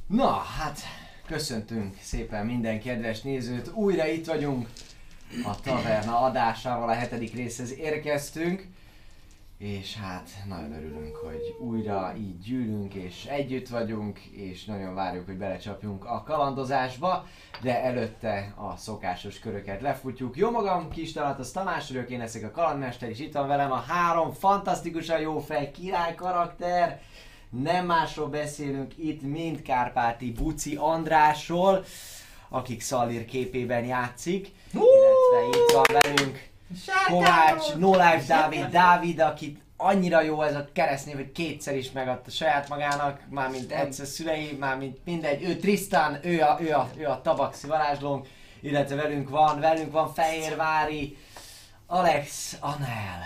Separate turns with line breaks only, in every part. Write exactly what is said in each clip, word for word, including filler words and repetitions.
Na, hát köszöntünk szépen minden kedves nézőt. Újra itt vagyunk a Taverna adásával, a hetedik részhez érkeztünk. És hát nagyon örülünk, hogy újra így gyűlünk és együtt vagyunk, és nagyon várjuk, hogy belecsapjunk a kalandozásba, de előtte a szokásos köröket lefutjuk. Jó magam, Kis Talátos Tamás vagyok, én leszek a kalandmester, és itt van velem a három fantasztikusan jó fej király karakter. Nem másról beszélünk itt, mint Kárpáti Buci Andrásról, akik Szalír képében játszik, illetve itt van velünk Kovács, No Life Dávid, Dávid, akit annyira jó ez a keresztnév, hogy kétszer is megadta saját magának, mármint egyszer szülei, mármint mindegy, ő Tristan, ő a, ő a, ő a tabaxi varázslónk, illetve velünk van, velünk van Fehérvári, Alex, Anel,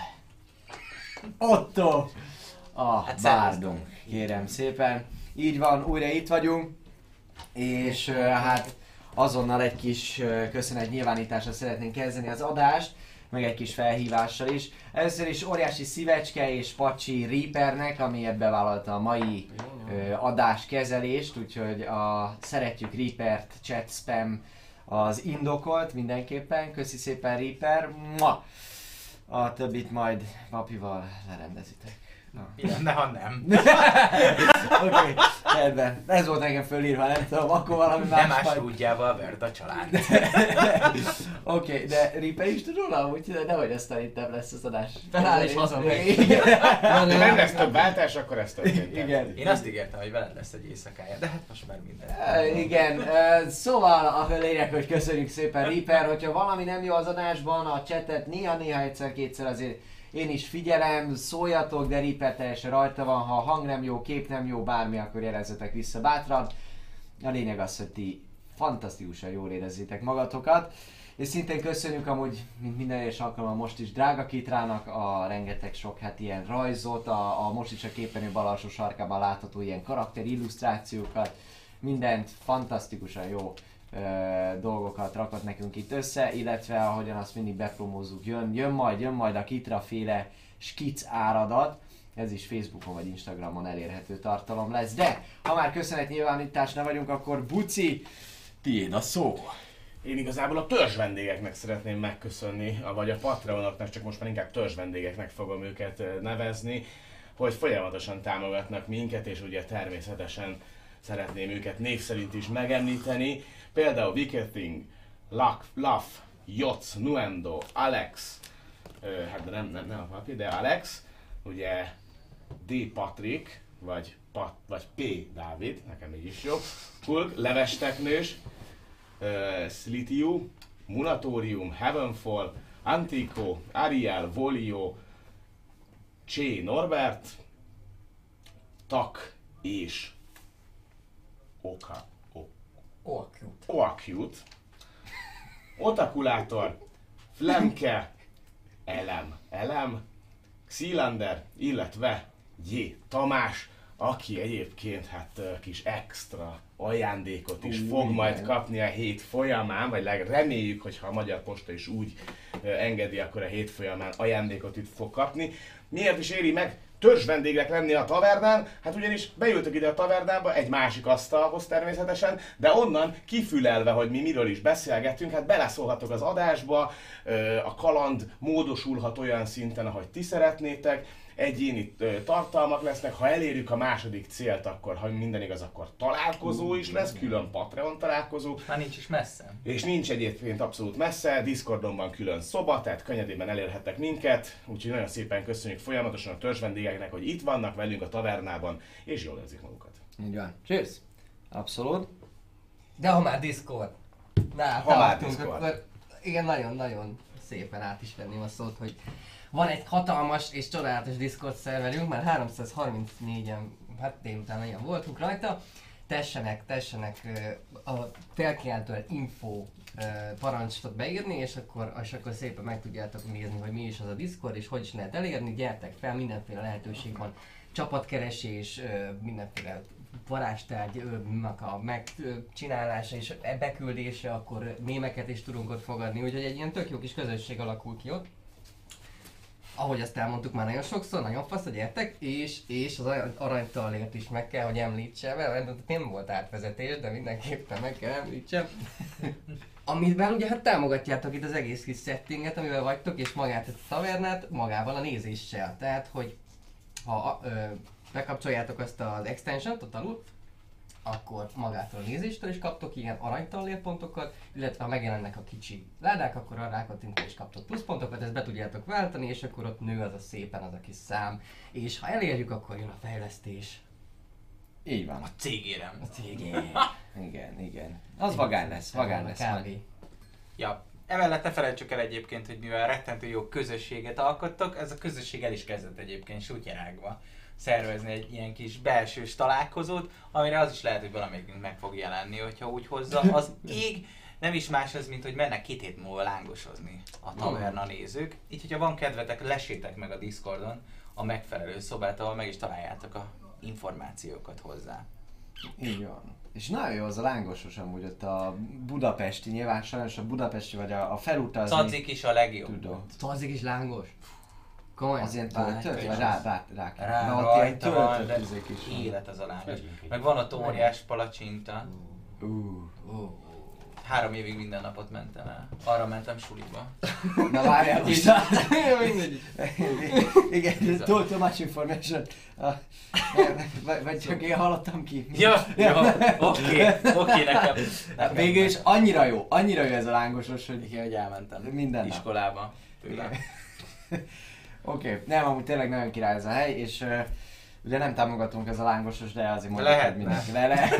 Otto, a hát bárdunk, kérem szépen. Így van, újra itt vagyunk, és uh, hát azonnal egy kis uh, köszönet nyilvánításra szeretnénk kezdeni az adást, meg egy kis felhívással is. Először is óriási szívecske és Pacsi Reapernek, ami bevállalta a mai uh, adáskezelést, úgyhogy a szeretjük Reapert, chat spam az indokolt mindenképpen. Köszi szépen Reaper. Mua! A többit majd papival lerendezitek.
Ja, de ha nem.
Oké, okay, rendben. Ez volt nekem fölírva, nem tudom, akkor valami más.
Nem más útjával verd a család.
Oké, okay, de Reaper is tud róla, úgyhogy nehogy ezt tanítem lesz az adás.
Feláll és hazamegy.
Ha nem lesz több váltás, akkor ezt történt.
Igen.
Én azt ígértem, hogy veled lesz egy éjszakája, de hát most már minden.
Uh, igen, uh, szóval a lényeg, hogy köszönjük szépen Reaper, hogyha valami nem jó az adásban, a chatet néha-néha egyszer-kétszer azért én is figyelem, szóljatok, de Reaper teljesen rajta van, ha a hang nem jó, kép nem jó, bármi, akkor jelezzetek vissza bátran. A lényeg az, hogy ti fantasztikusan jól érezzétek magatokat. És szintén köszönjük amúgy, mint minden egyes alkalommal most is Drága Kitrának a rengeteg sok hát ilyen rajzot, a, a most is a képernyő bal alsó sarkában látható ilyen karakter illusztrációkat, mindent fantasztikusan jó Uh, dolgokat rakott nekünk itt össze, illetve ahogyan azt mindig bepromózzuk, jön, jön majd, jön majd a Kitra féle skic áradat, ez is Facebookon vagy Instagramon elérhető tartalom lesz, de ha már köszönetnyilvánításnál vagyunk, akkor Buci, tiéd a szó!
Én igazából a törzs vendégeknek szeretném megköszönni, vagy a Patreonoknak, csak most már inkább törzs vendégeknek fogom őket nevezni, hogy folyamatosan támogatnak minket, és ugye természetesen szeretném őket név szerint is megemlíteni. Például Wicked Thing, Luff, Jotz, Nuendo, Alex, ö, hát de nem, nem, nem a papi, de Alex, ugye D. Patrick, vagy, Pat, vagy P. Dávid, nekem így is jó, Kulg, Levesteknős, uh, Slitium, Munatorium, Heavenfall, Antico, Ariel, Volio, Csé Norbert, Tak és Oka.
Oakute.
Oakute. Otakulátor, Flemke, Elem, Elem, Xilander, illetve J. Tamás, aki egyébként hát kis extra ajándékot is uh, fog igen. majd kapni a hét folyamán, vagy reméljük, hogy ha a Magyar Posta is úgy engedi, akkor a hét folyamán ajándékot itt fog kapni. Miért is éri meg törzs vendégek lenni a tavernán? Hát ugyanis beültök ide a tavernába, egy másik asztalhoz természetesen, de onnan kifülelve, hogy mi miről is beszélgetünk, hát beleszólhatok az adásba, a kaland módosulhat olyan szinten, ahogy ti szeretnétek, egyéni tartalmak lesznek, ha elérjük a második célt, akkor ha minden igaz, akkor találkozó is lesz, külön Patreon találkozó.
Már nincs is messze.
És nincs egyébként abszolút messze, Discordon van külön szoba, tehát könnyedében elérhettek minket, úgyhogy nagyon szépen köszönjük folyamatosan a törzs vendégeknek, hogy itt vannak velünk a tavernában, és jól érzik magukat.
Így van. Cheers! Abszolút.
De ha már Discord. Na,
ha már Discord.
Akkor igen, nagyon-nagyon szépen át is venném a szót, hogy van egy hatalmas és csodálatos Discord szerverünk, már háromszázharmincnégyen, hát délután ilyen voltunk rajta. Tessenek, tessenek a felkiáltó info parancsot beírni, és akkor, és akkor szépen meg tudjátok nézni, hogy mi is az a Discord, és hogy is lehet elérni. Gyertek fel, mindenféle lehetőség van. Csapatkeresés, mindenféle varázstárgynak a megcsinálása és beküldése, akkor mémeket is tudunk ott fogadni, úgyhogy egy ilyen tök jó kis közösség alakul ki ott. ahogy azt elmondtuk már nagyon sokszor, nagyon fasz, hogy értek, és, és az arany- aranytalért is meg kell, hogy említsem, mert nem volt átvezetés, de mindenképpen meg kell említsem. Amivel ugye hát támogatjátok itt az egész kis settinget, amivel vagytok, és magát a tavernát magával a nézéssel. Tehát, hogy ha ö, bekapcsoljátok azt az extension-t ott alul, akkor magától a nézéstől is kaptok ilyen aranytallérpontokat, illetve ha megjelennek a kicsi ládák, akkor arra rákattintva is kaptok pluszpontokat, ezt be tudjátok váltani, és akkor ott nő az a szépen az a kis szám. És ha elérjük, akkor jön a fejlesztés.
Így van.
A cégérem.
A cégé.
Igen, igen. Az vagány lesz, vagány lesz majd.
Kávé.
Ja. Emellett ne felejtsük el egyébként, hogy mivel rettentő jó közösséget alkottok, ez a közösség el is kezdett egyébként Sutyerágba szervezni egy ilyen kis belsős találkozót, amire az is lehet, hogy valamelyikünk meg fog jelenni, hogyha úgy hozza. Az ég nem is más az, mint hogy mennek két hét múlva lángosozni a taverna nézők. Így, hogyha van kedvetek, lesétek meg a Discordon a megfelelő szobát, ahol meg is találjátok a információkat hozzá.
Így van. És nagyon jó az a lángosos amúgy ott a budapesti, nyilván sajnos a budapesti vagy a, a felutazni.
Cazik is a legjobb.
Tudom.
Tolzik is lángos. Komolyan.
Az ilyen
Bár-
töltött? Vagy rá, rá, rá,
Rá,
rá ott ilyen
rajta van, de
töltött izék is van.
élet az a lángos.
Vegyünk egy.
Meg van ott óriás palacsinta.
Ú.
Ó.
Három évig minden napot mentem el. Arra mentem suliba.
Na várjál most.
Mindegy.
Igen, too, too much information. Ah, vagy, vagy csak én hallottam ki.
Ja, jó, oké, oké, nekem. nekem
Végül is annyira jó, annyira jó ez a lángosos, hogy
Igen, hogy elmentem
Minden nap.
iskolába tőle.
Oké, okay. Nem, amúgy tényleg nagyon király ez a hely, és uh, ugye nem támogatunk ez a lángosos, de azért mondjuk,
Lehetne.
hogy mindenki le, le.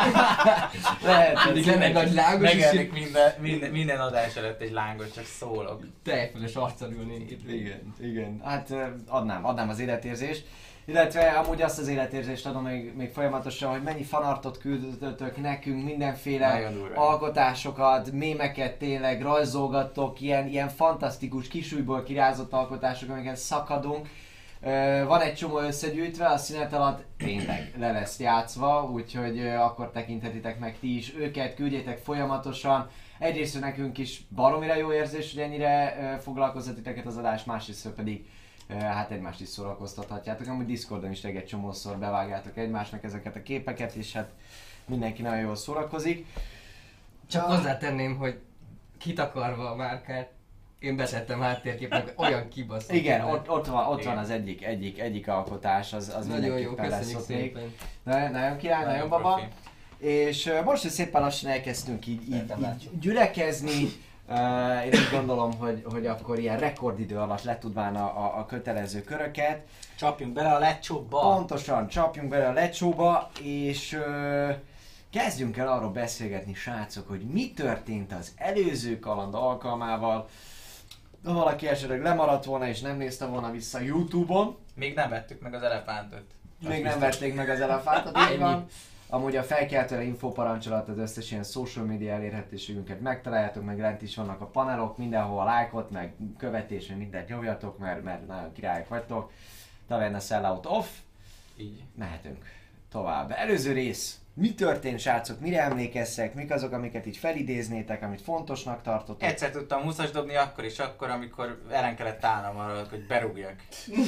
Lehet,
Pedig lenne nagy lángos, és
Megennék minden, minden, minden adás előtt egy lángot, csak szólok.
tejfölös arccal ülni itt.
Igen, igen. Hát ö, adnám, adnám az életérzést. Illetve amúgy azt az életérzést adom még, még folyamatosan, hogy mennyi fanartot küldötök nekünk, mindenféle
Nagyon durván.
alkotásokat, mémeket tényleg rajzolgattok, ilyen, ilyen fantasztikus kisújból kirázott alkotások, amiket szakadunk. Ö, van egy csomó összegyűjtve, a szünet alatt tényleg le lesz játszva, úgyhogy ö, akkor tekinthetitek meg ti is őket, küldjétek folyamatosan. Egyrészt nekünk is baromira jó érzés, hogy ennyire ö, foglalkoztat titeket az adás, másrészt pedig ö, hát egymást is szórakoztathatjátok. Amúgy Discordon is egy csomószor bevágjátok egymásnak ezeket a képeket, és hát mindenki nagyon jól szórakozik.
Csak hozzátenném, hogy kitakarva a márkát, én betettem háttérképnek, olyan kibaszott.
Igen,
tényleg.
ott, ott van, ott
Igen.
van az egyik, egyik, egyik alkotás, az, az
Nagyon jó,
mindenképpen lesz
köszönjük
ott még.
szépen.
Nagyon, nagyon király, nagyon, nagyon baba.
profi.
És uh, most is szépen lassan elkezdtünk így, így,
Értem,
így
látjuk.
gyülekezni. Uh, én úgy gondolom, hogy, hogy akkor ilyen rekordidő alatt letudván a, a, a kötelező köröket.
Csapjunk bele a lecsóba.
Pontosan, csapjunk bele a lecsóba, és uh, kezdjünk el arról beszélgetni, srácok, hogy mi történt az előző kaland alkalmával. Ha valaki esetleg lemaradt volna és nem nézte volna vissza YouTube-on,
Még nem vettük meg az elefántot.
még nem vették meg az elefántot, így van. Amúgy a felkeltőre infoparancsolat az összes ilyen social media elérhetőségünket megtaláljátok, meg lent is vannak a panelok, mindenhol lájkot, meg követés, meg mindent nyomjatok, mert, mert nagyon királyok vagytok. Taverna Sellout Off,
Így.
mehetünk tovább. Előző rész. Mi történt, srácok? Mire emlékezzek? Mik azok, amiket így felidéznétek, amit fontosnak tartotok?
Egyszer tudtam húszas dobni akkor is, akkor, amikor ellen kellett állnom arra, hogy berúgjak.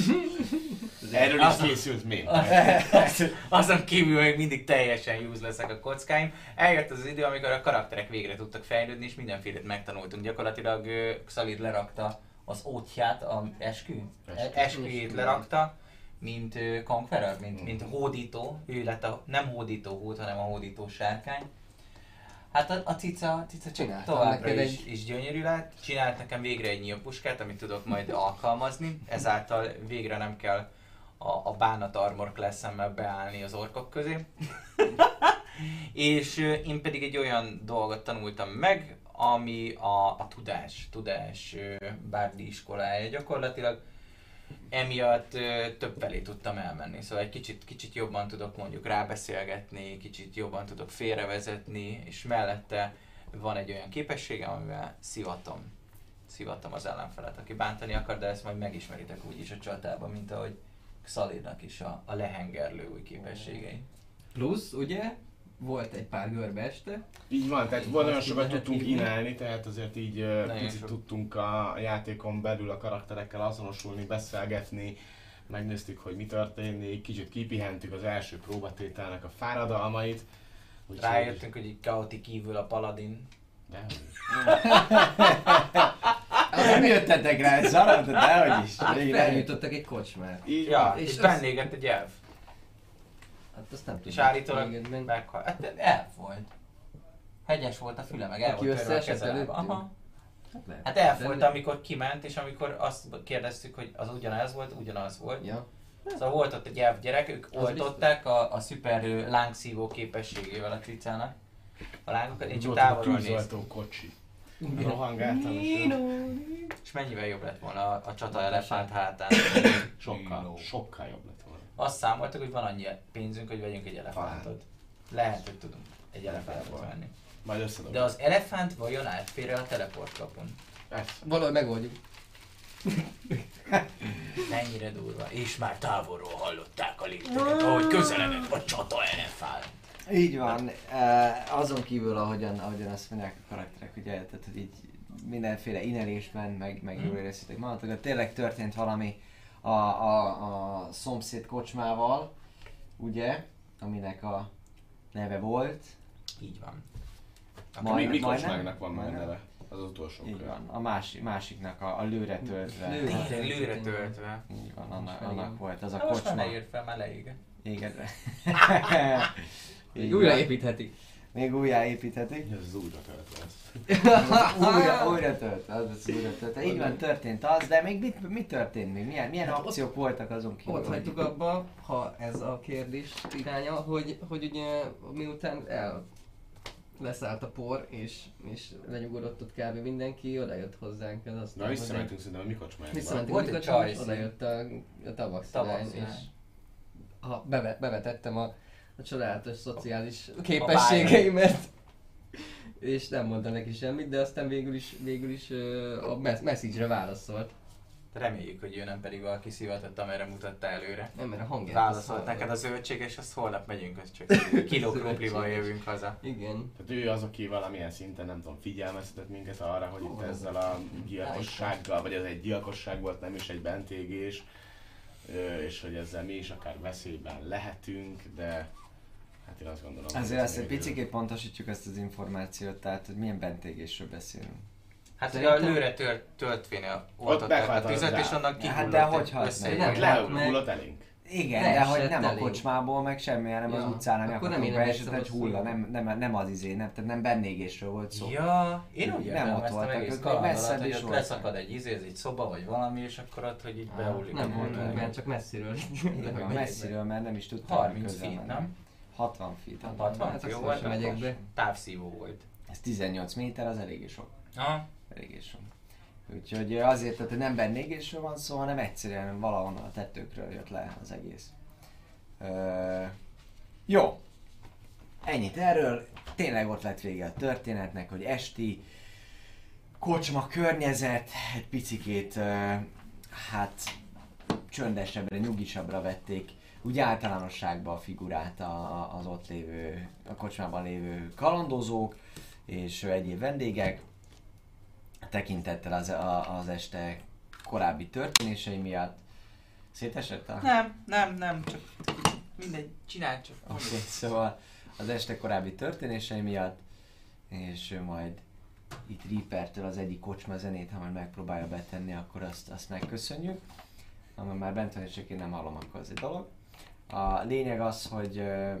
Erről is készült még.
Azon kívül még mindig teljesen useless-ek a kockáim. Eljött az az idő, amikor a karakterek végre tudtak fejlődni, és mindenfélét megtanultunk. Gyakorlatilag ö, Xalir lerakta az ótját, a eskü?
Eskü.
Esküjét lerakta, mint ö, Conqueror, mint, mint hódító. Ő lett a nem hódító hód, hanem a hódító sárkány. Hát a, a cica, cica csak
Csináltam
továbbra
neked
is,
egy-
is gyönyörű lett. Csinált nekem végre egy nyílpuskát, amit tudok majd alkalmazni. Ezáltal végre nem kell a, a bánat armor class-emmel beállni az orkok közé. És ö, én pedig egy olyan dolgot tanultam meg, ami a, a tudás, tudás ö, bárdi iskolája. Gyakorlatilag emiatt ö, több felé tudtam elmenni, szóval egy kicsit, kicsit jobban tudok mondjuk rábeszélgetni, kicsit jobban tudok félrevezetni, és mellette van egy olyan képességem, amivel szivatom, szivatom az ellenfelet, aki bántani akar, de ezt majd megismeritek úgyis a csatában, mint ahogy Xalirnak is a, a lehengerlő új képességei.
Plusz, ugye, volt egy pár görbe este.
Így van, tehát van olyan
Azt
sokat
így lehet
tudtunk
hívni.
inálni, tehát azért így ö,
Nagyon
picit
sok.
tudtunk a játékon belül a karakterekkel azonosulni, beszélgetni, megnéztük, hogy mi történik, kicsit kipihentük az első próbatételnek a fáradalmait. Úgyhogy-
Rájöttünk, hogy így Chaotic Evil a paladin.
De,
Nem jöttetek rá, ez szarad, de dehogy is. Végre
Feljutottak egy kocsmát.
így
Ja,
van.
és,
És
és
az-
bennégett egy elf.
Hát azt nem tudom.
És állítólag
régebben.
meghal. Hát elf volt. Hegyes volt a füle, meg el
Aki
volt törve a
összeesett
kezelve.
előttünk?
Aha.
Hát, lehet.
Hát elf
De-
volt, amikor kiment, és amikor azt kérdeztük, hogy az ugyanaz volt, ugyanaz volt.
Ja.
Szóval volt ott egy elf gyerek, ők
Az
oltották a, a szuper ö, lángszívó képességével a cicának. A lángokat, én
Így
csak
volt a
távolról néztem.
tűzoltó kocsi. Rohangáltam, és
És mennyivel jobb lett volna a, a csata elefánt hátán?
sokkal, sokkal jobb lett volna.
Azt számoltak, hogy van annyi pénzünk, hogy vegyünk egy elefántot. Lehet, hogy tudunk egy elefántot venni.
Majd összedobom.
De az elefánt vajon átfér a teleport kapun?
Persze.
Valahogy megoldjuk.
Mennyire durva. És már távolról hallották a lépteket, ahogy közeledett a csata elefánt.
Így van, eh, azon kívül, ahogyan, ahogyan azt mondják a karakterek, ugye, tehát hogy így mindenféle inelésben, meg, meg jól éreztétek magatokat, tényleg történt valami a, a, a szomszéd kocsmával, ugye, aminek a neve volt.
Így van.
Mi,
Majd-
mi
majdnem?
kocsmáknak van már
Majdnem?
neve? Az utolsó
Így
kör.
van, a másik, másiknak a, a lőre töltve.
Lőre.
Tényleg lőre töltve.
Így van, annak,
Most
annak volt az a
Na most már
kocsma.
ne írt fel, már leég.
Égedve. Így
Még
van.
újraépíthetik.
Még újjáépíthetik.
Ez az újra töltve lesz.
újra, újra tölt, az az újra tölt. Így van, történt az, de még mit, mit történt még? Milyen, milyen
Hát ott-
akciók voltak azon kívül?
Ott hagytuk abba, ha ez a kérdés iránya, hogy, hogy ugye miután el leszállt a por, és, és lenyugodott ott kb. Mindenki, oda jött hozzánk az aztán.
Na visszamentünk szerintem a mi kocsmánkba.
Visszamentünk
Volt
a
egy
kocsmába, és
csaj
oda
szín.
jött a, a tavakszilány,
Tavakszilány.
és ha bevet, bevetettem a, a csodálatos szociális képességeimet. És nem mondta neki semmit, de aztán végül is, végül is ö, a mess- message-re válaszolt.
Reméljük, hogy ő nem pedig valaki szivatott, amerre mutatta előre.
Nem, mert a hangját
Válaszolt
azt
neked a zöldséges, és azt holnap megyünk, az csak kiló krumplival
Zöldséges.
jövünk haza.
Igen.
Tehát ő az, aki valamilyen szinten, nem tudom, figyelmeztetett minket arra, hogy itt
Ó.
ezzel a gyilkossággal, vagy ez egy gyilkosság volt, nem is egy bentégés, ö, és hogy ezzel mi is akár veszélyben lehetünk, de hát én azt gondolom, hogy
Azért
ez
azt egy
még-
picikét pontosítjuk ezt az információt, tehát hogy milyen bentégésről beszélünk.
Hát ugye a
Szerintem-
lőre tölt, töltvénél oltották a
meghalt az
tüzet, és
rá.
annak
Ja, hát
kihullott
de
egy
hogy halt
össze-
meg?
Nem,
Lehullott elénk.
Igen,
Ne
de hogy
esett
nem a
elég.
kocsmából, meg semmi, hanem az
Ja,
utcán, nem
akkor nem
akartunk
én
beesett,
emlékszem
egy
a
hulla,
szóra.
nem, nem, nem az izé, nem, tehát nem bennégésről volt szó.
Ja, én úgy
Nem
értem
ott
ezt a
voltak,
egész
ők
kalandot,
messzebb
hogy
is
ott
voltak.
leszakad egy izé, ez egy szoba vagy valami, és akkor ott, hogy így behullik.
Nem
a
voltunk
lőre.
benne, csak messziről.
Igen,
Hogy
messziről, mert nem is tudtam
harminc
közel
feet,
menni.
nem?
hatvan feet.
Hát hatvan,
Hát
jó
akkor
volt,
sem megyek
akkor
be.
távszívó volt.
Ez tizennyolc méter, az eléggé sok.
Aha.
Eléggé sok. Úgyhogy azért, tehát hogy nem bennégésről van szó, hanem egyszerűen valahonnan a tetőkről jött le az egész. Ö, jó. Ennyit erről. Tényleg ott lett vége a történetnek, hogy esti kocsma környezet egy picikét ö, hát csöndesebbre, nyugisabbra vették úgy általánosságban a figurát a, a, az ott lévő, a kocsmában lévő kalandozók és egyéb vendégek. Tekintettel az, a, az este korábbi történései miatt. Szétesett a...
Nem, nem, nem, csak mindegy, csinálj csak.
Oké, okay, szóval az este korábbi történései miatt, és ő majd itt Reapertől az egyik kocsma zenét, ha majd megpróbálja betenni, akkor azt, azt megköszönjük. Ha már bent van, és csak én nem hallom, akkor az egy dolog. A lényeg az, hogy ö,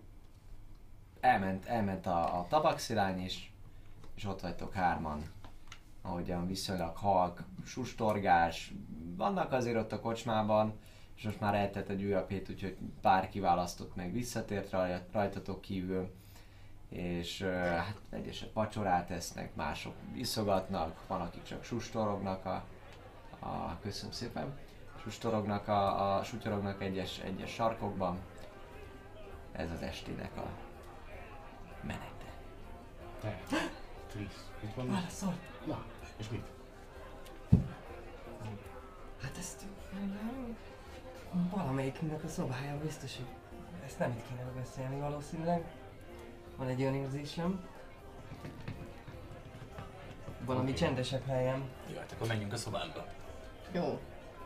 elment, elment a, a tabakszilány is, és ott vagytok hárman. Ahogyan viszonylag halk, sustorgás, vannak azért ott a kocsmában, és most már eltelt egy újabb hét, úgyhogy pár kiválasztott meg visszatért raj, rajtatok kívül, és uh, hát egyesek vacsorát esznek, mások iszogatnak, van akik csak sustorognak a, a köszönöm szépen, sustorognak a, a sutyorognak egyes, egyes sarkokban. Ez az estének a menete.
Te, Trisz, itt van?
Válaszol.
Na, és mit?
Hát ezt valamelyikünknek a szobája biztos, hogy ezt nem itt kéne beszélni valószínűleg. Van egy olyan érzésem. Valami
Oké.
csendesebb helyen.
Jó, hát akkor menjünk a szobába.
Jó.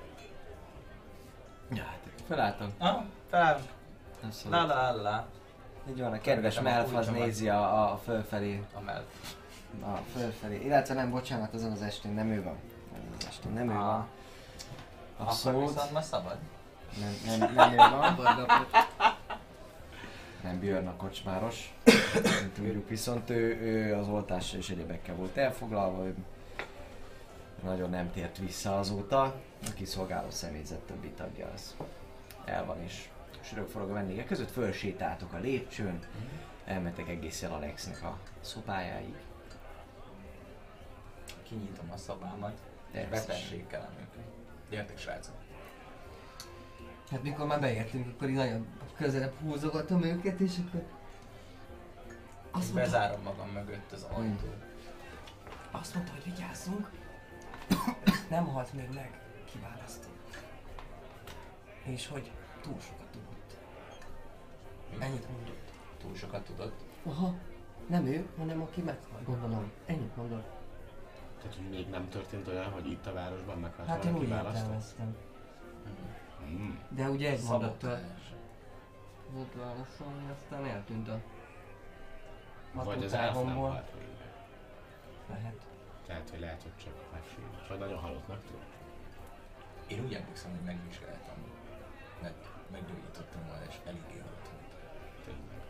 Ja, hát felálltam.
Ah, felállunk.
Abszolút.
La la la.
Így van, a kedves
Szerintem
Melf az
úgy van.
nézi a, a fölfelé,
A mell.
a fölfelé, illetve nem, bocsánat, azon az estén nem ő van. Azon az estén nem ő
Ah.
van.
Akkor
Abszolút.
viszont ma szabad.
Nem, nem, nem ő van.
Barnapot.
Nem Björn a kocsmáros. Nem tudjuk, viszont ő, ő az oltással és egyebekkel volt elfoglalva, ő nagyon nem tért vissza azóta. A kiszolgáló személyzet többi tagja az el van és sörögforog a vendégek között, fölsétáltok a lépcsőn, elmentek egészen Alexnek a szobájáig.
Kinyitom a szobámat. És
Természetesen.
betessékelem őket. Gyertek srácok.
Hát mikor már beértünk, akkor így nagyon közelebb húzogatom őket, és akkor... Azt mondta,
Bezárom magam mögött az ajtót.
azt mondta, hogy vigyázzunk. Nem halt még meg, kiválasztott. És hogy túl sokat tudott. Ennyit mondott.
Túl sokat tudott.
Aha, nem ő, hanem aki meghalt, gondolom. Ennyit mondott.
Tehát, hogy még nem történt olyan, hogy itt a városban meghalt
Hát én
valaki
úgy
választott?
értelmeztem.
Mm.
De ugye egy mondattal
Szabotás.
volt válaszolni, aztán eltűnt a
Vagy az elf nem
hatótávomból.
halt végre.
Lehet.
Tehát, hogy lehet, hogy csak megsérült. Vagy nagyon halottnak tűnt.
Én úgy emlékszem, hogy megvizsgáltam. Mert meggyógyítottam volna, és eléggé halott volt.
Tényleg.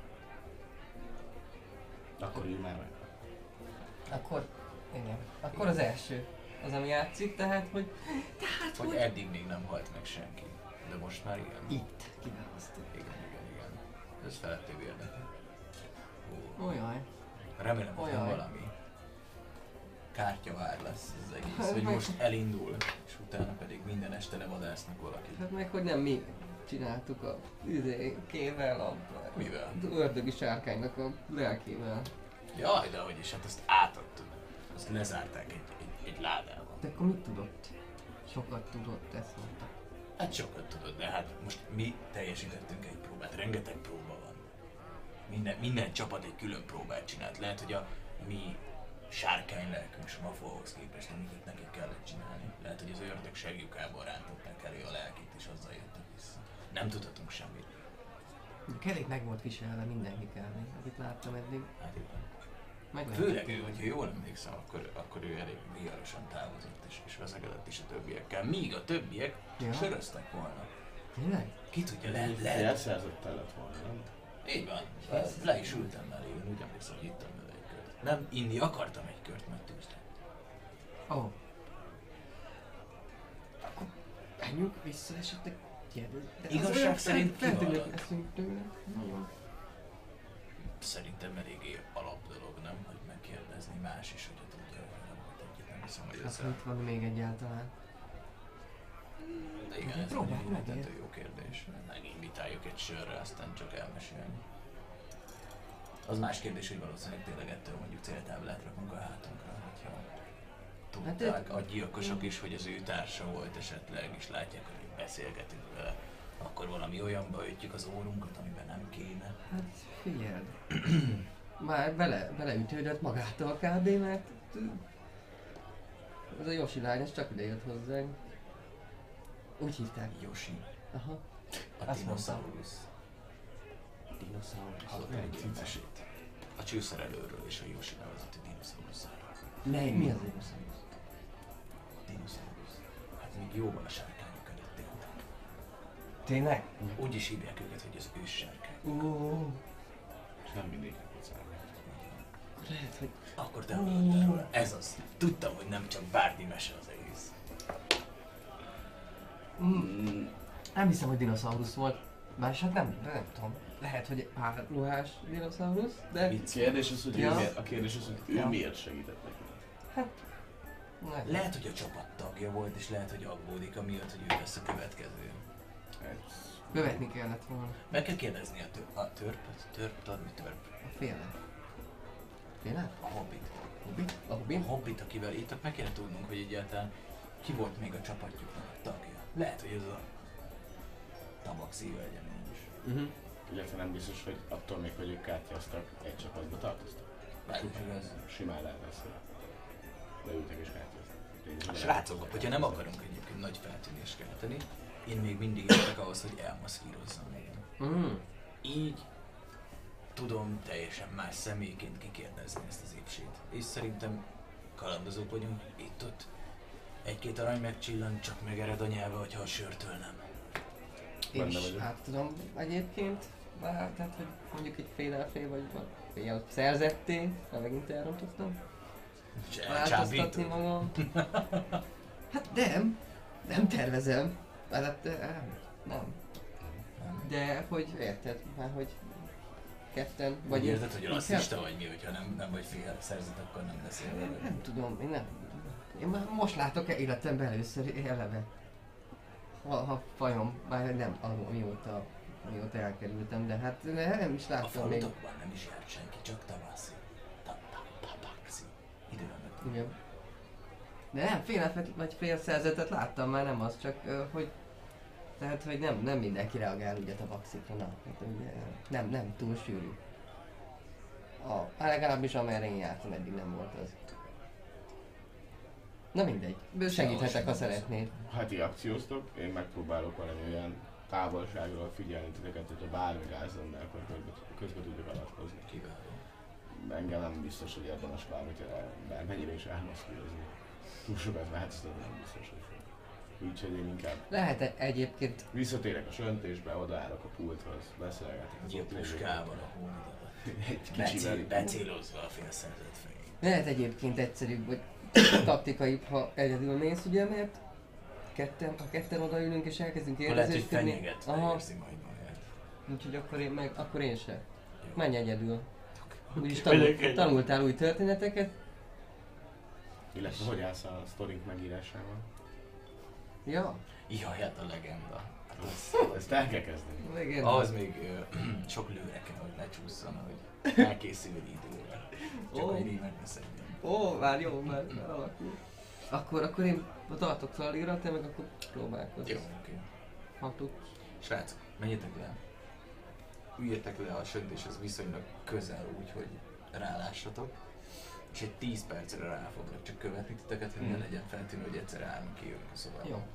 Akkor ő már meg.
Akkor, igen. Akkor az első. Az, ami játszik, tehát, hogy... Tehát,
Hogy
hogy...
eddig még nem halt meg senki. De most már igen.
Itt kiválasztott.
Igen, igen, igen. Ez felettébb érdekel. Ó,
Olyaj.
remélem, hogy nem
Olyan.
valami kártyavár lesz ez az egész,
Hát
hogy
meg-
most elindul, és utána pedig minden este levadásznak valakit.
Hát meg, hogy nem mi csináltuk a izé, kével, a,
Mivel?
az ördögi sárkánynak a lelkével.
Jaj, de hogy is, hát azt átadtuk. Azt lezárták egy, egy, egy ládával.
De akkor mit tudott? Sokat tudott, ezt mondta.
Hát sokat tudod, de hát most mi teljesítettünk egy próbát, rengeteg próba van. Minden, minden csapat egy külön próbát csinált. Lehet, hogy a mi sárkány lelkünk Smafóhoz képest, amiket nekik kellett csinálni. Lehet, hogy az ördög segjukából rántották elő a lelkét, és azzal jöttek vissza. Nem tudhatunk semmit.
De kerék meg volt viselve mindenki kb. Akit láttam eddig.
Hát igen.
Meg lehet.
Főleg ő, hogyha jól emlékszem, akkor, akkor ő elég viharosan távozott és, és veszekedett is a többiekkel. Míg a többiek
Ja.
söröztek volna.
Tényleg?
Ki tudja, lehet, lehet.
Felszerzettel lett volna, nem?
Így van. Le is ültem mellé, én úgy emlékszem, hogy ittam vele egy kört. Nem, inni akartam egy kört, mert tűztem.
Ó. Oh. Akkor menjünk vissza esetleg kérdezni. De az
Igazság
olyan
szerint
fel- feltűnő
kihallott.
leszünk tőle. Nagyon.
Szerintem eléggé alap dolog, nem? Hogy megkérdezni más is, hogyha tudja, hogy nem volt egyet, nem hiszem, hogy
Hát
össze.
itt van még egyáltalán.
De igen, ez
Próbálj
egy
meg,
rettentő jó kérdés. Meginvitáljuk egy sörre, aztán csak elmesélni. Az más kérdés, hogy valószínűleg tényleg ettől mondjuk céltáblát rakunk a hátunkra, hogyha tudták
Hát,
a gyilkosok is, hogy az ő társa volt esetleg, és látják, hogy mi beszélgetünk vele, akkor valami olyanba ütjük az órunkat, amiben nem kéne.
Hát figyeld. Már bele, beleütődött magától kb. Mert ez a Yoshi lány, ez csak ide jött hozzánk. Úgy hívták.
Yoshi,
Aha.
a
Azt
dinoszaurusz.
Dinoszaurusz.
Hallottam egy ilyen mesét. A csőszerelőről és a Yoshi nevezetű dinoszauruszáról.
Ne, mi az dinoszaurusz?
Dinoszaurusz. Hát még jóval a sárkányok előtt éltek.
Tényleg?
Úgy is hívják őket, hogy az őssárkány.
Ó,
És nem mindig hozzá.
lehet, hogy...
Akkor te hallottál róla. Ez az. Tudtam, hogy nem csak bárdi mese az egész.
Mm, nem hiszem, hogy dinoszaurusz volt. Bár hát nem, nem tudom. Lehet, hogy árruhás dinoszaurusz, de...
Vicc.
Kérdés az, hogy
Ja.
ő miért, a kérdés az, hogy ő
Ja.
miért segített nekünk.
Hát... Nem.
Lehet, hogy a csapat tagja volt, és lehet, hogy aggódik, amiatt, hogy ő lesz a következő.
Ez...
Követni kellett volna.
Meg kell kérdezni a, tör- a törpöt, törp, tudod mi törp?
A féle. Féle?
A hobbit.
Hobbit? A
A
hobbit?
hobbit, akivel itt meg kéne tudnunk, hogy egyáltalán ki volt még a csapatjuknak a tagja. Lehet, hogy ez a tabak szívegyemény is.
Uh-huh.
illetve nem biztos, hogy attól még, hogy ők kártyáztak, egy csapatba tartoztak. Simán lehet ez, hogy leültek és kártyáztak.
Srácok, hogyha nem akarunk egyébként nagy feltűnést kelteni, én még mindig értek ahhoz, hogy elmaszkírozzam magam.
Mm.
Így tudom teljesen más személyként kikérdezni ezt az épsét. És szerintem kalandozók vagyunk, itt-ott egy-két arany megcsillan, csak megered a nyelve, hogyha a sörtől nem.
Én
Benne
is
vagyok.
át tudom egyébként, bár, tehát hogy mondjuk egy fél-fél vagy vagy fél szerzetté, ha megint elrontottam. Változtatni magam. Hát nem, nem tervezem. Hát, de, nem. De hogy érted, már hogy ketten
Vagy
vagy
érted, hogy
inkább-
rasszista vagy mi, hogyha nem, nem vagy fél szerzet, akkor nem beszél
Én
veled.
nem tudom, én nem. Én már most látok életemben először eleve. Ha, ha fajom, bár nem arról mióta, mióta elkerültem, de hát nem is
A
láttam még.
falutokban nem is járt senki, csak Tabaszi. Tabaxi. Időben.
Igen. De nem, fél vagy fél szerzetet láttam már, nem az, csak ö, hogy... Tehát, hogy nem, nem mindenki reagál ugye a Tabaxikra, na. Hát, ugye, nem, nem túl sűrű. A, hát legalábbis amerre én jártam, eddig nem volt az. Na mindegy, segíthetek, ha szeretnéd.
Ha ti akcióztok, én megpróbálok valami olyan távolságról figyelni titeket, hogyha bármi gázzon, de akkor közben, közben tudjuk alatkozni.
Kiváló.
Engem nem biztos, hogy érdemes bármit, bármennyire is elmaszkírozni. Túl sokat változtatni nem biztos, hogy fog. Úgyhogy én inkább
Lehet e- egyébként,
visszatérek a söntésbe, odaállok a pulthoz, beszélgetek. az
Egy
ott lévő-
puskával a hónadat.
Egy kicsivel.
Becél, becélozva a félszerzett fején.
lehet egyébként egyszerűbb, vagy taktikaibb, ha egyedül mész, ugye, mert ketten, ha ketten odaülünk és elkezdünk
Akkor lehet, hogy
kérdezősködni.
fenyegetve
Aha,
érzi majd magát.
úgyhogy akkor én meg, akkor én se. Menj egyedül. Úgyis
Megyek
tanul,
egyedül.
tanultál új történeteket.
Illetve hogy állsz a sztorink megírásával?
Ja,
Jaj, hát a legenda. Hát az,
Ezt el kell kezdeni.
legyen.
ahhoz még ö, sok lőre kell, hogy lecsúszson, hogy elkészüljön idővel. Csak
Ó.
hogy rímet ne szedjen.
Ó, már jó, már, már alakul. Akkor, akkor én tartok talíra, te meg akkor próbálkozz.
Jó, oké.
Ha tudsz.
Srácok, menjetek le. Üljetek le a söntéshez viszonylag közel úgy, hogy rálássatok. És egy tíz percre rá foglak csak követni titeket, hogy ne
Hmm.
legyen feltűnő, hogy egyszer állunk ki jövünk a szobába.
Jó,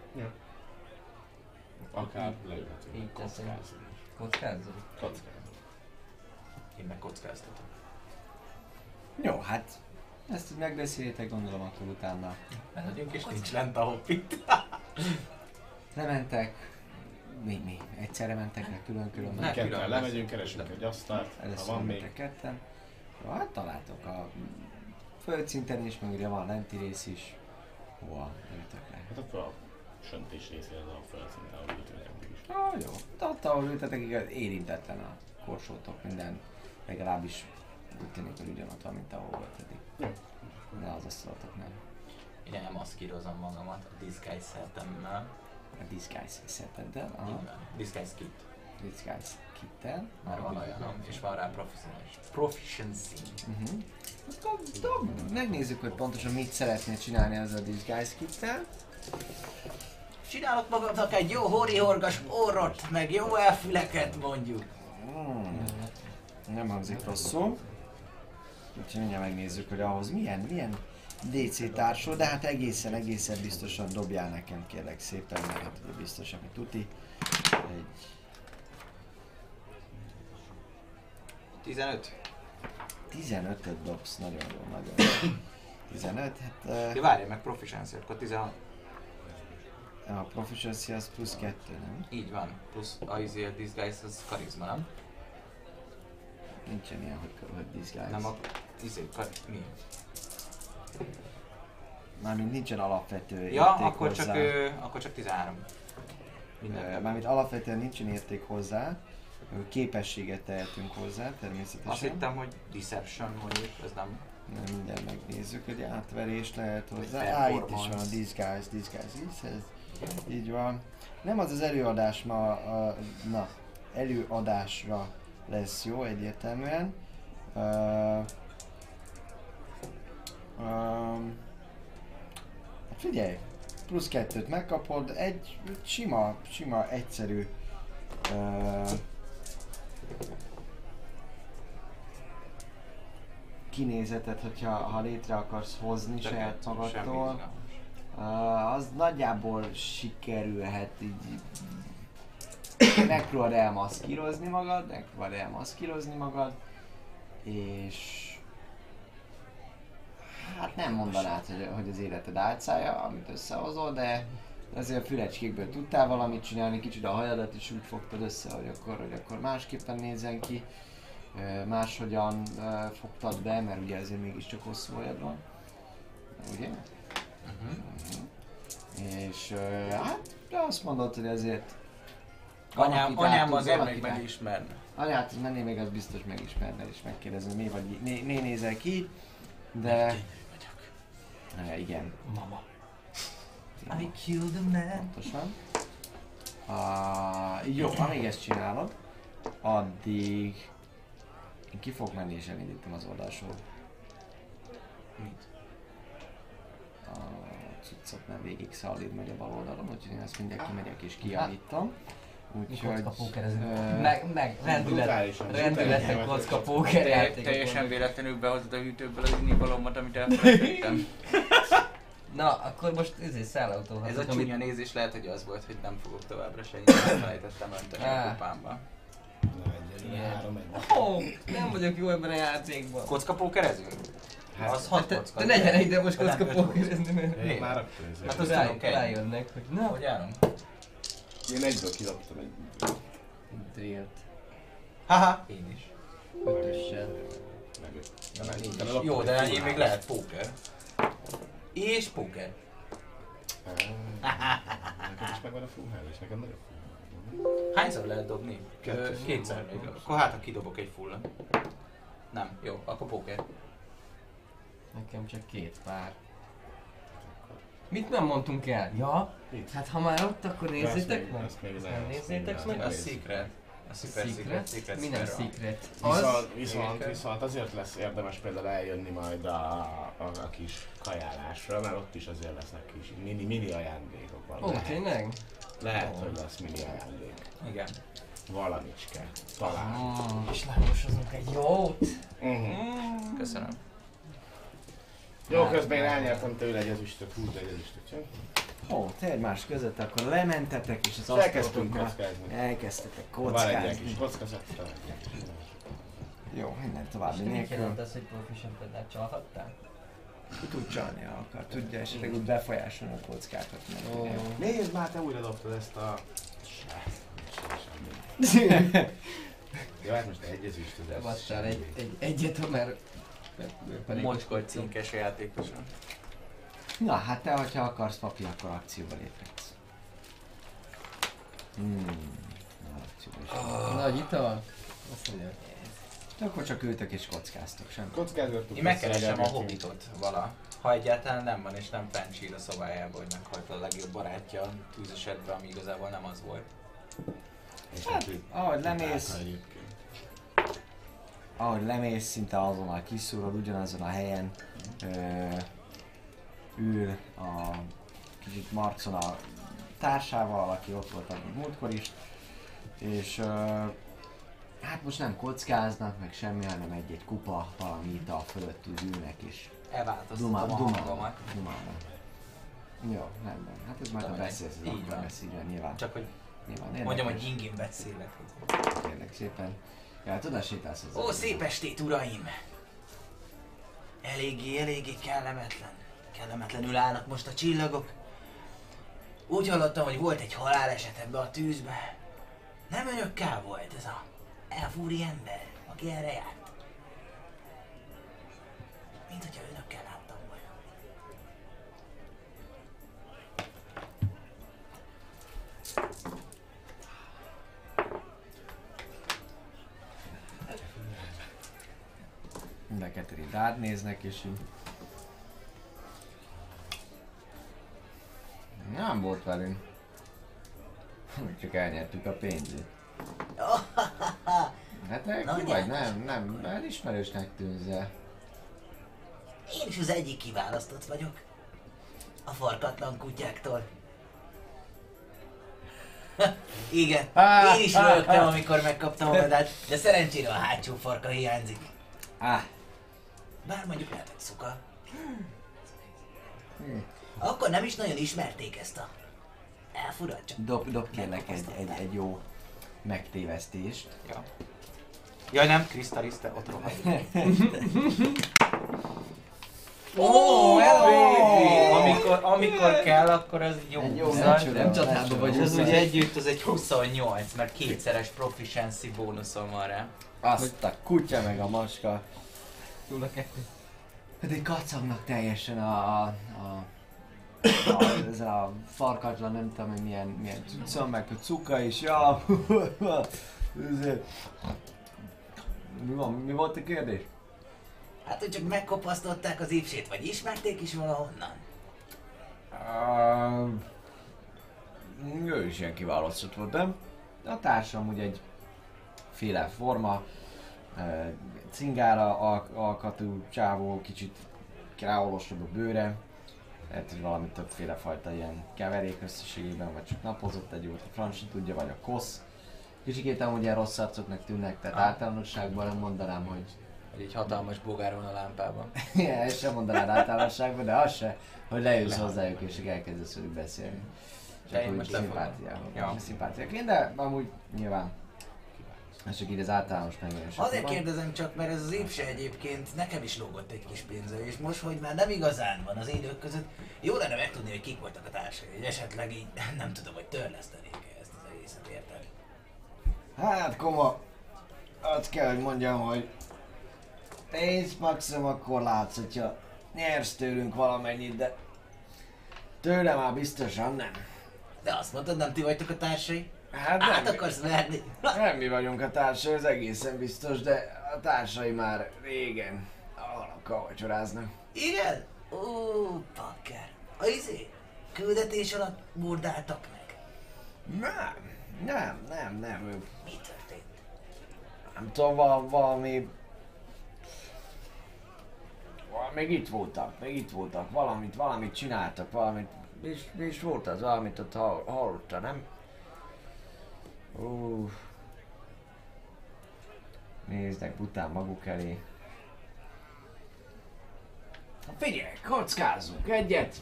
Akár leülhetünk.
Így teszem.
Kockázunk.
kockázzunk.
Kockázunk.
Én meg kockáztatok.
Jó, hát ezt így megbeszéljétek, gondolom akkor utána.
Megyünk és nincs lent a hobbit.
Lementek, mi, mi, egyszerre mentek, meg külön-külön.
Ne,
mentek.
külön
Ketten
lesz.
lemegyünk, keresünk egy asztalt, ha
Először
van
mentek
még.
ketten. Jó, hát találtok a földszinten is, meg ugye van lenti rész is. Hova ültök le?
Hát akkor a söntés részére az a földszinten, ahogy itt ültünk is.
Ah, jó. De ott, ahol ültetek, igaz, érintetlen a korsótok, minden, legalábbis úgy tűnik, hogy ugyanott van, mint ahol volt eddig.
Jó.
De az asztalatok nem.
Én elmaszkírozom magamat a disguise szertemmel.
A disguise szeteddel, aha.
Így van. Disguise kit.
Disguise kittel.
Már van olyanom, és van rá proficiency. Proficiency.
Uh-huh. Akkor dob, megnézzük, hogy pontosan mit szeretnél csinálni ezzel a disguise kittel.
Csinálok magamnak egy jó horihorgas orrot, meg jó elfüleket mondjuk.
Hmm. Nem hangzik rosszul. Úgyhogy mindjárt megnézzük, hogy ahhoz milyen, milyen dé cé társul, de hát egészen, egészen biztosan dobjál nekem, kérlek szépen, mert hát ugye biztos, ami tuti. Egy
tizenöt.
tizenötöt dobsz, nagyon jó, nagyon jó. tizenöt, hát
Ja,
uh,
várj meg, proficiency, akkor tizenhat.
a proficiency az plusz kettő, nem?
Így van, plusz a izé, a disguise az karizma, nem?
Nincsen ilyen, hogy, hogy disguise.
Nem a izé, kar- mi?
Mármint nincsen alapvető
Ja,
érték
akkor
hozzá.
csak, ö, akkor csak tizenhárom. Minden.
Ö, Mármint alapvetően nincsen érték hozzá, ö, képességet tehetünk hozzá természetesen.
Azt hittem, hogy deception mondjuk, ez nem.
Na, mindjárt megnézzük, hogy átverés lehet hozzá.
Vagy
Á, itt is van a
performance.
disguise, disguise, is, ez így van. Nem az az előadás ma, a, na, előadásra lesz jó egyértelműen. Uh, um, hát figyelj, plusz kettőt megkapod, egy sima, sima, egyszerű uh, kinézetet, hogyha ha létre akarsz hozni saját
Semmi
magadtól,
izgalmas.
uh, az nagyjából sikerülhet így. Megpróbáld elmaszkírozni magad, megpróbáld elmaszkírozni magad, és hát nem mondanád, hogy, hogy az életed álcája, amit összehozol, de azért a fülecskékből tudtál valamit csinálni, kicsit a hajadat is úgy fogtad össze, hogy akkor, hogy akkor másképpen nézzen ki, ö, máshogyan ö, fogtad be, mert ugye azért mégiscsak hosszú hajad van, ugye?
Uh-huh.
Uh-huh. És ö, hát de azt mondod, hogy azért
Anyám,
valakit
anyám
át tud-
azért még
valakit át-
megismerne.
Anyát menné még az biztos megismerne és megkérdezni, hogy mi vagy, mi, mi nézel ki, de... E, igen,
Mama. I killed a man.
pontosan. Uh, jó, amíg ezt csinálod, addig én ki fogok menni és elindítom az oldalsról.
Mit?
A cuccot nem végig szalid megy a bal oldalon, úgyhogy én ezt mindjárt kimegyek és kijavítom.
Úgyhogy...
Úgyhogy...
Kocka pókerezünk.
ö,
Meg, meg, rendület.
Brutálisan.
Rendületlen kocka póker
Te,
játékok
teljesen
vannak.
véletlenül behozod a hűtőből az innivalómat, amit elfelejtettem.
Na, akkor most ezért szállautó.
Ez a csúnya nézés lehet, hogy az volt, hogy nem fogok továbbra se inni, elfelejtettem önteni a
Á.
kupámba.
Na, egyelőre három egy.
Ó, nem vagyok jó ebben a játékban.
Kocka pókerezünk?
Hát,
Az hat
Te,
kocka.
te ne gyere ide most
De nem
kocka
öt
pókerezni, mert...
Én már akkor ez.
Hát
Hát
az
Rá,
tudunk egy.
rájönnek, hogy na,
Hogy járunk?
én egyből kidobtam egy.
drillt.
Haha, én is.
Ötössel.
Meg öt.
Ja, meg
Utána
így is.
loptam
Jó,
egy
de
full
ennyi még
house.
lehet póker. És póker.
Á, neked is megvan a full house, és nekem nagyon full house.
Hányszor lehet dobni?
Kettő.
Ö, Kétszer még. Akkor hát, ha kidobok egy fullat. Nem, jó, akkor póker.
Nekem csak két pár. Mit nem mondtunk el? Ja?
Mit?
Hát ha már ott, akkor nézzétek
még-
meg.
azt még
Ezt
nem,
nem
azt
nézzétek
még
meg.
nem.
A secret. A super secret. Secret
Mi nem
Sparrow.
secret?
Viszont,
Az?
viszont,
Igen.
viszont azért lesz érdemes például eljönni majd a, a, a kis kajálásra, mert ott is azért lesznek kis mini, mini ajándékok. Van.
Ó,
lehet,
tényleg?
lehet,
Ó.
hogy lesz mini ajándék.
Igen.
Valamicske. Talán.
Mm, és lángosozunk egy jót.
Uh-huh.
Köszönöm.
Jó, közben én elnyertem tőle egy ezüstöt, húsz egy ezüstöt, jó?
Ó, te egymás között, akkor lementetek és az
Elkezdtünk
asztaloknál
kockázni.
elkezdtetek
Van egy ilyen
kockázni.
kis kockaszetta.
Jó, minden további
Mit
nélkül.
jelent az, hogy proficienteddel csalhattál?
Tud csalni, ha akar. Tudja esetleg úgy befolyásolni a kockákat. Meg.
Ó.
Nézd már, te újra dobtad ezt a... Jó, hát most egy ezüstöt, ez
Vattál egy,
semmi.
egy, egyet, mert... mert ő pedig
Mocskod cinkes játékosan.
Na, hát te, hogyha akarsz papi, akkor akcióba léphetsz. Hmm. Na, akcióba is.
Nagy ital? Azt mondja.
Akkor csak ültök és kockáztok, sem.
Kockázgattuk.
Én megkeresem a
beszélgetünk.
hobbitot vala. Ha egyáltalán nem van és nem fennsír a szobájába, hogy meghalt a legjobb barátja tűzesetben, ami igazából nem az volt.
És hát, így
Ahogy lemész,
utálta egyébként.
ahogy lemész, szinte azonnal kiszúrod, ugyanazon a helyen ö, ül a kicsit marcon a társával, aki ott volt a múltkor is, és ö, hát most nem kockáznak, meg semmi, hanem egy-egy kupa, valami ital fölött úgy ülnek és
Elváltoztatom
dumál,
a
dumálnak.
hangomat.
dumálnak. Jó, rendben. Hát ez majd a
Tudom,
beszélsz, ez
így
akkor
van.
lesz, így van, nyilván.
Csak hogy
nyilván
mondjam, hogy
érdekes.
ingén beszélek.
Kérlek szépen. Ja, tudod, sétálsz hozzá.
Ó, szép estét, uraim! Eléggé, eléggé kellemetlen. Kellemetlenül állnak most a csillagok. Úgy hallottam, hogy volt egy haláleset ebbe a tűzbe. Nem önökkel volt ez a elfúri ember, aki erre járt? Mint hogyha önökkel láttam volna.
Mind a ketten így rád néznek, és így... Nem volt velünk. Csak elnyertük a pénzét. Hát te
Na,
ki vagy?
nyertes.
Nem, nem, elismerősnek tűnzel.
Én is az egyik kiválasztott vagyok. A farkatlan kutyáktól.
Igen,
Á,
én is
á,
rögtem,
á.
amikor megkaptam a medát, de szerencsére a hátsó farka hiányzik.
Ah,
Bár mondjuk lehet egy szuka. Akkor nem is nagyon ismerték ezt a elfurat, csak
dob, dob kérlek egy, egy, egy jó megtévesztést.
Ja. Jaj nem, Krisztalis, te ott rohadt.
Ó,
Amikor, amikor kell, akkor ez jó.
Egy jó
húsz.
natural,
nem csatában
natural
vagy,
És ez
húsz.
ugye együtt az egy huszonnyolc, mert kétszeres proficiency bónuszom van rá.
Azt a kutya meg a macska.
Túl a kettő.
Pedig kacagnak teljesen a, a, a, a, ezzel a farkatlan, nem tudom, hogy milyen, milyen cuccon, meg a cuka is, ja. Ezért. Mi van, mi volt a kérdés?
hát, hogy csak megkopasztották az ipsét, vagy ismerték is valahonnan.
Uh, ő is ilyen kiválasztott volt, nem? A társam ugye egy féle forma, uh, cingára al- alkatú csávó, kicsit ráolosodó bőre, lehet, hogy valami többféle fajta ilyen keverék összességében, vagy csak napozott egy jót, a francia tudja, vagy a kosz. Kicsikét amúgy ilyen rossz arcoknak tűnnek, tehát
Ah.
általánosságban nem mondanám, hogy
Vagy egy hatalmas bogár van a lámpában.
igen, ezt sem mondanád általánosságban, de az se, hogy leülsz hozzájuk és elkezdesz velük beszélni.
De
Csak
én
úgy
most lefogom.
szimpátiával.
Ja.
Ja. Szimpátiaként, de amúgy nyilván. Ez csak így az általános megjelenés.
Azért kérdezem csak, mert ez az ipse egyébként nekem is lógott egy kis pénzzel, és most, hogy már nem igazán van az élők között, jó lenne megtudni, hogy kik voltak a társai, hogy esetleg így nem tudom, hogy törlesztenék-e ezt az egészet, érted?
Hát koma, azt kell, hogy mondjam, hogy pénz maximum akkor látsz, hogyha nyersz tőlünk valamennyit, de tőle már biztosan nem.
De azt mondtad, nem ti vagytok a társai?
Hát
Át
nem,
akarsz verni?
nem mi vagyunk a társai, ez egészen biztos, de a társai már régen a halakkal vacsoráznak.
Igen? Ó, pakker. A izé, küldetés alatt burdáltak meg.
Nem, nem, nem, nem, ők
Mi történt?
nem tudom, val- valami... val- Még itt voltak, még itt voltak, valamit, valamit csináltak, valamit... Mi is, mi is volt az, valamit ott hall- hallotta, nem? Uff. Néznek bután maguk elé. Na figyelj, kockázunk egyet!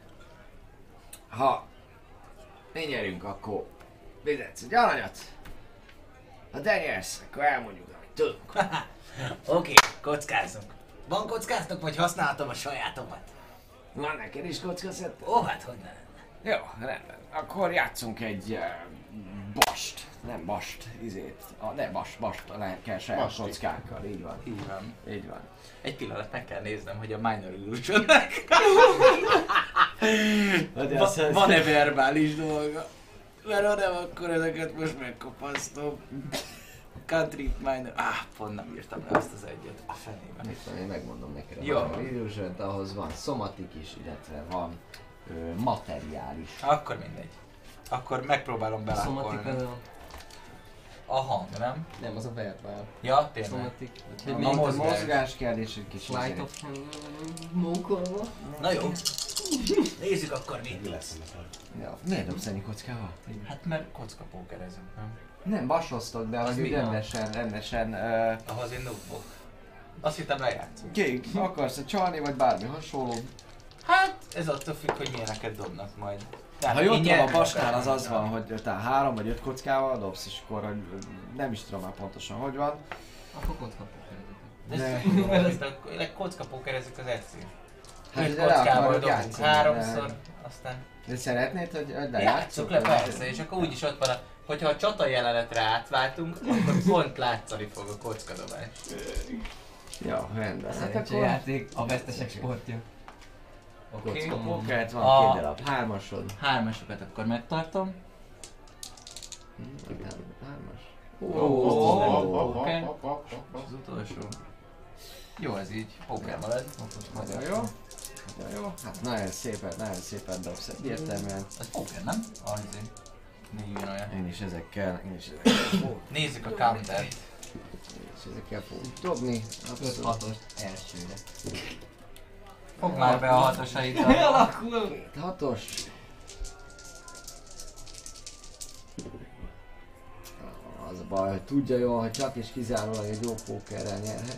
Ha mi nyerünk, akkor fizetsz egy aranyat. Ha te nyersz, akkor elmondjuk, amit tudunk.
Oké, okay, kockázzunk. Van kockáztok, vagy használhatom a sajátomat?
Van neked is kockaszett?
Ó, hát hogy ne lenne.
Jó, rendben. Akkor játszunk egy uh, bast. Nem bast, izét. A, ne, bast, bast, lehet kell saját
Basti.
kockákkal, így van.
Így van.
Így van.
Egy pillanat meg kell néznem, hogy a Minor Illusionnek Va- van-e verbális dolga. Mert ha nem, akkor ezeket most megkopasztom. Country Minor... Ah, pont nem írtam le azt az egyet. A fenébe.
Mit tudom, én megmondom neked a
Jó.
Minor Illusion-t, ahhoz van szomatik is, illetve van ö, materiális.
Akkor mindegy. Akkor megpróbálom
Szomatik
belákolni.
az a...
A hang, nem?
Nem, az a verbál.
Ja, tényleg.
Szomatik.
A,
Úgyhogy
a
még
mozgás.
mozgás.
mozgás kérdés egy kis
Sleight
izé.
of hand mókolva.
Na jó. Nézzük akkor
Mi
mit.
lesz ennek?
Ja, miért dobsz ennyi kockával?
Hát mert kockapókerezünk, nem?
Nem, basosztok, de
Az
hogy
mi
úgy
van?
rendesen, rendesen... Ö,
Ahhoz én notebook. Azt hittem lejátszunk.
ki, akarsz csalni, vagy bármi hasonló?
Hát, ez attól függ, hogy milyeneket dobnak majd. Tehát
Ha jól
én
tudom, a
nyerni
basnál az
akarok.
az van, hogy te három vagy öt kockával dobsz, és akkor hogy nem is tudom már pontosan, hogy van.
Akkor kockapok eredetileg.
De
Ne.
ez a kockapókerezzük az egyszín.
Hát,
Öt
de le
kockával
akarod
dobunk
játszani,
háromszor,
de-
aztán
De szeretnéd, hogy, hogy
játsszuk
lejátszuk?
le persze, és akkor úgyis ott van, a, hogyha a csata jelenetre átváltunk, akkor pont látszani fog a kockadobás.
Ja, rendben. Hát
Szerencsé
akkor...
játék, a vesztesek sportja.
Oké.
Kocka pokert van,
A-
két darab. Hármasod.
Hármasokat akkor megtartom.
Hm, nem, hármas.
Ó,
Ó,
ó,
nem
ó,
jó.
póker. Az utolsó. Jó, ez így. Póker marad.
Nagyon jó. Nagyon jó. Hát nagyon szépen, nagyon szépen dobsz egyértelműen.
Ez póker, nem? Az izé. Négy olyan.
Én is ezekkel, én is ezekkel fogok,
Nézzük a countert.
én is ezekkel fogok dobni.
öt
Abszolút.
hatos elsőre.
Fogd már be a hatosaidat.
Alakul!
Két hatos. a baj, hogy tudja jól, hogy csak és kizárólag egy jó pókerrel nyerhet.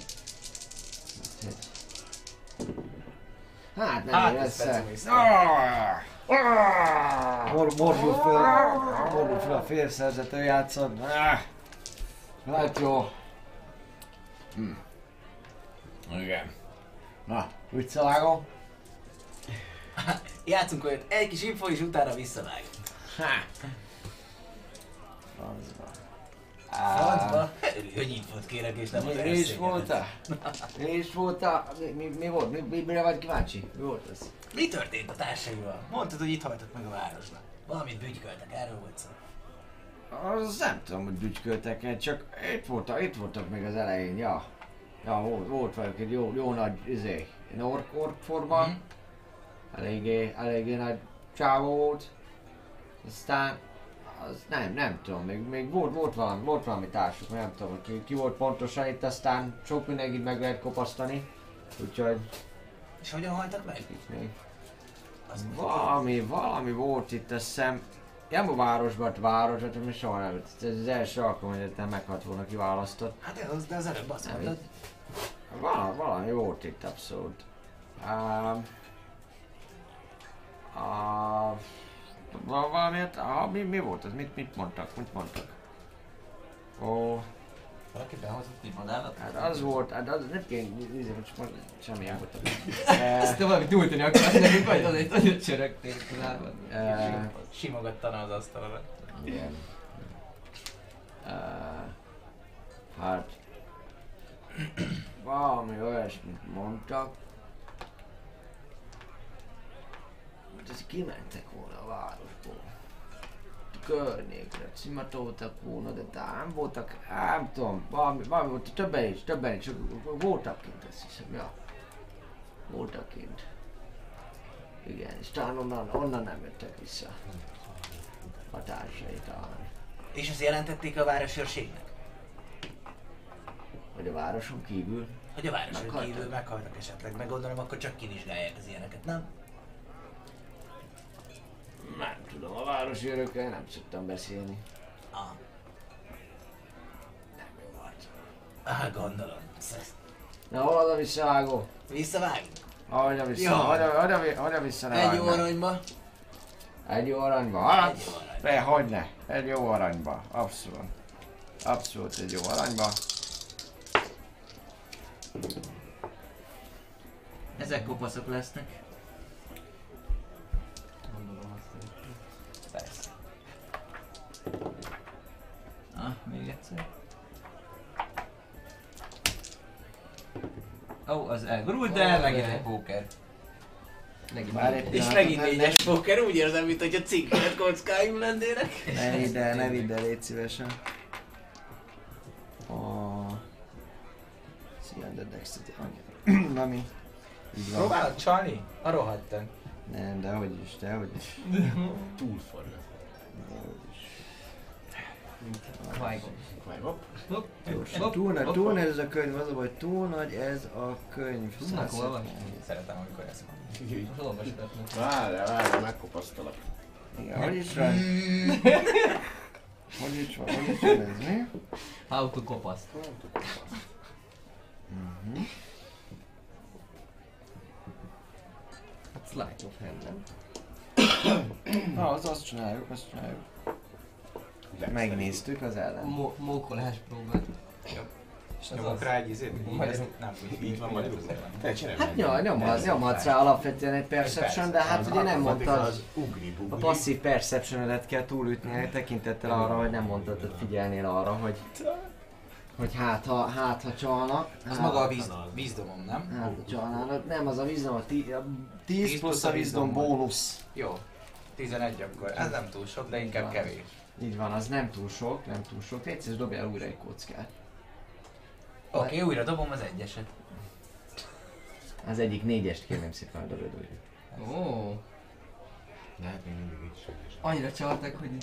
Hát nem
Hát,
ér
ez
össze.
pecimiszta.
Mor- Mordul föl, mordul föl a félszerzető játszod. Hát jó. Hm. Igen. Na, visszavágom.
Játszunk olyat, egy kis info és utána visszavág.
Ha. Az van.
Francba, örülj, hogy infót kérek és nem az
Mi, mi is
elszégedet.
voltál? Mi is voltál? Mi, mi, mi volt? Mi, mi, mire vagy kíváncsi? Mi volt ez?
Mi történt a társaival? Mondtad, hogy itt hagytak meg a városnak. Valamit bütyköltek, erről volt szó.
Az nem tudom, hogy bütyköltek el, csak itt voltak, itt voltak még az elején, ja. Ja, volt, volt velük egy jó, jó nagy, izé, egy ork, ork forma.
Mhm.
Eléggé, eléggé nagy csávó volt. Aztán, az nem, nem tudom, még, még volt, volt, valami, volt valami társuk, nem tudom, ki, ki volt pontosan itt, aztán sok mindenkit meg lehet kopasztani. Úgyhogy
És hogyan haltak meg?
itt még
Az
valami, valami volt itt, azt hiszem, nem a városban, a város, hát mi soha nem, ez az első alkalom, hogy nem meghalt volna kiválasztott.
Hát ez az, de az előbb azt
Nem,
mondtad.
Val- valami volt itt abszolút. Um, uh, val- valami, ah, mi, mi volt az? Mit, mit mondtak? Mit mondtak? Ó,
Valaki behozott egy madállat?
hát az volt, hát az nem kéne, nézzük, hogy most semmilyen volt.
Ezt te valamit nyújtani akarsz nekünk, vagy azért nagyon csörögtél találban.
Eh,
Simogattana az asztalra.
Igen. Uh, hát... Valami olyasmit mondtak. Hogy ez kimentek volna a városból. A környékre, szimatoltak volna, de nem voltak, nem tudom, valami, valami volt, többen is, többen is, voltak kint, azt hiszem, ja. Voltak kint. Igen, és talán onnan, onnan nem jöttek vissza. A társai talán.
És ezt jelentették a városőrségnek?
Vagy a városon kívül.
Hogy a városon
Meghaltak?
kívül meghaltak esetleg, meg gondolom, akkor csak kivizsgálják az ilyeneket, nem?
Nem tudom, a városi örökkel nem szoktam beszélni.
Ah,
Nem jó volt.
ah gondolom.
Na hol az a visszavágó?
Visszavágunk?
Hagyja vissza,
Jó.
hagyja, hagyja, vi- hagyja vissza, ne
Egy
vágj
jó
meg.
aranyba.
Egy jó aranyba, hát?
Egy jó aranyba.
De hogyne, egy jó aranyba, abszolút. Abszolút egy jó aranyba.
Ezek kopaszok lesznek.
Gondolom azt, hogy...
Persze. Ah, még egyszer. Ó, oh, az elgurult, de
Ó,
megint
de.
egy póker.
Megint
Várj
megint.
egy
És
pillanat,
megint
ne-
négyes póker, úgy érzem, mint hogy a cikket kockáim lennének.
Ne vidd el, ne vidd el, légy szívesen. A... Cylinder Dexterity, annyi. Nami. Így van.
Próbálod csalni? A rohadtan.
Nem, de hogy is, de hogy is.
Túlforgat.
Dehogy is.
Qui-Gon.
Majd hopp.
Hopp,
Gyorsan.
hopp,
Túl nagy,
hopp,
túl
hopp.
nagy ez a könyv, az a baj, túl nagy ez a könyv.
Tudnak
Száz
olvasni?
hetven.
Szeretem, amikor ezt mondom.
Így.
Most olvasgatnak.
Várjál, várjál, megkopasztalak.
Igen, hogy is van? Hogy is van, hogy is van ez, mi?
How to kopaszt.
Mhm.
Hát Sleight of Hand, nem?
Na, az azt csináljuk, azt csináljuk. Megnéztük az ellen.
Mo- mókolás próbál.
És
Ez
nyomok
az.
rá egy izét,
Majd-
ez nem úgy
Így van, majd
ez ellen.
Te csinálj
Hát
meg.
nyom, nyomhatsz, nyomhatsz rá alapvetően egy perception, de hát
Az
ugye nem
matematika
mondtad.
Az ugri
A
bugri.
passzív perception-edet kell túlütni tekintettel arra, hogy nem mondtad, hogy figyelnél arra, hogy hogy hát ha, hát ha csalnak.
Az
hát,
maga a víz, vízdomom, nem?
Hát ha csalnának. Nem, az a vízdom, a ti- a tíz plusz a vízdom bónusz.
Jó. tizenegy akkor. Ez nem túl sok, de inkább kevés.
Így van, az nem túl sok, nem túl sok. Egyszer dobjál újra egy kockát.
Oké, okay, újra dobom az egyeset.
Az egyik négyest kérném szépen, dobjad újra.
Ó,
Lehet még mindig így sem.
annyira csaltak, hogy...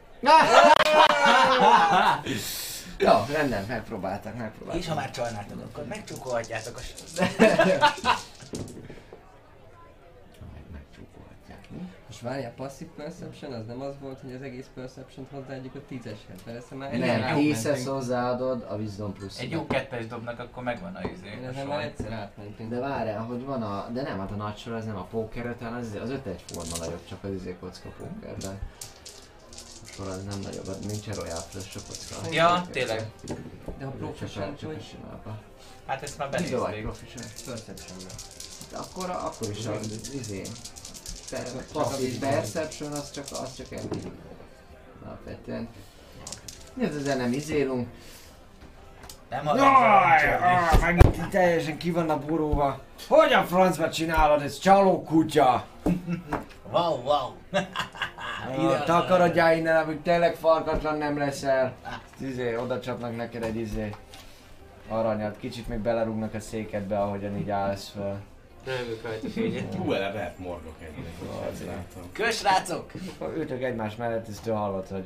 Jó, rendben, megpróbáltak, megpróbáltak.
És ha már csalnátok, akkor megcsukolhatjátok a s-
Meg- megcsúkolhatják, mi?
Most
várjál, passive perception, az nem az volt, hogy az egész perception-t hozzáadjuk a tízeshez, mert ezt már
Nem,
egyszer
tízhez
átmentünk.
hozzáadod a wisdom plusz.
Egy jó kettes dobnak, akkor megvan a izé.
Én
a
ezen
sor.
már egyszer átmentünk.
De várjál, hogy van a... De nem, hát a nagy sor az nem a póker ötven, az, az öt egyforma nagyobb, csak az izé kocka póker, de... A sor az nem nagyobb, hát nincsen royal flush a kocka.
Ja, tényleg.
De a proficient,
csak a
hogy
simába.
Hát ezt már
Mibe vagy
benézték.
proficient?
perception-nel.
De akkor, akkor is az izé... Per- Passive perception az csak, az csak ennyi. Alapvetően. Mi az ezzel nem izélunk?
Nem az
Jaj, ah, megint így teljesen ki vannak boróva. Hogy a francba csinálod, ez csaló kutya?
Wow, wow.
Ah, takarodjál innen, amíg tényleg farkatlan nem leszel. Izé, oda csapnak neked egy izé aranyat, kicsit még belerúgnak a székedbe, ahogyan így állsz fel.
Rövök rajtuk egyet.
Hú, ele lehet mordok egynek, hogy ezt
Azért.
látom.
Kösz, srácok!
Akkor ültök egymás mellett, és te hallod, hogy...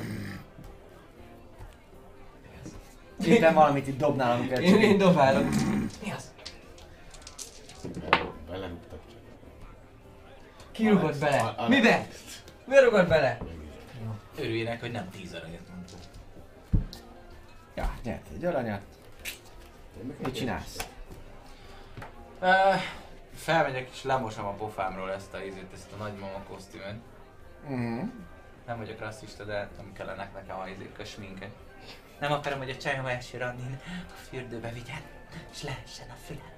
Éppen valamit itt dobnál, amiket
Én, én dobálok.
Mi az?
Belerúgtak csak.
Ki rugott
Alex,
bele?
Alex.
Mibe? Mi rugott bele?
Örüljenek, hogy nem tíz aranyat mondtuk.
Ja, nyert egy aranyat. Mit csinálsz?
Uh, felmegyek és lemosom a pofámról ezt a izét, ezt a nagymama kosztümön.
Mhm.
Nem vagyok rasszista, de nem kellenek nekem a izék, a sminket. Nem akarom, hogy a csajom első randin a fürdőbe vigyen, és lehessen a fülem.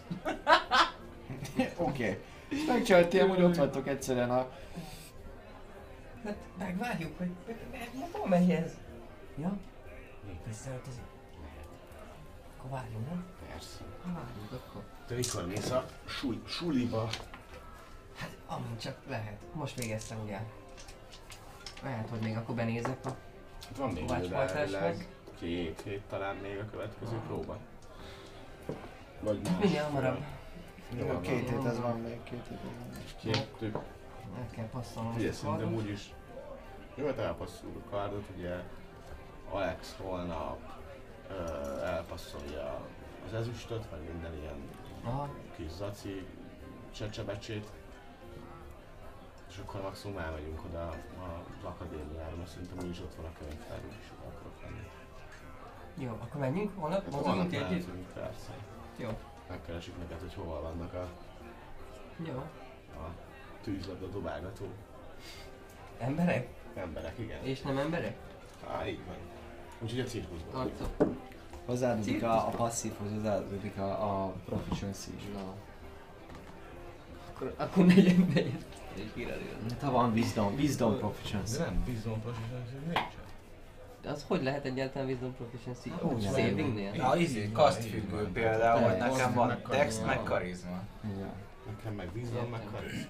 Oké. Megcsaltél, hogy ott vagytok egyszerűen a...
Hát megvárjuk, hogy hol megy ez? Ja? Visszaöltözik. Akkor várjunk, nem?
Persze.
Ha várjunk akkor.
Te mikor mész a sul- suliba?
Hát amint csak lehet. Most végeztem ugye. Lehet, hogy még akkor benézek a...
Hát van még
Kovács
idő, de
Baltáshoz.
elvileg két hét talán még a következő próba. Vagy más.
Minél hamarabb.
Jó,
Jó, két
van.
hét ez van még, két hét van.
Két, tök.
Meg kell passzolnom
Ugye
ezt a
szerintem
kardot.
úgyis. Jó, hát elpasszoljuk a kardot, ugye Alex holnap ö, elpasszolja az ezüstöt, vagy minden ilyen
Aha.
kis zaci csecsebecsét. És akkor maximum elmegyünk oda az akadémiára, mert szerintem úgyis ott van a könyvtárban, és oda akarok lenni.
Jó, akkor menjünk? Holnap?
Hát
Mozogunk
holnap
együtt?
mehetünk, persze.
Jó.
Megkeresik neked, hogy hol vannak a,
Jó.
a tűzlabda dobálgató
Emberek?
emberek, igen.
És nem emberek?
Á, így van. Úgyhogy a cirkuszban vagyunk.
Arcok.
Hozzáadódik a, a passzívhoz, hozzáadódik a, a proficiency is.
Akkor, akkor negyed, negyed. És hírelő.
Hát ha van wisdom, wisdom proficiency.
nem, bizony, proficiency nincsen.
De az hogy lehet egyáltalán Wisdom Proficiency?
Ó,
Úgy
nem.
savingnél?
Ja, izé, kasztfüggő például, hogy
Dex,
nekem van
meg
Dex
karizma.
meg karizma.
Ja.
Nekem meg bizony, meg karizma.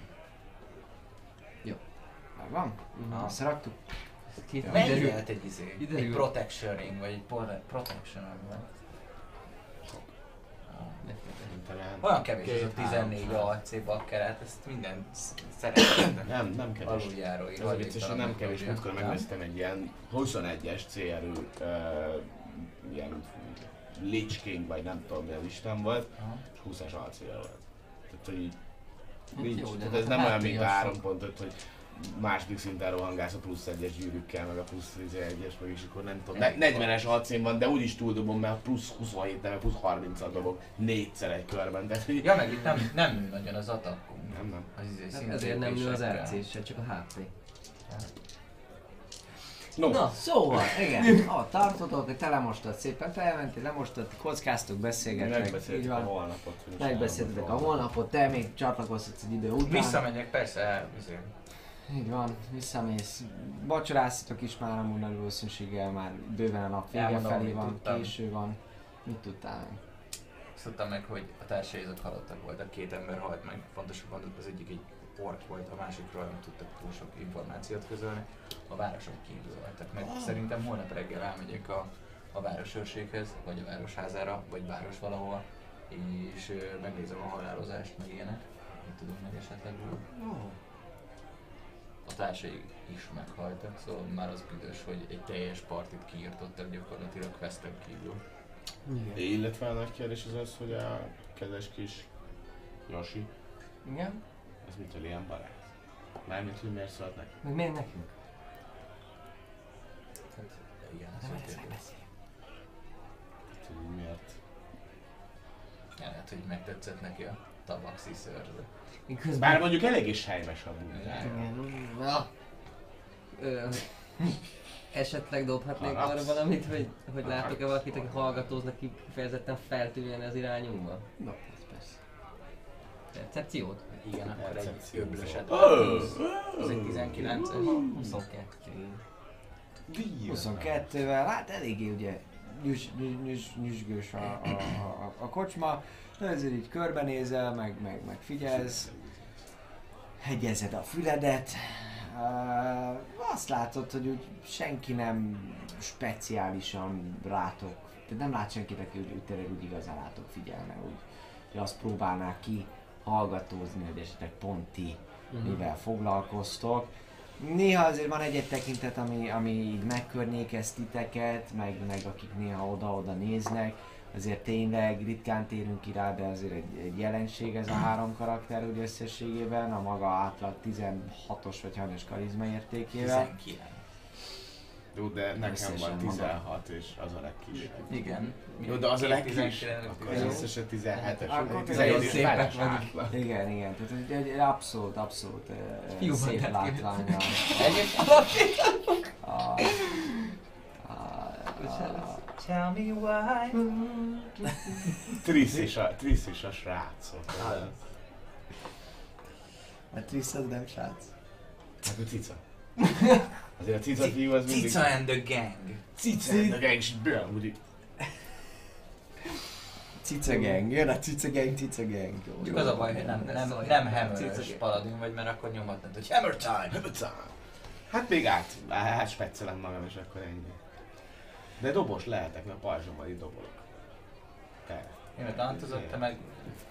Már van?
Mhm.
Összeraktuk?
Két
Mennyi
kiderül.
lehet egy izé?
Kiderül.
Egy protection ring, vagy egy pro- protection ring?
Talán
Olyan kevés ez a
két,
tizennégy
három,
A C bakkerát, ezt minden szeretem.
Nem, nem kevés.
Aluljárói.
Ez a vicces, hogy nem kevés, múltkor
Nem?
megnéztem egy ilyen huszonegyes C-erő uh, ilyen Lich King, vagy nem tudom mi az Isten volt,
Aha.
és húszas A C volt. Tehát, hogy így
Hát
nincs,
jó, de
tehát
hát
ez
a
nem olyan,
háttér
mint a
az
három
sok.
pont öt, hogy második szinten rohangálsz a plusz egyes gyűrűkkel, meg a plusz egyes, meg is akkor nem tudom. Ne- negyvenes A C-n van, de úgyis túldobom, mert a plusz huszonhét, nem, plusz harmincat dobok négyszer egy körben. Tehát, hogy
Ja, meg itt nem, nem nő nagyon az atakunk.
nem, nem.
Az izé
Hát ezért nem nő az
szintlépésekkel.
R C se, csak a H P.
No,
Na, szóval, igen, ah, tartotok, hogy te lemostad szépen, felmentél, lemostad, kockáztok, beszélgettek, így
megbeszéltük a
van.
holnapot. hogy is
Megbeszéltetek a
elmondom.
holnapot, te még csatlakozhatsz egy idő után.
Visszamegyek, persze, el, izé.
Így van, visszamész. Vacsoráztatok is már, amúgy nagy valószínűséggel már bőven a nap vége
Elmondom,
felé
mit
van,
tudtam.
késő van. Mit tudtál meg?
Azt tudtam meg, hogy a társai azok halottak voltak, két ember halt meg, pontosabban az egyik egy ork volt, a másikról nem tudtak túl sok információt közölni. A városon kívül voltak meg. Szerintem holnap reggel elmegyek a, a városőrséghez, vagy a városházára, vagy város valahol, és ö, megnézem a halálozást, meg ilyenek. Mit tudunk meg esetleg róla. A társai is meghaltak, szóval már az büdös, hogy egy teljes partit kiirtottak gyakorlatilag questen kívül.
Illetve a nagy kérdés az az, hogy a kedves kis Yoshi,
Igen?
ez mitől ilyen barát? Mármint, hogy miért szólt neki?
Meg miért nekünk?
Igen,
De
ez
majd ezt
történt.
megbeszéljük.
Hát, hogy miért?
Lehet, hogy megtetszett neki a tabaxi szőrző.
Én közben...
Bár mondjuk elég is helyes a bújtája.
Igen, na. Ö, esetleg dobhatnék
Harapsz?
arra valamit, hogy, hogy látok-e valakit, aki hallgatóznak ki kifejezetten feltűnően az irányunkba?
Na, ez persze.
Percepciót?
Igen, akkor egy
Percepció.
öblöset.
Ó!
Az egy tizenkilences.
huszonkettő.
huszonkettővel, hát eléggé ugye nyüs, nyüs, nyüs, nyüsgős a, a, a, a kocsma, de ezért így körbenézel, meg, meg, meg figyelsz, hegyezed a füledet, uh, azt látod, hogy úgy senki nem speciálisan rátok, tehát nem lát senkit, aki úgy, úgy tényleg úgy igazán rátok figyelne, úgy, hogy azt próbálnák ki hallgatózni, hogy esetleg pont ti mivel foglalkoztok. Néha azért van egy-egy tekintet, ami, ami így megkörnyékez titeket, meg, meg akik néha oda-oda néznek. Azért tényleg ritkán térünk ki rá, de azért egy, egy jelenség ez a három karakter úgy összességében, a maga átlag tizenhatos vagy hanyas karizma értékével.
tizenkilenc.
Jó, de nekem
Összesen
van
maga.
tizenhat és az a legkisebb.
Igen.
Jó, de az a
Két
legkis,
tizenkilenc,
akkor az
Jó.
összesen tizenhetes.
Akkor
tizenhét és
szépek
feles
vagyunk.
átlag.
Igen, igen, tehát egy, egy, egy abszolút, abszolút uh,
Jó
szép
van,
látvány a, a, a, a,
Tell me why.
Trisz is a, Trisz is a srácot.
a Trisz az nem srác.
Hát a cica. Azért a cica fiú az mindig...
Cica and the gang.
Cica! A gang is bőle, úgy...
Cica gang, jön a Cica gang, Cica gang. Jó,
Csak
jó.
az a baj, hogy nem, nem, nem hammer-ös paladin vagy, mert akkor nyomhatnád, hogy hammer time.
Hát még át, átspeccelem magam és akkor ennyi. De dobos lehetek, mert pajzsommal így dobolok. Te.
Én meg antozott, te meg...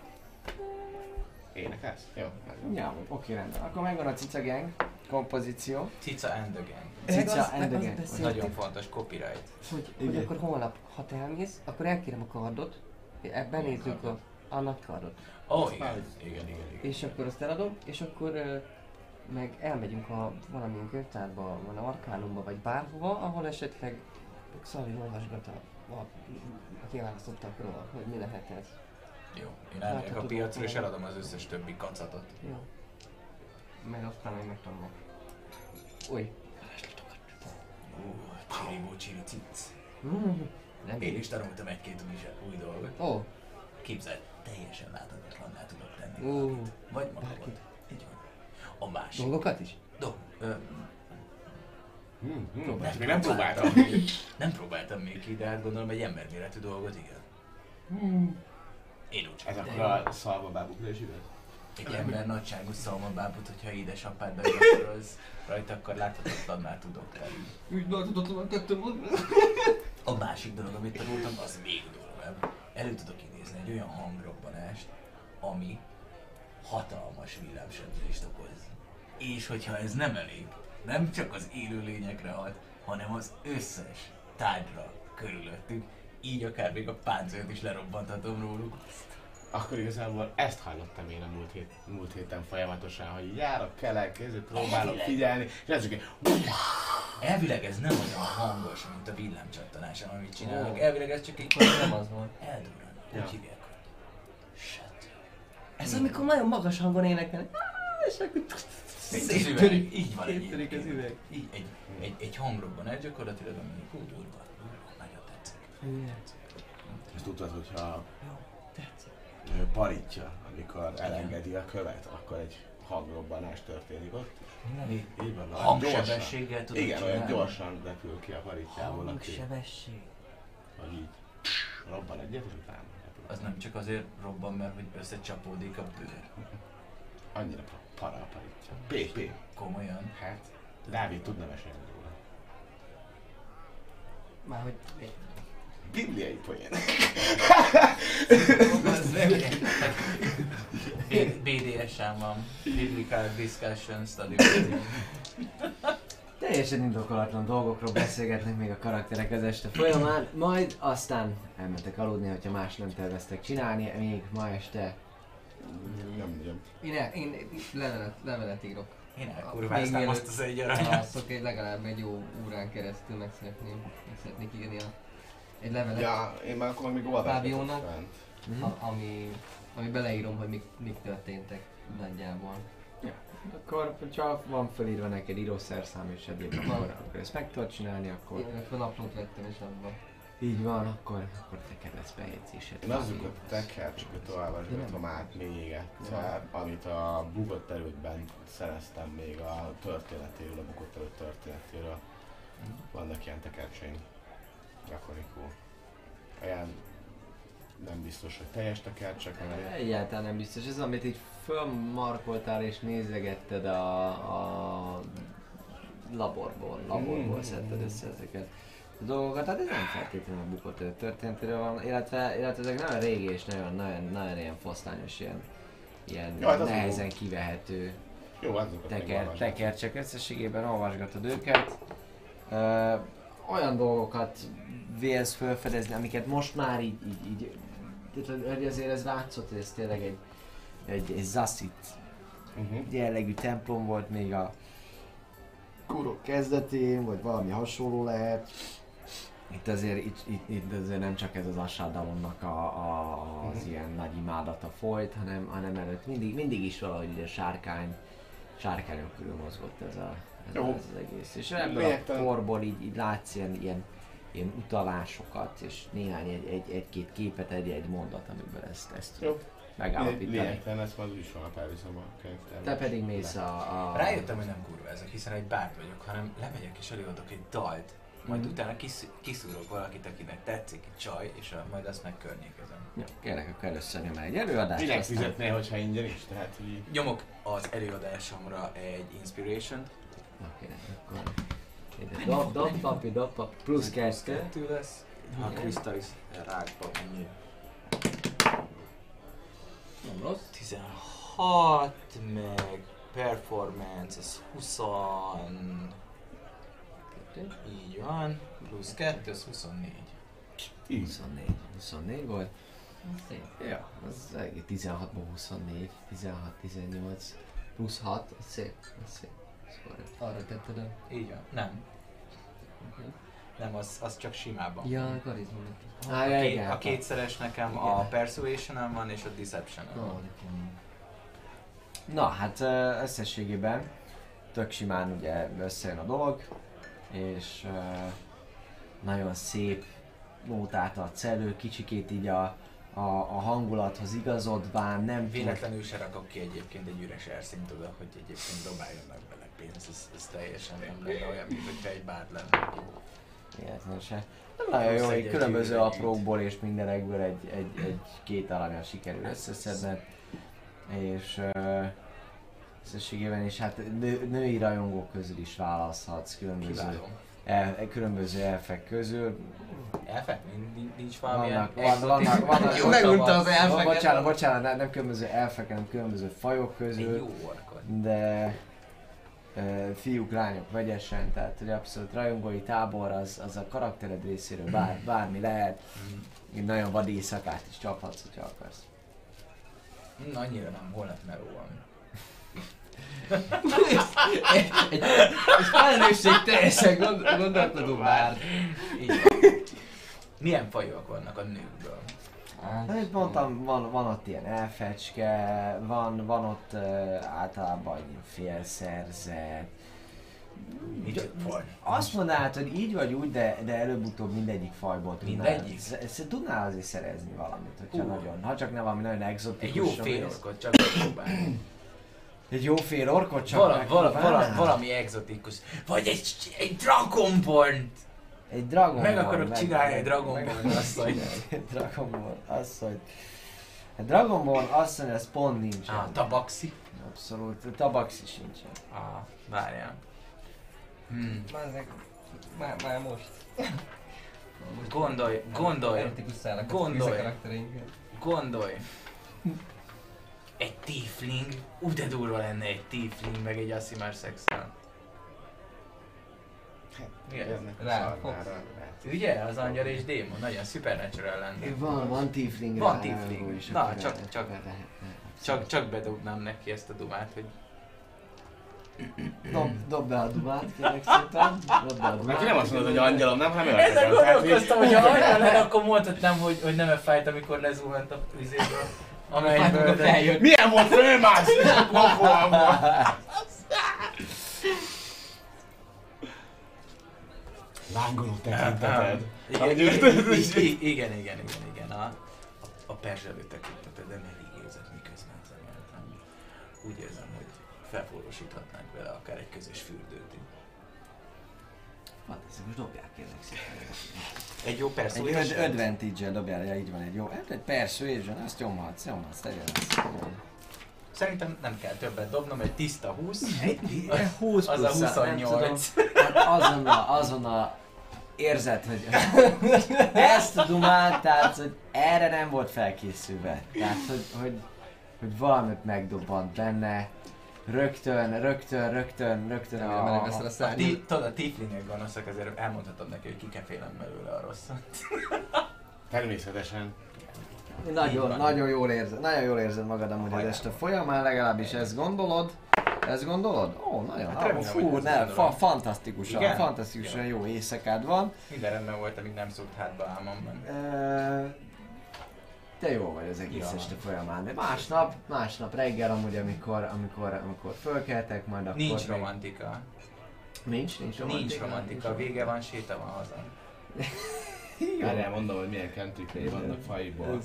Énekelsz? Jó. megvan.
Ja, oké, rendben. Akkor megvan a Cica gang kompozíció.
Cica and the gang.
Cica
Meg azt-
and
meg
the
azt
gang.
Ez
beszéltük,
nagyon fontos copyright.
Hogy,
Igen.
hogy akkor holnap, ha te elmész, akkor elkérem a kardot, ebben
Milyen
nézzük a,
kardot?
a nagy kardot.
Ó, oh, igen. Igen, igen, igen.
És akkor azt eladom, és akkor ö, meg elmegyünk a valamilyen könyvtárba, van Arkánumba, vagy bárhova, ahol esetleg Xavi olvasgat a, a, a kiválasztottakról, hogy mi lehet ez.
Jó, én elmegyek a
Láthatod,
piacra és
hogy-
eladom az összes többi kacatot.
Jó. Meg aztán még megtanulok. Új.
Ú, csiribó csiri cic.
Mm. Nem
Én is tanultam egy-két új, új dolgot.
Ó,
Képzeld, teljesen láthatatlanná tudok tenni
Ó,
valakit. Vagy magamat.
bárkit.
Így van. A másik.
dolgokat is?
Do, ö,
Hmm, hmm,
nem
ezt még nem próbáltam.
még. Nem próbáltam még ki, de hát gondolom egy emberméretű dolgot, igen.
Hmm.
Én úgy
Ez
csak.
akkor a szalmabábukra is igaz?
Egy ember nagyságú szalmabábut, hogyha édesapád begyakorolsz rajta, akkor láthatatlanná tudok tenni.
Úgy láthatatlan tettem volna.
A másik dolog, amit tanultam, az még durvább. Elő tudok idézni egy olyan hangrobbanást, ami hatalmas villámsebzést okoz. És hogyha ez nem elég, nem csak az élőlényekre hat, hanem az összes tárgyra körülöttük, így akár még a páncélt is lerobbanthatom róluk.
Akkor igazából ezt hallottam én a múlt, hét, múlt héten folyamatosan, hogy így járok, kelek, ezért próbálok
Elvileg.
figyelni, és ez csak egy...
Elvileg ez nem olyan hangos, mint a villámcsattanáson, amit csinálok.
Ó.
Elvileg ez csak egy
Nem az volt.
eldurran.
Ja.
Úgy hívják, hogy shut.
Ez amikor nagyon magas hangon énekelnek. És akkor
Szép üveg.
széttörik.
Így van
Széttörik az
egyébként.
üveg.
Így, egy, egy, egy hangrobban el gyakorlatilag, ami hú, durva, durva, nagyon tetszik.
Ezt tudtad, hogyha
Jó, tetszik.
ő parítja, amikor elengedi a követ, akkor egy hangrobbanás történik ott is.
Így,
Így van, olyan
hangsebességgel tudod
Igen, olyan
csinálni.
gyorsan repül ki a parítjából, aki,
Hangsebesség.
hogy így robban egyet, és utána repül.
Az nem csak azért robban, mert hogy összecsapódik a bőr.
Annyira pa- para a parítja. pé pé.
Komolyan.
Hát, Dávid tudna mesélni róla.
Már hogy...
Bibliai poén.
bé dé es em van. Biblical Discussion Study.
Teljesen indokolatlan dolgokról beszélgetnek még a karakterek az este folyamán, majd aztán elmentek aludni, hogyha más nem terveztek csinálni, még ma este.
Nem mondjam.
Én, el, én levelet, levelet írok
Én
Még
elkurváztam
mielőtt
azt az egy aranyat.
Alszok, egy legalább egy jó órán keresztül meg szeretném, meg szeretnék írni a, egy levelet,
Ja, én már akkor még oldalra
Fábiónak.
fent.
Mhm.
a, ami, ami beleírom, hogy mik, mik történtek nagyjából.
Akkor, hogyha van felírva neked írószerszám és egyéb, akkor, akkor ezt meg tudod csinálni, akkor
Illetve naplót vettem és abban.
így van, akkor, akkor neked lesz bejegyzésed.
Én azokat a tekercseket olvasgatom át még egyszer, amit a bukott erődben szereztem még a történetéről, a bukott erőd történetéről. Vannak ilyen tekercseim. Lakonikó. Olyan nem biztos, hogy teljes tekercsek, hanem
Egyáltalán nem biztos, ez amit így fölmarkoltál és nézegetted a, a laborból, laborból szedted össze ezeket a dolgokat, hát ez nem feltétlenül a bukott erőd történetéről van, illetve, illetve ezek nagyon régi és nagyon, nagyon, nagyon ilyen fosztányos, ilyen, ilyen
Jó, hát az
nehezen kivehető
jó, azokat még
teker,
olvasgatom.
tekercsek, összességében olvasgatod őket. Ö, olyan dolgokat vélsz felfedezni, amiket most már így, így, így tehát, hogy azért ez látszott, hogy ez tényleg egy, egy, egy Zassit
Uh-huh.
jellegű templom volt még a kurok kezdetén, vagy valami hasonló lehet. Itt azért, itt, itt, itt azért nem csak ez az Ashadalonnak a, a, az
Mhm.
ilyen nagy imádata folyt, hanem, hanem előtt mindig, mindig is valahogy a sárkány, sárkányok körül mozgott ez, a, ez,
Jó.
ez az egész. És ebből
Lényegtelen.
a korból így, így látsz ilyen, ilyen, ilyen utalásokat, és néhány egy, egy, egy-két képet, egy-egy mondat, amiből ezt, ezt
Jó.
megállapítani.
Lényegtelen, ezt majd úgyis holnap elviszem a könyvtárba.
Te pedig mész a... a...
Rájöttem, hogy nem kurva ezek, hiszen egy bárt vagyok, hanem lemegyek és előadok egy dalt, majd
Mhm.
utána kisz, kiszúrok valakit, akinek tetszik egy csaj, és a, majd azt megkörnyékezem.
Ja, kérlek, akkor először nyom el egy előadást.
Minek
aztán-
fizetnél, hogyha ingyen is? Tehát így...
Nyomok az előadásomra egy inspiration-t.
Oké, akkor... ide Dob, dob, papi, dob, papi, plusz kettő.
kettő lesz. Ha
Igen.
Kristális rákba ennyi.
Nem rossz.
tizenhat meg performance, az húsz. Így van. Plusz kettő, az huszonnégy.
Így.
huszonnégy. huszonnégy volt?
Szép.
Ja, az egész tizenhatból huszonnégy, tizenhat, tizennyolc, plusz hat, az szép, az szép. Ez korrekt.
Arra tetted el.
Így van. Nem. Nem, az, az csak simában.
Ja, karizma.
Á,
A,
ja,
két,
igen,
a kétszeres nekem a persuasion van és a deception
Ah,
van.
Na hát ö, összességében tök simán ugye összejön a dolog, és ö, nagyon szép nótát adsz elő, kicsikét így a, a, a hangulathoz igazodván, nem túl-
Véletlenül se rakok ki egyébként egy üres erszint oda, hogy egyébként dobáljanak bele pénzt, ez, ez teljesen nem lenne olyan, mint hogyha egy bád lenne.
Véletlenül se. Nem nagyon jó,
Plusz
hogy
egy
különböző
együtt.
aprókból és mindenekből egy, egy, egy két aranyat sikerül összeszedned. És uh, összességében is hát nő, női rajongók közül is választhatsz különböző,
Kiváló.
el, különböző elfek közül.
Elfek? Nincs, nincs valamilyen
Vannak, van,
exotikus-
vannak, vannak,
Jó,
Megunta az
van-
elfeket.
Bocsánat, bocsánat, nem, nem különböző elfek, hanem különböző fajok
egy
közül.
jó orkod.
De uh, fiúk, lányok vegyesen, tehát hogy abszolút rajongói tábor az, az a karaktered részéről bár, bármi lehet. Így nagyon vad éjszakát is csaphatsz, hogyha akarsz.
Hm, annyira nem, holnap meló van.
egy, egy, egy felelősség teljesen gond, gondolkodó már.
Így van. Milyen fajok vannak a nőkből?
Hát, itt mondtam, van, van ott ilyen elfecske, van, van ott uh, általában ilyen félszerzet.
Mit van?
Azt mondanád, hogy így vagy úgy, de, de előbb-utóbb mindegyik fajból tudnál,
Mindegyik?
sz- sz- tudnál azért szerezni valamit, hogyha
Hú.
nagyon, ha csak nem valami nagyon exotikus.
Egy jó
ami-
félorkot csak megpróbálni.
Egy jó fél orkot csak
Vala, vala,
megpróbálnál?
vala, valami exotikus. Vagy egy, egy Dragonborn!
Egy Dragonborn.
Meg akarok
meg-
csinálni
meg-
egy Dragonborn
meg-
asszonyt.
Egy Dragonborn asszony. Egy Dragonborn asszony, ez pont nincsen.
Ah, tabaxi.
Abszolút, tabaxi sincsen.
Ah, várjál. Hmm.
Már, már, már most. most
Gondolj, gondolj,
erotikus szállak
gondolj.
a karaktereinket.
gondolj. Egy tiefling, úgy de durva lenne egy tiefling meg egy Asimar szexuál. Mi ez?
Ennek a
Rá,
szarmára
fogsz.
rá-
Ugye? Az angyal és démon, nagyon supernatural lenne.
Van, van tiefling.
Van
rá-
tiefling.
rá- is,
Na,
akkor
csak-
lehet-
csak-
lehetne.
Csak, csak bedobnám neki ezt a dumát, hogy
Dob, dob be a dumát, kérlek szépen. Dob be a dumát.
Neki nem azt mondod, hogy angyalom, nem, hanem
Ezzel
öltegem. Tehát,
gondolkoztam, hogy ha olyan lenne, akkor mondhatnám, hogy, hogy nem fájt, amikor lezuhant a vizéből. Amelyből, de...
feljött.
milyen volt fölmászni a pokolba? Lángoló tekinteted.
Igen,
Ahogy
igen,
ültök,
igen, igen, igen, igen, igen. A, a perzselő tekinteted, de megígézett miközben zemeltem. Úgy érzem, hogy felforrósíthatnánk vele akár egy közös fürdőt.
Fantasztikus, dobják kérlek szépen.
Egy jó
Egy
persuasion?
öd- advantage-el dobjál, ja így van egy jó. Hát egy persuasion, azt nyomhatsz, nyomhatsz, tegyen ezt.
Szerintem nem kell többet dobnom, egy tiszta húsz.
Egy húsz
Az a
plusz, nem
huszonnyolc.
tudom, hát azonnal, azonnal érzed, hogy ezt a dumát, tehát hogy erre nem volt felkészülve. Tehát, hogy, hogy, hogy valamit megdobbant benne. Rögtön, rögtön, rögtön, rögtön a...
Mennek
a,
össze a
A
szárnyal.
ti, tudod, a tieflingek gonoszak, ezért elmondhatod neki, hogy kikefélem belőle a rosszat.
Természetesen.
Így
Nagyon,
van.
nagyon jól érzed, nagyon jól érzed magad amúgy az este folyamán, legalábbis ezt gondolod. Ezt gondolod? Ó, nagyon,
Hát
hát
remélem, hogy
fú,
ezt
ne,
gondolom.
fa, fantasztikusan,
Igen?
fantasztikusan
Igen.
jó éjszakád van.
Minden rendben volt, amíg nem szólt hátba álmomban.
Ö, Te jó vagy az egész
Ja.
este folyamán, de másnap, másnap reggel amúgy, amikor, amikor, amikor fölkeltek, majd akkor...
Nincs
még-
romantika.
Nincs, nincs romantika.
Nincs romantika, vége van, séta van haza.
Jó.
Várjál, mondom, hogy milyen kentrikei vannak faiból.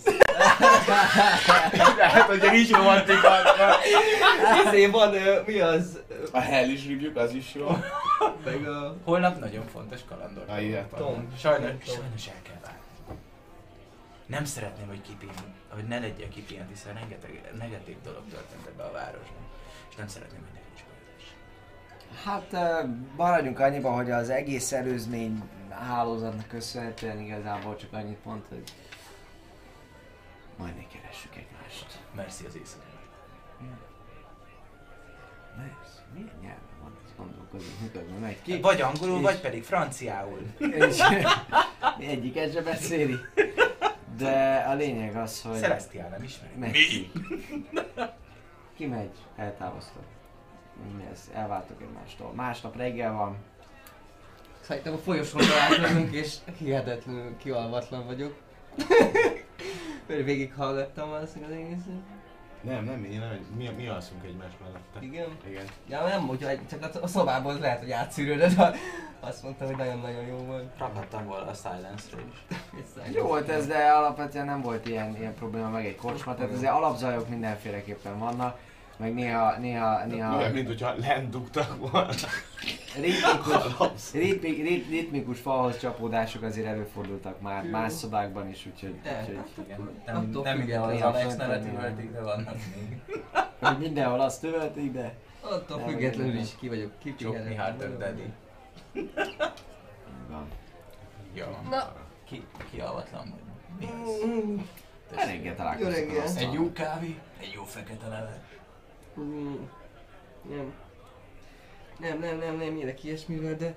Tehát, hogyha nincs romantika, akkor
Ezért van, ö, mi az? Ö,
a hellish rebuke az is jó.
Meg a...
Holnap nagyon fontos kalandor.
Na, ilyet.
Tom.
Sajnos,
Tom.
sajnos el kell várni. Nem szeretném, hogy kipihent, hogy ne legyen kipihent, hiszen rengeteg negatív dolog történt ebbe a városban. És nem szeretném, hogy ne is boldogás.
Hát ö, maradjunk annyiban, hogy az egész előzmény hálózatnak köszönhetően igazából csak annyit mond, hogy majd még keressük egymást.
Merci az éjszakát.
Mersz, milyen nyelven van, ez gondolkozunk, miközben megy ki.
Vagy angolul,
és-
vagy pedig franciául.
És egyiket se beszéli. De a lényeg az, hogy
Celestiál nem ismeri.
megy ki. Ki megy, eltávoztak. Mi ez? Elváltok egymástól. Másnap reggel van.
Szerintem a folyosón találkozunk és hihetetlenül kialvatlan vagyok. Mert végighallgattam valószínűleg az egészet.
Nem, nem, mi, nem, mi, mi alszunk egymás mellette.
Igen?
Igen.
Ja, nem, hogyha csak a, a szobából lehet, hogy átszűrődött, de azt mondtam, hogy nagyon-nagyon jó volt.
Rakhattam volna a Silence-re is.
Vissza-
Jó volt ez, de alapvetően nem volt ilyen, ilyen probléma, meg egy kocsma, tehát azért alapzajok mindenféleképpen vannak, meg néha, néha, néha
Olyan, mint hogyha lendugtak volna.
ritmikus, ritmi, rit, ritmikus falhoz csapódások azért előfordultak már
Jó.
más szobákban is, úgyhogy,
De,
úgyhogy
Igen, nem,
Attól
nem mindenhol az
függetlenül
Alex nevet
alapvetően-
üvöltik, de vannak még.
hogy mindenhol azt töltik, de
Attól
Nem,
függetlenül
nem.
is ki vagyok
Sok
kipihenve.
mi harder daddy.
van.
Jó.
Na.
Ki, ki alvatlan vagy? Mi az?
Mm,
Reggel
Jó
találkoztunk
reggel.
az asztalon.
Egy jó kávé, egy jó fekete levet.
mm, Nem. Nem, nem, nem, nem érek ilyesmivel, de...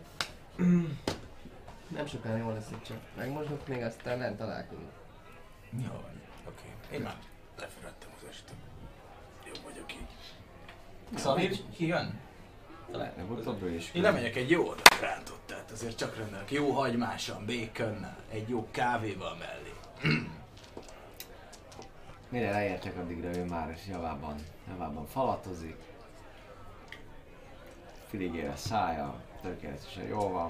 Nem sokára jól lesz, hogy csak megmosok, még aztán nem találkozunk.
Jó van, oké. Én már leföredtem az este. Jobb vagyok így. Szamir, ki jön?
Legutóbb ő is.
Én lemegyek egy jó adag rántottát, azért csak rendelek jó hagymásan, békönnel, egy jó kávéval mellé.
Mire leértek, addigra ő már javában, javában falatozik. Filigér a szája, tökéletesen jól van.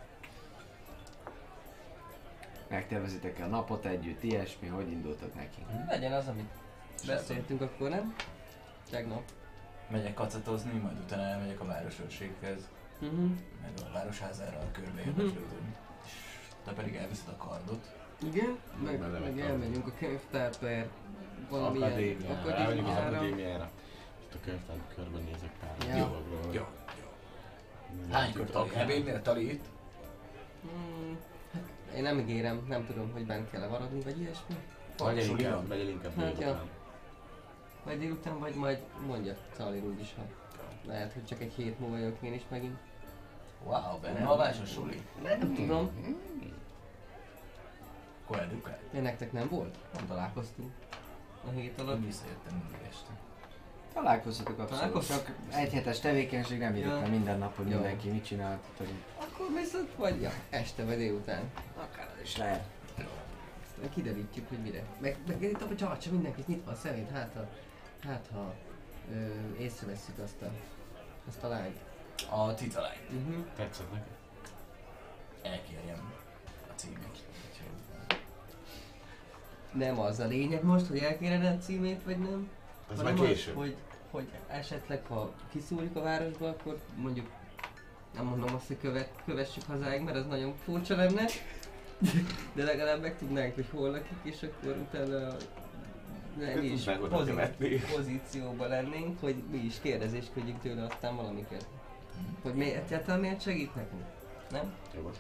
Megtervezitek a napot együtt, ilyesmi, hogy indultok neki?
Legyen az, amit beszéltünk akkor, nem? Tegnap.
Megyek kacatozni, majd utána elmegyek a városőrséghez,
Uh-huh.
meg a városházára a körbe érdeklődöm. És te pedig elviszed a kardot.
Igen, meg,
Bele
meg
vagy
elmegyünk a könyvtár per valamilyen
Akadémiára. Elmegyünk az
akadémiára.
akadémiára. És a könyvtár körbenézek pár
Ja.
dologról.
Jó, jó.
Mindent
Hánykor tali?
tudok.
Ebédnél tali itt?
Hmm, hát én nem ígérem, nem tudom, hogy bent kell-e maradni, vagy ilyesmi.
Vagy
Sok
inkább,
van.
vagy inkább
Hát,
délután.
Vagy délután, vagy majd mondja Szalir úgyis, ha lehet, hogy csak egy hét múlva jövök én is megint.
Wow, benne
Nem.
alvás a suli.
Nem tudom.
Akkor edukál.
Én nektek nem volt? Nem találkoztunk a hét alatt.
Visszajöttem mindig este.
Találkozhatok abszolút.
Találkozz?
Csak egy hetes tevékenység, nem írjuk
Ja.
le minden nap, hogy
Jó.
mindenki mit csinál. Tehát,
Akkor viszont vagy ja, este vagy délután.
akár az is lehet.
Aztán kiderítjük, hogy mire. Meg, meg itt a csarcsa mindenkit nyitva a szemét, hát ha, hát ha ö, észrevesszük azt a, azt a lányt.
A titalány.
Uh-huh.
Tetszett neki?
Elkérjem a címét. Úgyhogy-
Nem az a lényeg most, hogy elkéred a címét, vagy nem?
Ez
hanem
már
az,
később.
hogy, hogy esetleg, ha kiszúrjuk a városba, akkor mondjuk nem mondom azt, hogy követ, kövessük hazáig, mert az nagyon furcsa lenne. De legalább megtudnánk, hogy hol lakik, és akkor utána mi is
tudnánk oda
pozí-
követni.
pozícióban lennénk, hogy mi is kérdezésködjünk tőle aztán valamiket. Hogy miért, egyáltalán miért segít nekünk? Nem?
Jogos.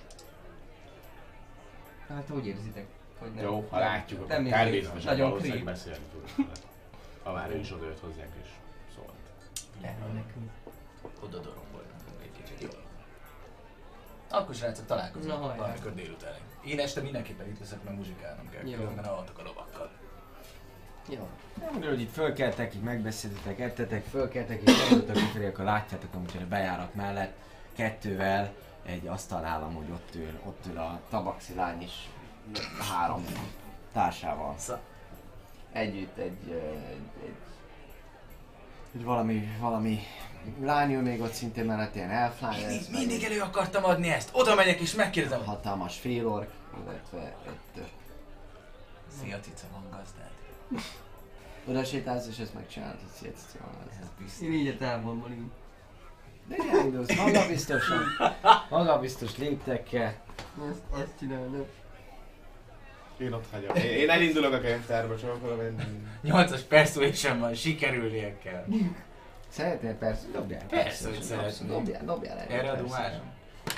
Hát úgy érzitek, hogy nem.
Jó, ha látjuk, akkor
nem érzik.
természetesen
Nagyon
valószínűleg
creep.
beszélni tudunk. Ha már ő is odajött hozzánk és szólt.
Erről nekünk.
Oda doromboltunk egy kicsit, jó? Akkor srácok, találkozunk
Na, hajrá.
valamikor délután. Én este mindenképpen itt leszek, mert muzsikálnom kell,
Jó.
különben alhatok a lovakkal.
Jó.
Nem, hogy itt fölkeltek, így megbeszéltetek, ettetek, fölkeltek, és eljöttek kifelé, akkor látjátok amúgy a bejárat mellett kettővel egy asztalnál amúgy ott ül, ott ül a tabaxi lány is három társával.
Szá.
Együtt egy, ö, egy, egy, egy valami, valami lány ül még ott szintén mellett, ilyen elflány,
Mindig, mindig elő akartam adni ezt. Oda megyek és megkérdezem.
hatalmas félork, illetve egy tök.
Szia Tica, van gazdád?
Oda sétálsz és ezt megcsinálod, hogy szétszívom
Ez biztos.
Én így a távolban ül.
De elindulsz magabiztosan, magabiztos léptekkel.
Ezt, ezt csinálom.
Én ott hagyom. Én, én elindulok a könyvtárba, csak akkor menni.
Nyolcas persuasion van, sikerülnie kell.
Szeretnél persze, dobjál.
Persze, hogy
abszolút,
szeretnék.
Dobjál, dobjál erre.
Erre a
persze.
dumásom.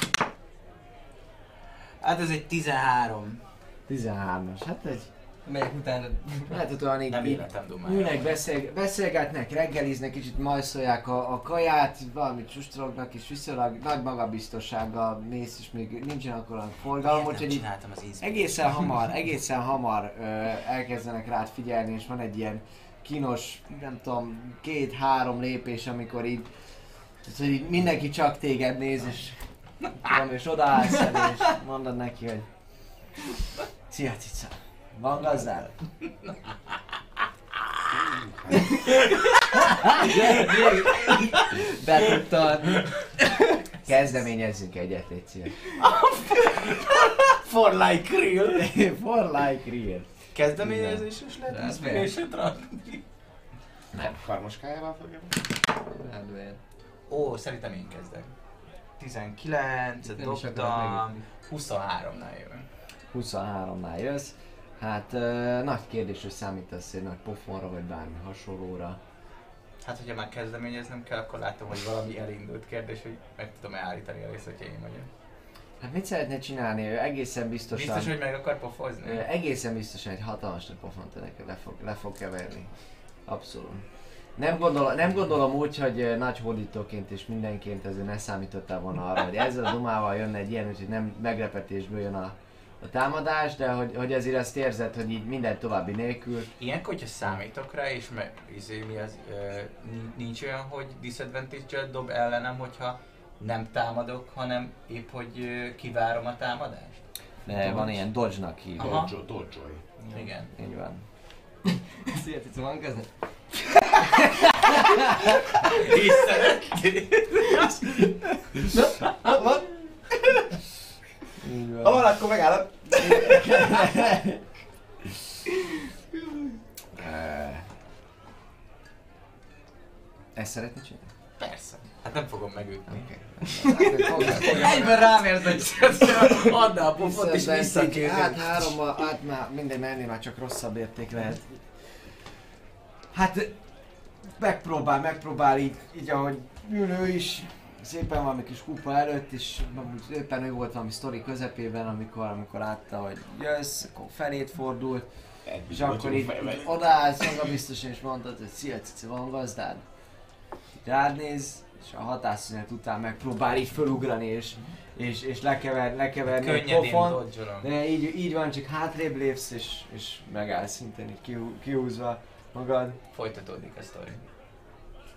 Hát ez egy tizenhárom.
tizenhármas, hát egy...
Megyek utána.
Láthatóan így,
Nem
így
életem dumája.
ülnek, beszél, beszélgetnek, reggeliznek, kicsit majszolják a, a kaját, valamit sustrognak, és viszonylag nagy magabiztossággal mész, és még nincsen akkor a forgalom,
Miért nem
úgyhogy így
csináltam az inspirációt?
egészen hamar, egészen hamar ö, elkezdenek rád figyelni, és van egy ilyen kínos, nem tudom, két-három lépés, amikor így, tehát, hogy így mindenki csak téged néz, és, tudom, és odaállsz elé, és mondod neki, hogy szia cica, van gazdád? Betudtad. Kezdeményezzünk egyet, légy szíves.
For like real.
For like real.
Kezdeményezés is lehet
Rád
inspiration rakni.
Karmoskájával fogja?
Rád ver.
Ó, szerintem én kezdek. tizenkilenc,
Nem is akarok
dobtam,
megütni.
huszonháromnál jövök.
huszonháromnál jössz. Hát uh, nagy kérdés, hogy számítasz egy nagy pofonra, vagy bármi hasonlóra.
Hát, hogyha már kezdeményeznem kell, akkor látom, hogy valami elindult kérdés, hogy meg tudom-e állítani a részt, hogyha én vagyok.
Hát mit szeretne csinálni? Ő egészen biztosan...
Biztos, hogy meg akar pofozni?
Ő egészen biztosan egy hatalmas nagy pofont neked le fog, le fog keverni. Abszolút. Nem, gondol, nem gondolom úgy, hogy ö, nagy hódítóként és mindenként ezért ne számítottál volna arra, hogy ezzel a dumával jönne egy ilyen, úgyhogy nem meglepetésből jön a, a támadás, de hogy, hogy azért azt érzed, hogy így minden további nélkül.
Ilyenkor, hogyha számítok rá, és meg, izé, mi az, ö, ni- nincs olyan, hogy disadvantage-el dob ellenem, hogyha nem támadok, hanem épp, hogy ö, kivárom a támadást?
De van ilyen dodge-nak hívva.
Aha.
Dodge- Dodge-olj.
Igen.
Így van.
Szia, Cica, van közben?
Így van.
Ha van, akkor megállod.
Ö, Ezt szeretnéd csinálni?
Persze. Hát nem fogom megütni.
Oké.
Egyben rámérsz, hogy add a pofot és
Hát
visszakérni.
hárommal, hát már minden ennél már csak rosszabb érték lehet. Hát megpróbál, megpróbál így, így ahogy ül ő is, szépen valami kis kupa előtt, és amúgy éppen ő volt valami sztori közepében, amikor, amikor látta, hogy jössz, akkor felét fordult, és akkor így, így odaállsz magabiztosan, és mondtad, hogy szia cica, van gazdád? Így rád néz, és a hatásszünet után megpróbál így fölugrani, és, és, és lekever, lekeverni egy
Könnyedén
pofont.
dodge-olom.
De így, így van, csak hátrébb lépsz, és, és megállsz szintén így kihú- kihúzva magad.
Folytatódik a sztori.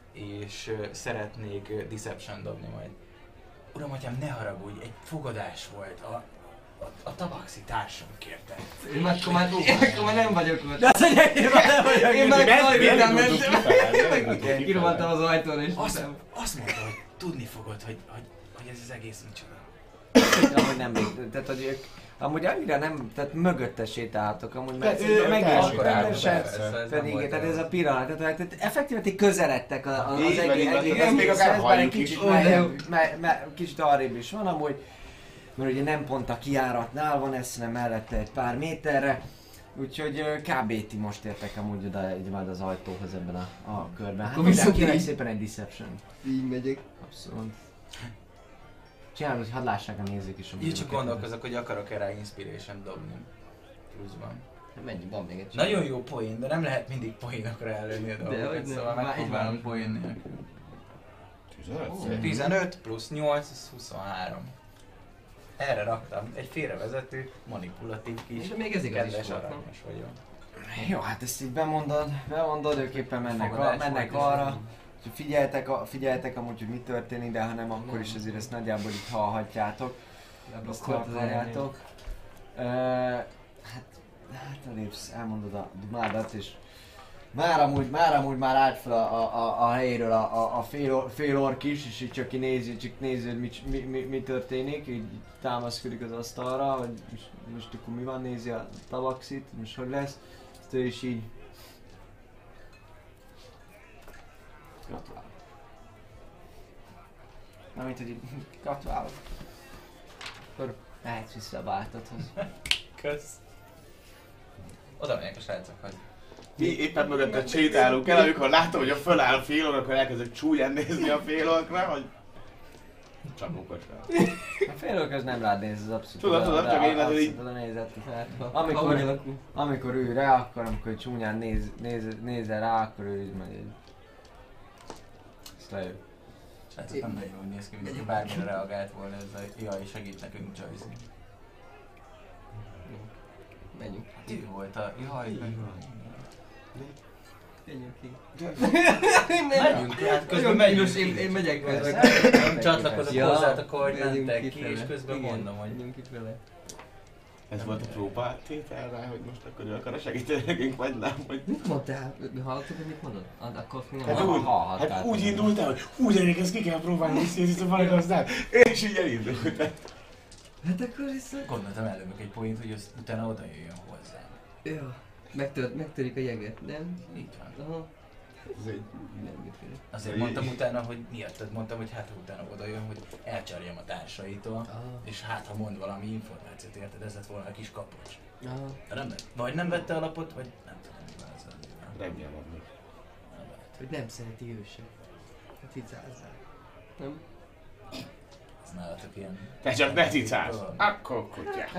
és ö, szeretnék ö, Deception dobni majd. Uram, atyám, ne haragudj, egy fogadás volt. A, a, a tabaxi társam kérte.
Én akkor már, én akkor már nem vagyok ott.
De az egyébként nem vagyok.
Én már
Miért
kajvitán
indultunk
mentem. Kirohantam az ajtón és
Azt,
nem.
azt mondta, hogy tudni fogod, hogy, hogy, hogy ez az egész micsoda.
Amúgy nem még, tehát hogy ők amúgy annyira nem, tehát mögötte sétáltok, amúgy mert
Persze,
ő
ők
meg is
elsétáltak,
rendesen,
persze, ez nem
pedig
volt
tehát
olyan.
ez a pillanat, tehát, tehát effektíve ti közeledtek a- a- az
Így van,
egész,
így van,
egész,
ezt még
egész
akár
bár egy
halljuk
kicsit
is.
meljebb, me, me, kicsit arrébb is van amúgy, mert ugye nem pont a kijáratnál van, ez nem mellette egy pár méterre, úgyhogy ö, kb. Ti most értek amúgy oda egy majd az ajtóhoz ebben a, a körben. Hát
Akkor viszont
kérek
így-
szépen egy deception.
Így megyek.
Abszolút. Csinálod, hogy hadd lássák a nézők is.
Így csak gondolkozok, hogy akarok-e rá Inspiration dobni. Pluszban.
Mennyi, van még egy.
Nagyon jó poén, de nem lehet mindig poénokra előni a dolgokat,
hogy nem.
szóval
Már
megpróbálom
egy van.
poén nélkül.
tizenöt?
tizenöt plusz nyolc, az huszonhárom. Erre raktam egy félrevezető, manipulatív kis,
És még ez igaz is
kedves
volt, nem?
aranyos vagyok.
Jó, hát ezt így bemondod, bemondod, ők éppen mennek, a,
Fogadás
mennek
volt, és
arra. Úgyhogy Figyeltek, a, figyeltek amúgy, hogy mi történik, de ha nem, akkor is azért ezt nagyjából itt hallhatjátok. Azt ha
Leblokkolt az
akarjátok. Ö, hát, hát elépsz, elmondod a dumádat, és már amúgy, már amúgy már állt fel a, a, a, a helyéről a, a, a fél, or- fél ork is, és így csak ki nézi, csak nézi, hogy mi, mi, mi, mi történik, így támaszkodik az asztalra, hogy most, most akkor mi van, nézi a tabaxit, most hogy lesz. Ezt ő is így... Gratulálok. Mármint, hogy így gratulálok. Akkor mehetsz vissza a báltathoz.
Kösz. Oda megyek a srácokhoz.
Mi éppen mögötted sétálunk el, amikor látom, hogy a föláll a félon, akkor elkezdek csúlyán nézni a félolkra, hogy... Csak okosra.
A félők az nem rád néz, az abszolút.
Tudom, tudom, csak én azért így-
Oda nézett.
Ahogy
Amikor,
alakul.
amikor ő rá, akkor amikor csúnyán néz, néz, nézel rá, akkor ő így megy egy... Ezt lejön.
Srácok, nem nagyon úgy néz ki, mint hogy bármire reagált volna ez a jaj, segít nekünk Joyce.
Menjünk.
Hát ő volt a jaj, meg...
Menjünk ki.
Menjünk, hát közben
Nagyon
megyünk.
kínos, én, én megyek
Persze.
közben.
Nem csatlakozok
Ja,
hozzátok, ahogy
megyünk
mentek
kifele.
ki, és közben
Igen,
mondom, hogy...
Menjünk itt vele.
Ez volt a próbatétel rá, hogy most akkor ő akar segíteni nekünk, vagy nem, vagy...
Mit mondtál? Hallottuk, hogy mit mondod? Ad, akkor mi
Hát
nem
úgy,
hallhattál.
hát úgy indult el, hogy úgy gyerekek, ezt ki kell próbálni, hisz a valagazdát, és így elindult.
Hát akkor viszont...
Gondoltam előbb egy poént, hogy az utána oda jöjjön hozzám.
Ja. Megtör, megtörik a jeget, nem?
Így van.
Aha.
Ez egy...
Nem működik.
Azért mondtam utána, hogy miattad mondtam, hogy hát ha utána oda jön, hogy elcserjem a társaitól,
Ah.
és hát ha mond valami információt, érted, ez lett volna a kis kapocs.
Aha.
De nem vett, vagy nem vette a lapot, vagy nem tudom, mi van ez a...
Remélem adni.
Nem vett.
Hogy nem szereti ő sem. Hát ficázzál. Nem?
Ez nálatok ilyen...
Te csak ne cicálsz! Akkor kutyák.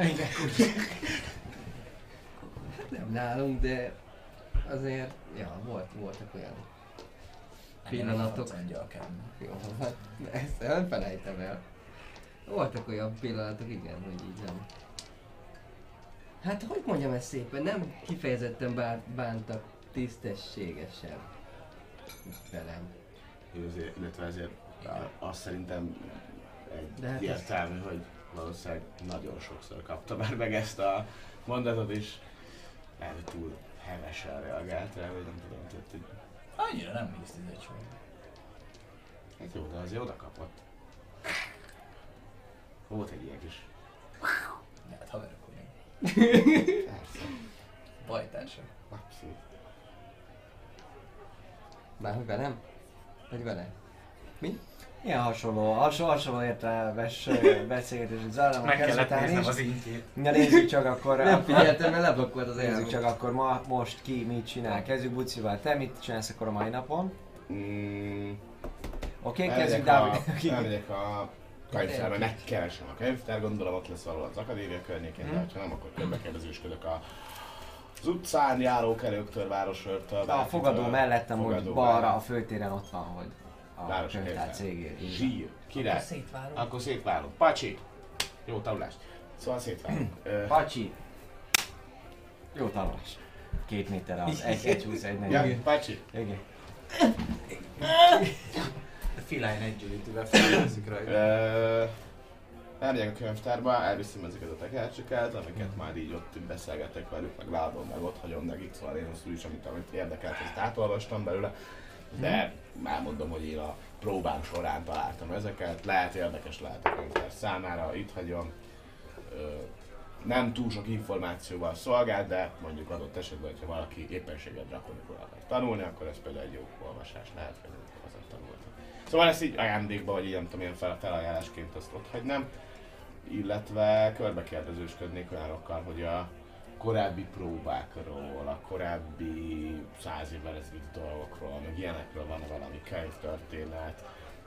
Nem nálunk, de azért, ja, volt, voltak olyan pillanatok. Jó, hát ezt nem felejtem el. Voltak olyan pillanatok, igen, hogy így nem. Hát hogy mondjam ezt szépen, nem kifejezetten bár, bántak tisztességesen velem.
Jó, azért, illetve azért azt szerintem
De hát
egyértelmű, hogy valószínűleg nagyon sokszor kapta már meg ezt a mondatot, és lehet, hogy túl hevesen reagált rá, vagy nem tudom, tehát, hogy
Annyira nem nézd ez egy sor.
hát jó, de azért oda kapott. Volt egy ilyen kis...
De hát haverok vagyunk.
Persze,
Bajtársak.
abszolút.
Bárhogy velem? Vagy vele?
Ilyen hasonló, hasonló, hasonló értelmes ö, beszélgetés, hogy zajlom a
Meg kellett
kezdetán
néznem
is.
az intjét.
Na nézzük csak akkor,
Nem
akkor
figyeltem, mert leblokkolt az
nézzük
elmúlt.
csak akkor ma, most ki mit csinál. Kezdjük Bucival, te mit csinálsz akkor a mai napon?
Mm,
Oké, okay,
elmegyek
kezdjük
a,
Dávid.
elmegyek a könyvtárba, megkeresem a könyvtár, gondolom ott lesz valahol az akadémia környékén, de ha nem, akkor körbekérdezősködök a az utcán járókelőktől, városőrtől,
A fogadó mellettem, hogy
fogadó
balra
mellett.
a főtéren ott van, hogy a
Város
könyvtár
könyvtár.
cégét.
Zsír, király.
Akkor szétválunk.
Akkor szétválunk. Pacsi! Jó tanulást. Szóval szétválunk. Ö,
Pacsi! Jó tanulás. Két méter az, egy, egy húsz, egy
ja,
negyven.
Pacsi.
Igen.
A Feline Agility-vel felveszik rajta.
Ö, Elmegyek a könyvtárba, elviszem ezeket a tekercseket, amiket már így ott beszélgetek velük, meg leadom, meg ott hagyom nekik, szóval én azt is, amit, amit érdekelt, azt átolvastam belőle. De elmondom, hogy én a próbám során találtam ezeket, lehet érdekes lehet a könyvtár számára, itt hagyom. Ö, nem túl sok információval szolgál, de mondjuk adott esetben, hogyha valaki éppenséggel drakonikul akar tanulni, akkor ez például egy jó olvasás lehet, hogy azon tanultam. Szóval ezt így ajándékba, vagy így nem tudom, ilyen fel, felajánlásként azt ott hagynám. Illetve körbekérdezősködnék olyanokkal, hogy a korábbi próbákról, a korábbi száz évvel ezelőtti dolgokról, meg ilyenekről van valami könyvtörténet,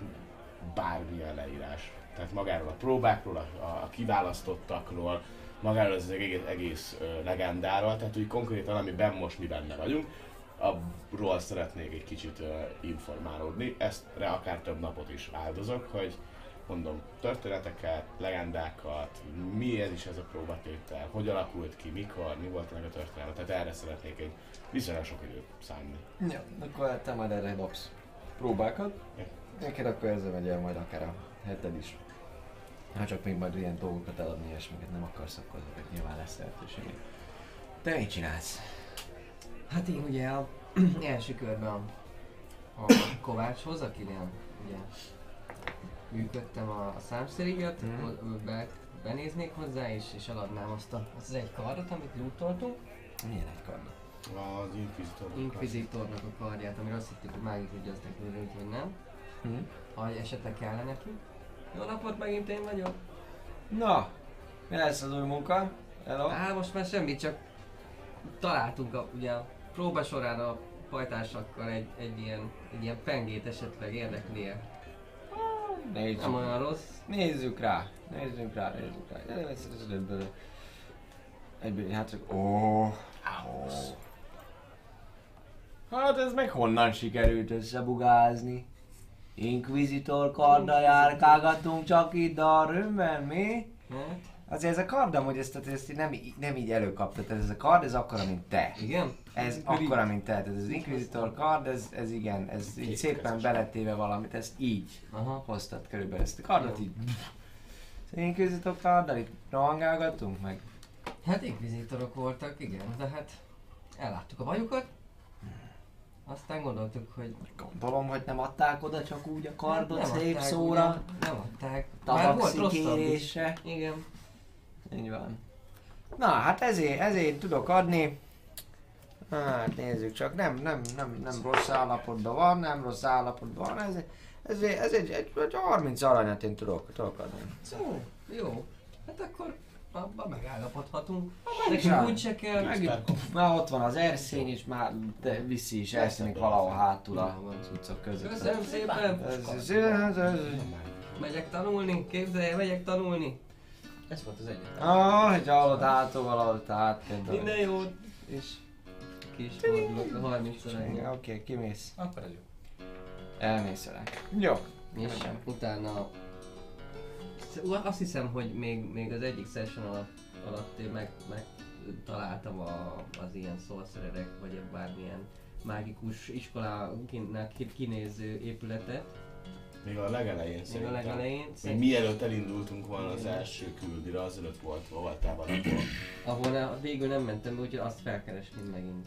bármilyen leírás. Tehát magáról a próbákról, a, a kiválasztottakról, magáról az egész, egész ö, legendáról, tehát úgy konkrétan, amiben most mi benne vagyunk, abról szeretnék egy kicsit ö, informálódni. Eztre akár több napot is áldozok, hogy mondom, történeteket, legendákat, miért is ez a próbatétel, hogy alakult ki, mikor, mi volt ennek a történelme, tehát erre szeretnék egy viszonylag sok időt szánni.
Ja, akkor te majd erre dobsz próbákat.
Ja.
Neked akkor ezzel megy el majd akár a heted is. Ha csak még majd ilyen dolgokat eladni, ilyesmiket nem akarsz, akkor ezeket nyilván lesz lehetőség. Te mit csinálsz?
Hát én ugye a első körben a, a Kovácshoz, akinél ugye működtem a, a számszeríjat,
Mhm.
mm. be, benéznék hozzá és, és eladnám azt, a, azt az egy kardot, amit lootoltunk.
Milyen egy kard?
Az Inquisitor.
Inquisitornak a kardját, amire azt hittük, hogy mágikus technológia, hogy nem.
Hm?
Ha esetleg kell neki. Jó napot, megint én vagyok.
Na, mi lesz az új munka? Hello?
Á, most már semmi, csak találtunk a, ugye a próba során a pajtásakkal egy, egy, ilyen, egy ilyen pengét esetleg érdekli-e.
Nézzük.
Nem olyan rossz.
Nézzük rá, nézzük rá, nézzük rá. De nem ez az ötből. Egyből, hát csak... Ó, ó. Hát ez meg honnan sikerült összebugázni? Inquisitor karddal járkálgatunk csak itt a römben, mi?
Hát,
Azért ez a kard, hogy ezt, ezt így nem, í- nem így előkaptad, tehát ez a kard, ez akkora, mint te.
igen?
Ez akkora, mint te, tehát ez az Inquisitor kard, ez, ez igen, ez így szépen beletéve valamit, ezt így
Aha.
hoztad körülbelül ezt a kardot, így. Az Inquisitor karddal itt rohangálgattunk meg.
Hát inkvizitorok voltak, igen, de hát elláttuk a bajukat. Aztán gondoltuk, hogy
Gondolom, hogy nem adták oda csak úgy a kardot
nem
szép
adták,
szóra,
ugye, nem adták. Már volt rosszabb is.
tabaxikérésre.
Igen.
Így van. Na, hát ezért, ezért tudok adni. Hát nézzük csak, nem, nem, nem, nem rossz állapotban van, nem rossz állapotban van, ez, ez, ez egy, egy, egy harminc aranyat én tudok, tudok adni.
Jó, jó. Hát akkor abban megállapodhatunk.
is
Nekünk
áll.
úgy kell.
Meg, már ott van az erszény is, már de viszi is erszényik valahol hátul a cuccok között.
Köszönöm szépen.
Ez, ez, ez, ez.
Megyek tanulni, képzelje, megyek tanulni.
Ez volt az egyetlen.
Ah, hogy hallod hátul valahol, tehát például.
Minden jót.
És,
Kis fordulok a harminc
oké, okay, kimész.
Akkor ez jó.
Elmész vele. Jó.
És utána azt hiszem, hogy még, még az egyik session alatt, alatt én meg, meg találtam a, az ilyen sorcererek, vagy a bármilyen mágikus iskolának kinéző épületet.
Még a legelején
Még a
szerintem.
legelején.
Még mielőtt elindultunk volna az első küldire, azelőtt volt voltában akkor.
Ahol ne, végül nem mentem be, úgyhogy azt felkeresném megint.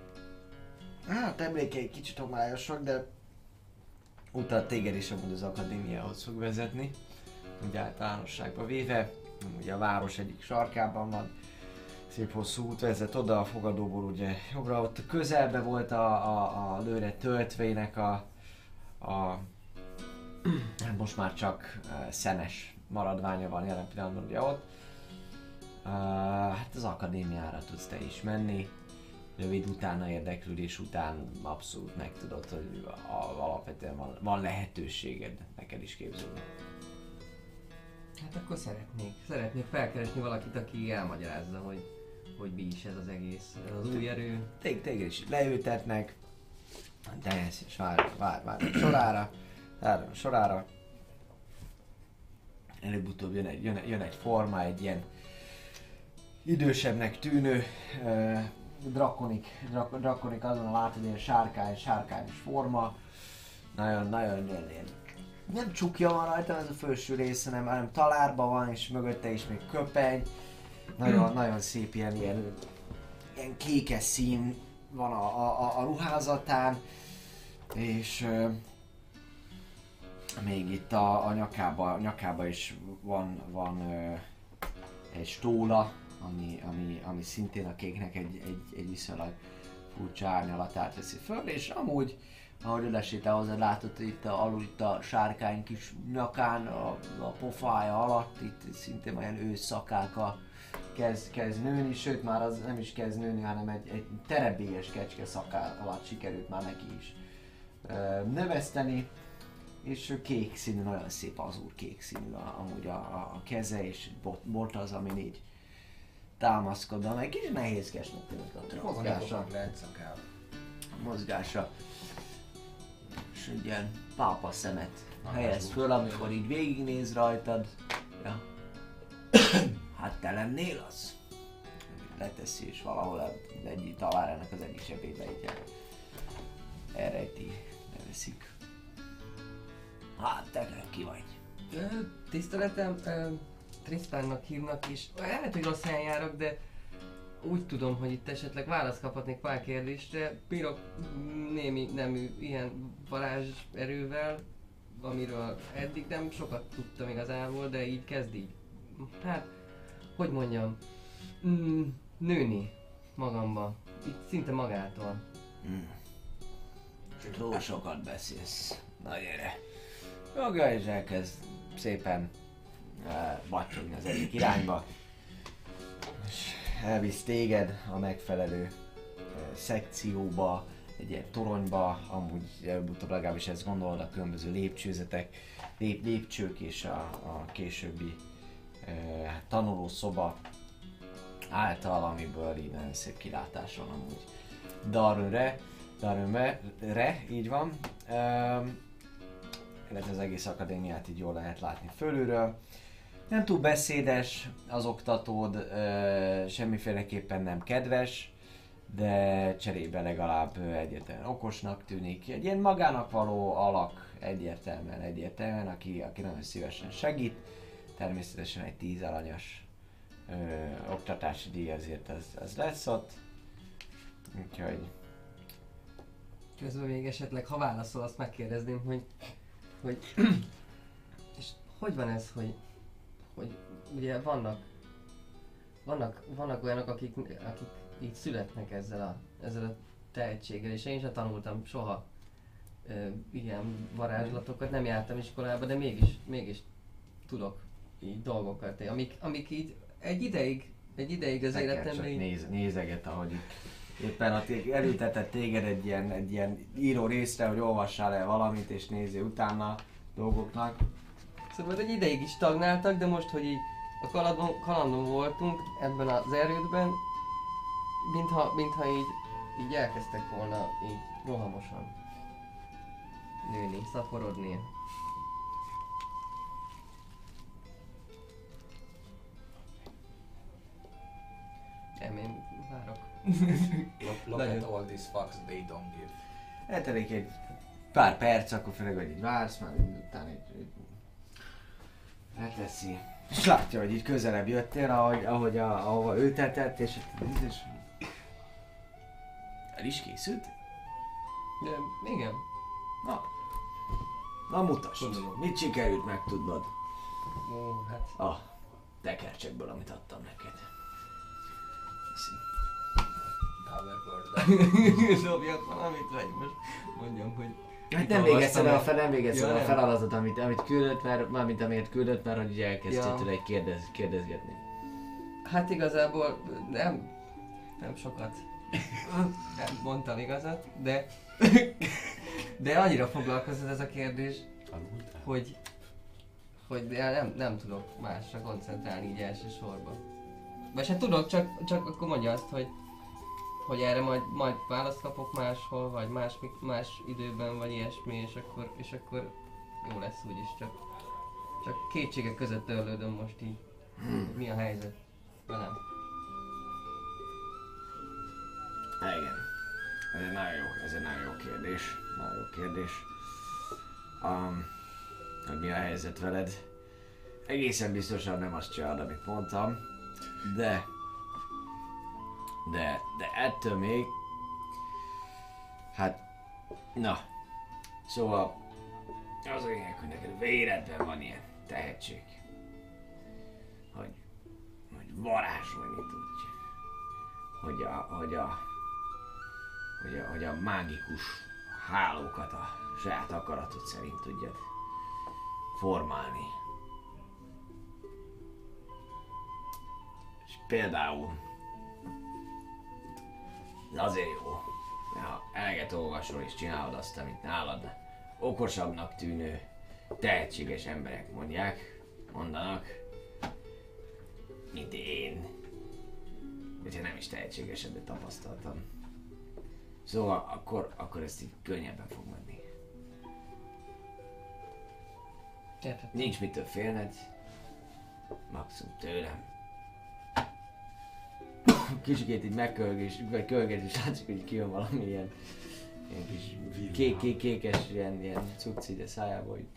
Hát emlékei kicsit homályosak, de utána téged is amúgy az akadémiához fog vezetni. Úgy általánosságban véve, ugye a város egyik sarkában van. Szép hosszú út vezet oda, a fogadóból ugye jobbra, ott közelbe volt a, a, a lőre töltvének a, a hát most már csak uh, szenes maradványa van jelen pillanatban ugye ott. Uh, hát az akadémiára tudsz te is menni. Rövid utána érdeklődés után abszolút megtudod, hogy a, a, alapvetően van, van lehetőséged neked is képződni.
Hát akkor szeretnék, szeretnék felkeresni valakit, aki elmagyarázza, hogy, hogy mi is ez az egész, ez az új erő.
Tég, téged is leültetnek, Dennis is vár, vár, vár a sorára, vár a sorára. Előbb-utóbb jön egy, jön, jön egy forma, egy ilyen idősebbnek tűnő uh, drakonik, drak, drakonik azon a látod, ilyen sárkány, sárkányos forma. nagyon, nagyon, nagyon ilyen. Nem csukja van rajta ez a felső része, hanem, hanem talárban van, és mögötte is még köpeny. Nagyon, nagyon szép ilyen, ilyen, ilyen kékes szín van a, a, a ruházatán, és uh, még itt a, a nyakába, nyakába is van, van uh, egy stóla, ami, ami, ami szintén a kéknek egy, egy, egy viszonylag furcsa árnyalatát veszi föl, és amúgy, ahogy odasétál hozzá, látod itt a, alul itt a sárkány kis nyakán, a, a pofája alatt, itt szintén olyan ősszakáka kezd, kezd nőni, sőt már az nem is kezd nőni, hanem egy, egy terebélyes kecske szakál alatt sikerült már neki is ö, növeszteni, és kék színű, nagyon szép azúr kék színű a, amúgy a, a, a keze, és bot, bot az, amin így támaszkod, amely kicsit nehézkesnek tűnik a mozgása. mozgása. És egy ilyen pápa szemet helyez föl, amikor így végignéz rajtad. Ja. Hát te lennél az? Leteszi és valahol egy talárának az egyik zsebébe így elrejti, leveszik. Hát te ki vagy?
Ö, tiszteletem, ö, Trisztánnak hívnak is. Lehet, hogy rossz helyen járok, de úgy tudom, hogy itt esetleg választ kaphatnék pár kérdésre. Bírok némi nemű ilyen varázserővel, amiről eddig nem sokat tudtam igazából, de így kezd így. Hát, hogy mondjam, mm, nőni magamba. Így szinte magától.
Hmm. Túl sokat beszélsz. Na gyere. Joga és elkezd szépen uh, bacsogni az egyik irányba. És elvisz téged a megfelelő uh, szekcióba, egy ilyen toronyba, amúgy előbb-utóbb legalábbis ezt gondolod, a különböző lépcsőzetek, lép, lépcsők és a, a későbbi uh, tanulószoba által, amiből így nagyon szép kilátás van amúgy Darünre, Darünre, így van. Um, illetve az egész akadémiát így jól lehet látni fölülről. Nem túl beszédes az oktatód, uh, semmiféleképpen nem kedves, de cserébe legalább egyértelműen okosnak tűnik. Egy ilyen magának való alak egyértelműen, egyértelműen, aki, aki nagyon szívesen segít. Természetesen egy tíz alanyos ö, oktatási díj azért ez, ez lesz ott. Úgyhogy...
Közben még esetleg, ha válaszol, azt megkérdezném, hogy... hogy és hogy van ez, hogy... hogy ugye vannak... Vannak, vannak olyanok, akik, akik így születnek ezzel a, ezzel a tehetséggel, és én sem tanultam soha ö, ilyen varázslatokat, nem jártam iskolába, de mégis, mégis tudok így dolgokat, amik, amik így egy ideig, egy ideig az életemben így...
Néz, nézeget, ahogy éppen a tég, elültetett téged egy ilyen, egy ilyen író részre, hogy olvassál el valamit és nézzél utána dolgoknak.
Szóval egy ideig is stagnáltak, de most, hogy így a kalandon, kalandon voltunk ebben az erődben, mintha, mintha így, így elkezdtek volna így rohamosan nőni, szaporodni. Nem, én várok.
Look, look at all these fucks they don't give.
Eltelik egy pár perc, akkor főleg, hogy így vársz, már utána egy, egy leteszi. És látja, hogy így közelebb jöttél, ahogy, ahogy a, ahova ő tetett, és, és el is készült?
De igen.
Na, na mutasd,
Gondolom.
mit sikerült megtudnod
Ó, hát...
a tekercsekből, amit adtam neked. Köszi.
Power
Dobjak valamit, vagy most mondjam, hogy...
Hát nem végezted el a, fel, nem végezted
Ja,
el a
nem.
feladatot, amit, amit küldött, mert mármint amiért küldött, mert hogy így elkezdtél
Ja.
tőle egy kérdez, kérdezgetni.
Hát igazából nem, nem sokat. Nem mondtam igazat, de... De annyira foglalkozott ez a kérdés,
Tanultál?
hogy... Hogy nem, nem tudok másra koncentrálni így elsősorban. Vagy hát tudok, csak, csak akkor mondja azt, hogy... Hogy erre majd, majd választ kapok máshol, vagy más, más időben, vagy ilyesmi, és akkor, és akkor jó lesz úgyis, csak... Csak kétségek között törlődöm most így. Mi a helyzet velem?
Igen. Ez egy nagyon jó, ez egy nagyon jó kérdés. Nagyon jó kérdés. um, hogy mi a helyzet veled. Egészen biztosan nem azt csinálod, amit mondtam, de, de, de ettől még, hát, na, szóval az a lényeg, hogy neked véredben van ilyen tehetség, hogy, hogy varázsolni tudj, hogy a, hogy a, hogy a, hogy a mágikus hálókat a saját akaratod szerint tudjad formálni. És például ez azért jó, mert ha eleget olvasol és csinálod azt, amit nálad okosabbnak tűnő, tehetséges emberek mondják, mondanak, mint én. Hogyha nem is tehetségesebb, de tapasztaltam. Szóval akkor, akkor ezt így könnyebben fog menni.
Érted?
Nincs mitől félned, maximum tőlem. Kicsikét így megkölgés, vagy kölgés, és látszik, hogy kijön valami ilyen, ilyen kis kék, kék, kékes, ilyen, ilyen cucc így a szájából, hogy...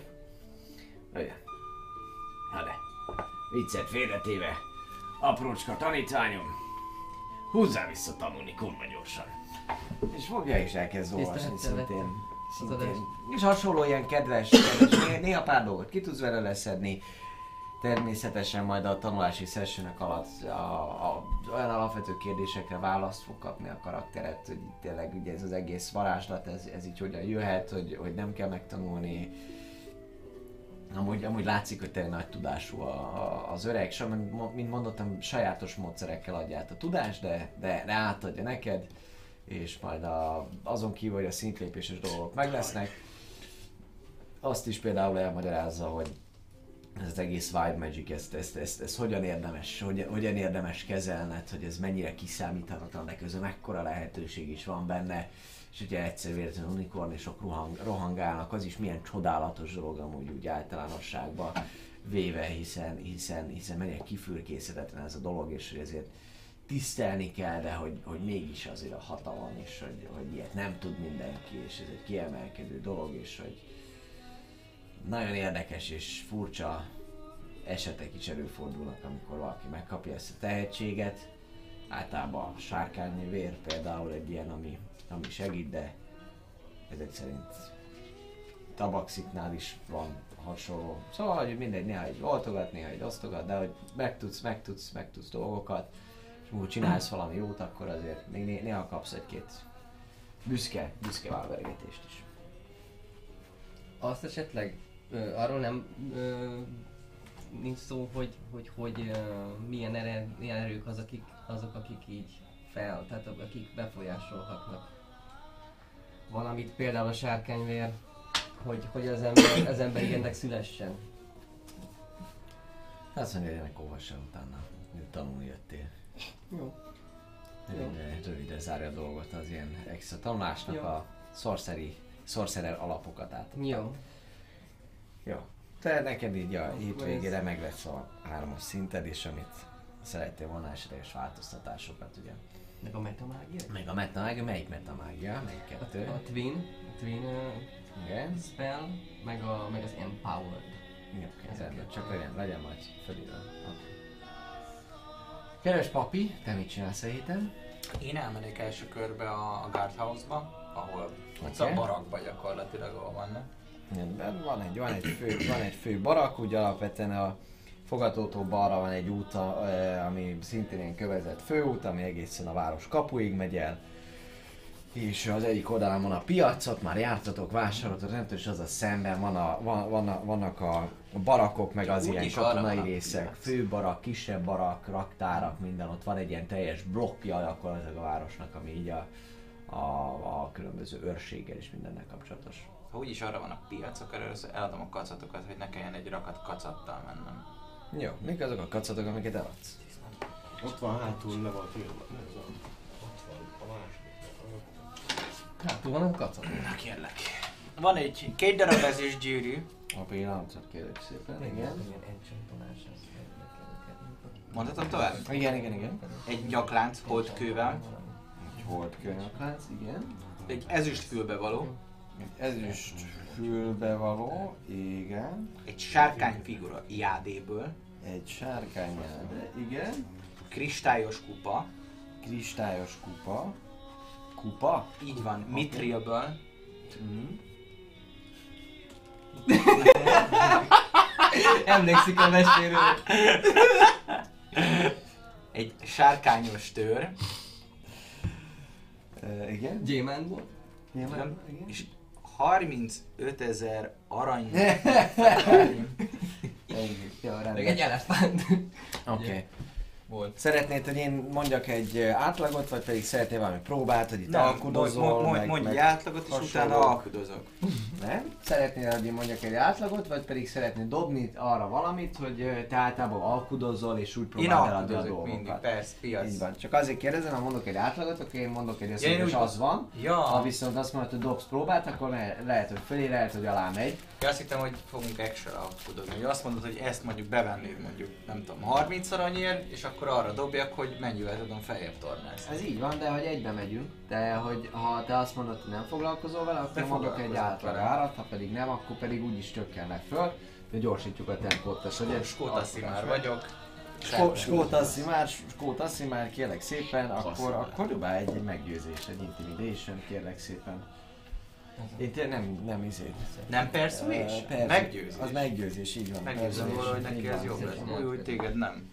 Olyan. Na de, viccet félretéve, aprócska tanítványom, húzzál vissza tanulni kurva gyorsan. És fogja és elkezd olvasni szintén. szintén. És hasonló ilyen kedves, kedves né- néha pár dolgot ki tudsz vele leszedni. Természetesen majd a tanulási sessionök alatt a, a, olyan alapvető kérdésekre választ fog kapni a karakteret, hogy tényleg ugye ez az egész varázslat, ez, ez így hogyan jöhet, hogy, hogy nem kell megtanulni. Amúgy, amúgy látszik, hogy tényleg nagy tudású a, a, az öreg, és mint mondottam, sajátos módszerekkel adja át a tudást, de, de, de átadja neked, és majd a, azon kívül, hogy a szintlépéses dolgok meg lesznek, azt is például elmagyarázza, hogy ez az egész Wild Magic, ezt, ezt, ezt, ezt hogyan érdemes, hogyan, hogyan érdemes kezelned, hogy ez mennyire kiszámíthatatlan, de közben mekkora lehetőség is van benne, és ugye egyszer véletlenül unikornisok rohang, rohangálnak, az is milyen csodálatos dolog amúgy úgy általánosságban véve, hiszen, hiszen, hiszen mennyire kifürkészhetetlen ez a dolog, és hogy ezért tisztelni kell, de hogy, hogy mégis azért a hatalom, és hogy, hogy ilyet nem tud mindenki, és ez egy kiemelkedő dolog, és hogy nagyon érdekes és furcsa esetek is előfordulnak, amikor valaki megkapja ezt a tehetséget. Általában a sárkányi vér például egy ilyen, ami, ami segít, de ezek szerint tabaxiknál is van hasonló. Szóval, hogy mindegy, néha egy oltogat, néha egy osztogat, de hogy megtudsz, megtudsz, megtudsz dolgokat, és amikor csinálsz valami jót, akkor azért még né- néha kapsz egy-két büszke, büszke válvergetést is.
Azt esetleg ö, arról nem ö, nincs szó, hogy, hogy, hogy ö, milyen, erő, milyen erők az, akik, azok, akik így fel, tehát akik befolyásolhatnak valamit, például a sárkányvér, hogy, hogy az ember, az ember ilyennek szülessen.
Azt mondja, hogy ennek olvassál utána, hogy tanulni jöttél.
Jó.
Röviden, röviden zárja a dolgot az ilyen extra tanulásnak,
Jó.
a sorcery, sorcerer alapokat át.
Jó.
Jó. Te neked így a
Akkor
hétvégére
ez-
meg lesz a hármas szinted, és amit szerettél volna esetleges változtatásokat, ugye.
Meg a metamágia?
Meg a metamágia, melyik metamágia? Melyik
A,
kettő?
a Twin, a Twin uh,
Igen.
spell, meg, a, meg az Empowered.
Jó, okay,
Ezeket.
rendben, csak legyen, legyen majd felírva. Okay. Kedves papi, te mit csinálsz a héten?
Én elmennék első körbe a, a guardhouse-ba, ahol
Oké.
okay. a barakba gyakorlatilag ahol vannak.
Rendben, van egy, van egy, fő, van egy fő barak, úgy alapvetően a fogadótól balra van egy út, a- eh, ami szintén ilyen kövezett főút, ami egészen a város kapuig megy el. És az egyik oldalán van a piacot, már jártatok, vásároltok, nem tudom, és az a szemben van a, van, van a, vannak a barakok, meg az
Úgy
ilyen
is arra
katonai
van a
részek,
piac.
főbarak, kisebb barak, raktárak, minden, ott van egy ilyen teljes blokkja gyakorlatilag a városnak, ami így a, a, a különböző őrséggel és mindennel kapcsolatos.
Ha úgyis arra van a piac, akkor először eladom a kacatokat, hogy ne kelljen egy rakat kacattal mennem.
Jó, mik azok a kacatok, amiket eladsz?
Ott van hátul, le volt írva. Ez a- Ott van a második.
Hátul van a kacat.
Na kérlek. Van egy két darab ezüst gyűrű.
A pillanatot kérlek szépen, igen.
Ilyen enchantolás, az
Mondhatom tovább?
Igen, igen, igen.
Egy nyaklánc holdkővel,
Egy holdkőnyaklánc, igen.
egy ezüst fülbe való,
Ezüst fülbevaló, igen.
Egy sárkány figura iádéből,
Egy sárkányjal, de igen.
kristályos kupa,
Kristályos kupa. Kupa?
így van, mitrilből,
Mm.
Emlékszik a meséről.
egy sárkányos tör,
Uh, igen.
Gyémántból.
Igen. igen.
és harmincötezer arany.
Igen. Jó,
Meg
rendben.
egy elefánt.
Oké. Okay.
Volt.
Szeretnéd, hogy én mondjak egy ö, átlagot, vagy pedig szeretnél valami próbát, hogy itt
Nem,
alkudozol,
mondj,
meg,
mondj
meg...
egy átlagot, és
hasonló.
utána alkudozok.
Nem? Szeretnél, hogy én mondjak egy átlagot, vagy pedig szeretnél dobni arra valamit, hogy ö, te általában alkudozol, és úgy
Én
próbáld eladni a
alkudozok mindig,
dolgokat.
persze, piac.
Így van. Csak azért kérdezem, ha mondok egy átlagot, akkor én mondok egy összeget,
Ja, én
és
úgy-
az van.
Ja,
Ha viszont azt mondod, hogy dobsz próbát, akkor le- lehet, hogy fölé, lehet, hogy alá megy.
ja, azt hittem, hogy fogunk extra alkudozni. Hogy azt mondod, hogy ezt mondjuk bevennéd mondjuk, nem tudom, harminc aranyért, és akkor arra dobjak, hogy mennyivel tudom feljebb tornászni.
Ez így van, de hogy egybe megyünk. De hogy ha te azt mondod, hogy nem foglalkozol vele, akkor
De
mondok egy
foglalkozok
átlag
vele.
árat, ha pedig nem, akkor pedig úgyis csökkennek föl. De gyorsítjuk a tempót, tehát hogy
Skótaszi már vagyok.
Skó- Skót Asszimár, Skót Asszimár, kérlek szépen, akkor, akkor dobálj egy, egy meggyőzés, egy intimidation, kérlek szépen. Én tényleg nem, nem izé.
Nem persuasion?
Persze.
Meggyőzés.
Az meggyőzés, így van.
Meggyőzöm
persuasion,
róla, hogy neki
így
ez
van.
jobb lesz. Úgy, hogy téged nem.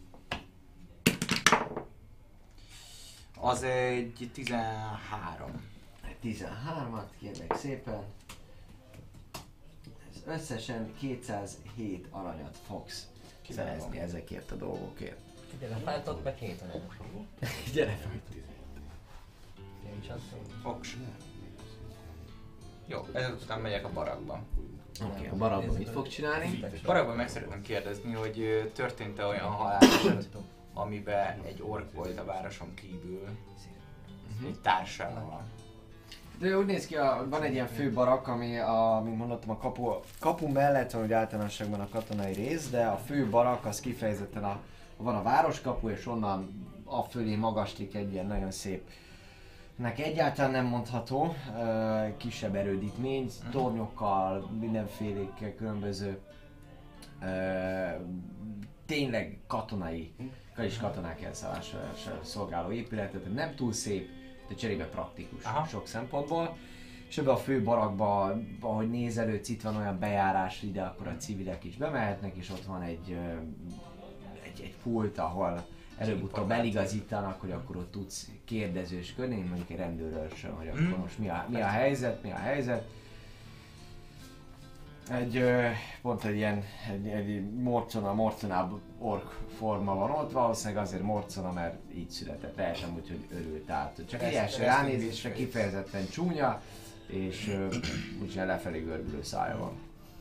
Az egy tizenhárom.
tizenhármat, kérlek szépen. Ez összesen kétszázhét aranyat fogsz szerezni ezekért a dolgokért.
Egy elefántot, meg két aranyos.
Gyere fel!
Én is azt mondom.
Fox. Jó, ezek után megyek a barakba.
Oké, okay, a barabban mit fog csinálni?
Barakban meg szeretném kérdezni, hogy ö, történt-e olyan haláleset, amiben egy ork volt a városon kívül, egy társával.
De úgy néz ki, a, van egy ilyen fő barak, ami, a, mint mondottam, a kapu, kapu mellett van, hogy általánosságban a katonai rész, de a fő barak az kifejezetten a, van a városkapu, és onnan a fölé magaslik egy ilyen nagyon szép, nek egyáltalán nem mondható, ö, kisebb erődítmény, tornyokkal, mindenfélékkel különböző, ö, tényleg katonai, és katonák elszállására szolgáló épület, tehát nem túl szép, de cserébe praktikus.
Aha.
Sok szempontból. És ebbe a fő barakba, ahogy nézelődsz, itt van olyan bejárás, ide akkor a civilek is bemehetnek, és ott van egy, ö, egy, egy pult, ahol előbb-utóbb eligazítanak, hogy akkor ott tudsz kérdezősködni, mondjuk egy rendőrről sem, hogy akkor
Mm.
most mi a, mi a helyzet, mi a helyzet. Egy, ö, pont egy ilyen, egy, egy morcona, morconább ork forma van ott, valószínűleg azért morcona, mert így született, lehet amúgy, hogy örült át. Csak egy
Ezt-
első
ezt
ránézésre
így
kifejezetten csúnya, és ö, úgyhogy lefelé görbülő szája van.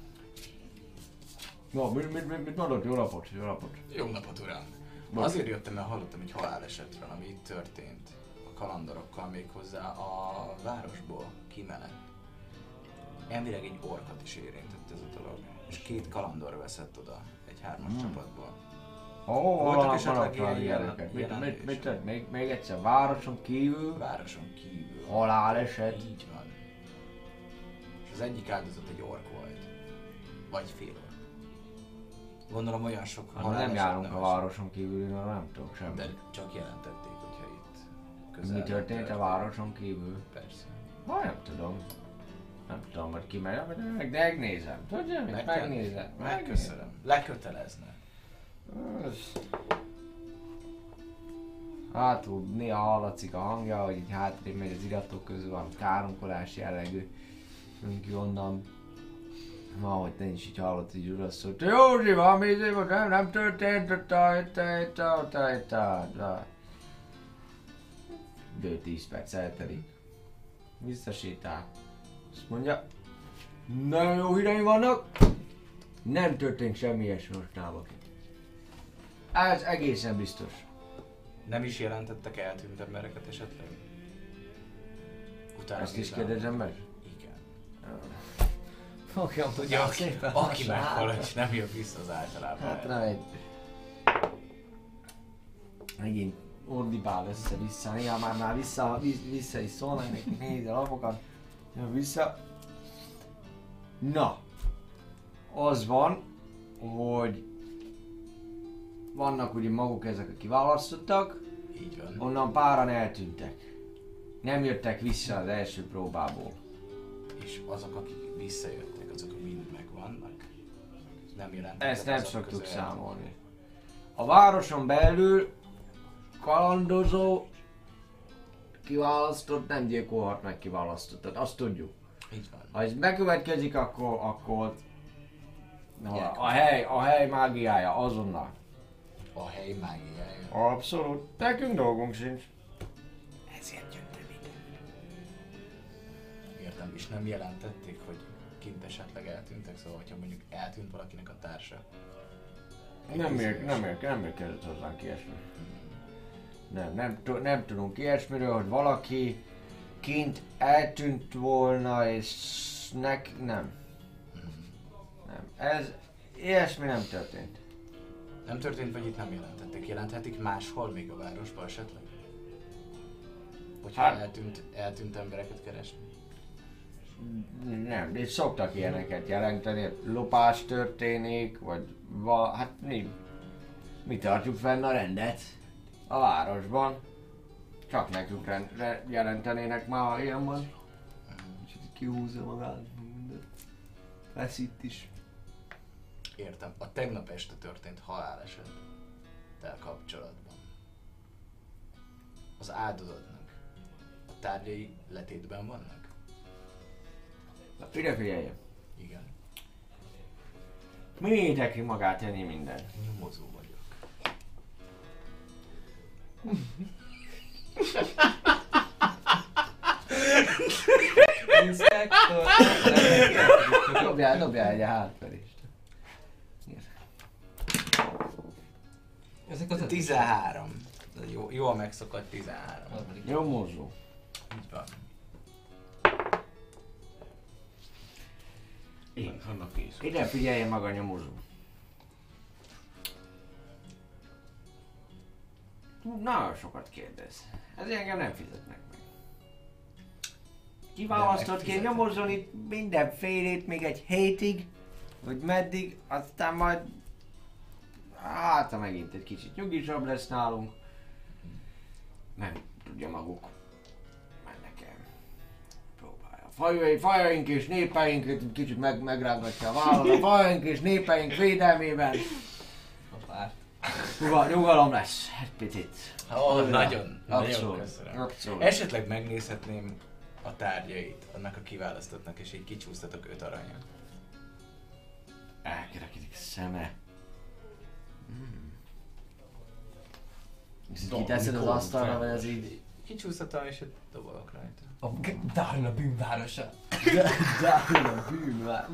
No, mit, mit, mit, mit mondod? Jó napot, jó napot.
Jó napot, uram!
Most.
Azért jöttem, mert hallottam egy halálesetről, ami itt történt a kalandorokkal, méghozzá a városból kimenet. Elvileg egy orkat is érintett ez a dolog, és két kalandor veszett oda egy hármas
Hmm.
csapatból.
Ó,
Voltak
vannak,
esetleg
vannak
ilyen
valami
jelen-
gyerekek. Mit, mit,
jelentések?
mit, mit, még, még egyszer, városon kívül,
Városon kívül.
haláleset.
Így van. És az egyik áldozat egy ork volt. Vagy fél ork. Gondolom olyan sok
Hát, nem
haláleset
járunk a
esett.
városon kívül, na, nem tudok semmit.
De csak jelentették, hogyha itt
Mi
közel
történt a városon kívül?
Persze.
Ha, nem tudom. Nem tudom, hogy ki megy, de meg- de megnézem. Tudja mit?
Meg-
Megnézem.
Megköszönöm. Lekötelezne.
Ez- Hát úgy néha hallatszik a hangja, hogy így hátrébb megy az iratok közül, van káromkodás jellegű. Jönk ki onnan. Ma, hogy te is így hallott, így oda szólt. Józsi, valami izé volt, nem, nem történt, ott a, itt a, itt a, itt a, itt a, itt a. Bő tíz perc eltelik. Visszasétál. Azt mondja, nagyon jó híreim vannak. Nem történt semmi ilyesmi most náluk. Ez egészen biztos.
Nem is jelentettek eltűnt embereket esetleg?
Utána
Ezt is
nézem.
kérdezem meg?
Igen.
Fogjam,
Tudja, aki,
szépen
aki
lassan
meghal,
hátra.
és nem jön vissza az általában.
Hát nem egy... Megint ordibál össze-vissza, néha már, már vissza, vissza is szólnak neki, nézi a lapokat, jön vissza. Na, az van, hogy vannak ugye maguk ezek a kiválasztottak,
Így van.
onnan páran eltűntek. Nem jöttek vissza az első próbából.
És azok, akik visszajöttek, azok mind megvannak. Nem jelentettek
Ezt nem
azok
szoktuk
között.
számolni. A városon belül kalandozó kiválasztott nem gyilkolhat meg kiválasztottat, azt tudjuk.
Így van.
Ha ez bekövetkezik, akkor, akkor na,
Ilyenkor.
a hely, a hely mágiája azonnal.
A hely mágiája.
Abszolút. Nekünk dolgunk sincs.
Ezért jöttem ide. Értem, és nem jelentették, hogy kint esetleg eltűntek, szóval hogyha mondjuk eltűnt valakinek a társa.
Nem ér, nem ér, nem érkezett hozzánk ilyesmi. Nem, nem, tu- nem tudunk ilyesmiről, hogy valaki kint eltűnt volna és nek... nem. Nem. Ez... ilyesmi nem történt.
Nem történt, vagy itt nem jelentették. Jelenthetik máshol még a városban esetleg? Hogyha
Hát-
eltűnt, eltűnt embereket keresni?
Nem, de szoktak ilyeneket jelenteni, lopás történik, vagy va, hát mi, mi tartjuk fenn a rendet a városban. Csak nekünk rend, re, jelentenének már, ha ilyen van. És itt kihúzza magát, mindent. Feszít is.
Értem. A tegnap este történt halálesettel kapcsolatban. Az áldozatnak a tárgyai letétben vannak?
Na, ide figyeljen.
Igen.
Mi érdekli magát enni minden?
Nyomozó vagyok.
Inspektor.
Dobjál, dobjál egy hátverést.
Ezek az ötös.
tizenhárom. Jó, jól megszokott tizenhárom.
Nyomozó.
Így van.
Én annak kész.
Ide figyeljen maga nyomozó. Hú, nagyon sokat kérdez. Ez engem nem fizetnek meg. Kiválasztott ki,
megfizetek.
nyomozzon itt mindenfélét még egy hétig, hogy meddig, aztán majd... Hát, ha megint egy kicsit nyugisabb lesz nálunk. Nem tudja maguk. Mennek el. Próbálja. Fajai, fajaink és népeink, kicsit meg, megrángatja a vállat, a fajaink és népeink védelmében.
Hoppá.
Nyugal, nyugalom lesz, egy picit.
Ó, nagyon, nagyon
Abszolút,
köszönöm.
abszolút.
Esetleg megnézhetném a tárgyait annak a kiválasztottnak, és így kicsúsztatok öt aranyat.
Elkerekedik a szeme. Mm. Ezt
Don
kiteszed az
Nicole
asztalra, vagy
Ferros.
ez így...
Kicsúsztatom, és ott dobolok rajta.
A G- Darna bűnvárosa.
Dárna bűnvár.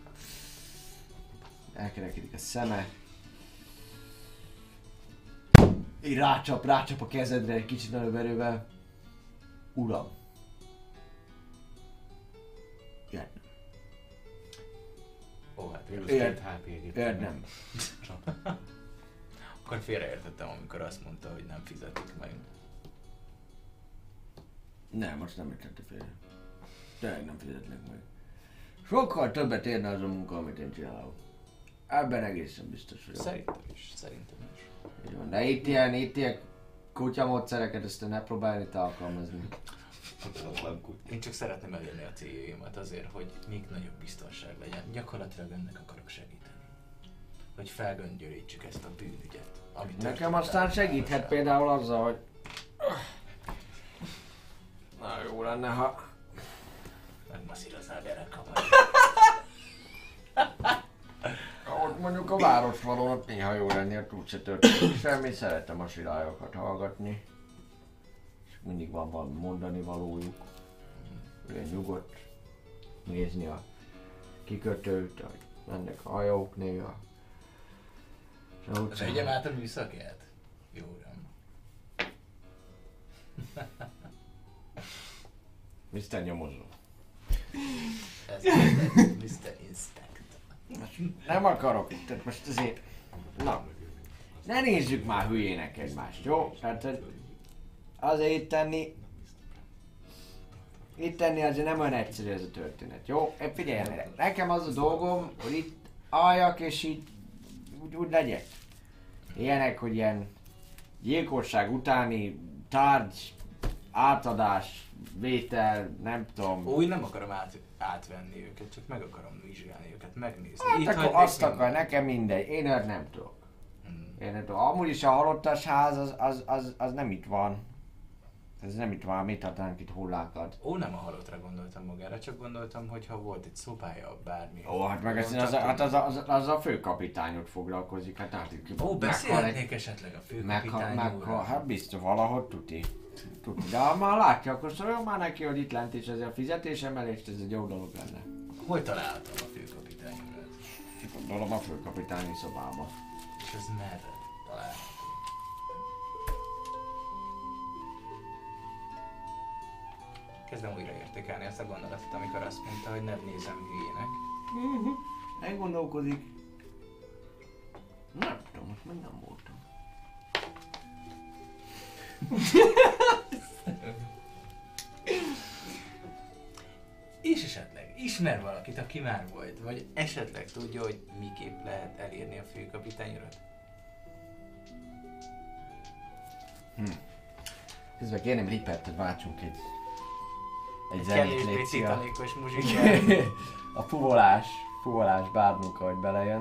Elkerekedik a szeme. Így rácsap, rácsap a kezedre egy kicsit nagyobb erővel. Uram. Ilyen.
Ó, hát
Mínusz
Érd-
két há pé egyébként.
Érdem.
akkor félreértettem, amikor azt mondta, hogy nem fizetik meg.
Nem, most nem értette félre. Tényleg nem fizetnek meg. Sokkal többet érne az a munka, amit én csinálok. Ebben egészen biztos vagyok.
Szerintem is, szerintem is.
Így van. De itt ilyen, itt ilyen kutyamódszereket ezt ne próbálni te alkalmazni.
Én csak szeretném elérni a céljaimat azért, hogy még nagyobb biztonság legyen. Gyakorlatilag ennek akarok segíteni. Hogy felgöngyörítsük ezt a bűnügyet. Ami
Nekem
történt
aztán
a
segíthet
városában.
például azzal, hogy... Na jó lenne, ha...
Megmasszíroznál gyerekkamat.
Ott mondjuk a városfalon ott néha jó lenni, hogy úgy se történik semmi, szeretem a sirályokat hallgatni. És mindig van valami mondani valójuk. Olyan nyugodt nézni a kikötőt, hogy mennek a hajók néha. És a utcán-
Vegyem át a műszakját? Jó uram.
miszter Nyomozó.
Ez miszter Inspector.
Nem akarok itt, tehát most azért... Na, ne nézzük már hülyének egymást, jó? Tehát hogy azért itt tenni... itt ennél azért nem olyan egyszerű ez a történet, jó? E, figyelj, nekem az a dolgom, hogy itt álljak és így úgy, úgy legyek. Ilyenek, hogy ilyen gyilkosság utáni tárgy, átadás, vétel, nem tudom.
Úgy nem akarom át, átvenni őket, csak meg akarom vizsgálni őket, megnézni.
Hát
Itt
akkor
hagynék
azt akar,
mindent.
nekem mindegy, én őt nem tudok.
Hmm.
Én nem tudom. Amúgy is a halottas ház az, az, az, az nem itt van. Ez nem itt van, mit adnánk itt hullákat.
Ó, nem a halottra gondoltam magára, csak gondoltam, hogy ha volt itt szobája, bármi.
Ó, hát meg ez, az, hát az, az, az a főkapitányot foglalkozik, hát hát itt
Ó,
meghal
beszélhetnék esetleg a
egy- meghal,
főkapitány
meghal,
úrral.
hát biztos valahogy tuti. tuti. De ha már látja, akkor szóljon már neki, hogy itt lent is ez a fizetésemelést, ez egy jó dolog lenne.
Hol találtam a főkapitány urat?
Gondolom a főkapitányi szobába.
És ez merre található? Kezdem újra értékelni azt a gondolatot, amikor azt mondta, hogy ne nézem hülyének.
Elgondolkodik. Nem tudom, most még nem voltam.
És esetleg ismer valakit, aki már volt, vagy esetleg tudja, hogy miképp lehet elérni a főkapitány urat?
Közben kérném Rippert, hogy váltsunk egy... Egy
Egy
zenét,
kevésbé
légy szíves.
titanikos muzsikát.
A fuvolás, fuvolás bármunka, hogy belejön.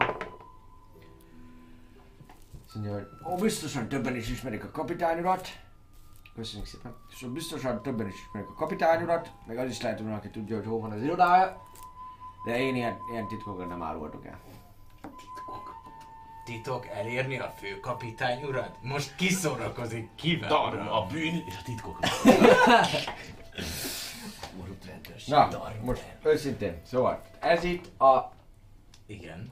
Azt mondja, hogy ó, biztosan többen is ismerik a kapitány urat. Köszönjük szépen. És biztosan többen is ismerik a kapitány urat, meg az is lehet, hogy aki tudja, hogy hol van az irodája. De én ilyen, ilyen titkokat nem árulhatok el.
Titok elérni a főkapitány urat? Most kiszórakozik kivel?
Darma, a bűn és a titkok.
Na, most őszintén, szóval ez itt a
Igen,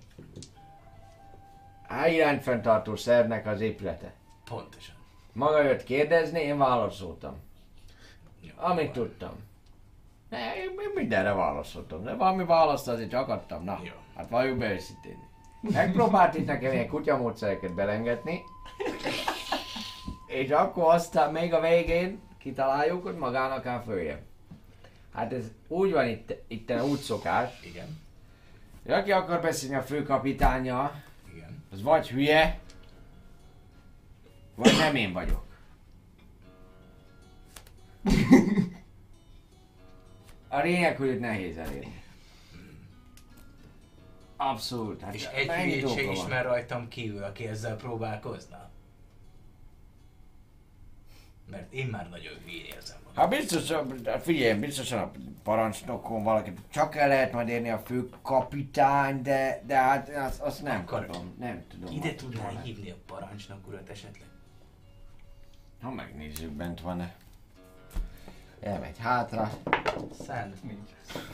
helyi fenntartó szervnek az épülete.
pontosan.
Maga jött kérdezni, én válaszoltam.
Jó,
Amit tudtam. Ne, én én mindenre válaszoltam, de valami választ azért csak adtam, na.
Jó.
Hát valljuk be őszintén. Megpróbált itt nekem ilyen kutyamódszereket belengetni, és akkor aztán még a végén kitaláljuk, hogy magának áll följebb. Hát ez úgy van itt, itt úgy szokás,
Igen,
hogy aki akar beszélni a főkapitánnyal,
igen.
az vagy hülye, vagy nem én vagyok. A lényeg, hogy őt nehéz elérni. Abszolút. Hát
És egy
mennyi
hülyét se
dolga van?
ismer rajtam kívül, aki ezzel próbálkozna? Mert én már nagyon hülyén érzem magam.
Hát biztosan, hát figyelj, biztosan a parancsnokon valakit csak el lehet majd érni a főkapitány, de, de hát azt, azt nem
Akkor
tudom, nem tudom.
Ide
hogy
tudnál
van-e.
hívni a parancsnok urat esetleg?
Ha megnézzük, bent van-e. Elmegy hátra,
Szánd.
Nincs.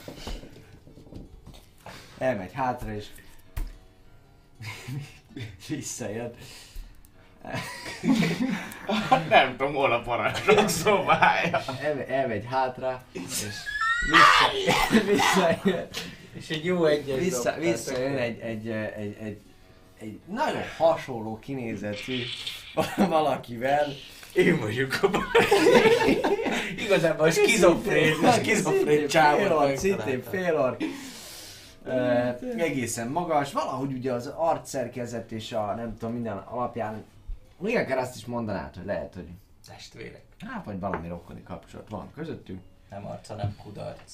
elmegy hátra és visszajön.
Nem tudom, hol a parancsnok szobája.
El, elmegy hátra, és vissza, visszajön,
És egy jó egyes
vissza,
dobtál,
visszajön
tök
egy, egy, egy, egy, egy nagyon hasonló kinézetű valakivel.
Én vagyok a Igazából a skizofrén, a skizofrén csávot
Félork, szintén
megtaláltam.
félork. Uh, egészen magas, valahogy ugye az arcszerkezet és a nem tudom minden alapján, még akár azt is mondanád, hogy lehet, hogy
Testvérek.
hát vagy valami rokoni kapcsolat van közöttünk.
Nem arca, nem kudarc.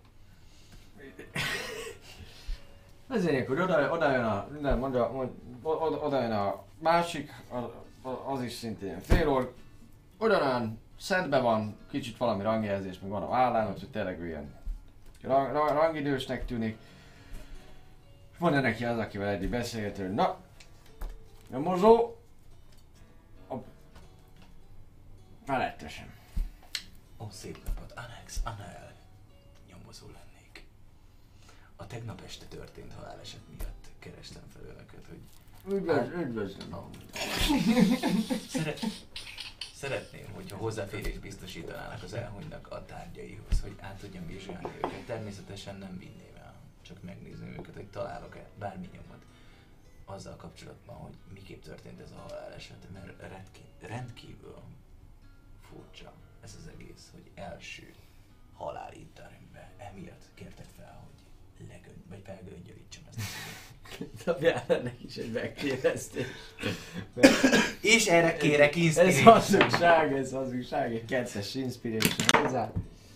Azért, hogy oda, oda jön a, nem, mondja, mond, oda, oda jön a másik, az, az is szintén félork, ugyanolyan szedbe van, kicsit valami rangjelzés, meg van a vállán, úgyhogy tényleg ő ilyen rang, rang, rangidősnek tűnik. És mondja neki az, akivel eddig beszélgető, hogy na, a mozó, a felettesem.
Ó, szép napot. Annex, Anael. Nyomozó lennék. A tegnap este történt haláleset miatt kerestem fel önöket, hogy
Üdvöz, üdvözlöm.
Szeret... Szeretném, hogyha hozzáférés biztosítanának az elhunytnak a tárgyaihoz, hogy át tudjam vizsgálni őket. Természetesen nem vinném el, csak megnézném őket, hogy találok-e bármi nyomot azzal kapcsolatban, hogy miképp történt ez a haláleset, mert rendkívül, rendkívül furcsa ez az egész, hogy első
halál étterembe. Emiatt kértek fel, hogy legön, vagy felgöngyölítsem ezt a szövet.
Dobjál ennek is egy megkérdeztés.
És erre kérek
Ez
inspiration.
hazugság, ez hazugság, egy kettes inspiration hozzá.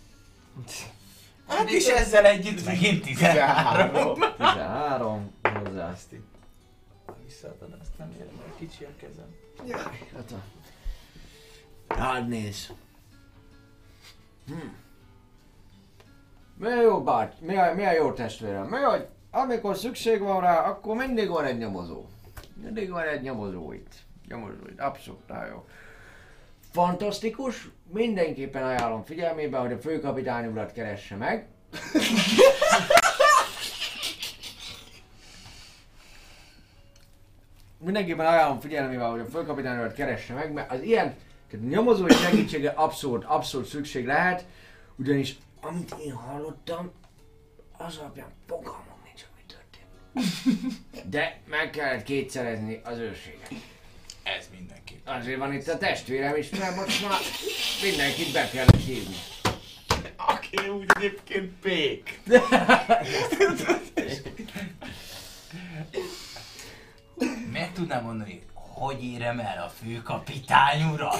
Hát és ezzel együtt megint tizenhárom.
tizenhárom, hozzá.
Visszaadod, azt nem érem, mert kicsi a kezem.
Jaj, hát a... Hát nézd. Hm. Milyen jó báty, milyen, milyen jó testvérem, mi hogy amikor szükség van rá, akkor mindig van egy nyomozó. Mindig van egy nyomozó itt. Nyomozó itt, abszolút jó. Fantasztikus, mindenképpen ajánlom figyelmébe, hogy a főkapitány urat keresse meg. Mindenképpen ajánlom figyelmébe, hogy a főkapitány urat keresse meg, mert az ilyen tehát nyomozói segítsége abszolút, abszolút szükség lehet, ugyanis amit én hallottam, az alapján fogalmam nincs, ami történt. De meg kellett kétszerezni az őrséget.
Ez mindenképp.
Azért van itt a testvérem is, mert most már mindenkit be kellett hívni.
Aki úgy egyébként pék.
Meg tudnám mondani, hogy érem el a főkapitány urat?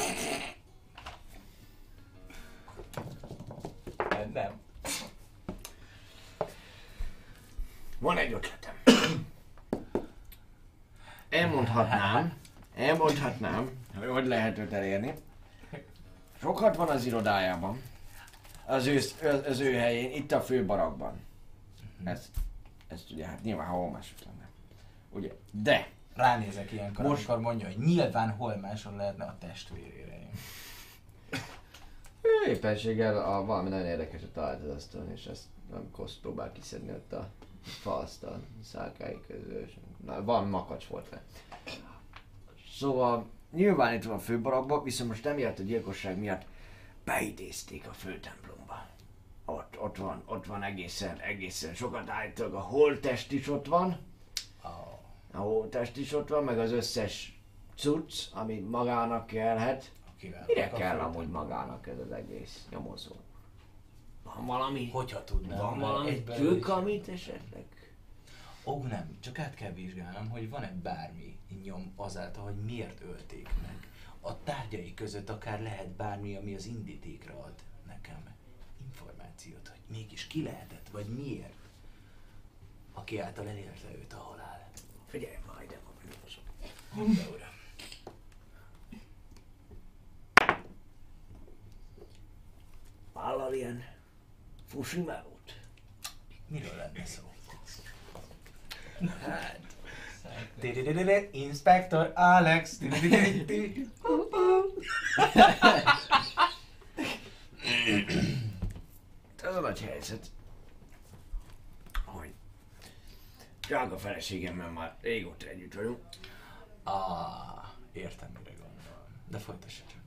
Nem.
Van egy ötletem. Elmondhatnám, elmondhatnám, hogy hogy lehet őt elérni. Sokat van az irodájában, az ő, az ő helyén, itt a főbarakban. Ezt, ezt ugye hát nyilván hol máshogy lenne. Ugye, de
Ránézek ilyenkor,
Most-
amikor mondja, hogy nyilván hol máson lehetne a testvérére.
ő éppenséggel a, valami nagyon érdekeset talált az asztalon, és ezt amikor azt próbál kiszedni ott a falaszt a szálkái közül, és na, van makacs volt vele. Szóval nyilván itt van a főbarakban, viszont most emiatt a gyilkosság miatt beidézték a főtemplomba. Ott, ott van, ott van egészen, egészen sokat állítólag, a holttest is ott van. A holttest is ott van, meg az összes cucc, ami magának kellhet. Mire kell amúgy magának ez az egész nyomozó? Van valami?
Hogyha tudnám.
Van
mert
valami
egyben
trükk,
is-
amit esetleg?
Ó, nem, csak át kell vizsgálnom, hogy van-e bármi nyom azáltal, hogy miért ölték meg. A tárgyai között akár lehet bármi, ami az indítékra ad nekem információt, hogy mégis ki lehetett, vagy miért, aki által elérte őt a halál.
Figyelj majd, de ma nyomozó.
De uram.
Vállal ilyen fusimelót?
Miről lenne szó? Hát... Tididididi, Inspector Alex. Tididididi.
Ez a nagy helyzet, hogy drága feleségemmel már régóta együtt vagyunk.
Ah, értem, mire gondol. De folytassa csak.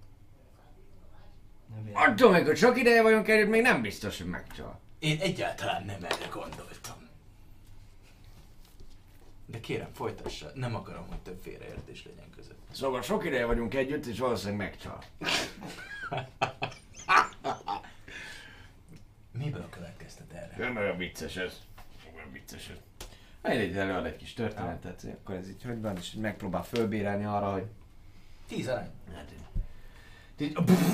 Nem véletlen.
Attól még, hogy sok ideje vagyunk együtt, még nem biztos, hogy megcsal.
Én egyáltalán nem erre gondoltam. De kérem, folytassa. Nem akarom, hogy több félreértés legyen között.
Szóval sok ideje vagyunk együtt, és valószínűleg megcsal.
Miből következtet erre?
Nem olyan vicces ez. Olyan vicces ez. Egy előad egy kis történetet, akkor ez így hogy van, és így megpróbál fölbérelni arra, hogy...
Tíz arány.
Hát, így...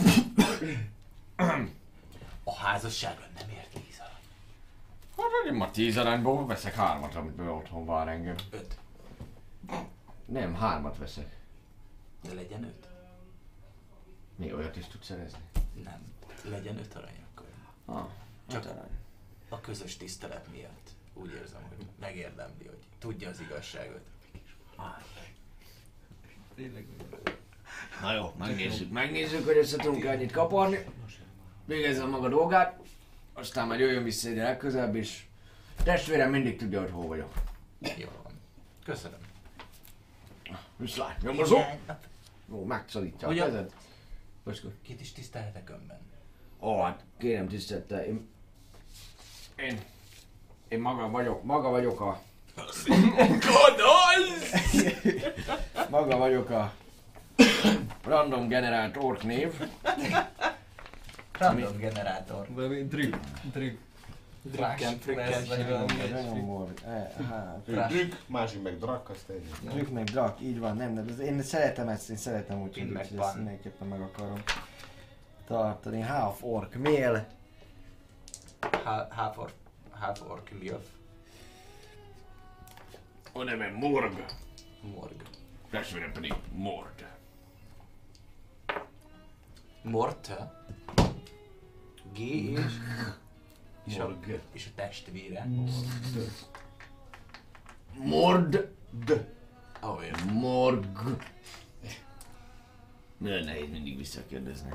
A házasságra nem ért tíz arány.
Hát én ma tíz arányból veszek hármat, amitből otthon vár engem.
Öt.
Nem, hármat veszek.
De legyen öt.
Mi olyat is tudsz szerezni?
Nem. Legyen öt arany akkor.
Ah,
Csak-
Csak arány.
A közös tisztelet miatt. Úgy érzem, hogy megérdemli, hogy tudja az igazságot.
Tényleg.
Na jó, megnézzük, megnézzük, hogy össze tudunk ennyit kaparni. Végezze a maga dolgát, aztán majd jöjjön vissza ide legközelebb is. Testvérem mindig tudja, hogy hol vagyok.
Jó van. Köszönöm.
Viszlát, nyomozó?
Igen.
Jó, megszorítja a
Ugye-
kezed. Bocskor.
Kit is tisztelhetek önben?
Ó, hát kérem tisztelte, én... Én... Én maga vagyok, maga vagyok a... Maga vagyok a... Random generált ork név.
Random generátor.
Valami drük, drük.
Drükken, frükken,
vagy valami
Nagyon
ilyesmi.
mor. E, hát.
Trash.
Drük, másik meg drak, azt egy.
Drük meg drak, így van, nem, nem, én szeretem ezt, én szeretem úgy,
Én
hogy
meg
úgyhogy ezt
pan.
mindenképpen meg akarom tartani. Half orc male.
Ha- Half orc, half orc milf.
A neve Morg.
Morg.
Testvérem pedig Mord.
Morta. G és... és a,
Morg.
és a testvére.
Mord.
D.
Oh, yeah.
Morg. Nagyon nehéz mindig visszakérdezni.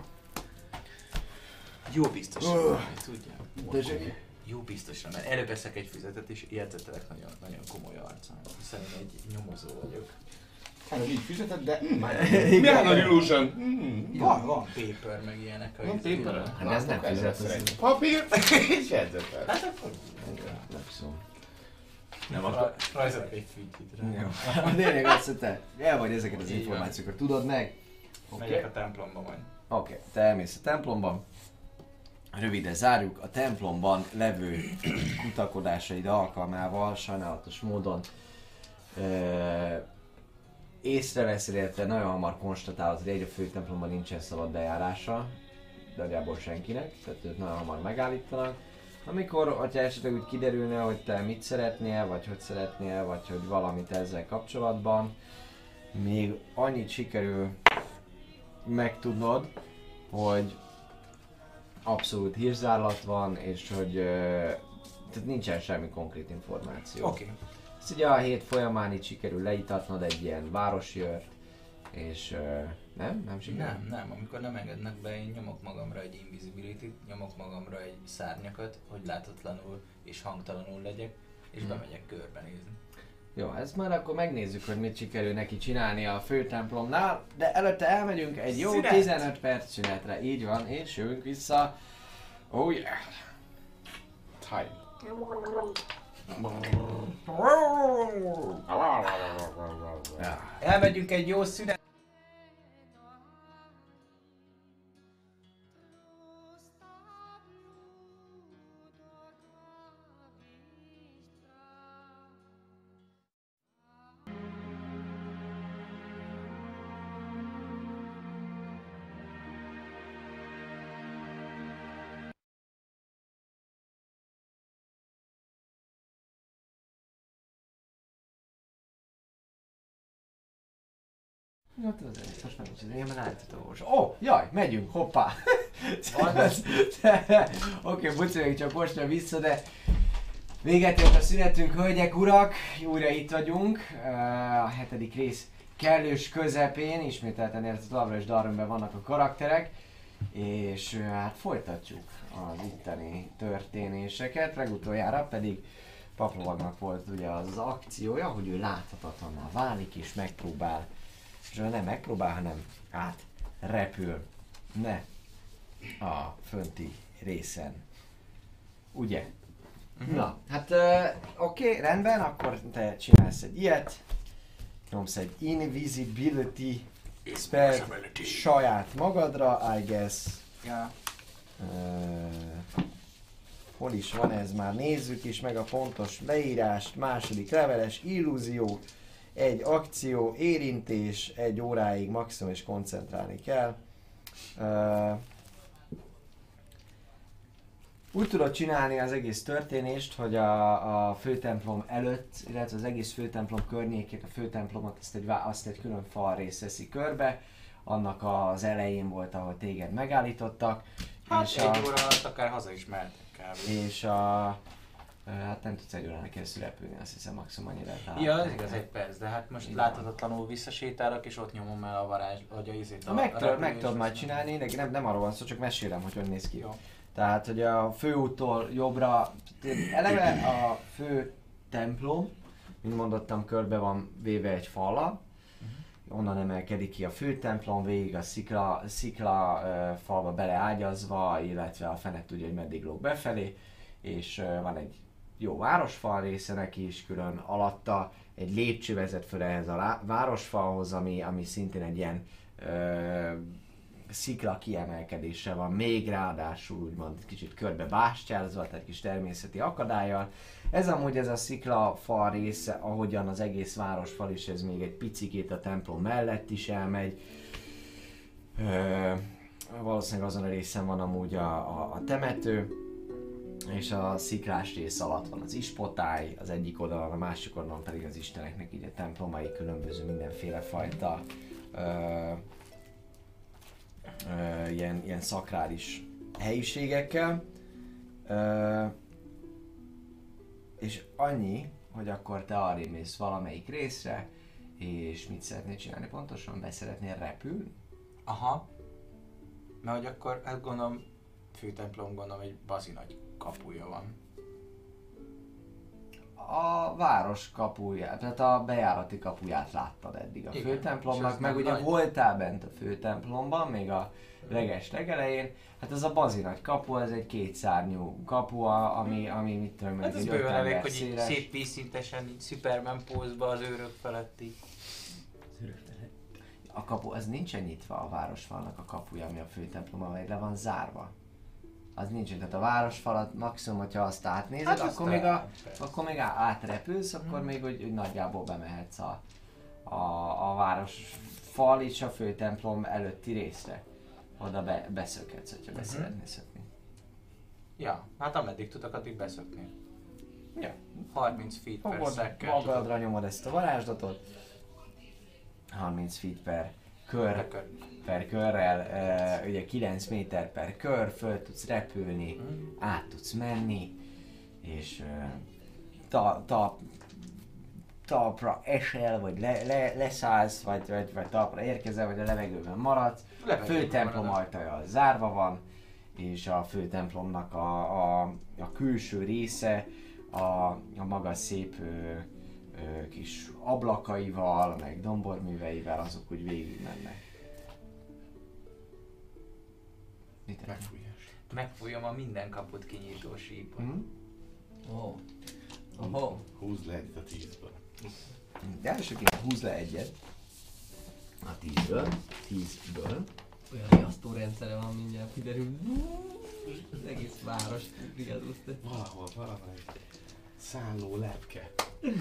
Jó biztos,
Öh.
tudja.
Tessék?
Jó biztosra, mert előbb veszek egy füzetet és jegyzetelek nagyon, nagyon komoly arcán, hiszen én egy nyomozó vagyok.
Hát így fizetett, de... Mm, milyen nagy illusion? Mm.
Van, van paper meg ilyenek. a
Van
izé-
paper?
Hát ez nem fizet, ez
Papír és jegyzetel.
Hát akkor...
Lapszom.
Nem akar. Rajzolok egy fügyit rá.
Jó. A lényeg az, hogy te el vagy ezeket az
Így van.
információkat, tudod meg?
Megyek
Oké,
a templomba majd.
okay. Te elmész a templomba. Röviden zárjuk, a templomban levő kutakodásaid alkalmával sajnálatos módon ö, észreveszed, illetve nagyon hamar konstatálod, hogy egy a fő templomban nincsen szabad bejárása, nagyjából senkinek, tehát őt nagyon hamar megállítanak. Amikor, hogyha esetleg úgy kiderülne, hogy te mit szeretnél, vagy hogy szeretnél, vagy hogy valamit ezzel kapcsolatban, még annyit sikerül megtudnod, hogy abszolút hírzárlat van, és hogy ö, tehát nincsen semmi konkrét információ.
Oké. Okay.
Ezt ugye a hét folyamán így sikerül leítatnod egy ilyen városi ört, és ö, nem? Nem sikerül?
Nem, nem, amikor nem engednek be, én nyomok magamra egy invisibility-t, nyomok magamra egy szárnyakat, hogy láthatatlanul és hangtalanul legyek, és
Hmm.
bemegyek körbenézni.
Jó, ezt már akkor megnézzük, hogy mit sikerül neki csinálni a főtemplomnál, de előtte elmegyünk egy jó
Szünet!
tizenöt perc szünetre, így van, és jövünk vissza. Oh yeah!
Time.
Ja.
Elmegyünk egy jó szünet.
Jó, tudod, ez most megcsinálni, én már állítottam most. Ó, oh, jaj, megyünk, hoppá! Oké, okay, bocsánat, csak mostra vissza, de véget ért a szünetünk, hölgyek, urak! Újra itt vagyunk, a hetedik rész kellős közepén, ismételten érted, továbbra is Darwinben vannak a karakterek, és hát folytatjuk az itteni történéseket, legutoljára pedig Paplovagnak volt ugye az, az akciója, hogy ő láthatatlanná válik és megpróbál, és ő nem megpróbál, hanem átrepül ne a fönti részen. Ugye? Uh-huh. Na, hát uh, oké, okay, rendben, akkor te csinálsz egy ilyet, nyomsz egy invisibility spell saját magadra, I guess.
Ja.
Uh, hol is van ez már? Nézzük is meg a pontos leírást. Második leveles illúzió, egy akció, érintés, egy óráig maximum és koncentrálni kell. Uh, úgy tudod csinálni az egész történést, hogy a, a főtemplom előtt, illetve az egész főtemplom környékét, a főtemplomot azt egy, azt egy külön fal rész veszi körbe. Annak az elején volt, ahol téged megállítottak.
Hát
és
egy
a,
óra alatt akár haza is mehetek kb.
és a... Hát nem tudsz egy órának keresztül repülni, azt hiszem maximum annyira lehet.
Ja, az igaz, egy perc, de hát most
Igen.
láthatatlanul visszasétálok és ott nyomom el a varázs, vagy a izét.
Na, meg tudod, meg tudod majd csinálni, de nem, nem arról van szó, csak mesélem, hogy hogy néz ki.
Jó.
Tehát, hogy a főúttól jobbra, eleve a fő templom, mint mondottam, körbe van véve egy fallal, onnan emelkedik ki a fő templom, végig a szikla, szikla uh, falba beleágyazva, illetve a fene tudja, hogy meddig lóg befelé, és uh, van egy jó városfal része neki is, külön alatta egy lépcső vezet föl ehhez a lá- városfalhoz, ami, ami szintén egy ilyen uh, szikla kiemelkedése van, még ráadásul úgymond kicsit körbe bástyázva, tehát kis természeti akadályal. Ez amúgy ez a szikla fal része, ahogyan az egész városfal is, ez még egy picikét a templom mellett is elmegy. Ö, valószínűleg azon a részen van amúgy a, a, a temető, és a sziklás rész alatt van az ispotály, az egyik oldalon, a másik oldalon pedig az isteneknek így a templomai különböző mindenféle fajta ö, ö, ilyen, ilyen szakrális helyiségekkel. Ö, és annyi, hogy akkor te arrébb mész valamelyik részre, és mit szeretnél csinálni pontosan? Be szeretnél repülni?
Aha. Mert hogy akkor, hát gondolom, főtemplom gondolom egy bazi nagy kapuja van.
A város kapuját, tehát a bejárati kapuját láttad eddig a
Igen, és
főtemplomnak,
az
meg
nem
ugye
nagy.
voltál bent a főtemplomban, még a leges legelején. Hát ez a bazi nagy kapu, ez egy kétszárnyú kapu, a- ami, ami mit tudom,
Hát
mondjuk
ez
egy öt
bőven elég,
ember
hogy így
széles.
szép vízszintesen, így Superman pózba az őrök felett így.
A kapu, az nincsen nyitva a városfalnak a kapuja, ami a főtemplom, amely le van zárva. Az nincsen, tehát a városfalat maximum, hogyha azt átnézed,
Hát
hát
azt
akkor, még a,
talán, persze.
akkor még á- átrepülsz, akkor
Mhm.
még úgy, úgy nagyjából bemehetsz a, a, a városfal és a főtemplom előtti részre. Oda be, beszökhetsz, hogyha be
Mhm.
szeretnél szökni.
Ja, hát ameddig tudok, addig beszökni.
Ja.
harminc feet per
Fogod,
second.
magadra nyomod ezt a varázslatot. harminc feet per kör,
Rekör.
per körrel, uh, ugye kilenc méter per kör, föl tudsz repülni,
Mhm.
át tudsz menni, és uh, ta, ta, talpra esel, vagy le, le, leszállsz, vagy, vagy, vagy talpra érkezel, vagy a levegőben maradsz. A
Levegőben
főtemplom
marad.
ajtaja zárva van, és a főtemplomnak a, a, a külső része a, a maga szép ö, ö, kis ablakaival, meg domborműveivel, azok úgy végig mennek. Mit
Megfújás.
Megfújom a minden kaput kinyitó sípot.
hm?
Ó. Oho.
Húzd le egyet a tízből.
De elsőként húzz le egyet. A tízből. Tízből.
Olyan riasztó rendszere van, mindjárt kiderül. Az egész város riadózta.
Valahol, valamelyik szálló lepke.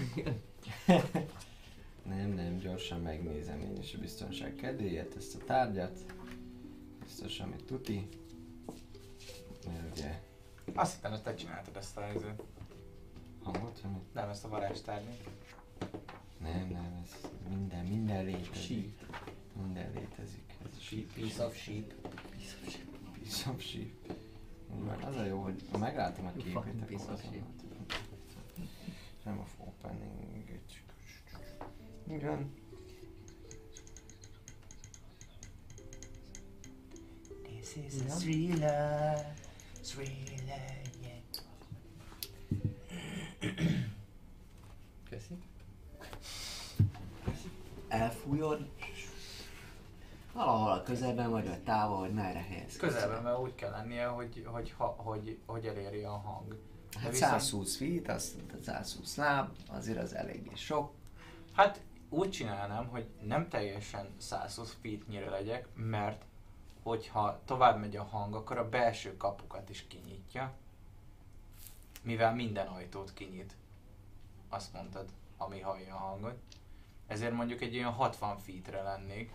Nem, nem, gyorsan megnézem én is a biztonság kedvéért ezt a tárgyat. Biztos, amit tuti. Mert ugye
Azt hittem, hogy te csináltad ezt a helyzet.
hangot, amit?
Nem ezt a varázstárgyat.
Nem, nem, ez minden, minden létezik.
Sheep.
Minden létezik. Ez a sheep.
Piece of sheep.
Piece of sheep. Úgy van, az a jó, hogy ha meglátom a képét,
Fucking
akkor
piece of
azonnal
sheep.
tudom. Nem a opening. Úgy van.
This is
a
thriller, thriller, yeah.
Köszi.
Elfújod. Valahol a közelben vagy, vagy távol, vagy merre helyezkedsz.
Közelben, mert úgy kell lennie, hogy, hogy, ha, hogy, hogy elérje a hang. De
Hát
viszont-
százhúsz feet, azt százhúsz láb, azért az eléggé sok.
Hát úgy csinálnám, hogy nem teljesen százhúsz feetnyire legyek, mert hogyha tovább megy a hang, akkor a belső kapukat is kinyitja, mivel minden ajtót kinyit. Azt mondtad, ami hallja a hangot. Ezért mondjuk egy olyan hatvan feetre lennék.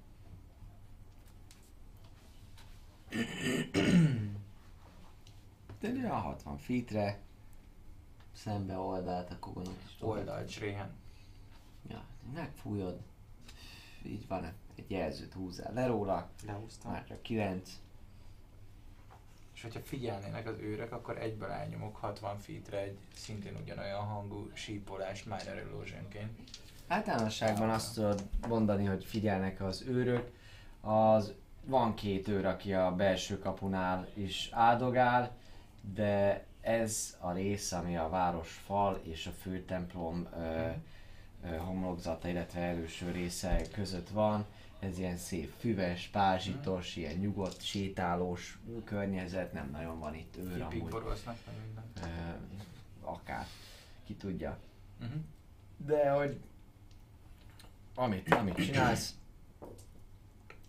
De egy olyan hatvan feetre, szembe oldalt, akkor gondolom is tudod.
Oldalt Sréhen.
Ja, megfújod. Így van, egy jelzőt húzzál le róla,
Lehúztam.
már csak kilenc.
És hogyha figyelnének az őrök, akkor egyből elnyomok hatvan feetre egy szintén ugyanolyan hangú sípolást Minor Illusionként.
Általánosságban azt tudod mondani, hogy figyelnek az őrök. Az van két őr, aki a belső kapunál is áldogál, de ez a rész, ami a városfal és a főtemplom ö, ö, homlokzata, illetve előső része között van, ez ilyen szép füves, pázsitos, ilyen nyugodt, sétálós környezet, nem nagyon van itt őr
Hippik
amúgy.
boroznak, meg minden.
Ö, akár, ki tudja.
Uh-huh.
De hogy amit, amit csinálsz,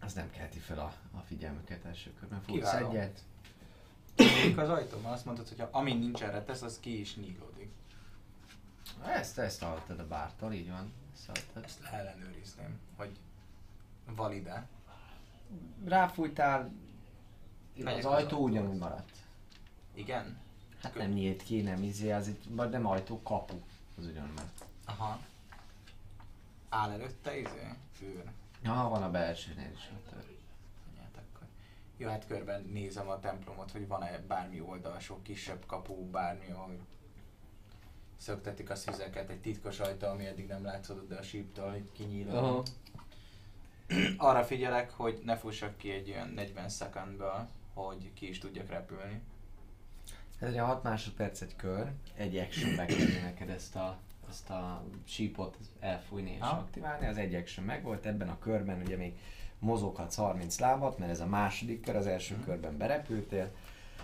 az nem kelti fel a, a figyelmüket első körben. Futsz
Kiváló.
egyet.
Nyílik az ajtó, mert azt mondtad, hogy ha amin nincs erre tesz, az ki is nyílódik.
Ezt, ezt hallottad a bártól, így van. Ezt hallottad.
Ezt ellenőrizném, hogy valide.
Ráfújtál,
Melyek
az
az
ajtó
ajtó?
ugyanúgy maradt.
Igen?
Hát nem nyílt ki, nem izé, az itt, vagy nem ajtó, kapu. Az ugyanúgy maradt.
Aha. Áll előtte izé? Őr.
Aha, van a belsőnél is. ott.
Hát akkor. Jó, hát körben nézem a templomot, hogy van-e bármi oldalsó, kisebb kapu, bármi, ahol szöktetik a szüzeket, egy titkos ajtó, ami eddig nem látszódott, de a síptól így kinyíló.
Aha.
Arra figyelek, hogy ne fussak ki egy olyan negyven szekundból, hogy ki is tudjak repülni.
Ez ugye hat másodperc egy kör, egy action meg kell neked ezt a, ezt a sípot elfújni és
Ha?
aktiválni, az egy action megvolt, ebben a körben ugye még mozoghatsz harminc lábat, mert ez a második kör, az első
Mhm.
körben berepültél.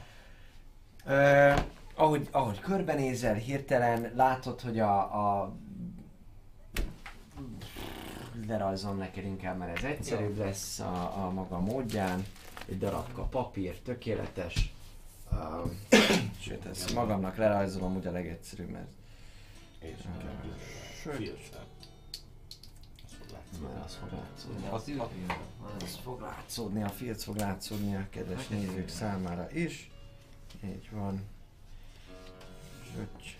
Uh, ahogy, ahogy körbenézel, hirtelen látod, hogy a, a lerajzolom neked inkább, mert ez egyszerűbb lesz a, a maga módján. Egy darabka papír, tökéletes. Um, sőt, ezt magamnak lerajzolom úgy a legegyszerűbb, mert
És inkább
Sőt.
filctel. Az fog látszódni.
már az fog látszódni.
De az ültőjön.
Az fog látszódni, a filc fog látszódni a kedves nézők számára is. Így van. Söcs.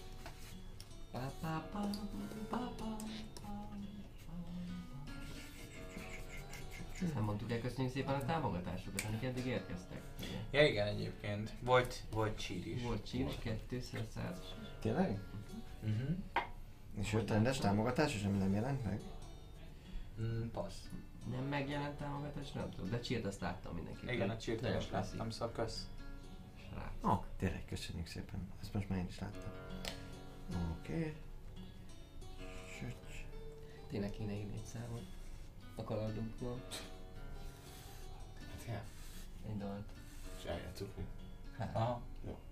Nem mondtuk el, köszönjük szépen a támogatásokat, amik eddig érkeztek. Ugye?
Ja igen, egyébként. Volt, volt csír is.
Volt csírs, kétszáz.
Tényleg?
Uh-huh.
És jött rendes támogatás, és ami nem jelent meg?
Mm, passz.
Nem megjelent támogatás, nem tudom, de csírt azt láttam mindenki.
Igen, a csírt
Nagyon
is
klasszik.
láttam, szóval kösz.
Srác.
Ó, oh, tényleg köszönjük szépen. Ezt most már én is láttam. Oké. Okay. Söcs.
Tényleg kéne írni egy számot. A kalandunkról.
Hát ja,
Egy dalt.
és eljátszuk mi.
Aha.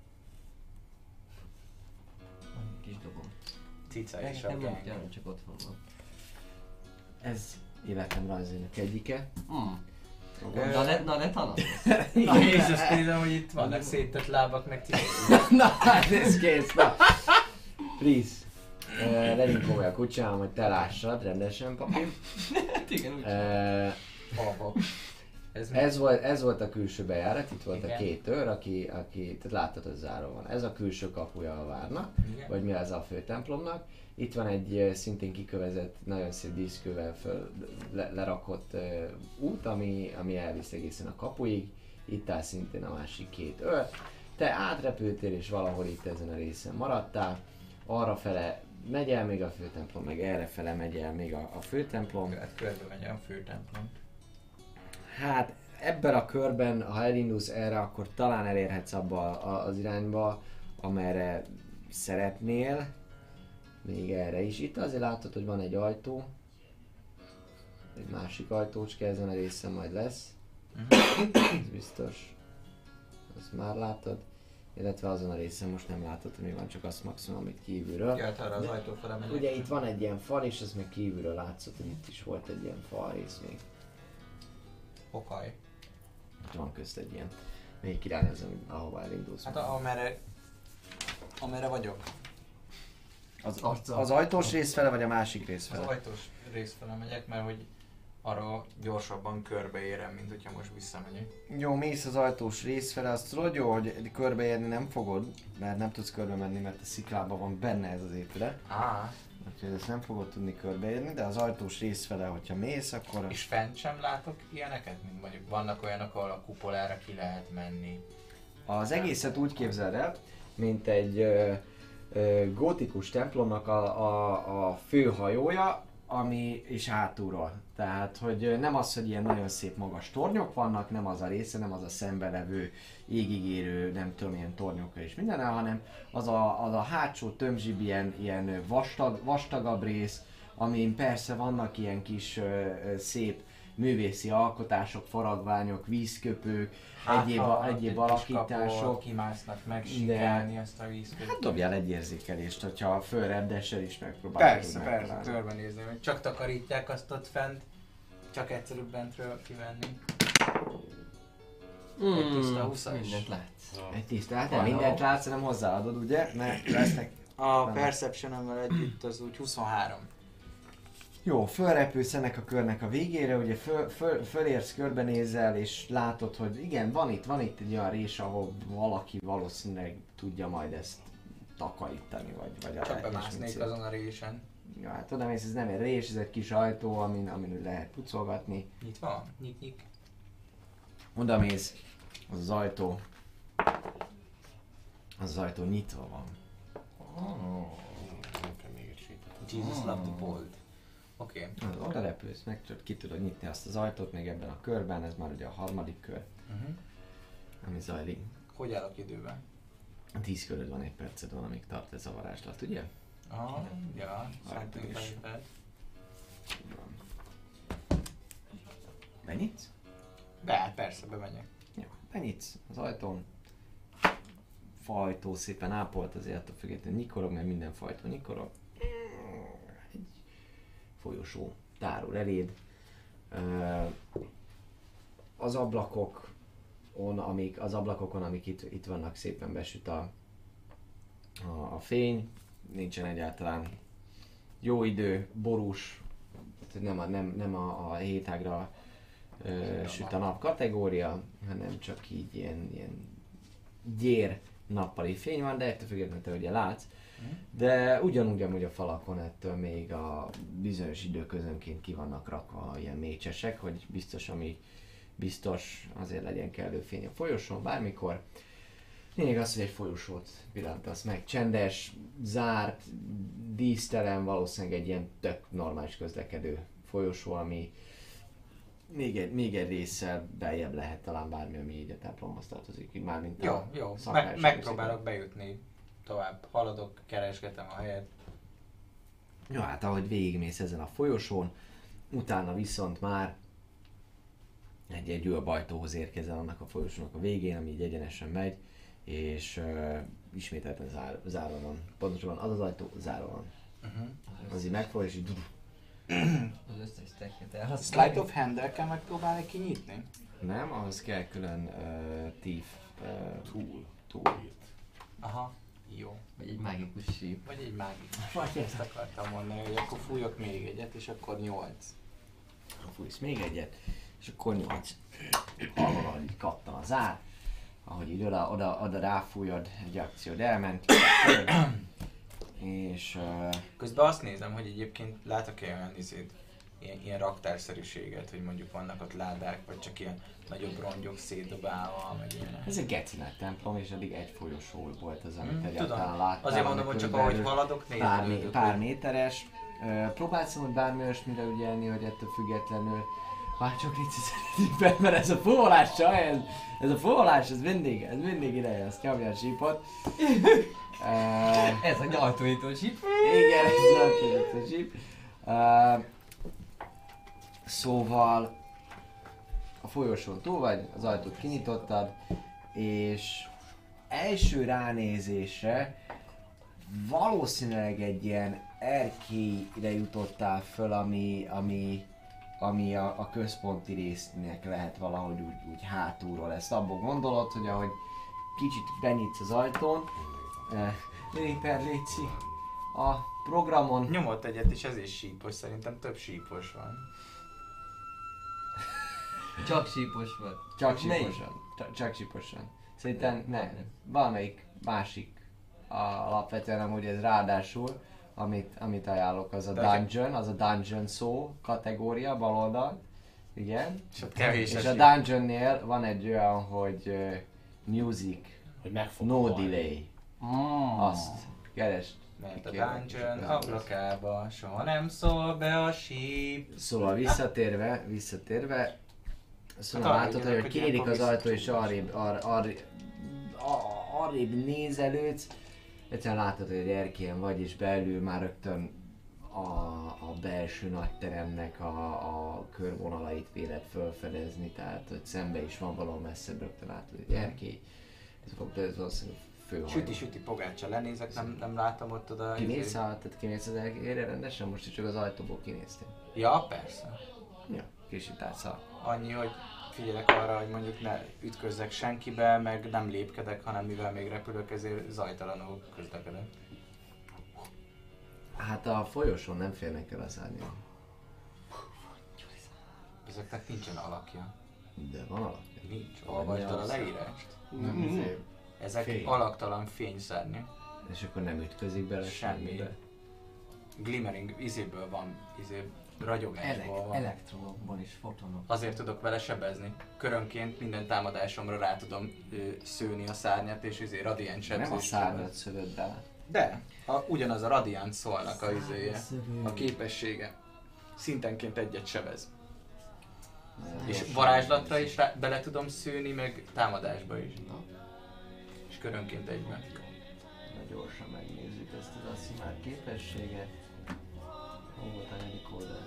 Kis dobom.
Cica és
Nem
a
nem
gang.
nem csak otthon van.
Ez életem rajzének egyike.
Mm.
Ö,
Na ne, na ne tanasz!
Na Jézus, nézem, hogy itt vannak széttett lábak, meg cicák.
Na, hát ez kész, na. Please. Uh, legyünk komolyan, kucsám, hogy te lássad rendesen, papi.
Hát igen, úgy.
Uh,
Alba. Ez,
ez, volt, ez volt a külső bejárat, itt volt
Igen.
a két őr, aki, aki tehát láttad, hogy zárva van. Ez a külső kapuja a várnak,
Igen.
vagy mi az a főtemplomnak. Itt van egy uh, szintén kikövezett, nagyon szép díszkővel föl, le, lerakott uh, út, ami, ami elvisz egészen a kapuig. Itt áll szintén a másik két őr. Te átrepültél és valahol itt ezen a részen maradtál. Arra fele megy el még a főtemplom, meg erre fele megy el még a, a főtemplom.
Hát körbe megy a főtemplom.
Hát ebben a körben, ha elindulsz erre, akkor talán elérhetsz abba a- az irányba, amerre szeretnél. Még erre is. Itt azért látod, hogy van egy ajtó. Egy másik ajtócska ezen a részen majd lesz. Ez biztos. Azt már látod. Illetve azon a részen most nem látod, hogy mi van, csak azt maximum, amit kívülről.
Jöhet arra az
De-
ajtó fele megyek.
Ugye itt van egy ilyen fal, és ez még kívülről látszott, hogy itt is volt egy ilyen fal rész még.
Pokaj.
Itt van közt egy ilyen. Még kirányozom, ahova elindulsz.
Hát a- amerre... Amerre vagyok.
az,
arca.
az ajtós rész fele, vagy a másik rész
Az
fele?
ajtós rész fele megyek, mert hogy arra gyorsabban körbeérem, mint hogyha most visszamegyek.
Jó, mész az ajtós rész fele, azt tudod jó, hogy körbeérni nem fogod, mert nem tudsz körbe menni, mert a sziklában van benne ez az épület.
Á.
Úgyhogy ezt nem fogod tudni körbeérni, de az ajtós rész fele, hogyha mész, akkor...
És fent sem látok ilyeneket, mint mondjuk vannak olyanok, ahol a kupolára ki lehet menni.
Az egészet úgy képzeld el, mint egy ö, ö, gótikus templomnak a, a, a főhajója, ami is hátulról. Tehát, hogy nem az, hogy ilyen nagyon szép magas tornyok vannak, nem az a része, nem az a szembelevő, égigérő, nem tudom, ilyen tornyokkal és minden, hanem az a, az a hátsó tömzsibb ilyen, ilyen vastag, vastagabb rész, amin persze vannak ilyen kis ö, ö, szép művészi alkotások, faragványok, vízköpők, egyéb,
ha
egyéb
egy kis kapóval
alakítások.
kimásznak megsíkelni azt a vízköt.
Hát dobjál egy érzékelést, hogyha fölreddessel is megpróbálod
Persze, persze, körbenézni, hogy csak takarítják azt ott fent, csak egyszerűbb bentről kivenni.
Mm,
Egy tiszta huszas.
mindent látsz.
Egy tiszta, hát nem mindent látsz, hanem hozzáadod, ugye? Mert lesznek...
A Perception-emmel együtt az úgy huszonhárom.
Jó, fölrepülsz ennek a körnek a végére, ugye föl, föl, fölérsz, körbenézel, és látod, hogy igen, van itt, van itt egy olyan rés, ahol valaki valószínűleg tudja majd ezt takarítani, vagy, vagy a
Csak bemásznék azon a résen.
Ja, hát tudom, ez nem egy rés, ez egy kis ajtó, amin, amin lehet pucolgatni.
Nyitva van? Nyik, nyik.
Oda mész, az az ajtó, az az ajtó nyitva van.
Jesus love the bold. Oké. Okay.
Oda repülsz, meg tudod, ki tudod nyitni azt az ajtót még ebben a körben, ez már ugye a harmadik kör,
Uh-huh.
ami zajlik.
Hogy állok időben?
tíz köröd van, egy perced van, amíg tart ez a varázslat, ugye?
Ah, ja, szerintem
is.
fejfed.
Benyitsz?
Be, persze, bemegyek.
Jó, benyitsz az ajtón. Fajtó szépen ápolt, azért a függetlenül nyikorog, mert minden fajtó nyikorog. Egy folyosó tárul eléd. Ö, Az ablakokon, amik, az ablakokon, amik itt, itt vannak, szépen besüt a, a, a fény. Nincsen egyáltalán jó idő, borús, nem a, nem, nem a, a hétágra ö, süt a nap kategória, hanem csak így ilyen, ilyen gyér nappali fény van, de ettől függetlenül te ugye látsz. De ugyanúgy amúgy a falakon ettől még a bizonyos időközönként ki vannak rakva ilyen mécsesek, hogy biztos, ami biztos, azért legyen kellő fény a folyosón bármikor. Lényeg az, hogy egy folyosót pillantasz meg. Csendes, zárt, dísztelen, valószínűleg egy ilyen tök normális közlekedő folyosó, ami még egy, még egy résszel beljebb lehet talán bármi, ami így a templomhoz tartozik. Mármint
Jó,
a
jó.
szakrális
Me- megpróbálok bejutni tovább. Haladok, keresgetem a helyet.
Jó, hát ahogy végigmész ezen a folyosón, utána viszont már egy, egy újabb ajtóhoz érkezel annak a folyosónak a végén, ami így egyenesen megy, és uh, ismételten zár, zárva van. Pontosabban az az ajtó zárva van.
Uh-huh.
Az így megfog, és így...
Az összes tekket elhasználni.
Sleight of hand-del kell megpróbálni kinyitni?
Nem, ahhoz kell külön uh, thief uh,
Túl.
tool.
Aha, jó.
Vagy egy mágikus síp.
Vagy egy mágikus.
Vagy
Ezt akartam mondani, hogy akkor fújok még egyet, és akkor nyolc.
Fújsz még egyet, és akkor nyolc. Hallod, ahogy így kattan a zár, ahogy így oda, oda, oda ráfújod, egy akciód elment, és... Uh,
Közben azt nézem, hogy egyébként látok-e olyan izét, ilyen, ilyen raktárszerűséget, hogy mondjuk vannak ott ládák, vagy csak ilyen nagyobb rongyok szétdobálva, meg ilyenek.
ez egy geci nagy templom, és eddig egy folyosó volt az, amit
Hmm,
egyáltalán
tudom.
láttál.
Azért mondom,
ami
hogy csak
körülbelül
ahogy haladok,
pár, mé-
nézelődök.
pár méteres. Uh, próbálsz hogy bármi olyasmire ügyelni, hogy ettől függetlenül már csak légy mert ez a fúvolás csaj, ez, ez a fúvolás, ez mindig, ez mindig ideje, azt nyomja a sípot. Uh,
Ez a nyajtóító síp.
Igen, ez a síp. Uh, szóval a folyosón túl vagy, az ajtót kinyitottad, és első ránézésre valószínűleg egy ilyen erkélyre jutottál föl, ami, ami, ami a, a központi résznek lehet valahogy úgy, úgy hátulról. Ezt abból gondolod, hogy ahogy kicsit benyitsz az ajtón, eh, Réper léci a programon.
Nyomott egyet, és ez is sípos, szerintem több sípos van.
Csak sípos volt.
Csak
Melyik?
síposan. Csak, csak síposan. Szerintem ne. Valamelyik másik. A, alapvetően amúgy ez ráadásul, amit, amit ajánlok, az a
De
dungeon, az a dungeon szó kategória, bal oldal. Igen.
És ott kevés
És a
síp.
dungeonnél van egy olyan, hogy uh, music,
Hogy meg fog
no
halni.
delay.
Mm.
Azt keresd.
Mert a
Kérlek,
dungeon
és akkor-
ablakába soha nem szól be a síp.
Szóval visszatérve, visszatérve, szóval
Hát arra
látod,
jönnek,
hogy
hogy
kinyílik az
ilyenkor
ajtó és
visszatérés.
arrébb, ar, ar, a- arrébb nézelődsz, egyszerűen látod, hogy egy erkélyen vagy, és belül már rögtön a, a belső nagyteremnek a, a körvonalait véled felfedezni, tehát hogy szembe is van valahol messzebb, rögtön látod, hogy egy erkély. Ez, fog- ez valószínűleg főhajó.
Süti-süti pogácsa, lenézek, nem, nem látom ott oda.
Kimész,
izé-
a, tehát kimész az erkélyre rendesen? Most is csak az ajtóból kinéztél.
Ja, persze.
Ja. Kicsit tárca.
Annyi, hogy figyelek arra, hogy mondjuk ne ütközzek senkibe, meg nem lépkedek, hanem mivel még repülök, ezért zajtalanul közlekedek.
Hát a folyosón nem férnek el az árnyak.
Ezeknek nincsen alakja.
De van alakja.
Nincs. Olvastad a leírást?
Nem, izé,
Ezek
Fény.
alaktalan fényszárnyak.
És akkor nem ütközik bele
Semmi.
semmibe.
Glimmering izéből van, izé ragyogásból
Elek-
van.
elektronokból is, fotonok.
Azért tudok vele sebezni. Körönként minden támadásomra rá tudom ö, szőni a szárnyat, és izé radiant sebzést.
Nem a szárnyat szövöd bele.
De, a, ugyanaz a radiant szólnak a izéje, a képessége. Szintenként egyet sebez. És varázslatra is rá, bele tudom szőni, meg támadásba is. És körönként egyben.
Na gyorsan megnézzük ezt az Asszimár képességet. Hol volt a negyedik oldal?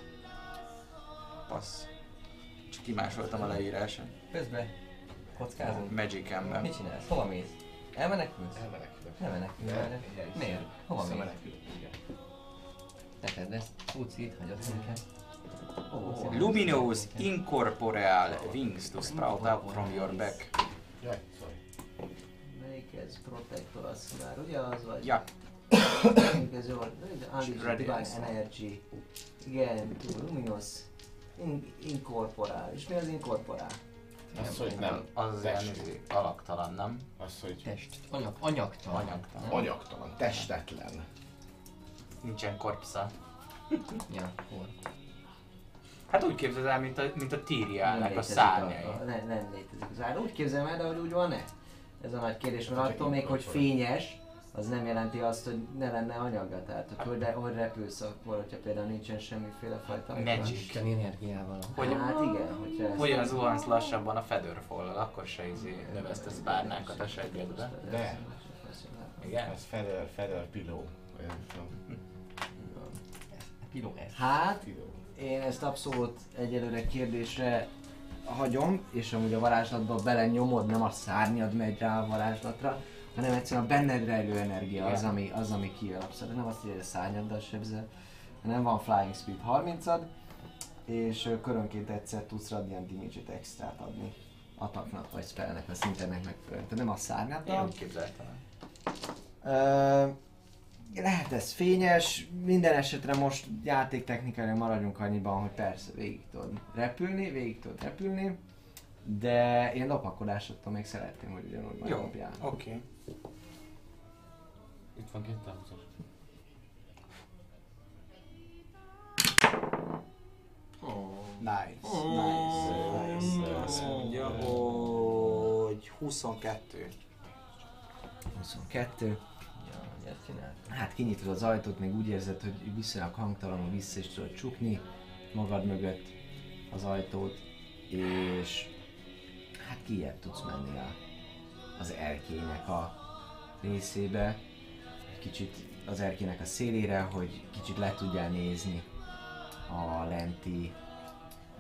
Passz. Csak kimásoltam a leírását.
Közben kockázunk.
Magicemben.
Mit csinálsz? Hova mész? Elmenekülsz?
elmenekülök.
Nem menekülsz.
De-
Miért? Hova mész?
Visszamenekülök, igen.
Ne tedd ezt. Úgy itt hagyod minket. Ó,
Luminous incorporeal wings to sprout out from your back.
Jaj, sorry.
Melyik ez? Protector Asszimár, ugye az vagy?
Ja,
Melyik ez jól? Unleash
Ready.
Divine Energy. Igen, Luminous. In- incorporál. És mi az incorporál?
Az, hogy nem.
az az ilyen
Test.
izé, alaktalan, nem?
Az, hogy
Test. Anyag, anyagtalan.
Anyagtalan.
anyagtalan, testetlen.
Nincsen korpsza.
Ja, hol?
Hát úgy képzeld el, mint a, mint a Tyriának a
létezik
szárnyai.
a- Ne, nem létezik az ár. Úgy képzelem el, de hogy úgy van-e? Ez a nagy kérdés, mert
Hát,
attól még, hogy
incorporál.
fényes, az nem jelenti azt, hogy ne lenne anyaga. Tehát, hogy, hogy, hogy repülsz akkor, hogyha például nincsen semmiféle fajta.
Magic.
Isten energiával.
Hogy,
Hát igen, hogyha ezt...
hogyan zuhansz lassabban a Featherfall-al, akkor se izé növesztesz bárnákat a seggedbe.
De.
Igen?
Ez Feather, Feather Pillow. Olyan, nem,
Piló ez.
Hát,
Pillow.
én ezt abszolút egyelőre kérdésre hagyom, és amúgy a varázslatba belenyomod, nem a szárnyad megy rá a varázslatra, hanem egyszerűen a benned rejlő energia az,
Igen.
ami, az, ami kijön abszolút. Nem azt, hogy a szárnyaddal sebzel, hanem van Flying Speed harmincad, és ö, körönként egyszer tudsz Radiant Damage-et extrát adni ataknak vagy spellnek a szintenek megfelelően. Tehát nem a
Én
szárnyaddal.
úgy képzeltem.
Ö, lehet ez fényes, minden esetre most játéktechnikailag maradjunk annyiban, hogy persze végig tudod repülni, végig tudod repülni, de én lopakodásoktól még szeretném, hogy ugyanúgy majd
Jó,
lopjál.
oké. Okay.
Itt van két támaszos.
Nice,
Oh.
nice, nice.
Mm.
Azt mondja, hogy huszonkettő.
huszonkettő.
Ja, hogy ezt csináltam.
Hát kinyitod az ajtót, még úgy érzed, hogy viszonylag hangtalanul vissza is tudod csukni magad mögött az ajtót, és hát kijebb tudsz menni a, az erkélynek a részébe, kicsit az erkélynek a szélére, hogy kicsit le tudjál nézni a lenti ö,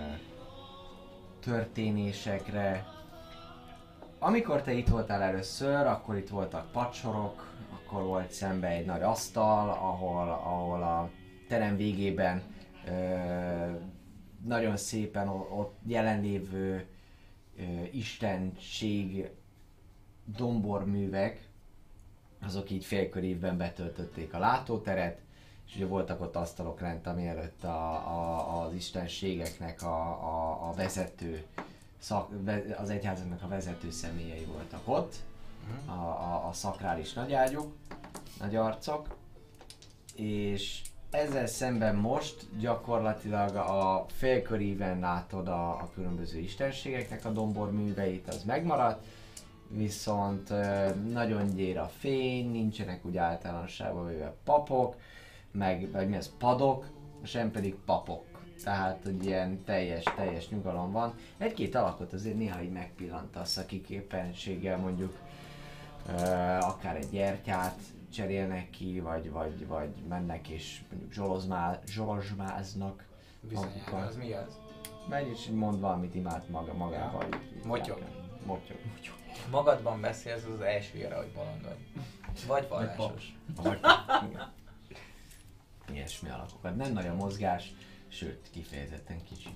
történésekre. Amikor te itt voltál először, akkor itt voltak padsorok, akkor volt szembe egy nagy asztal, ahol, ahol a terem végében ö, nagyon szépen o- ott jelenlévő ö, istenség domborművek, azok így félkörívben betöltötték a látóteret, és ugye voltak ott asztalok lent, ami előtt a, a, az istenségeknek a, a, a vezető, szak, az egyházaknak a vezető személyei voltak ott, a, a, a szakrális nagyágyuk, nagy arcok, és ezzel szemben most gyakorlatilag a félköríven látod a, a különböző istenségeknek a domborműveit, az megmaradt, viszont ö, nagyon gyér a fény, nincsenek úgy általánosságban véve papok, meg, vagy mi az, padok, sem pedig papok. Tehát, hogy ilyen teljes, teljes nyugalom van. Egy-két alakot azért néha így megpillantasz, akik éppenséggel mondjuk ö, akár egy gyertyát cserélnek ki, vagy, vagy, vagy mennek és mondjuk zsolozmá, zsolozsmáznak.
Bizonyára, az mi az?
Megy és mond valamit imád maga, magával.
Ja.
így- így
Motyog.
járkál. Motyog.
Magadban beszélsz, az az első jele, hogy bolond vagy. Vagy vallásos.
Vagy, igen. Ilyesmi alakokat. Nem nagy a mozgás, Sőt, kifejezetten kicsi.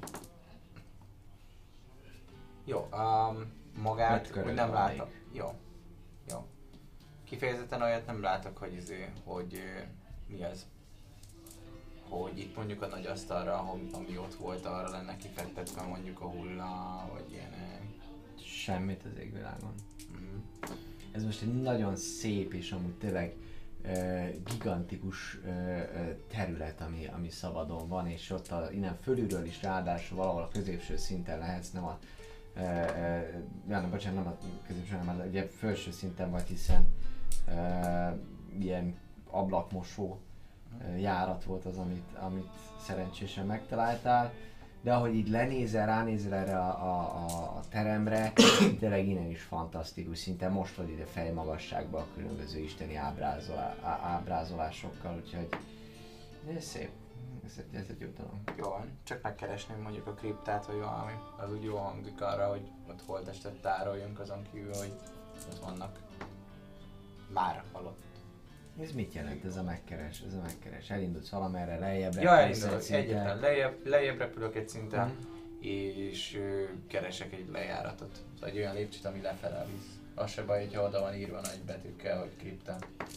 Jó, um, magát
Öt körül
úgy nem
van
látok.
még.
Jó. Jó. Kifejezetten olyat nem látok, hogy izé, hogy ö, mi az? Hogy itt mondjuk a nagy asztalra, ami, ami ott volt, arra lenne kifektetve mondjuk a hulla, vagy ilyenek.
Semmit az égvilágon.
Mm.
Ez most egy nagyon szép és amúgy tényleg uh, gigantikus uh, terület, ami, ami szabadon van, és ott a, innen fölülről is ráadásul valahol a középső szinten lehetsz, nem a uh, uh, ja, nem, bocsánat, nem a középső, hanem a ugye felső szinten vagy, hiszen uh, ilyen ablakmosó uh, járat volt az, amit, amit szerencsésen megtaláltál. De ahogy így lenézel, ránézel erre a, a, a, a teremre, tényleg innen is fantasztikus, szinte most vagy ide fejmagasságban a különböző isteni ábrázolá, á, ábrázolásokkal, úgyhogy ez szép, ez, egy- ez egy jó dolog.
Jó van, csak megkeresném mondjuk a kriptát, vagy valami, az úgy jól hangzik arra, hogy ott holttestet tároljunk azon kívül, hogy ott vannak már halott.
Ez mit jelent ez a megkeres, ez a megkeres? Elindulsz valamerre, lejjebb
Ja,
repülsz
elindulok,
egy szinten.
egyetlen lejjebb, lejjebb repülök egy szinten,
Mhm.
és ö, keresek egy lejáratot. Szóval egy olyan lépcsőt, ami lefele visz. Az se baj, hogyha oda van írva nagy betűkkel, hogy kriptán.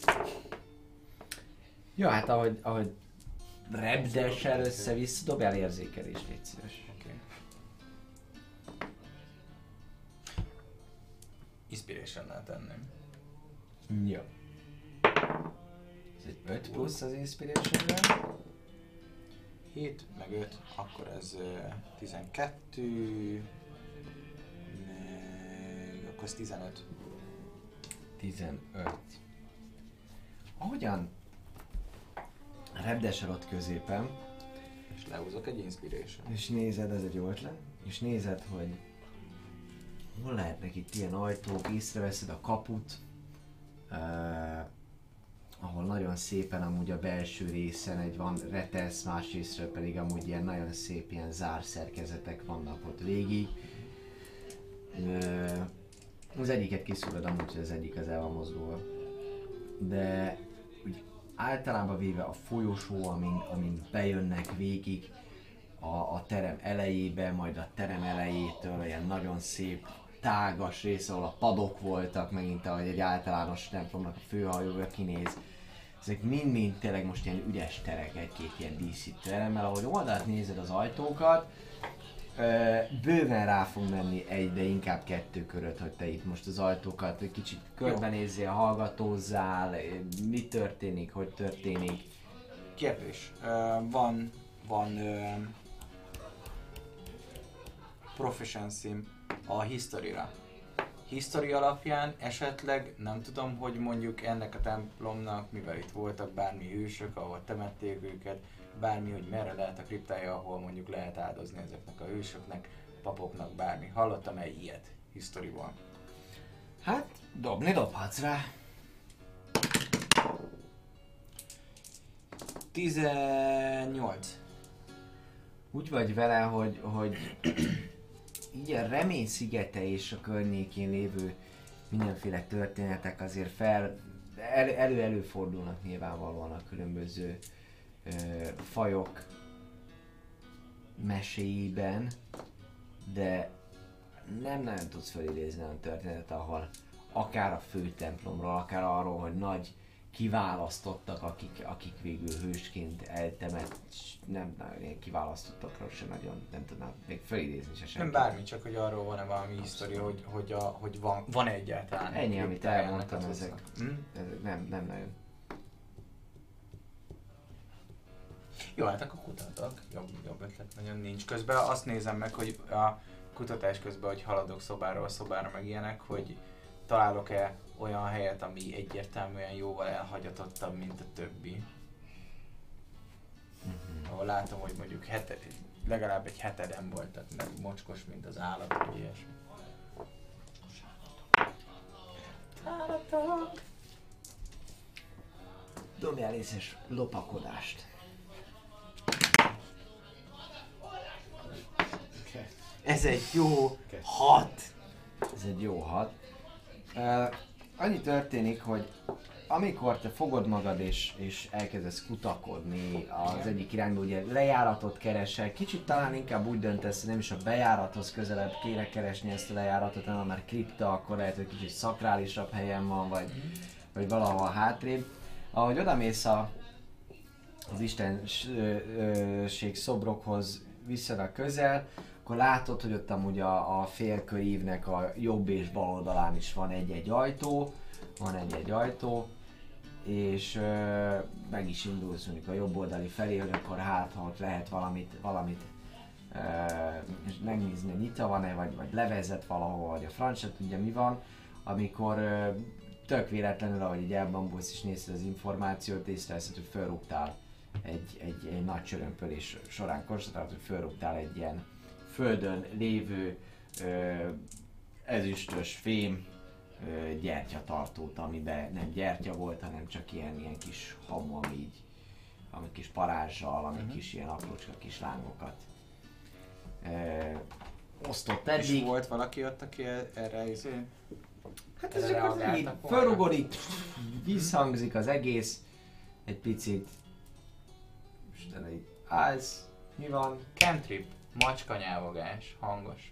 Jó, hát ahogy, ahogy repdessel össze-vissza, dobjál érzékelést, légy szíves.
Oké. Okay. Inspiration-nál tenném.
Jó. Ez egy öt plusz az inspiration-re.
hét, meg öt, akkor ez ö, tizenkettő, meg akkor ez tizenöt.
tizenöt. Ahogyan repdesel ott középen,
És lehúzok egy Inspiration.
és nézed, ez egy jó ötlet, és nézed, hogy hol lehetnek itt ilyen ajtók, észreveszed a kaput, uh, ahol nagyon szépen amúgy a belső részen egy van retesz, másrésztről pedig amúgy ilyen nagyon szép ilyen zárszerkezetek vannak ott végig. Uh, az egyiket kiszúrod amúgy, hogy az egyik az el van mozdulva. De úgy általában véve a folyosó, amin, amin bejönnek végig a, a terem elejébe, majd a terem elejétől ilyen nagyon szép tágas rész, ahol a padok voltak, megint ahogy egy általános templomnak a főhajója kinéz. Ezek mind-mind tényleg most ilyen üres terek, egy-két ilyen díszítő elemmel, ahogy oldalt nézed az ajtókat, ö, bőven rá fog menni egy, de inkább kettő köröt, hogy te itt most az ajtókat egy kicsit körbenézzél, hallgatózzál, mi történik, hogy történik.
Kérdés. Ö, van, van ö, proficiency a history-ra. History alapján esetleg nem tudom, hogy mondjuk ennek a templomnak, mivel itt voltak bármi hősök, ahol temették őket, bármi, hogy merre lehet a kriptája, ahol mondjuk lehet áldozni ezeknek a hősöknek, papoknak, bármi. Hallottam egy ilyet historyból.
Hát, dobni dobhatsz rá.
tizennyolc.
Úgy vagy vele, hogy, hogy így a Remény szigete és a környékén lévő mindenféle történetek azért fel, elő- elő-előfordulnak nyilvánvalóan a különböző ö, fajok meséiben, de nem nagyon tudsz felidézni olyan történetet, ahol akár a főtemplomról, akár arról, hogy nagy kiválasztottak, akik, akik végül hősként eltemet, nem nagyon ilyen kiválasztottakról se nagyon, nem tudnám még felidézni se senki.
Nem bármi, csak hogy arról van-e valami history, hogy, hogy, a, hogy van, van egyáltalán.
Ennyi, amit
kriptája
elmondtam,
ennek az
ezek.
osznak. Hm?
Ez nem, nem nagyon.
Jó, hát akkor kutatok. Jobb, jobb ötlet nagyon nincs. Közben azt nézem meg, hogy a kutatás közben, hogy haladok szobáról szobára meg ilyenek, hogy találok-e olyan helyet, ami egyértelműen jóval elhagyatottabb, mint a többi.
Mhm.
Ahol látom, hogy mondjuk hete, legalább egy heteden volt, tehát nem mocskos, mint az állat, vagy ilyesmi. Állatok!
Dobjál észes lopakodást.
Ez egy jó hat!
Ez egy jó hat. Uh, annyi történik, hogy amikor te fogod magad és, és elkezdesz kutakodni az egyik irányba, ugye lejáratot keresel, kicsit talán inkább úgy döntesz, hogy nem is a bejárathoz közelebb kéne keresni ezt a lejáratot, hanem már kripta, akkor lehet, hogy kicsit szakrálisabb helyen van, vagy, vagy valahol hátrébb. Ahogy odamész a, az istenség szobrokhoz viszonylag közel, akkor látod, hogy ott amúgy a, a félkörívnek a jobb és bal oldalán is van egy-egy ajtó, van egy-egy ajtó, és ö, meg is indulsz mondjuk a jobb oldali felé, hogy akkor hát, ha ott lehet valamit, valamit ö, megnézni, hogy nyitva van-e, vagy, vagy levezet valahol, vagy a franc se tudja mi van, amikor ö, tök véletlenül, ahogy így elbambulsz és nézted az információt, észreveszed, hogy fölrúgtál egy, egy, egy nagy csörömpölés során konstatálod, hogy fölrúgtál egy ilyen földön lévő ö, ezüstös fém ö, gyertyatartót, amiben nem gyertya volt, hanem csak ilyen, ilyen kis hamu, ami így, ami kis parázsal, ami uh-huh. kis ilyen aprócska kis lángokat ö, osztott eddig.
És volt valaki ott, aki erre izé...
Hát ez csak így fölrugod, így visszhangzik az egész, egy picit, Isten, így állsz, mi van?
Cantrip, macska nyávogás, hangos.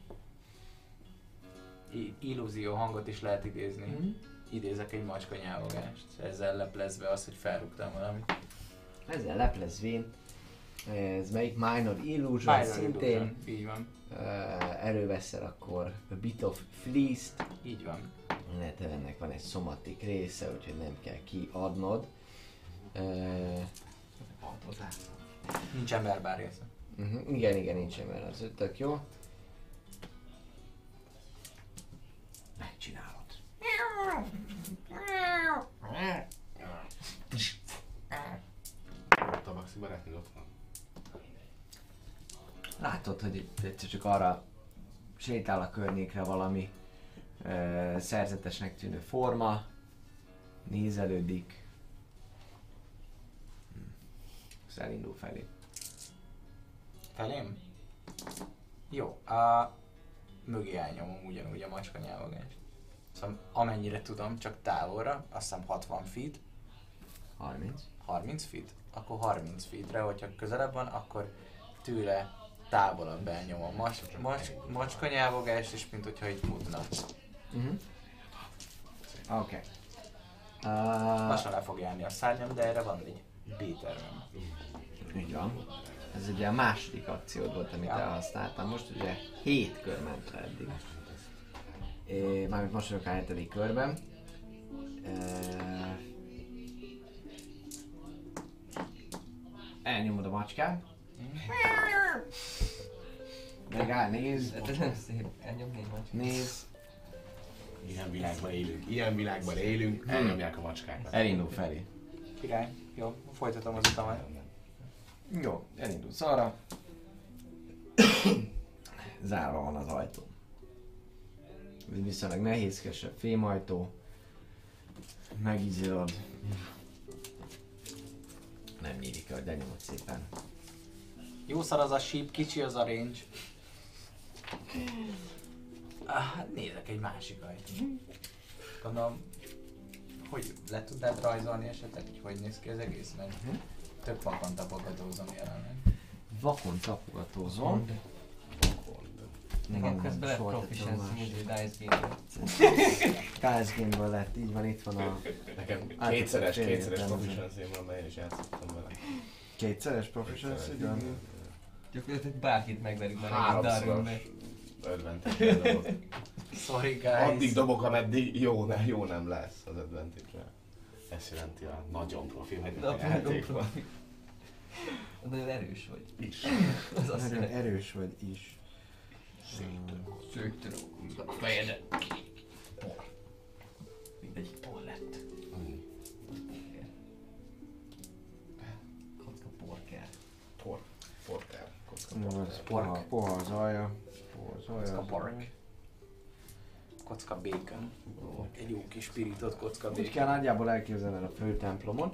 I- illúzió hangot is lehet idézni. Mm-hmm. Idézek egy macska nyávogást, ezzel leplezve az, hogy felrúgtam valamit.
Ezzel leplezvén, ez melyik Minor Illusion
Minor
szintén.
Illusion, így van.
Uh, előveszel akkor a Bit of Fleece-t.
Így van.
Lehet, ennek van egy szomatik része, úgyhogy nem kell kiadnod. Uh,
Nincsen verbál része.
uh-huh. Igen, igen, nincsen, mert az tök jó. Megcsinálod.
A Baxi barátnő ott van.
Látod, hogy egyszer csak arra sétál a környékre valami ö, szerzetesnek tűnő forma, nézelődik, hm. elindul felé.
Felém? Jó, a mögé elnyomom ugyanúgy a macska nyávogást. Szóval amennyire tudom, csak távolra, azt hiszem hatvan feet.
harminc.
harminc feet? Akkor harminc feetre, hogyha közelebb van, akkor tőle távolabb elnyom a mas, mas, macska nyávogást, és mint hogyha így futna.
Uh-huh. Oké. Okay. Uh,
Lassan le fog járni a szárnyam, de erre van egy B-tervem.
így van. Ez ugye a második akciód volt, amit
Ja.
elhasználtam. Most ugye hét kör ment le eddig. É, mármint most vagyok a hetedik körben. E, elnyomod a macskát. Megáll, néz,
Hát ez nem szép, elnyomni egy macskát.
néz,
Ilyen világban élünk, ilyen világban élünk, elnyomják a macskákat.
elindul felé.
Király. Jó, folytatom az utamat.
Jó, elindulsz arra. Zárva van az ajtó. Ez viszonylag nehézkesebb fémajtó. Megizélod. Nem nyílik el, hogy lenyomod szépen.
Jó szar az a síp, kicsi az a range. Ah, hát nézek egy másik ajtót. Gondolom, hogy le tudnád rajzolni esetleg, hogy hogy néz ki az egész, mert több vakon tapogatózom jelenleg.
Vakon tapogatózom.
Nekem közben lett proficiency izé dice game-ben.
Dice Game-ből lett, így van, itt van a...
Nekem
Át-
kétszeres,
fél
kétszeres
értelmező.
proficiency van, mert én is játszottam vele.
Kétszeres proficiency, igen.
Gyakorlatilag bárkit megverünk már egy
Háromszoros
darwinbe.
advantage dobok.
Sorry guys.
Addig dobok, ameddig jó, ne, jó nem lesz az advantage-re. Ez jelenti a nagyon profi vagyok a játékban.
Nagyon erős vagy.
Is.
Az azt
Nagyon
jelenti.
erős vagy is.
Szőtől a fejedet. Por. Mindegyik por lett. Kocka por kell.
Por. Porter. Kocka
Jó,
porter.
ez Poha, poha az alja. Poha az alja.
Kocka
az
pork.
alja.
Kocka bacon. Egy jó kis pirított kocka
Úgy
bacon.
kell nagyjából elképzelned a főtemplomot.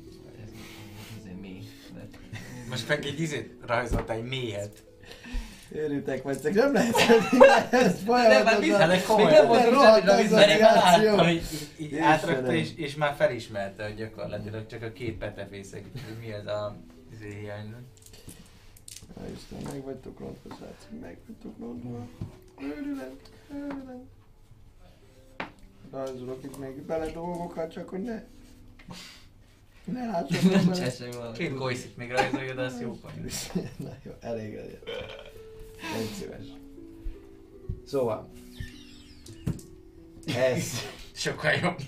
Ez azért mély lett.
Most meg egy izét rajzolt egy méhet.
Őrültek vagytok, nem lehet ezt folyamatosan.
Hát egy komoly
nem volt
rohadt
semmi
az
Mert én már láttam,
agiáció.
hogy így- így átrakta és,
Istenem.
és már felismerte, hogy gyakorlatilag csak a két petefészek, hogy mi ez a izé hiányzott.
Na Isten, meg vagytok rontva, srácok, meg vagytok rontva. Őrület, őrület. Rajzolok itt még bele dolgokat, csak hogy ne... Ne lássatok
Nem
bele.
cseseg valami.
Két golyszit még rajzolja, de az jó poén.
Na jó, elég legyen. Légy szíves. Szóval... Ez...
Sokkal jobb.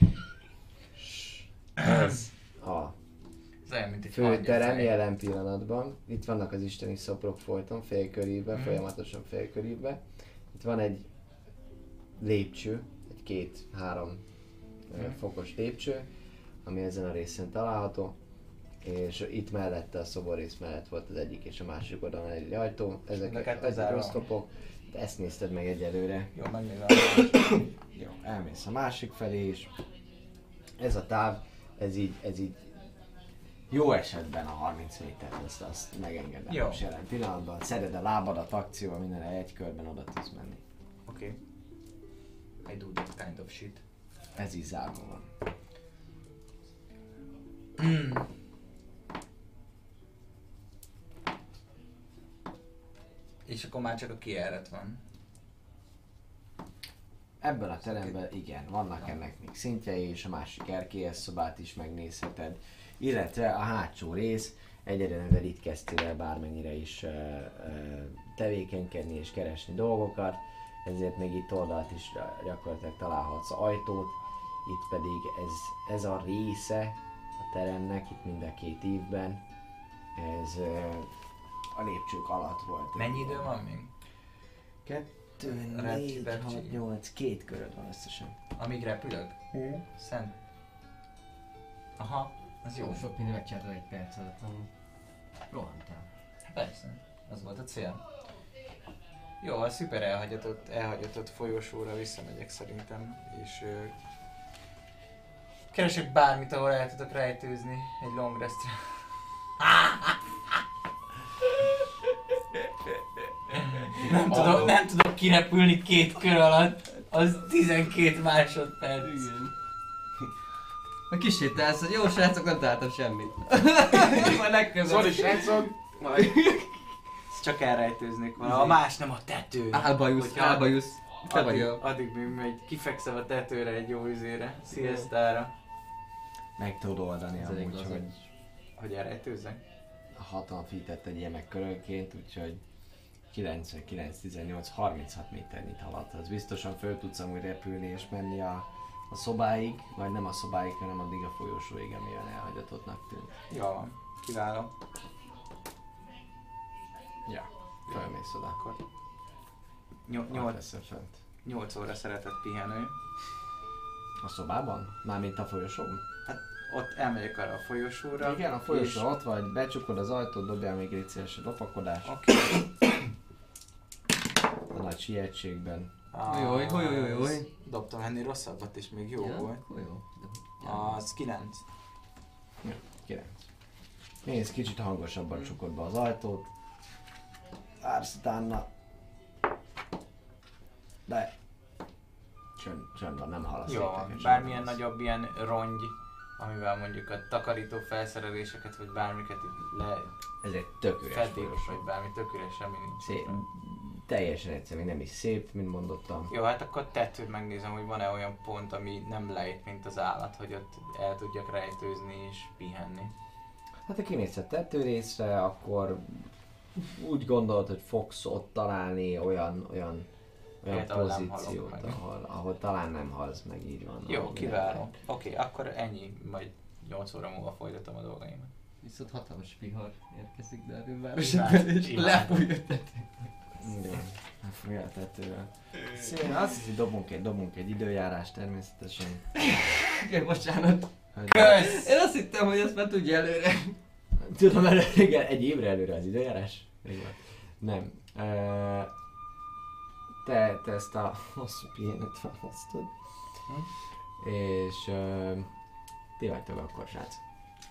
Ez a
Ez olyan, mint egy
főterem
hangyafej.
jelen pillanatban. Itt vannak az isteni szobrok folyton, félkörívben,
Mhm.
folyamatosan félkörívben. Itt van egy lépcső, egy két-három
Mhm.
fokos lépcső, ami ezen a részen található. És itt mellette, a szoborrész mellett volt az egyik és a másik oldalon egy ajtó. Ezek,
Mind a kettő
ezek
zárva.
oszlopok. De ezt nézted meg egyelőre.
Jó, megnézem.
Jó, elmész a másik felé is. Ez a táv, ez így, ez így jó esetben a harminc méter, ezt azt megengedem
Jó.
most jelen pillanatban. Szeded a lábadat akcióval, mindenre egy körben oda tudsz menni.
Oké. I do that kind of shit.
Ez így zárva van.
Mm. És akkor már csak a kijárat van.
Ebben a teremben igen, vannak ennek még szintjei, és a másik erkélyes szobát is megnézheted. Illetve a hátsó rész, egyre mivel itt kezdtél el bármennyire is uh, uh, tevékenykedni és keresni dolgokat, ezért még itt oldalt is gyakorlatilag találhatsz ajtót, itt pedig ez, ez a része a teremnek, itt mind a két évben, ez uh, a lépcsők alatt volt.
Mennyi idő van még?
Kettő,
Rep-
négy,
repcsi.
hat, nyolc, két köröd van összesen.
Amíg repülök? Szent. Aha, az jó.
Jó, sok minden megcsináltad egy perc alatt, amúgy. Rohantál.
Persze, az volt a cél. Jó, a szuper elhagyatott, elhagyatott folyosóra visszamegyek szerintem, és ö, keresek bármit, ahol el tudok rejtőzni egy long restre. Nem tudok, nem tudok kirepülni két kör alatt, az tizenkét másodperc.
Igen. A kisétálsz, hogy jó srácok, nem találtam semmit. Majd legközelebb.
Sorry srácok, majd
Ezt csak elrejtőznék valahol. A más nem a tető.
Álbajusz,
Hogyha
álbajusz. Te vagy
Addig,
a...
addig még megy, kifekszem a tetőre egy jó izére, sziasztára.
Meg tudod oldani
Ez elég
amúgy,
laza.
hogy
Hogy elrejtőzzek?
hatvan feet-et egy ilyen meg körönként, úgyhogy kilencvenkilenc, tizennyolc, harminchat méternyit haladt. Az biztosan föl tudsz amúgy repülni és menni a, a szobáig, vagy nem a szobáig, hanem addig a folyosóig, ami olyan elhagyatottnak tűnt.
Jó van, kiváló.
Ja, fölmész oda.
Akkor nyol-
Ott
nyolc,
leszel fönt.
nyolc óra szeretett pihenő.
A szobában? Mármint a folyosón?
Hát ott elmegyek arra a folyosóra.
Igen, a folyosó
és-
ott vagy, becsukod az ajtót, dobjál még egy szíves lopakodás
Oké.
a nagy sietségben.
Jaj, jaj, jaj, jaj.
Az- Dobtam ennél rosszabbat is, még jó
Ja,
volt.
akkor jó.
Az kilenc.
kilenc. Nézd, kicsit hangosabban csukod be az ajtót. Vársz utána. De... Csönd, csönd van, nem hallasz
Jó,
lépteket,
bármilyen
sem
nagyobb ilyen rongy, amivel mondjuk a takarító felszereléseket, vagy bármiket itt le
Ez egy tök üres
fedték,
folyosó.
vagy bármi tök üres, semmi nincs.
Szép. Teljesen egyszerű, nem is szép, mint mondottam.
Jó, hát akkor tetőt megnézem, hogy van-e olyan pont, ami nem lejt, mint az állat, hogy ott el tudjak rejtőzni és pihenni.
Hát ha kimész a tetőrészre, akkor úgy gondolod, hogy fogsz ott találni olyan, olyan, olyan
Helyet, ahol nem halok
pozíciót,
meg.
ahol, ahol talán nem halsz meg, így van.
Jó,
ahol
kiváló.
lehet.
Oké, okay, akkor ennyi, majd nyolc óra múlva folytatom a dolgaimat.
Viszont hatalmas vihar érkezik Darwin városa
Imádom,
felé, és
imádom.
lefújja a tetőt.
Igen, lefújja a tetővel. Szépen, azt hiszi, dobunk egy, dobunk egy időjárás természetesen.
Igen, bocsánat.
Hogy-
Kösz!
Én azt hittem, hogy ezt már tudja előre.
Tudom, előre, igen, egy évre előre az időjárás? Még van. Nem. Uh, te, te ezt a hosszú pihenőt választod.
Hm?
És uh, ti vagytok akkor, srác.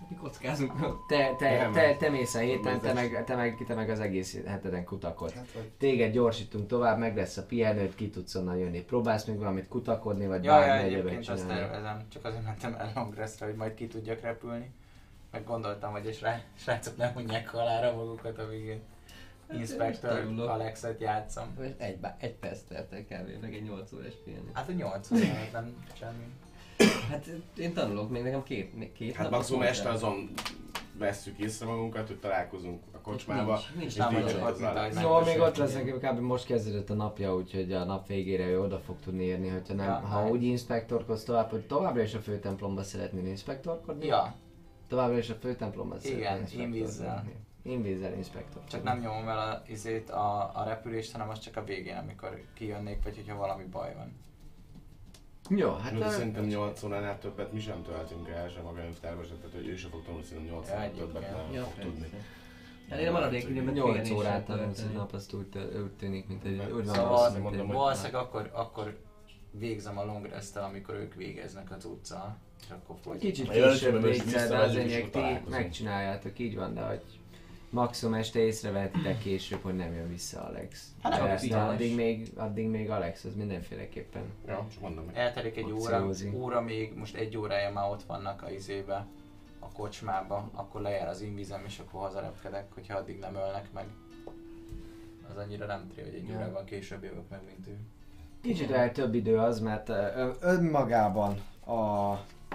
Mi kockázunk.
Te, te,
Nem.
te, te mész a héten, te
Ez
meg, te, meg, te meg az egész heteden kutakodsz.
Hát, vagy
Téged gyorsítunk tovább, meg lesz a pihenőt, ki tudsz onnan jönni. Próbálsz még valamit kutakodni, vagy
Ja, ja,
bármi egyebet
egyébként azt
csinálni.
tervezem, csak azért mentem el Long Restre, hogy majd ki tudjak repülni. Meg gondoltam, hogy a srá- srácok nem mondják halára magukat, amíg én Inspector
tanulok.
Alexet játszom.
Most egy, bá- egy perc telt el kb. Meg egy nyolc órás pihenő.
Hát a nyolc órát nem semmi.
Hát én tanulok, még nekem két, még két
hát
nap,
maximum
azt
este
mondtam.
azon vesszük észre magunkat, hogy találkozunk a kocsmába.
Nincs, nincs
és
nem
nincs
vagyok
ott
ott,
az
mint
Alex.
ahogy
Szóval még ott
megbeszéltük.
lesznek, kb. Most kezdődött a napja, úgyhogy a nap végére ő oda fog tudni érni, hogyha nem,
Ja,
ha
hát.
úgy inspektorkodsz tovább, hogy továbbra is a főtemplomba szeretnél inspektorkodni.
Ja,
Továbbra is a főtemplomban
Igen,
szeretnél
invízzel.
inspektorkodni. Invízzel inspektor.
csak nem nyomom el a, izét, a, a repülést, hanem az csak a végén, amikor kijönnék, vagy hogyha valami baj van.
Jó, hát
Hát,
ö,
szerintem nyolc óránál többet mi sem töltünk el, sem a könyvterve, sem, tehát hogy ő sem fog tanulni, szerintem nyolc
Ja,
óránál
egyébként.
többet nem
Ja,
fog tudni.
persze. Hát én a maradék időben
nyolc
pihenéssel
órát tanulsz
tölteni.
egy nap, azt úgy, tö- úgy tűnik, mint egy... Úgy van,
Szóval
azt, mint
mondom,
egy-
hogy-
valószínűleg akkor, akkor végzem a long rest-tel, amikor ők végeznek az utcán, és akkor folytatjuk.
Kicsit
Ha jön,
később
akkor
végzel, de
visszamegyünk,
az
és
lényeg,
ott
ti
találkozunk.
megcsináljátok, így van, de hogy maximum este észrevehetitek később, hogy nem jön vissza Alex.
Hát nem
De
jön
ezt
vissza.
addig még, addig még Alex, az mindenféleképpen.
Ja, csak mondom, hogy
Eltelik egy óra,
Akciózik.
óra még, most egy órája már ott vannak a izébe, a kocsmába, akkor lejár az invizem, és akkor hazarepkedek, hogyha addig nem ölnek meg. Az annyira nem tré, hogy egy
Ja.
órával később jövök meg, mint ő.
Kicsit el több idő az, mert ö, önmagában a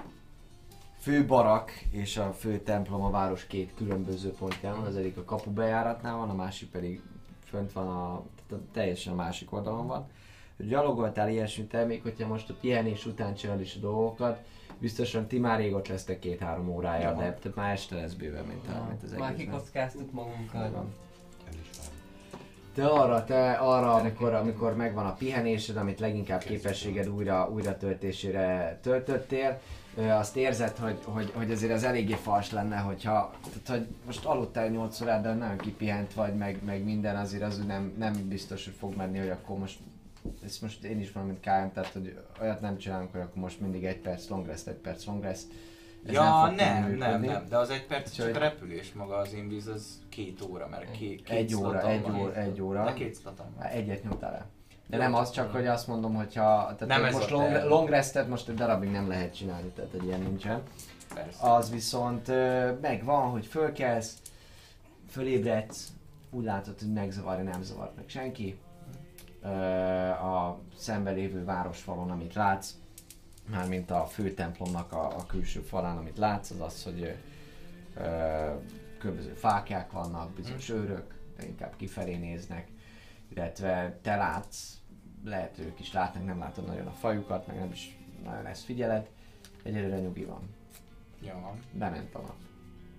fő barak és a fő templom a város két különböző pontján van, az egyik a kapu bejáratnál van, a másik pedig fönt van a, tehát a teljesen a másik oldalon van. Gyalogoltál ilyesmit, még hogyha most a pihenés után csinálod is a dolgokat, biztosan ti már rég ott lesztek két-három órája,
Ja.
de tehát már este lesz bőven, mint, a, mint az
Már
egész.
kikockáztuk magunkat.
Van.
ez is van.
Te arra, te arra, amikor, amikor megvan a pihenésed, amit leginkább képességed újra, újra töltésére töltöttél, ö, azt érzed, hogy, hogy, hogy azért az eléggé fals lenne, hogyha, tehát, hogy most aludtál nyolc órát, de nagyon kipihent vagy, meg, meg minden, azért az úgy nem, nem biztos, hogy fog menni, hogy akkor most, ezt most én is mondom, mint ká em, tehát hogy olyat nem csinálunk, hogy akkor most mindig egy perc long rest, egy perc long rest. Ez
Ja,
fog tudni
nem, nem,
működni.
nem, de az egy perc
Úgyhogy-
csak a repülés maga, az inviz az két óra, mert két, két
Egy óra,
slotom
egy
van.
óra, egy óra.
De két slotom van.
Hát egyet nyújtál el. De
Jó,
nem
csak
az csak,
mondom.
hogy azt mondom, hogyha tehát
Nem
hogy
ez
most
a
long,
terv.
long restet most egy darabig nem lehet csinálni, tehát egy ilyen nincsen.
Persze.
Az viszont ö, megvan, hogy fölkelsz, fölébredsz, úgy látod, hogy megzavarja, nem zavart meg senki. Ö, a szemben lévő városfalon, amit látsz, mármint a főtemplomnak a, a külső falán, amit látsz, az az, hogy ö, ö, különböző fákják vannak, bizonyos őrök, de inkább kifelé néznek, illetve te látsz, lehet ők is látnak, nem látod nagyon a fajukat, meg nem is nagyon ezt figyeled, egyelőre nyugi van,
Jó,
bement a nap.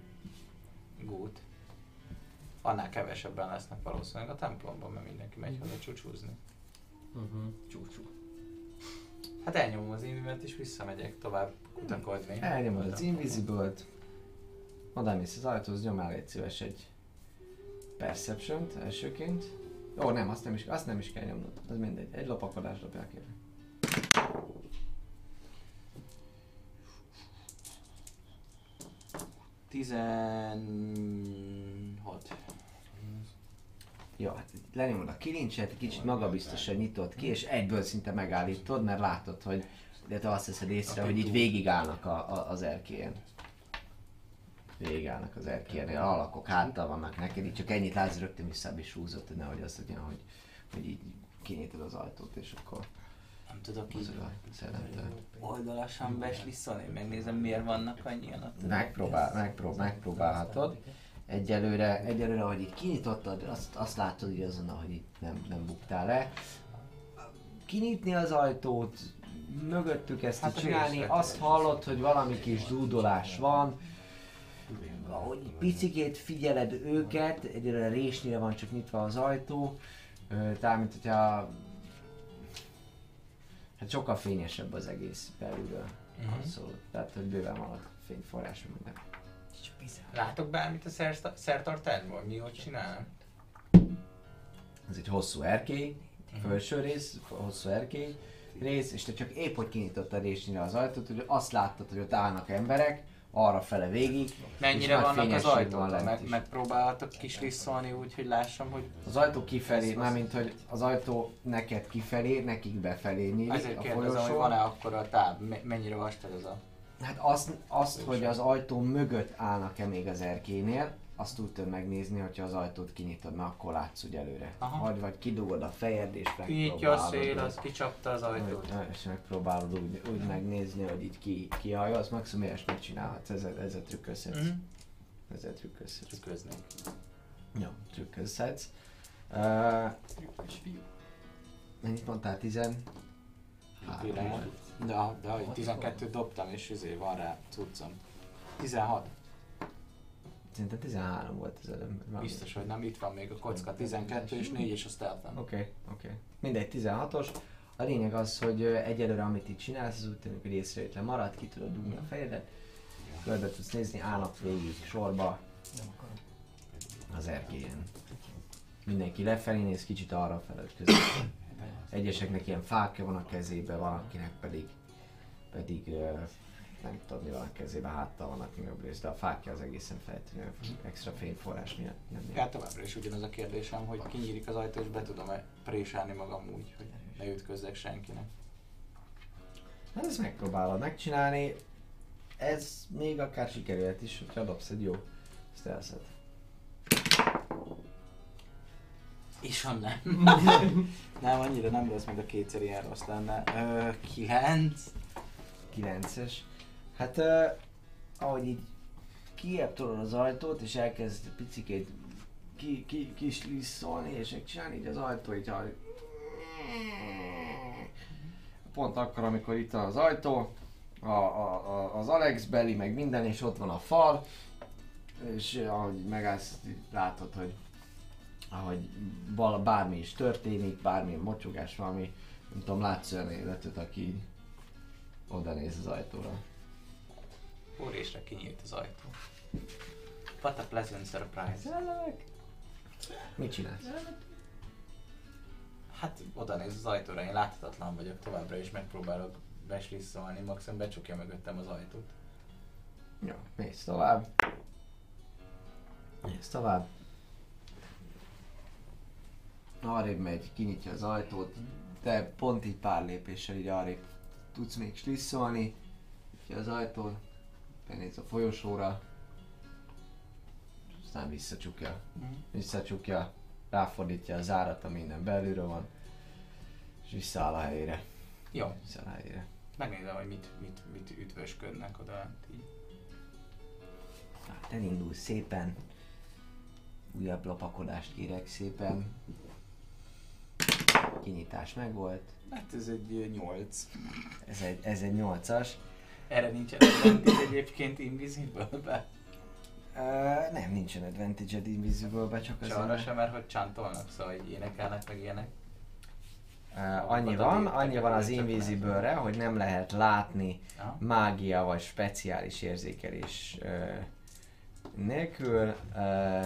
good. Annál kevesebben lesznek valószínűleg a templomban, mert mindenki megy haza csúcsúzni.
Uh-huh. Csúcsú.
Hát elnyomom az invimet és visszamegyek tovább kutakodni.
Elnyomod az Invisible-t, odamész az ajtóhoz, nyomál egy szíves egy Perception-t elsőként. Ó, nem, azt nem is, azt nem is kell nyomnod, az mindegy, egy lopakodás dobjál kérlek.
tizenhat.
Jó, hát lenyomod a kilincset, kicsit magabiztosan nyitod ki, és egyből szinte megállítod, mert látod, hogy de te azt veszed észre, hogy itt végigállnak a, a, az erkélyen. Végigállnak az erkélyen, a alakok háttal vannak neked, így csak ennyit látsz, rögtön visszább is húzott, hogy nehogy az legyen, hogy, hogy így kinyitod az ajtót, és akkor
Nem tudok így
mozog a szellemtől.
oldalasan beslisszolni, megnézem miért vannak annyian ott.
Megpróbál, megprób, megpróbálhatod. Egyelőre, egyelőre, hogy így kinyitottad, azt, azt látod így azonnal, hogy itt nem, nem buktál le. Kinyitni az ajtót, mögöttük ezt
Hát
hát csinálni,
részlet,
azt
ez
hallod, hogy valami kis dúdolás van. Ahogy picikét figyeled őket, egyelőre résnyire van csak nyitva az ajtó. Ö, Tehát, mint hogyha... Hát sokkal fényesebb az egész belülről.
Mhm.
Abszolút. Tehát, hogy bőven van a fényforrás minden.
Látok bármit a szerta- szertartásból? Mi ott csinálnak?
Ez egy hosszú erkély, felső rész, hosszú erkély rész, és te csak épp hogy kinyitottad résnyire az ajtót, hogy azt láttad, hogy ott állnak emberek, arra fele végig.
Mennyire
és nagy
vannak az
fényesség van
ajtók?
lent
Meg,
is.
megpróbálhatok kislisszolni úgy, hogy lássam, hogy...
Az ajtó kifelé, mármint hogy az ajtó neked kifelé, nekik befelé nyílik
Ezért
a
kérdezem, hogy
folyosó.
van-e akkor a táv, me- mennyire vastag az a...
Hát azt, azt, hogy az ajtó mögött állnak-e még az erkénél, azt úgy tudod megnézni, hogyha az ajtót kinyitod, mert akkor látsz úgy előre.
Aha.
Vagy, vagy kidugod a fejed és
Kinyitja a
megpróbálod.
szél, az kicsapta az ajtót.
Hogy- És megpróbálod úgy, úgy megnézni, hogy így ki, kihajolsz, maximum ilyesmit csinálhatsz, ezzel, ezzel trükközhetsz.
Mhm.
Ezzel trükközhetsz.
Trükköznék.
Jó, trükközhetsz. Uh, mennyit mondtál? tizen?
Király. De, de hogy tizenkettőt dobtam és izé van rá cuccom. tizenhat.
Szerintem tizenhárom volt az előbb.
Biztos, hogy nem, itt van még a kocka. tizenkettő és négy és a stealth-en.
Oké, okay, oké. Okay. Mindegy, tizenhatos. A lényeg az, hogy ö, egyelőre amit itt csinálsz, az úgy tűnik, hogy észrevétlen marad, ki tudod dugni a fejedet. Körbe tudsz nézni, állnak végig sorba az erkélyen. Mindenki lefelé néz, kicsit arra felé közben. Egyeseknek ilyen fákja van a kezében, van akinek pedig, pedig ö, nem tudom mi van a kezében, háttal van aki jobb rész, de a fákja az egészen feltűnő, extra fényforrás miatt nem miatt.
Hát továbbra is ugyanaz a kérdésem, hogy kinyílik az ajtó és be tudom-e présálni magam úgy, hogy ne ütközzek senkinek.
Hát ezt megpróbálod megcsinálni, ez még akár sikerülhet is, hogyha dobsz egy jó stealth-et.
És ha nem. Nem, annyira nem lesz, meg a kétszer ilyen rossz lenne. Ö, kilenc.
kilences. Hát uh, ahogy így kijebb tolod az ajtót és elkezd picikét ki, ki, kis lisszolni és megcsinálni így az ajtó, így ahogy... Pont akkor, amikor itt van az ajtó, a, a, a, az Alex beli, meg minden, és ott van a fal, és ahogy megállsz, látod, hogy ahogy val- bármi is történik, bármilyen mocsogás, valami, nem tudom, látsz olyan életet, aki oda néz az ajtóra.
Úrésre kinyílt az ajtó. What a pleasant surprise.
Mit csinálsz?
Hát oda néz az ajtóra, én láthatatlan vagyok, továbbra is megpróbálok beslisszolni, maximum becsukja mögöttem az ajtót.
Jó, mész tovább. Mész tovább. Arrébb megy, kinyitja az ajtót, de pont így pár lépéssel így arrébb tudsz még slisszolni. Nyitja az ajtót, benéz a folyosóra, aztán visszacsukja. Visszacsukja, ráfordítja a zárat, ami minden belülről van, és visszaáll a helyére.
Jó,
Visszaáll a helyére.
megnézem, hogy mit, mit, mit ütvösködnek oda lent így.
Hát elindulsz szépen. Újabb lopakodást kérek szépen. Kinyitás megvolt.
Hát ez egy nyolc.
Ez egy, ez egy nyolcas.
Erre nincsen advantage egyébként Invisible-be?
Uh, nem, nincsen advantage-ed Invisible-be, csak
És
az
arra sem, mert hogy csantolnak, szóval így énekelnek meg ilyenek.
Uh, annyi van, annyi van az Invisible-re, hogy nem lehet látni
Aha.
mágia vagy speciális érzékelés uh, nélkül. Uh,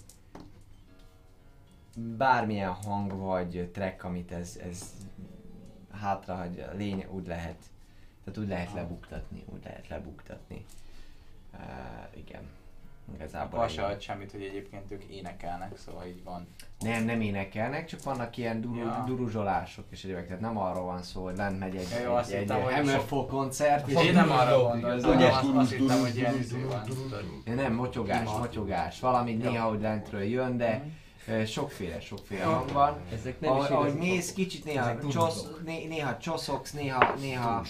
bármilyen hang vagy track, amit ez, ez hátrahagy, a lény úgy lehet, tehát úgy lehet lebuktatni, úgy lehet lebuktatni. Uh, igen. Igazából
Akkor se
ennyi.
ad semmit, hogy egyébként ők énekelnek, szóval így van.
Nem, nem énekelnek, csak vannak ilyen duru,
Ja.
duruzsolások és egyébként, tehát nem arról van szó, hogy lent megy egy,
Ja, jó, azt
egy, egy
hittem, hogy
Hammerfall koncert, és
Én nem arra
Ugye?
gondoltam, azt, azt hittem, hogy ilyen izé van. tudod.
Ja, nem, motyogás, motyogás, valami néha, hogy lentről jön, de ö, sokféle, sokféle hang van.
Ezek nem
Ahogy,
is
ahogy
igazi
mész, kicsit néha,
Ezek
csosz,
duruzslók.
né, néha csoszogsz, néha, néha,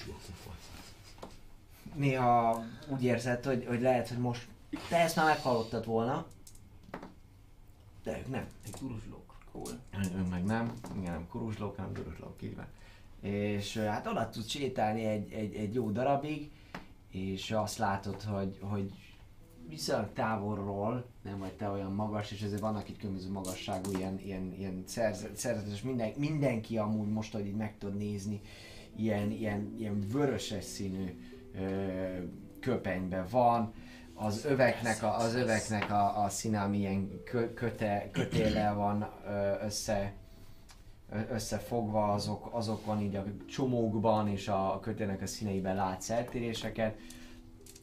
néha úgy érzed, hogy, hogy lehet, hogy most te ezt már meghallottad volna, de ők nem.
Egy duruzslók.
Cool.
Ők meg nem, igen, nem kuruzslók, hanem duruzslók, így van. És ö, hát oda tudsz sétálni egy, egy, egy jó darabig, és azt látod, hogy, hogy viszonylag távolról nem vagy te olyan magas, és ezért vannak itt különböző magasságú ilyen, ilyen, ilyen szerzet, szerzetes, minden, mindenki amúgy most, hogy így meg tudod nézni, ilyen, ilyen, ilyen vöröses színű ö, köpenyben van, az öveknek a, az öveknek a, a színe, ami ilyen kö, köte, kötéllel van ö, össze, ö, összefogva, azok, azok van így a csomókban, és a kötélnek a színeiben látsz eltéréseket.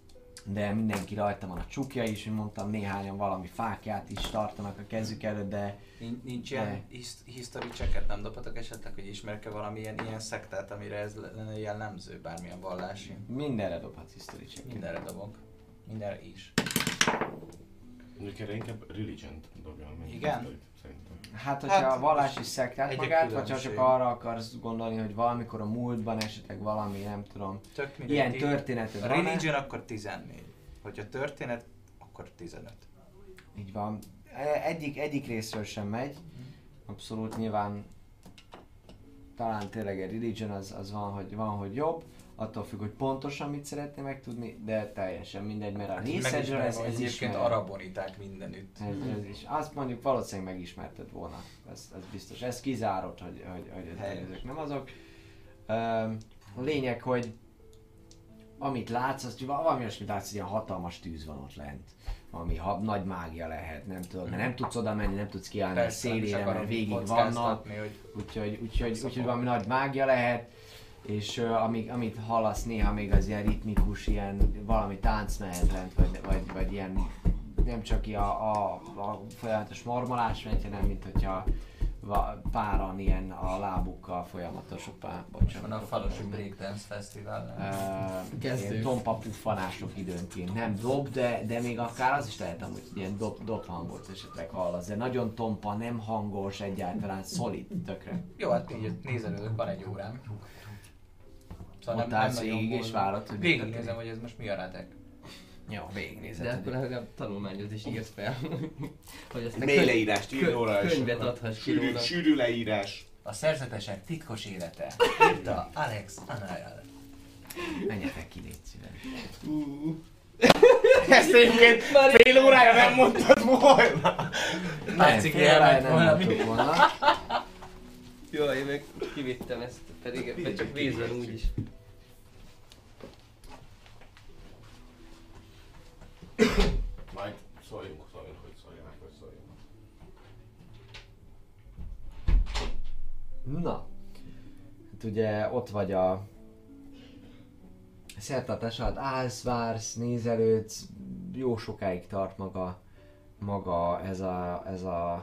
de mindenki rajta van a csukja is, mint mondtam, néhányan valami fákját is tartanak a kezük előtt, de
Nincs, nincs ilyen his- history checket, nem dobhatok esetleg, hogy ismerek-e valamilyen ilyen szektát, amire ez lenne jellemző, bármilyen vallási?
mindenre dobhatsz history checket.
Mindenre dobok. Mindenre is.
Mondjuk erre inkább religion-t dobjál meg.
Igen?
Szerintem.
Hát, hogyha
Hát,
a vallási szektát
egy
magát, vagy ha
különbség.
csak arra akarsz gondolni, hogy valamikor a múltban esetleg valami, nem tudom,
Tök mindegy.
ilyen történeted
A
van.
religion akkor tizennégy. Hogyha történet, akkor tizenöt.
Így van. E- Egyik, egyik részről sem megy. Abszolút nyilván talán tényleg egy religion az, az van, hogy, van, hogy jobb. Attól függ, hogy pontosan mit szeretné megtudni, de teljesen mindegy, mert a részedről ez, ez
egyébként
ismer.
araboniták mindenütt.
Ez, ez is. Azt mondjuk valószínűleg megismerted volna. Ez, ez biztos. Ez kizárott, hogy, hogy, hogy
Helyes.
ezek nem azok. Üm, a lényeg, hogy amit látsz, azt valami olyasmit látsz, hogy ilyen hatalmas tűz van ott lent. Valami ha, nagy mágia lehet, nem tudod, mert nem tudsz oda menni, nem tudsz kiállni a
Persze, nem is
szélére,
akarom
mert végig vannak.
kockáztatni, hogy
Úgyhogy, úgyhogy, úgyhogy valami nagy mágia lehet, és uh, amíg, amit hallasz néha még az ilyen ritmikus, ilyen valami tánc mehet lent, vagy, vagy, vagy ilyen nem csak a, a, a folyamatos marmolás megy, hanem mint hogyha va, páran ilyen a lábukkal folyamatos, pár, bocsánat.
van a falusi breakdance fesztivál.
Uh,
Kezdő.
ilyen tompa puffanások időnként. Nem dob, de, de még akár az is lehet amúgy, hogy ilyen dob, dob hangot esetleg hallasz. De nagyon tompa, nem hangos, egyáltalán szolid, tökre.
Jó, hát így nézelődök, van egy órám. Szóval
Ott állsz végig és várod, hogy mi
végignézem,
történik.
hogy ez most mi a retek.
Jó, végignézed.
De akkor legalább tanulmányod is írsz fel. Hogy azt
Mély leírást írj
kö-
róla, és
könyvet
akkor
adhass ki
sűrű,
róla.
sűrű leírás.
A szerzetesek titkos élete. Írta Alex Anayal.
Menjetek ki, légy szíves.
Ezt egyébként fél órája nem mondtad volna.
Látszik,
fél órája
elment
nem
valami.
mondtuk volna.
Jó, én meg kivittem ezt, pedig ebben csak víz van úgyis.
Majd szóljunk, szóljunk, hogy szóljanak, hogy szóljunk.
Na, hát ugye ott vagy a szertartás alatt, állsz, vársz, nézelődsz, jó sokáig tart maga, maga ez a, ez a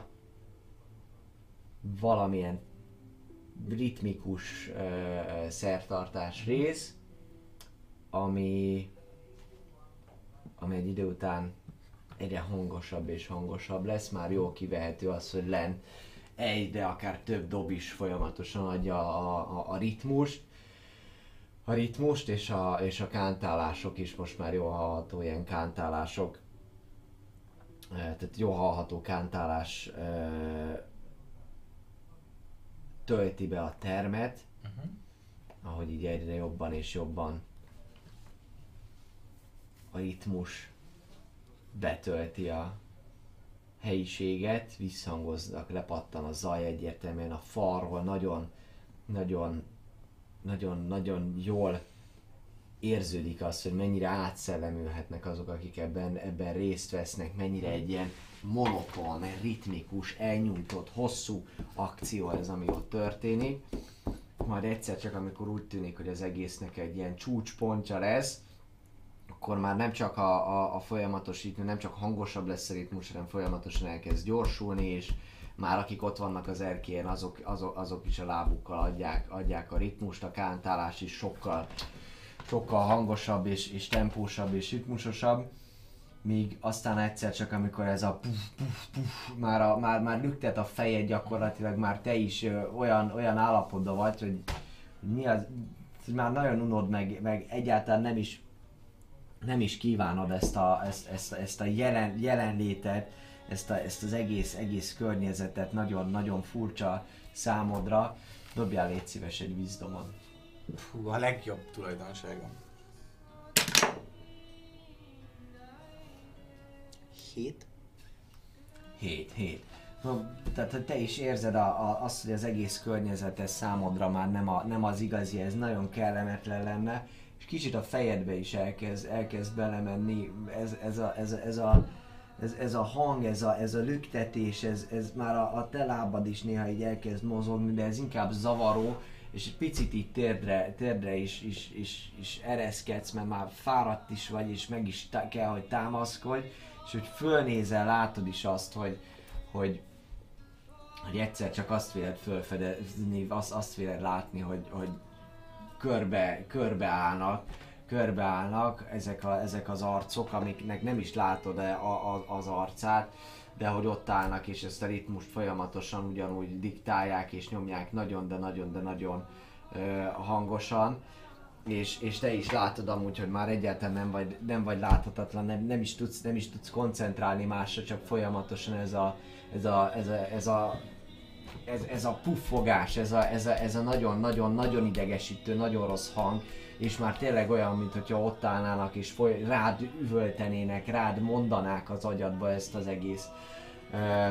valamilyen ritmikus uh, szertartás rész, ami, ami egy idő után egyre hangosabb és hangosabb lesz, már jól kivehető az, hogy len egyre akár több dob is folyamatosan adja a, a, a ritmust, a ritmust és a, és a kántálások is most már jól hallható ilyen kántálások, Eh, tehát jól hallható kántálás eh, tölti be a termet,
Uh-huh.
ahogy így egyre jobban és jobban a ritmus betölti a helyiséget, visszhangoznak, lepattan a zaj egyértelműen a falról, nagyon, nagyon, nagyon, nagyon jól érződik az, hogy mennyire átszellemülhetnek azok, akik ebben, ebben részt vesznek, mennyire egy ilyen monoton, ritmikus, elnyújtott, hosszú akció ez, ami ott történik. Majd egyszer csak, amikor úgy tűnik, hogy az egésznek egy ilyen csúcspontja lesz, akkor már nem csak a, a, a folyamatos ritmus, nem csak hangosabb lesz a ritmus, hanem folyamatosan elkezd gyorsulni, és már akik ott vannak az erkélyen, azok, azok, azok is a lábukkal adják, adják a ritmust, a kántálás is sokkal, sokkal hangosabb, és, és tempósabb, és ritmusosabb. Míg aztán egyszer csak, amikor ez a puf, puf, puf, már, a, már, már lüktet a fejed gyakorlatilag, már te is ö, olyan, olyan állapotban vagy, hogy, hogy mi az, hogy már nagyon unod meg, meg egyáltalán nem is, nem is kívánod ezt a, ezt, ezt, ezt a jelen, jelenlétet, ezt, a, ezt az egész, egész környezetet, nagyon-nagyon furcsa számodra. Dobjál légy szíves egy wisdomon.
Fú, a legjobb tulajdonságom. Hét.
hét, hét. No, tehát hogy te is érzed a, a, azt, hogy az egész környezet ez számodra már nem, a, nem az igazi, ez nagyon kellemetlen lenne, és kicsit a fejedbe is elkezd, elkezd belemenni ez, ez, a, ez, a, ez, a, ez, ez a hang, ez a, ez a lüktetés, ez, ez már a, a te lábad is néha így elkezd mozogni, de ez inkább zavaró, és egy picit így térdre, térdre is, is, is, is ereszkedsz, mert már fáradt is vagy, és meg is tá- kell, hogy támaszkodj, és hogy fölnézel, látod is azt, hogy, hogy, hogy egyszer csak azt véled fölfedezni, azt, azt véled látni, hogy, hogy körbe, körbe állnak, körbeállnak ezek, a, ezek az arcok, amiknek nem is látod a, a, az arcát, de hogy ott állnak és ezt a ritmust folyamatosan ugyanúgy diktálják és nyomják nagyon, de nagyon, de nagyon ö, hangosan. És, és te is látod amúgy, hogy már egyáltalán nem vagy, nem vagy láthatatlan, nem, nem, is tudsz, nem is tudsz koncentrálni másra, csak folyamatosan ez a, ez a, ez a, ez a Ez, ez a puffogás, ez a, ez a, ez a nagyon, nagyon, nagyon idegesítő, nagyon rossz hang, és már tényleg olyan, mint hogyha ott állnának és foly, rád üvöltenének, rád mondanák az agyadba ezt az egész uh,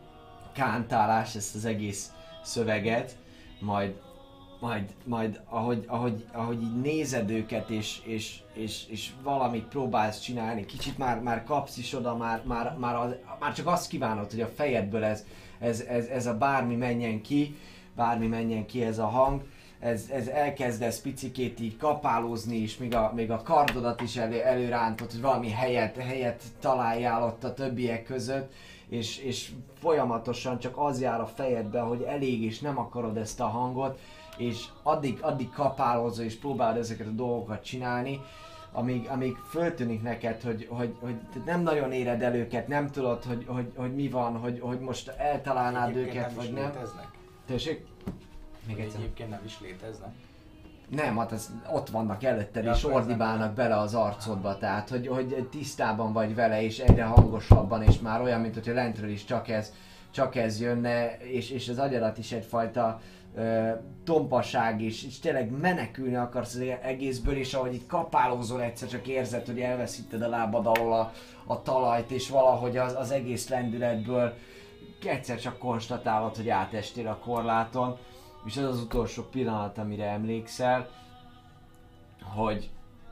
kántálás, ezt az egész szöveget, majd, majd, majd ahogy, ahogy, ahogy így nézed őket és, és, és, és valamit próbálsz csinálni, kicsit már, már kapsz is oda, már, már, már, az, már csak azt kívánod, hogy a fejedből ez Ez, ez, ez a bármi menjen ki, bármi menjen ki ez a hang, ez, ez elkezdesz picikét így kapálózni, és még a, még a kardodat is elő, előrántod, hogy valami helyet, helyet találjál ott a többiek között, és, és folyamatosan csak az jár a fejedbe, hogy elég és nem akarod ezt a hangot, és addig, addig kapálózol és próbálod ezeket a dolgokat csinálni, amíg, amíg föltűnik neked, hogy, hogy, hogy nem nagyon éred el őket, nem tudod, hogy, hogy, hogy mi van, hogy, hogy most eltalálnád
Egyébként
őket,
nem
vagy
is
nem.
Léteznek?
Tessék? Még
Hogy
egyszer.
egyébként nem is léteznek.
Nem, hát az, ott vannak előtted
Ja,
és
akkor ez
ordibálnak
nem-
bele az arcodba, tehát hogy, hogy tisztában vagy vele és egyre hangosabban, és már olyan, mint hogyha lentről is csak ez, csak ez jönne, és, és az agyadat is egyfajta ö, tompaság is, és tényleg menekülni akarsz az egészből, és ahogy itt kapálózol egyszer, csak érzed, hogy elveszíted a lábad alól a, a talajt, és valahogy az, az egész lendületből egyszer csak konstatálod, hogy átestél a korláton, és ez az utolsó pillanat, amire emlékszel, hogy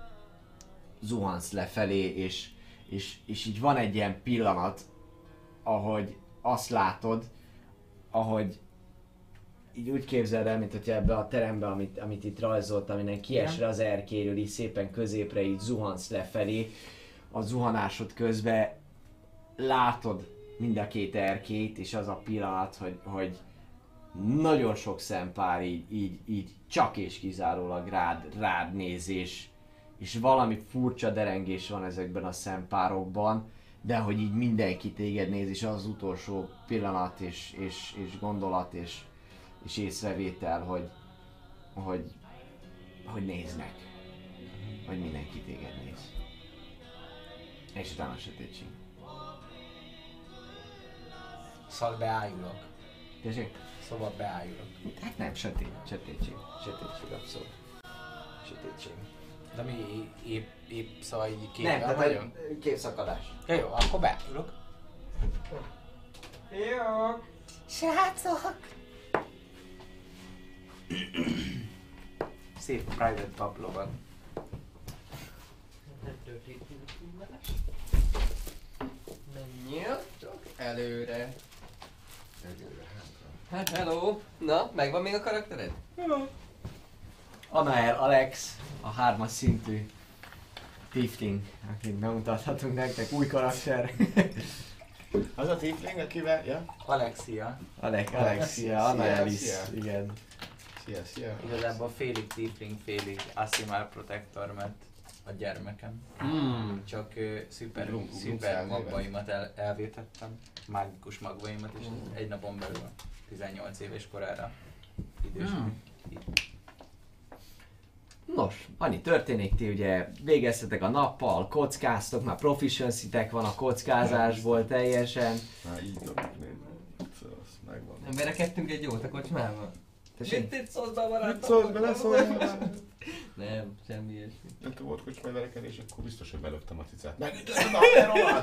zuhansz lefelé, és, és, és így van egy ilyen pillanat, ahogy azt látod, ahogy így úgy képzeld el, mint hogyha ebbe a terembe, amit, amit itt rajzolt, aminek kiesre az erkélyről, így szépen középre így zuhansz lefelé, a zuhanásod közben látod mind a két erkélyt, és az a pillanat, hogy, hogy nagyon sok szempár így, így, így csak és kizárólag rád, rád néz, és, és valami furcsa derengés van ezekben a szempárokban, de hogy így mindenki téged néz, és az utolsó pillanat és, és, és gondolat és, és észrevétel, hogy, hogy, hogy néznek, hogy mindenki téged néz. És utána sötétség.
Szóval beájulok.
Tessék?
Szóval beájulok.
Hát nem, sötét, sötétség, sötétség abszolút. Sötétség.
De mi épp, épp szóval így
Nem,
képben
tehát
vagyunk?
egy képszakadás.
Ja, jó, akkor beájulok.
Jó.
Srácok! Szép private bubble van.
Menjél-tok előre. Hát hello. Na, megvan még a karaktered?
Anael Alex, a hármas szintű tiefling, akit bemutathatunk nektek, új karakter.
Az a tiefling, akivel... Ja?
Alexia.
Alex, Alexia,
Szia,
Anaelis,
szia.
igen.
Szia, szia.
Igazából félig tiefling, félig Asimar Protector, mert a gyermekem.
Hmm.
Csak uh, szuper,
Grunk-
szuper
gruncál
magvaimat el, elvétettem. Mágikus magvaimat, és egy napon belül tizennyolc éves korára idősödik.
Nos, annyi történik, ti ugye végeztetek a nappal, kockáztok, már proficiency-tek van a kockázásból teljesen.
Na így dobjuk nézni. Szóval az megvan.
Nem verekedtünk egy jót a kocsmában?
Tessék?
Mit szólsz be, barátom?
Mit szólsz, beleszólnál?
Nem, semmi ilyesmi.
Nem te volt kocsmai verekedés, akkor biztos, hogy belöktem a cicát. Megütötted a haveromat!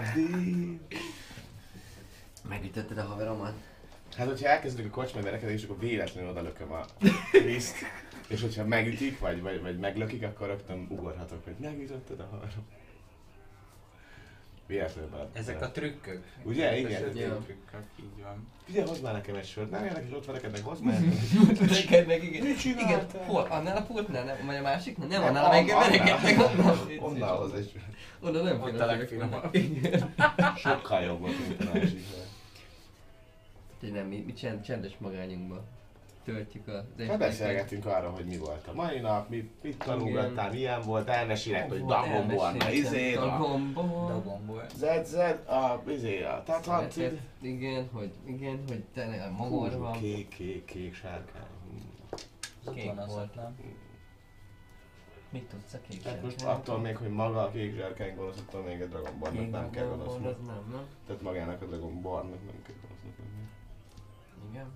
Megütötted a haveromat?
Hát, hogyha elkezdődik a kocsmai verekedés, akkor véletlenül odalököm a részt. És hogyha megütik, vagy, vagy, vagy meglökik, akkor rögtön ugorhatok, hogy megütötted a haverom. Véletlenül bele.
Ezek a trükkök.
Ugye?
Ezek
Igen.
A sötét
Ja.
trükkök, így van.
Figyelj, hozd már nekem egy sört, nem érnek, és ott van neked, meg hozd már.
Neked meg igen.
Mit
Igen,
csináltál?
hol? Annál a pultnál? Nem, vagy a másiknál? Nem,
Nem,
annál, amelyik
annál.
verekedtek, onnan.
Onnan hoz egy sört.
Onnan nem
Ott a
finom.
legfinomabb.
Igen.
Sokkal jobb volt, mint a másik.
Úgyhogy nem, mi, mi csend, csendes magányunkba töltjük a...
Hát beszélgettünk arról, hogy mi volt a mai nap, mit, mit tanulgattál, milyen volt, elmesélek, hogy Dragon Ball, na izé, a
Dragon Ball.
Dragon Ball.
zed zed, a izé, a Tatlantid.
Igen, hogy igen, hogy tényleg a magor van.
Kék, kék, kék sárkány.
Az ott
Kék
van az
volt.
ott, nem?
Mit tudsz a kék
Hát most
sárkány?
attól még, hogy maga a kék zsárkány gonosz, attól még a Dragon Ballnak
Kék
nem kell
Dragon Ball,
gonosznak.
az nem, nem?
Tehát magának a Dragon Ballnak nem kell gonosznak lenni.
Igen.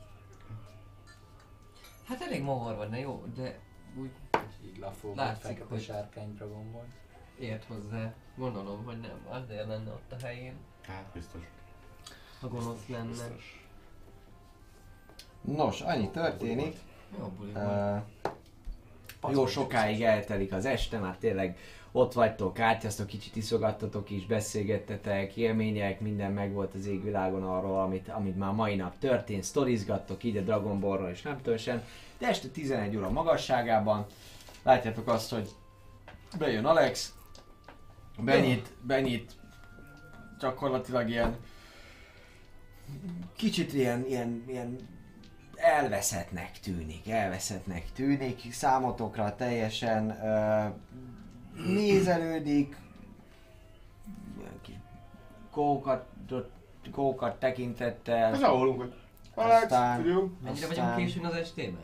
Hát elég magor van, de jó, de úgy
Így lafogott
Látszik,
fekete
hogy-
sárkány Dragon Ball.
ért hozzá. Gondolom, hogy nem, azért lenne ott a helyén,
Hát biztos.
ha gonosz lenne.
Biztos.
Nos, annyi történik.
Jó buli volt.
Uh, jó sokáig eltelik az este, már tényleg ott vagytok, kártyáztok, kicsit iszogattatok is, beszélgettetek, élmények, minden megvolt az égvilágon arról, amit, amit már mai nap történt, sztorizgattok így a Dragon Ballról és nem tösen, de este tizenegy óra magasságában látjátok azt, hogy bejön Alex, benyit, benyit gyakorlatilag ilyen kicsit ilyen, ilyen, ilyen elveszettnek tűnik, elveszettnek tűnik, számotokra teljesen uh, nézelődik, ilyen kis kókat, kókat tekintettel,
Ez ahol hogy Alex,
Aztán-
figyelj.
Mennyire
aztán-
vagyunk későn az estében?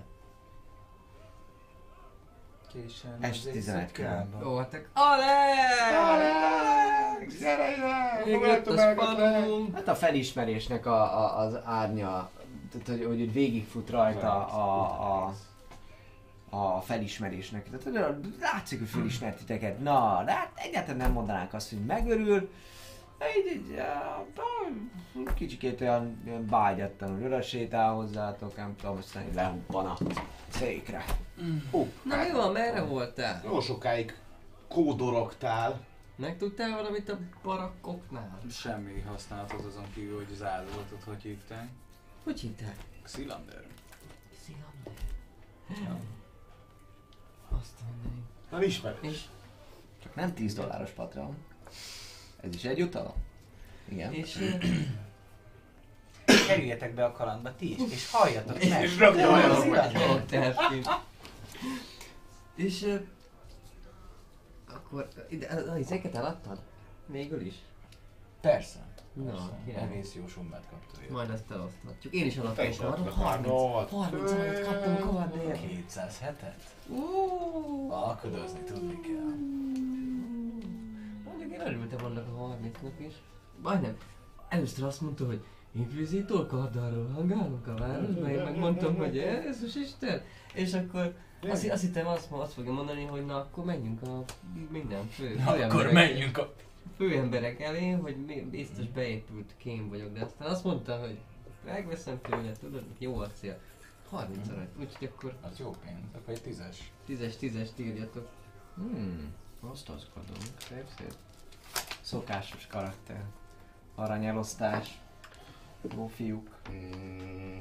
Későn
Este
az
tizenegy
éjszakában.
Jó, hát Alex!
Alex, gyere ide!
Még
Fogadj
jött a
meg!
spanum!
hát a felismerésnek a, a, az árnya, tehát hogy, hogy úgy végigfut rajta a, a, a felismerésnek. Tehát hogy látszik, hogy felismert titeket. Na, de hát egyáltalán nem mondanánk azt, hogy megörül. De így, így ja, kicsikét olyan, olyan bágyattan, hogy oda sétál hozzátok, nem tudom, aztán így lehuppan a székre.
Ó,
Na mi van, merre voltál?
jó sokáig kódorogtál.
Megtudtál valamit a barakkoknál?
Semmi használatot azon kívül, hogy az áldozatot hogy hívták.
Hogy hívták?
Xilander.
Szilander.
Ja.
Azt mondani.
Nem ismered.
És,
Csak nem tíz dolláros Patreon. Ez is egy jutalom? Igen.
és ö,
Kerüljetek be a kalandba ti is, és halljatok meg!
És rakja
Nem,
olyan,
az
hogy-
Xilander.
jó, tehetként. És ö, akkor ide, a- a izéket eladtad? Végül is?
Persze.
Na,
Persze.
király.
Egész jó summát kaptál.
Majd ezt eloszthatjuk. Én is
Te
eladtam
is
kardot.
adtad a
harminc,
kardot.
harminc aranyat kaptam kardért.
kétszázhetet?
Uuuuh.
Alkudozni tudni kell.
Mondjuk én örültem annak a harmincnak is. Majdnem. Először azt mondta, hogy inkvizítor karddal hangálunk a városba, én megmondtam, hogy Jézus Isten. És akkor azt, azt hittem azt, azt fogja mondani, hogy na akkor menjünk a minden fő,
Na, akkor
főemberek,
menjünk a...
főemberek elé, hogy mi- biztos beépült kém vagyok, de aztán azt mondta, hogy megveszem tőle, tudod, jó a cél. harminc arany, úgyhogy akkor
Az jó pénz, akkor egy tízes.
tízes tízes írjatok.
Hmm, osztozkodunk. Szép, szép. Szokásos karakter. Aranyelosztás. Jó fiúk.
Mm,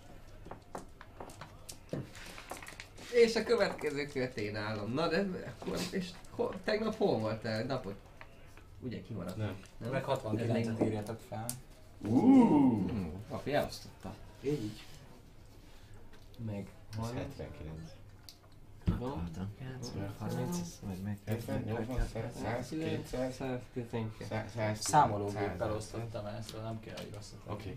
És a következő kört én állom. Na de akkor, és hol, tegnap hol voltál? Napot? Ugye kimaradt?
Nem.
Nem?
Meg hatvankilencet írjatok fel.
Uh,
Hmm, papi elosztotta.
Így.
Meg
ez
harminc.
hetvenkilenc.
Tudom.
harminc, vagy meg.
hetven, nyolcvan, száz, kétszáz,
száztizenkettő.
száz, száz.
Számológéppel osztottam el, szóval nem kell, hogy osztottam.
Oké.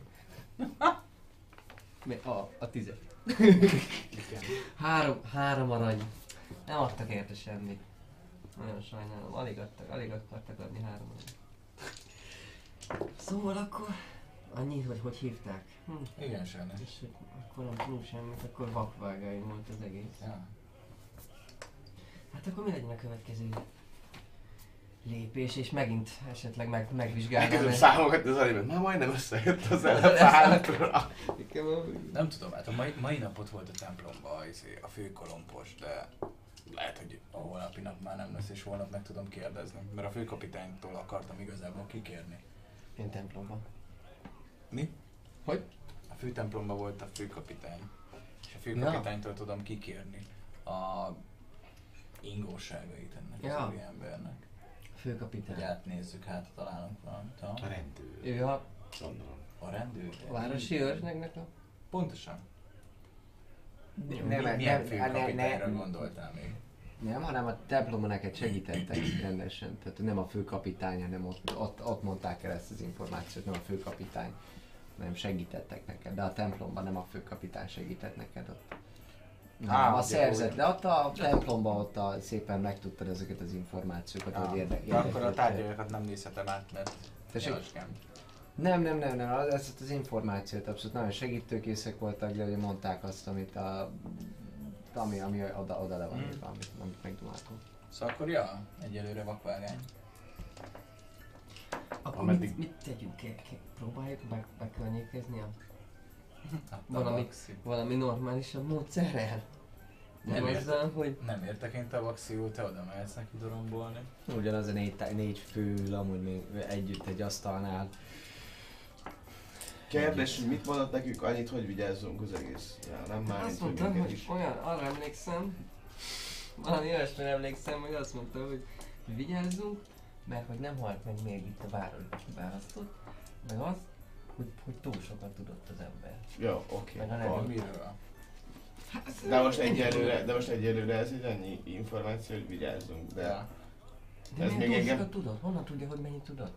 Mi- A, a tízes.
Igen.
Három, három arany. Nem adtak érte semmit. Nagyon sajnálom, alig adtak, alig akartak adni három arany. Szóval akkor annyi, hogy hogy hívták. Hm.
Igen, sajnos.
És hogy akkor nem tudunk semmit, akkor vakvágány volt az egész.
Ja.
Hát akkor mi legyen a következő lépés, és megint esetleg meg, megvizsgálnám.
Elkezdem számogatni az animet, már majdnem összejött az elefántra.
Nem tudom, hát a mai, mai napot volt a templomba izé, a főkolompos, de lehet, hogy a holnapi nap
már nem lesz, és holnap meg tudom kérdezni. Mert a főkapitánytól akartam igazából kikérni.
Én templomban.
Mi?
Hogy?
A főtemplomban volt a főkapitány. És a főkapitánytól ja. tudom kikérni a ingóságait ennek
ja.
az úri embernek.
Főkapitány.
Hogy átnézzük, hát találunk valamit.
A rendőr.
Ő a...
Gondolom.
A rendőr?
A városi őrsnek a...
Pontosan.
Nem,
Mi,
nem,
milyen
nem,
főkapitányra
nem.
gondoltál még?
Nem, hanem a templomban neked segítettek rendesen. Tehát nem a főkapitány, hanem ott, ott, ott mondták el ezt az információt, nem a főkapitány. Nem segítettek neked, de a templomban nem a főkapitány segített neked ott. Nem,
Á,
a
ugye,
szerzet,
úgy.
de ott a templomban ott a, szépen megtudtad ezeket az információkat, hogy érde,
De akkor a
érdeklődtél.
tárgyalókat nem nézhetem át, mert
Tessék?
Jelaskám.
Nem, nem, nem, nem, az, ezt az információt abszolút nagyon segítőkészek voltak, de ugye mondták azt, amit a... ami, ami oda, oda le van
Mm.
írva, amit, amit megdumáltunk.
Szóval akkor ja, egyelőre vakvágány.
Akkor
Ameddig-
mit, mit tegyünk? Ke- ke- Próbáljuk be, bekörnyékezni a...
Hát
Valami-
Tabaxi.
valami normálisabb módszerrel? Nem
Nem
azzal, hogy...
Nem értek én Tabaxiul, te oda mehetsz neki dorombolni.
Ugyanaz a négy, tá- négy fő ül amúgy még együtt egy asztalnál.
Kérdés, hogy mit mondott nekünk annyit, hogy vigyázzunk az egész. Ja, nem már
Azt
mint, hogy
mondta,
minket
hogy
is.
olyan, arra emlékszem, valami olyasmire emlékszem, hogy azt mondta, hogy vigyázzunk, mert hogy nem halt meg még itt a városba kiválasztott, meg az, hogy, hogy túl sokat tudott az ember.
Jó, oké.
Meg a
Okay.
nevű.
Miről?
De most egyelőre, de most egyelőre ez egy annyi információ, hogy vigyázzunk, de...
Ja.
De
Ez
miért
még
túl
engem-
sokat tudott? Honnan tudja, hogy mennyit tudott?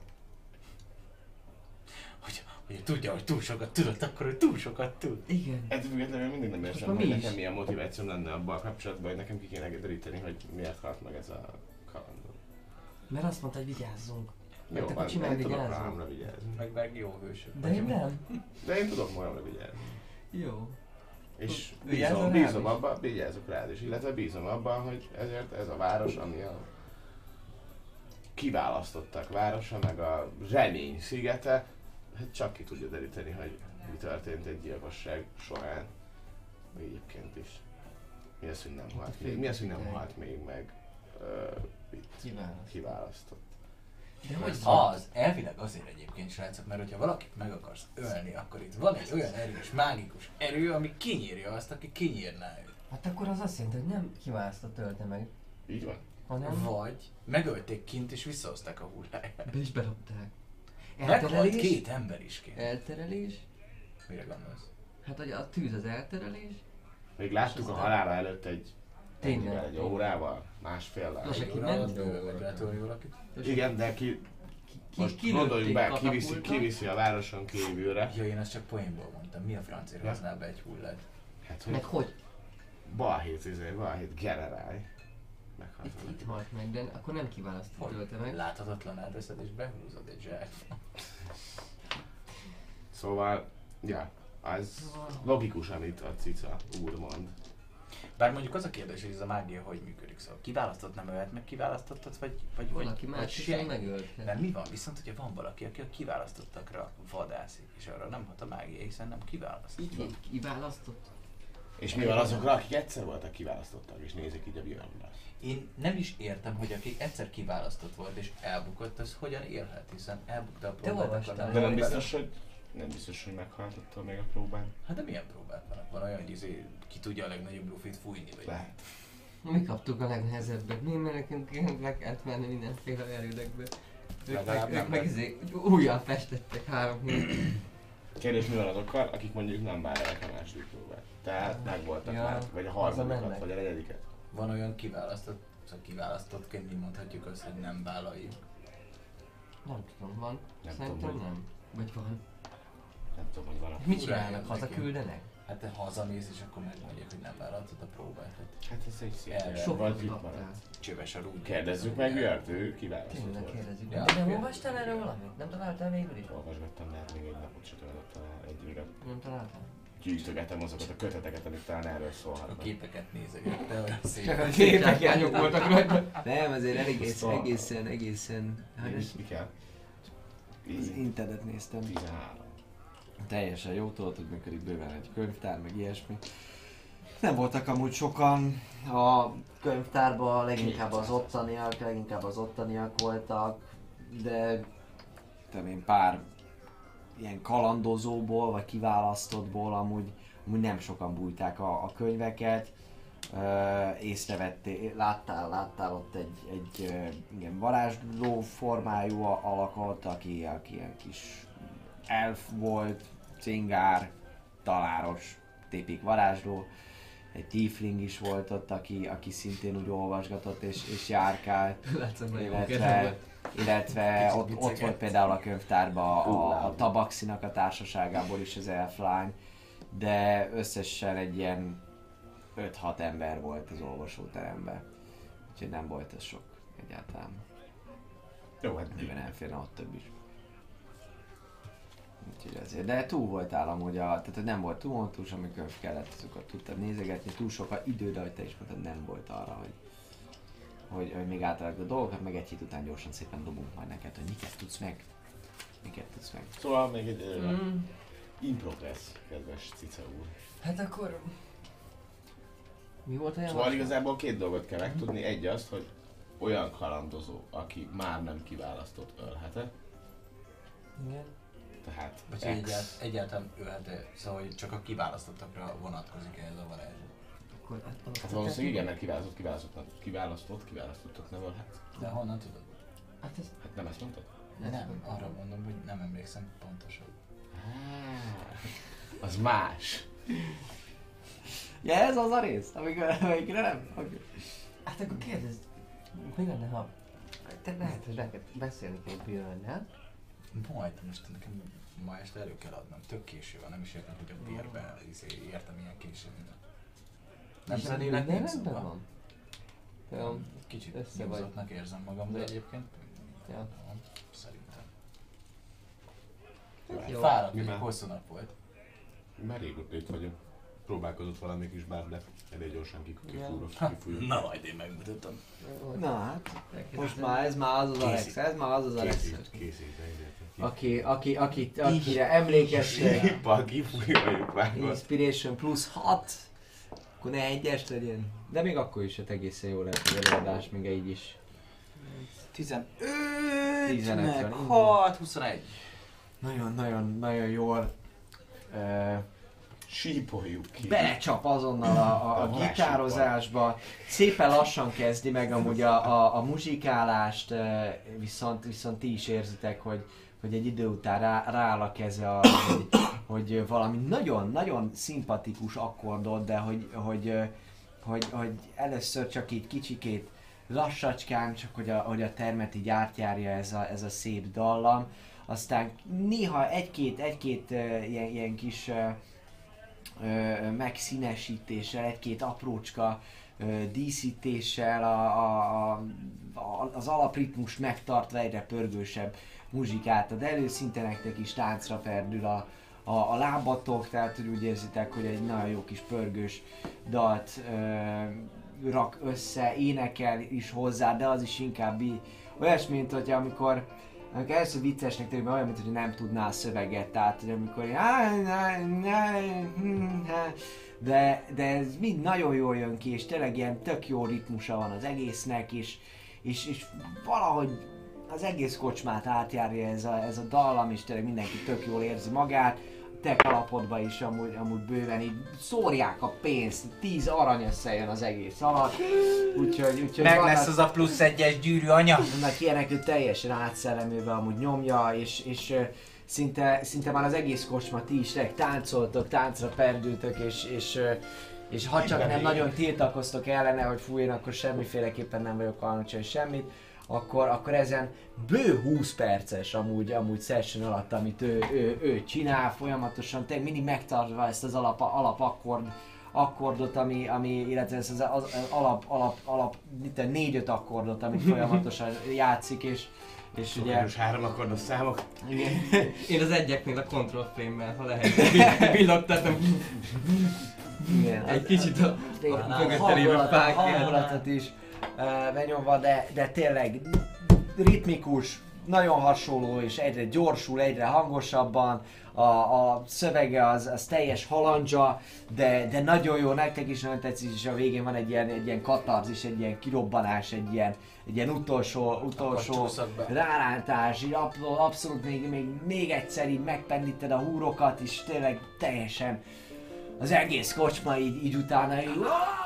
Hogy, hogy tudja, hogy túl sokat tudott, akkor ő túl sokat tud.
Igen.
Ettől függetlenül mindig nem értem,
már
hogy
mi
nekem
is.
milyen motivációm lenne abban a kapcsolatban, hogy nekem ki kéne deríteni, hogy miért halt meg ez a kalandor.
Mert azt mondta, hogy vigyázzunk.
Jó,
Te
van,
kocsimán
én tudok
vigyázzunk.
magamra vigyázni.
Meg meg jó hősök.
De én nem.
De én tudok magamra vigyázni.
Jó.
És
Vigyázzon
bízom,
rám
bízom
is.
abban, vigyázok rád is, illetve bízom abban, hogy ezért ez a város, ami a kiválasztottak városa, meg a remény szigete, hát csak ki tudja deríteni, hogy mi történt egy gyilkosság során. Vagy egyébként is. Mi az, hogy nem halt még? Mi az, hogy nem halt még meg? Ö, itt
Kiválaszt.
kiválasztott.
De hogy
Az, elvileg azért egyébként, srácok, mert hogyha valakit meg akarsz ölni, akkor itt van egy olyan erős, mágikus erő, ami kinyírja azt, aki kinyírná őt.
Hát akkor az azt jelenti, hogy nem kiválasztott ölte meg,
Így van?
hanem
Vagy megölték kint és visszahozták a hulláját.
be is berobták.
Meghalt
Elterelés?
két ember is kint.
Elterelés?
Mire gondolsz?
Hát hogy a tűz az elterelés?
Még láttuk a halála előtt egy,
Tényleg.
ennyivel, egy órával, másféllel.
Nos,
Egy
aki
óra alatt
ment?
bőven meg lehet ölni valakit.
Igen, de ki,
Ki,
most
ki
gondoljunk be, kiviszi,
katapulta?
kiviszi a városon kívülre.
Ja, én ezt csak poénból mondtam. Mi a francért
Ja.
használ be egy hullát?
Hát,
Meg
hogy
hogy?
balhét, izé, balhét generálj. Meghalt
Itt,
valaki.
itt halt meg, de akkor nem kiválasztott ölte meg.
Láthatatlan elveszed és behúzod egy zsák.
Szóval, ja, az logikus, amit a cica úr mond.
Bár mondjuk az a kérdés, hogy ez a mágia hogy működik, szóval kiválasztott nem ölt meg kiválasztottat, vagy, vagy,
Valaki
vagy, vagy
más viszont
senki.
megölte.
Mert mi van viszont, hogyha van valaki, aki a kiválasztottakra vadászik, és arra nem hat a mágia, hiszen nem kiválaszt.
Így van. Kiválasztott?
És mi van azokra, akik egyszer voltak kiválasztottak, és nézik így a björnbe?
Én nem is értem, hogy aki egyszer kiválasztott volt és elbukott, az hogyan élhet, hiszen elbukta a próbát,
olvastál.
akkor
De nem
volt
biztos, hogy nem biztos, hogy meghalt attól még a próbán.
vele. Hát de milyen próbák vannak? Van olyan, hogy izé, ki tudja a legnagyobb lufit fújni, vagy
Lehet.
Mi kaptuk a legnehezebbet. Mi, mert nekünk le kellett menni mindenféle erődekbe. Ők
Legalább
meg,
nem
ők meg
lett.
izé, újjal festettek három hét.
Kérdés, mi van azokkal, akik mondjuk nem várják a második próbát? Tehát megvoltak
Ja,
már, vagy a
haza
harmadikat,
mennek.
vagy a negyediket.
Van olyan kiválasztott, szóval kiválasztottként mi mondhatjuk azt, hogy nem vállaljuk.
Nem tudom, van?
Nem
Szerintem
tudom, hogy-
nem. Vagy van.
Nem tudom, hogy van a...
Mit
Fura
csinálnak?
jön
Hazaküldenek?
Hát te hazamész és akkor megmondják, hogy nem vállaltad a próbát. Hát
Hát ez egy szép.
Erre.
Sokat
Vagy itt
kaptál.
maradt.
csöves a rúd.
Kérdezzük meg Björnt, ő kiválasztott
Tényleg
volt.
kérdezzük.
Ja.
De nem olvastál erről valamit? Nem találtál végül is?
Olvasgattam, de hát még egy napot se töltött talán egyre.
Nem találtál?
Gyűjtögetem azokat a köteteket, amik talán erről
A
szólhatnak.
képeket nézek, de olyan szép.
Csak a képek voltak rajta.
Nem, azért egész,
Szóval-
egészen, egészen, hát
Mi,
ez
mi kell?
az internet néztem.
tizenhárom.
Teljesen jó, tudod, hogy működik bőven egy könyvtár, meg ilyesmi. Nem voltak amúgy sokan a könyvtárban, leginkább az ottaniak, leginkább az ottaniak voltak, de tudom én, pár ilyen kalandozóból, vagy kiválasztottból amúgy, amúgy nem sokan bújták a, a könyveket. Uh, észrevettél, láttál, láttál ott egy, egy uh, ilyen varázsló formájú alakot, aki, aki ilyen kis elf volt, cingár, taláros, tipik varázsló. Egy tiefling is volt ott, aki, aki szintén úgy olvasgatott és, és járkált. illetve, illetve ott, ott volt például a könyvtárban a, a Tabaxinak a társaságából is az elflány, de összesen egy ilyen öt-hat ember volt az olvasóteremben. Úgyhogy nem volt ez sok egyáltalán.
Jó, hát
Nyilván elférne ott több is. Úgyhogy ezért. De túl voltál amúgy, a, tehát hogy nem volt túl túl, ami könyv kellett, azokat tudtad nézegetni, túl sok a idő, de ahogy te is mondtad, nem volt arra, hogy, hogy, hogy még átalakd a dolgokat, meg egy hét után gyorsan szépen dobunk majd neked, hogy miket tudsz meg. Miket tudsz meg.
Szóval még egy
Mm.
mm. improgress, kedves Cica úr.
Hát akkor... Mi volt olyan?
Szóval igazából két dolgot kell megtudni. Egy azt, hogy olyan kalandozó, aki már nem kiválasztott, ölhet-e.
Igen.
Tehát
Vagy
ex.
egyált, egyáltalán ölhet, szóval hogy csak a kiválasztottakra vonatkozik ez a varázs.
Akkor
Hát valószínűleg igen, mert kiválasztott, kiválasztott, kiválasztott, kiválasztottak nem ölhet.
De honnan tudod?
Hát ez...
Hát nem ezt mondtad?
Nem, arra mondom, hogy nem emlékszem pontosan.
Az más.
Ja, ez az a rész, amikor, amikre nem? Okay.
Hát akkor kérdezd, mi lenne, ha... Te lehet, hogy neked beszélni kell Björnnel.
Majd, most nekem ma este elő kell adnom, tök késő van, nem is értem, hogy a bérbe izé, értem ilyen későn. Nem zenének
nem
nincs
rendben
szóval.
van? Tudom,
Kicsit
össze vagy.
nyomzottnak érzem magam, de
De-
egyébként
Ja.
szerintem.
Jó.
Fáradt,
Mi
hogy
már?
hosszú nap volt.
Már régóta itt vagyok. Próbálkozott valami kis bár, de elég gyorsan kifúrok,
Ha,
kifújok.
na majd én megmutatom.
Na hát, most már ez már az az Alex, ez már az az Alex.
Készít, készít, egyetlen.
Aki, aki, aki, akire emlékeztek,
Éppen kifújja vagyok vágva.
Inspiration plusz hat, akkor ne egyes legyen. De még akkor is hát egészen jó lehet az előadás, még így is.
tizenöt,
tizenöt
meg
van,
hat, huszonegy.
Nagyon-nagyon-nagyon jól uh,
Sípoljuk ki.
belecsap azonnal a, a, a
A másik
gitározásba. Szépen lassan kezdi meg amúgy a, a, a muzsikálást, uh, viszont, viszont ti is érzitek, hogy, hogy egy idő után rá, rááll a keze arra, hogy, hogy valami nagyon-nagyon szimpatikus akkordot, de hogy, hogy, hogy, hogy, hogy először csak így kicsikét lassacskán, csak hogy a, hogy a termet így átjárja ez a, ez a szép dallam. Aztán néha egy-két, egy-két uh, ilyen, ilyen kis uh, uh, megszínesítéssel, egy-két aprócska uh, díszítéssel a, a, a, a, az alapritmus megtartva egyre pörgősebb muzsikát ad elő, szinte nektek is táncra perdül a, a, a lábatok, tehát hogy úgy érzitek, hogy egy nagyon jó kis pörgős dalt uh, rak össze, énekel is hozzá, de az is inkább í- olyasmi, mint hogy amikor amikor először viccesnek tűnik, olyan, mint hogy nem tudná a szöveget, tehát hogy amikor de, de ez mind nagyon jól jön ki, és tényleg ilyen tök jó ritmusa van az egésznek, és, és, és valahogy az egész kocsmát átjárja ez a, ez a dallam, és tényleg mindenki tök jól érzi magát. Te kalapodba is amúgy, amúgy bőven így szórják a pénzt, tíz arany összejön az egész alatt, úgyhogy... úgyhogy
Meg
vannak-
lesz az a plusz egyes gyűrű anya.
Annak ilyenek, hogy teljesen átszellemülve amúgy nyomja, és, és ö, szinte, szinte már az egész kocsma ti is tényleg táncoltok, táncra perdültök, és, és, ö, és ha csak nem nagyon tiltakoztok ellene, hogy fúj, én akkor semmiféleképpen nem vagyok hajlandó semmit, akkor, akkor ezen bő húsz perces amúgy, amúgy session alatt, amit ő, ő, ő csinál folyamatosan, tényleg mindig megtartva ezt az alap, alapakkord, akkordot, ami, ami, illetve ez az, az, az alap, alap, alap, itt négy-öt akkordot, amit folyamatosan játszik, és, és ugye...
Szokásos három akkordos számok.
Igen.
Én az egyeknél a control frame-mel, ha lehet, villogtatom
Igen,
egy
az-
kicsit a
a
mögötte lévő
hangulat-
fák.
hangulatot is uh, benyomva, de, de tényleg ritmikus, nagyon hasonló, és egyre gyorsul, egyre hangosabban, a, a szövege az, az teljes halandzsa, de, de nagyon jó, nektek is nagyon tetszik, és a végén van egy ilyen, egy ilyen katarzis, egy ilyen kirobbanás, egy ilyen, egy ilyen utolsó, utolsó rárántás, így abszolút, abszolút még, még, még egyszer így megpendíted a húrokat, és tényleg teljesen az egész kocsma így, így utána így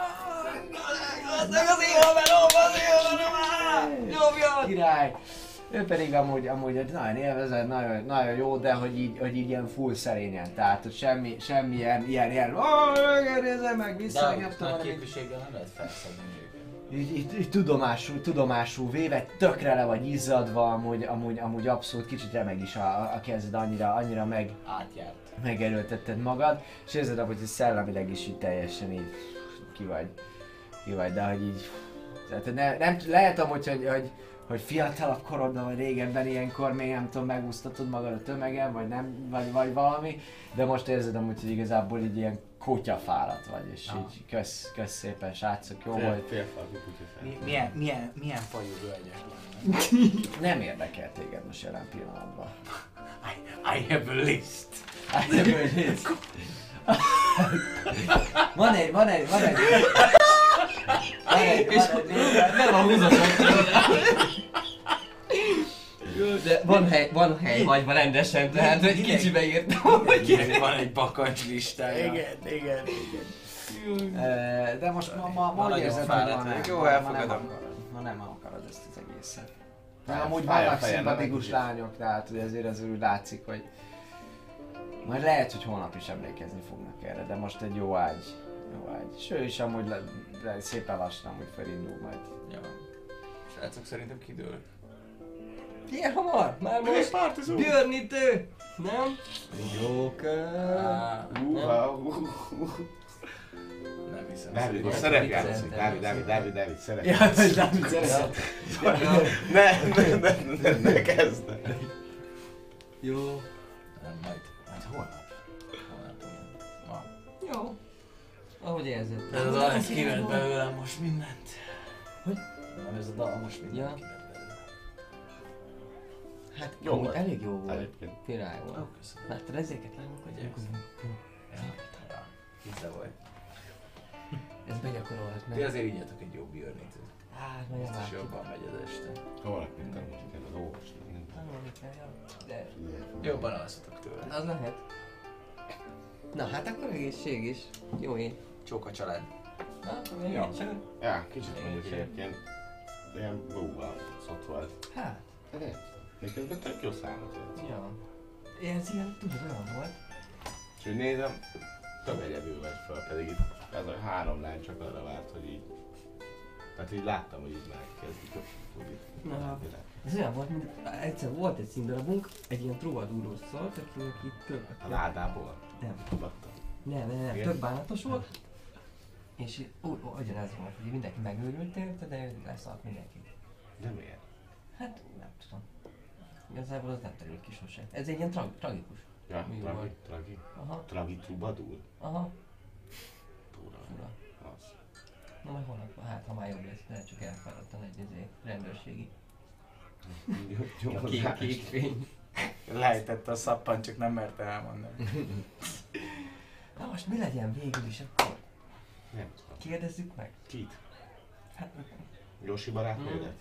király! Ő pedig amúgy, amúgy nagyon élvezett, nagyon, nagyon jó, de hogy így, hogy így ilyen full szerényen, tehát hogy semmi, semmi ilyen, ilyen, ilyen nézzem meg vissza,
de
nem tudom,
nagy képviséggel nem lehet felszedni őket.
így, így, így tudomásul, tudomásul véve, tökre le vagy izzadva, amúgy, amúgy, amúgy abszolút kicsit remeg is a, a kezed, annyira, annyira meg,
Átjárt.
megerőltetted magad, és érzed, hogy szellemileg is így teljesen így ki vagy, ki vagy, de hogy így, tehát ne, nem, lehet amúgy, hogy, hogy, hogy fiatalabb korodban, vagy régebben ilyenkor még nem tudom, megúsztatod magad a tömegen, vagy nem, vagy, vagy valami, de most érzed amúgy, hogy igazából így ilyen kutyafáradt vagy, és
Aha.
így kösz, kösz szépen srácok, jó
Fél,
volt.
félfalkú kutyafej.
Mi, milyen, milyen, milyen fajú hölgyek vannak?
Nem érdekel téged most jelen pillanatban.
I, I have a list.
Van egy, van egy, van egy... Van egy, van egy...
Nem a húzatot. De van hely, van hely hagyva rendesen, tehát hogy kicsibe írtam, hogy
Kinek van egy bakancs listája.
Igen, igen, igen. Ö, De most ma, ma, ma
Ma
úgy
nagyon
érzed, hogy ma
fáradt
nem,
vagyok. Jó,
ma nem
elfogadom.
akarod. Ma nem akarod ezt az egészet. De
Fáj-
amúgy
fáj a
vannak
fejem, nem
szimpatikus
egy
lányok, tehát hogy ezért az úgy látszik, hogy majd lehet, hogy holnap is emlékezni fognak erre, de most egy jó ágy. Jó ágy. És ő is amúgy le, le, szépen lassan amúgy felindul majd.
Ja. Srácok, szerintem kidől.
ilyen hamar, már most björnítő, nem? Jókör.
Á,
Húha, hú, hú.
nem hiszem.
Dávid, most
Szerep
szerep játszik.
játszik.
Dávid, Dávid, Dávid, Dávid, szerep
Ja,
játszik.
hogy nem szeretem.
Ne, ne, ne, ne, ne kezd el.
Jó.
Nem, majd, majd holnap. Holnap igen. Ma.
Jó. Ahogy érzed.
Ez a dal, ez kivett belőlem most mindent.
Hogy?
Nem, ez a dal most mindent
Ja.
kivett belőlem.
Hát
Jó
amúgy
volt.
elég jó volt.
Egyébként.
Király
Ó,
volt.
köszönöm.
Láttad ezeket lányok, hogy
Ugye? Ja, ja. Íze volt.
ez begyakorolhat
Ti
meg.
azért ígyatok egy jó björnítőt.
Hát, nagyon
Ezt is
látjuk.
jobban megy az este.
Holnap minden most kell az olvasni.
Tanulni kell, ja. De
Jobban alszatok tőle.
az lehet. Na hát akkor egészség is. Jó én.
Csóka család.
Na, még
Ja.
egy csak.
Ja, kicsit
Én
mondjuk
sem.
egyébként ilyen búval szott volt.
Hát,
De ne, miközben tök jó számot jött.
ja. Ez ilyen, tudod, olyan volt.
És úgy nézem, tök egyedül vagy fel, pedig itt ez a három lány csak arra várt, hogy így... Tehát így láttam, hogy így már kezdik a tudni.
Na. Ez olyan volt, mint egyszer volt egy színdarabunk, egy ilyen trovadúról szólt, akinek itt tök...
A ládából
Nem,
tudottam.
nem, nem, nem,
Igen.
tök bánatos volt. És így, úgy, ugyanez volt, hogy mindenki megőrült érte, de ő leszállt mindenki.
De miért?
Hát, nem tudom. Igazából az nem terült ki sose. Ez egy ilyen tra- tragikus.
Ja,
Mi
tragi,
volt?
tragi,
Aha,
tragi trubadúr.
aha,
Túra.
fura.
Az.
Na majd holnap, hát ha már jobb lesz, lehet csak elfáradtan egy izé, rendőrségi.
Jó, jó,
Kék, kék fény.
Lejtette a szappan, csak nem merte elmondani.
Na most mi legyen végül is akkor?
Nem tudom.
Kérdezzük meg.
Kit?
Hát,
Jósi barátnődet?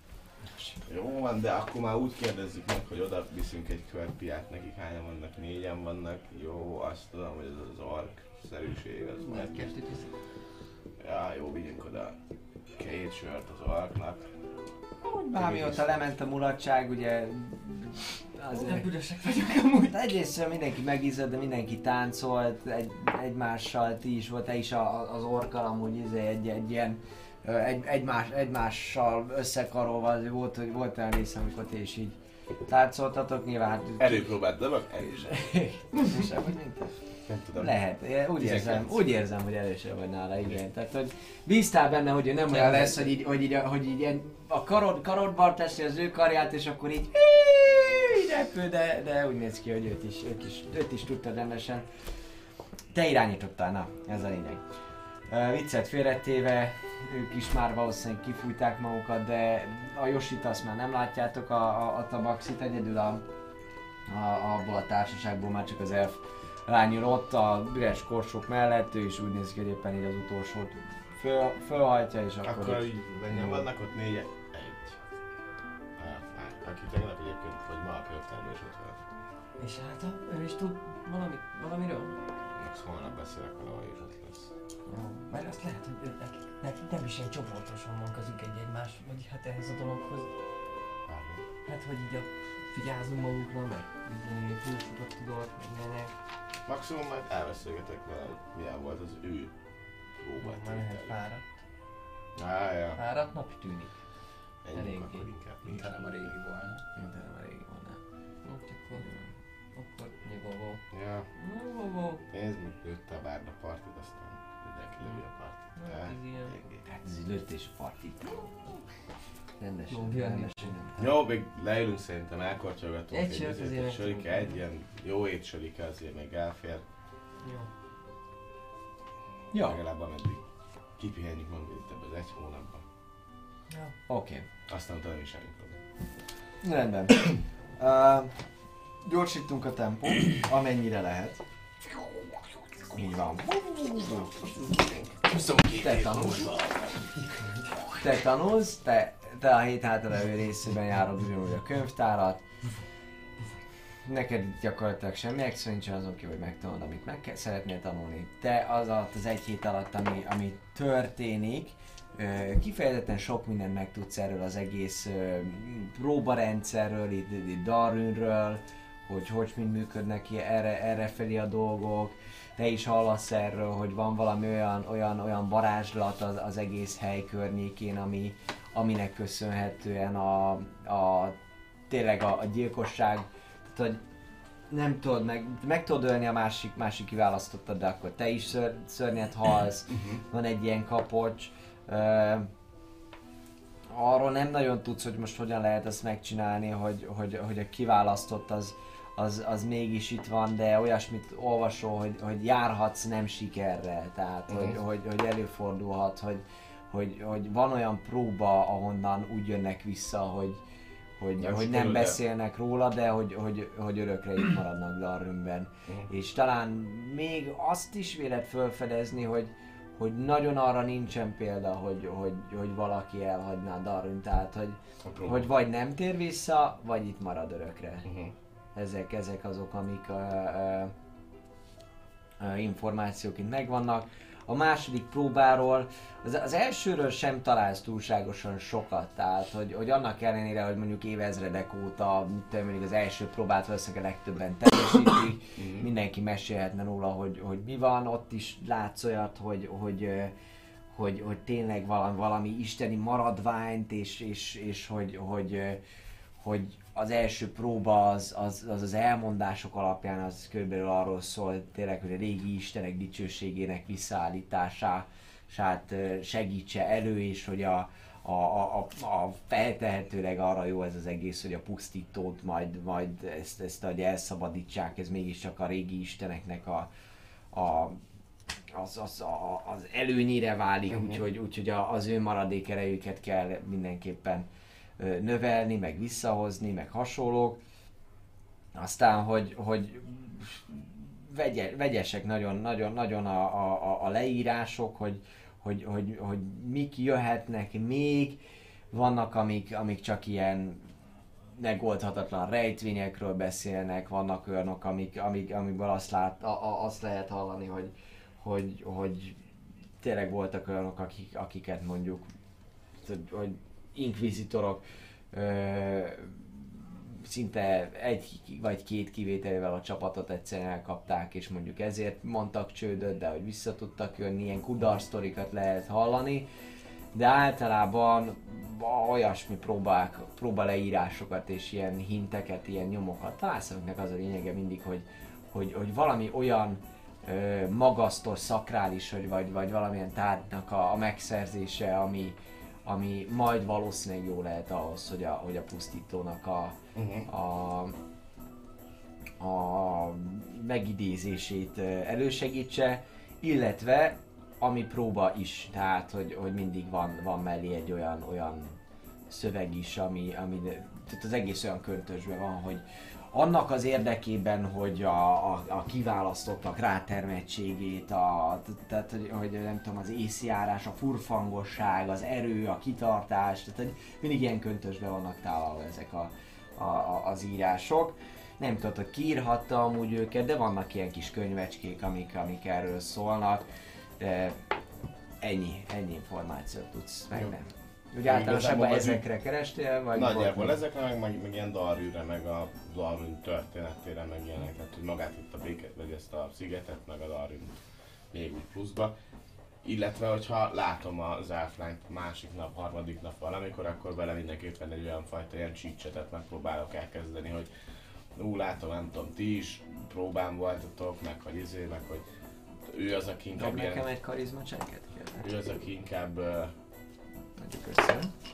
Jó van, de akkor már úgy kérdezzük meg, hogy oda viszünk egy körpiát, nekik hányan vannak, négyen vannak. Jó, azt tudom, hogy ez az ark-szerűség, az
mert
majd...
kestit viszik.
Ja, jó, vigyünk oda két sört az arknak.
Bármióta lement a mulatság, ugye...
Nem
Azért...
büdösek vagyok amúgy.
De egyrészt mindenki megizzadt, de mindenki táncolt, egy, egymással, ti is volt, te is a, az orkkal amúgy izé, egy, egy ilyen ö, egy, egymás, egymással összekarolva, azért volt, hogy volt olyan rész, amikor ti is így táncoltatok, nyilván hát...
Előpróbált, de meg erős.
Erősebb vagy, mint te?
Nem tudom.
Lehet, én úgy érzem,
tizenkilenc.
úgy érzem, hogy erősebb vagy nála, igen. Tehát, hogy bíztál benne, hogy ő nem olyan lesz, hogy így, hogy így, hogy így ilyen a karod, karodban teszi az ő karját, és akkor így így repül, de, de úgy néz ki, hogy őt is, őt is, őt is tudtad rendesen. Te irányítottál, na, ez a lényeg. Uh, viccet félretéve, ők is már valószínűleg kifújták magukat, de a Yoshit azt már nem látjátok, a, a, a Tabaxit egyedül a, a, abból a társaságból már csak az elf lány ott a üres korsók mellett, ő is úgy néz ki, hogy éppen így az utolsót föl, fölhajtja, és akkor...
Akkor így menjen, vannak ott négy, egy. Hát, aki tegnap egyébként, vagy ma a könyvtárban is ott van.
És hát ő is tud valami, valamiről?
Most holnap beszélek vele, hogy is ott lesz.
Jó, mert azt lehet, hogy ő- nekik, nekik nem is ilyen csoportosan van közük egy-egymás, vagy hát ehhez a dologhoz.
Várjunk.
Hát, hogy így a vigyázzunk magukra, meg így túlfutott tudod, meg ilyenek.
Maximum majd elbeszélgetek vele, hogy milyen volt az ő próbát.
Már lehet fáradt.
Á, ja.
Fáradtnak tűnik.
Ennyi
Eléggé.
akkor inkább.
Mintha nem a régi volna.
Mint nem a régi volna.
Hát akkor, akkor nyugovó.
Ja,
Nyugovó.
nézd meg, lőtte a bárda partit, aztán mindenki lövi a partit. De
Hát ez ilyen.
eléggé.
Hát ez egy lőttés a parti. Rendesen,
Jó, jönni.
rendesen.
Jó, még leülünk szerintem, elkortyolgatunk
Egy sört azért
egy
meg
sörike,
tudunk.
egy ilyen jó étsörike azért még elfér.
Jó.
Jó,
Legalább ameddig kipihenjük magunkat itt ebben az egy hónapban.
Ja.
oké.
Aztán utána is semmi probléma.
Rendben. Uh, gyorsítunk a tempót, amennyire lehet. Így van. Te tanulsz. Te tanulsz, te, te a hét hátralévő részében járod ugyanúgy a könyvtárat. Neked itt gyakorlatilag semmi extra nincsen azon kívül, hogy megtanulod, amit meg kell, szeretnél tanulni. Te az alatt, az egy hét alatt, ami, ami történik, ö, kifejezetten sok mindent megtudsz erről az egész ö, próbarendszerről, itt, itt Darwinről, hogy hogy mind működnek ki erre, erre felé a dolgok. Te is hallasz erről, hogy van valami olyan, olyan, olyan varázslat az, az egész hely környékén, ami, aminek köszönhetően a, a tényleg a, a gyilkosság, tehát, hogy nem tudod, meg, meg tudod ölni a másik, másik kiválasztottad, de akkor te is ször, szörnyet halsz, van egy ilyen kapocs. Ö, arról nem nagyon tudsz, hogy most hogyan lehet ezt megcsinálni, hogy, hogy, hogy a kiválasztott az, az, az mégis itt van, de olyasmit olvasol, hogy, hogy járhatsz nem sikerrel, tehát hogy, hogy, hogy előfordulhat, hogy, hogy, hogy van olyan próba, ahonnan úgy jönnek vissza, hogy, hogy,
Nem
hogy nem
sikerül, de-
beszélnek róla, de hogy, hogy, hogy örökre itt maradnak Darwinben.
Mhm.
És talán még azt is véled felfedezni, hogy, hogy nagyon arra nincsen példa, hogy, hogy, hogy valaki elhagyná Darwin, tehát hogy,
A próba.
hogy vagy nem tér vissza, vagy itt marad örökre.
Uh-huh.
Ezek, ezek azok, amik uh, uh, uh, információként megvannak. A második próbáról, az, az elsőről sem találsz túlságosan sokat, tehát hogy, hogy annak ellenére, hogy mondjuk évezredek óta, mit tudom, mondjuk az első próbát valószínűleg a legtöbben teljesítik, mindenki mesélhetne róla, hogy, hogy mi van, ott is látsz olyat, hogy, hogy, ö, hogy, hogy tényleg valami, valami isteni maradványt, és, és, és hogy, hogy, ö, hogy az első próba az az, az az elmondások alapján az körülbelül arról szól, tényleg, hogy a régi istenek dicsőségének visszaállítását ö, segítse elő, és hogy a, a, a, a, a feltehetőleg arra jó ez az egész, hogy a pusztítót majd, majd ezt, ezt hogy elszabadítsák, ez mégiscsak a régi isteneknek a, a az, az, a, az előnyére válik,
Mhm.
úgyhogy, úgyhogy a- az ő maradék erejüket kell mindenképpen ö, növelni, meg visszahozni, meg hasonlók. Aztán, hogy, hogy vegye, vegyesek nagyon, nagyon, nagyon a, a, a leírások, hogy, hogy, hogy, hogy mik jöhetnek még, vannak amik, amik csak ilyen megoldhatatlan rejtvényekről beszélnek, vannak olyanok, amik, amik, amikből azt, lát, a, a, azt lehet hallani, hogy, hogy, hogy tényleg voltak olyanok, akik, akiket mondjuk, hogy inkvizitorok ö, szinte egy vagy két kivételével a csapatot egyszerűen elkapták, és mondjuk ezért mondtak csődöt, de hogy vissza tudtak jönni, ilyen kudarsztorikat lehet hallani, de általában olyasmi próbák, próbaleírásokat és ilyen hinteket, ilyen nyomokat találsz, amiknek az a lényege mindig, hogy, hogy, hogy valami olyan ö, magasztos, szakrális, vagy, vagy, vagy valamilyen tárgynak a, a megszerzése, ami, ami majd valószínűleg jó lehet ahhoz, hogy a, hogy a pusztítónak a,
Uh-huh.
a, a megidézését ö, elősegítse, illetve ami próba is, tehát hogy, hogy mindig van, van mellé egy olyan, olyan szöveg is, ami, ami tehát az egész olyan köntösben van, hogy annak az érdekében, hogy a, a, a kiválasztottak rátermettségét, a, tehát hogy, hogy nem tudom, az észjárás, a furfangosság, az erő, a kitartás, tehát hogy mindig ilyen köntösben vannak tálalva ezek a, a, a, az írások. Nem tudod, hogy ki írhatta amúgy őket, de vannak ilyen kis könyvecskék, amik, amik erről szólnak. De ennyi, ennyi információt tudsz meg, nem? Ugye általánosabban ezekre kerestél, vagy?
Nagyjából volt, ezekre, meg, meg, meg ilyen Darűre, meg a Darűn történetére, meg ilyenek. Tehát, hogy magát itt a béket, vagy ezt a szigetet, meg a Darűn még úgy pluszba. Illetve, hogyha látom az elflányt másik nap, harmadik nap valamikor, akkor vele mindenképpen egy olyan fajta ilyen csícsetet megpróbálok elkezdeni, hogy ú, látom, nem tudom, ti is próbán voltatok, meg hogy izé, meg hogy ő az, aki inkább
Dob
ilyen...
nekem egy karizma csenket kérlek.
Ő az, aki inkább... Uh,
Adjuk össze.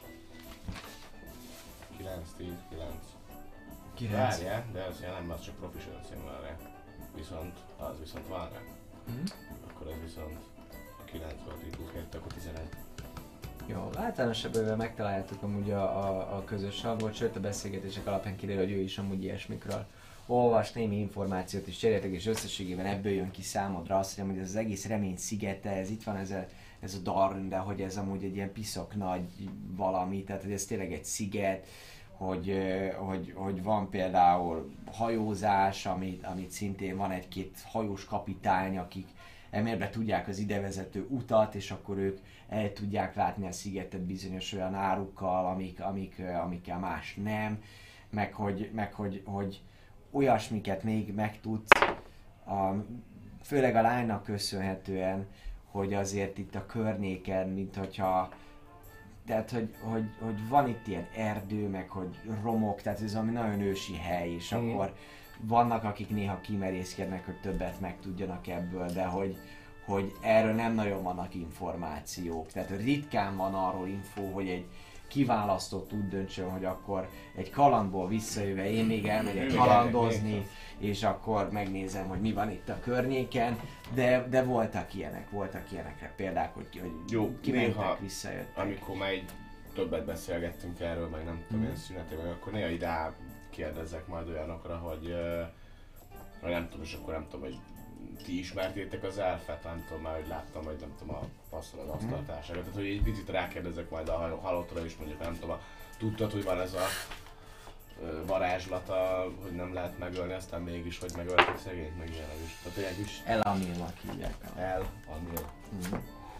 kilenc, tíz, kilenc.
kilenc.
Várjál, de az nem, az csak proficiency van rá. Viszont, az viszont van rá.
Mm.
Akkor ez viszont a kilenc volt, így plusz kettő, akkor tizenegy.
Jó, általánosabban megtaláltuk amúgy a, a, a közös hangot, sőt a beszélgetések alapján kiderül, hogy ő is amúgy ilyesmikről olvas, némi információt is cseréltek, és összességében ebből jön ki számodra azt, hogy amúgy ez az egész remény szigete, ez itt van ez a, ez a Darün, de hogy ez amúgy egy ilyen piszok nagy valami, tehát hogy ez tényleg egy sziget, hogy, hogy, hogy van például hajózás, amit, amit szintén van egy-két hajós kapitány, akik emelbe tudják az idevezető utat, és akkor ők el tudják látni a szigetet bizonyos olyan árukkal, amik, amik, amikkel más nem, meg hogy, meg hogy, hogy olyasmiket még megtudsz, a, főleg a lánynak köszönhetően, hogy azért itt a környéken, mint hogyha, tehát hogy, hogy, hogy van itt ilyen erdő, meg hogy romok, tehát ez ami nagyon ősi hely, és mm. akkor vannak, akik néha kimerészkednek, hogy többet megtudjanak ebből, de hogy, hogy erről nem nagyon vannak információk. Tehát ritkán van arról info, hogy egy kiválasztott úgy döntsön, hogy akkor egy kalandból visszajöve én még elmegyek kalandozni, és akkor megnézem, hogy mi van itt a környéken, de, de voltak ilyenek, voltak ilyenekre példák, hogy, hogy
Jó,
kimentek,
néha,
visszajöttek.
amikor már egy többet beszélgettünk erről, meg nem tudom,
Mm.
ilyen szünetében, akkor néha ide kérdezzek majd olyanokra, hogy uh, nem tudom, és akkor nem tudom, hogy ti ismertétek az elfet, nem tudom már, hogy láttam, vagy nem tudom, a passzol az asztaltárságot. Tehát, hogy egy picit rákérdezek majd a halottra is, mondjuk nem tudom, a, tudtad, hogy van ez a uh, varázslata, hogy nem lehet megölni, aztán mégis, hogy megöltek szegényt, meg ilyenek is. Tehát ilyen kis
El Amilnak hívják.
el, Amil.
Mm.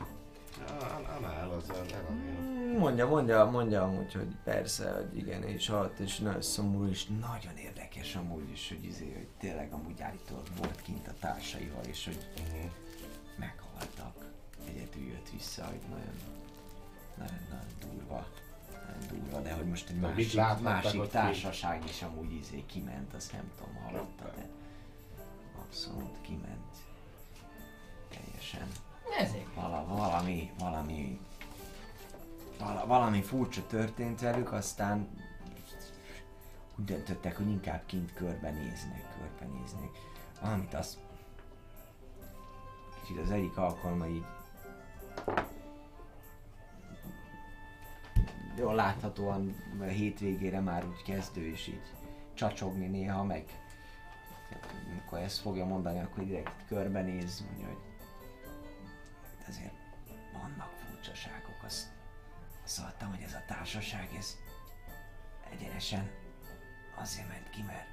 Anál az Elamil.
Mondja, mondja, mondja amúgy, hogy persze, hogy igen, és halt, és nagyon szomorú, és nagyon érdekes amúgy is, hogy, izé, hogy tényleg amúgy állítólag volt kint a társaival, és hogy
Uh-huh.
meghaltak. Egyedül jött vissza, hogy nagyon, nagyon, nagyon durva, nagyon durva, de hogy most egy
De mit
másik,
láthattak
másik
ott
társaság is amúgy izé kiment, azt nem tudom, hallotta, de abszolút kiment. Teljesen.
Ezért.
Vala, valami, valami, vala, valami furcsa történt velük, aztán úgy döntöttek, hogy inkább kint körbenéznek, körbenéznek. Valamit azt... Kicsit az egyik alkalommal így... Jól láthatóan a hétvégére már úgy kezdő is így csacsogni néha, meg... Amikor ezt fogja mondani, akkor direkt körbenéz, mondja, hogy azért vannak furcsaságok, azt, azt hallottam, hogy ez a társaság, ez egyenesen azért ment ki, mert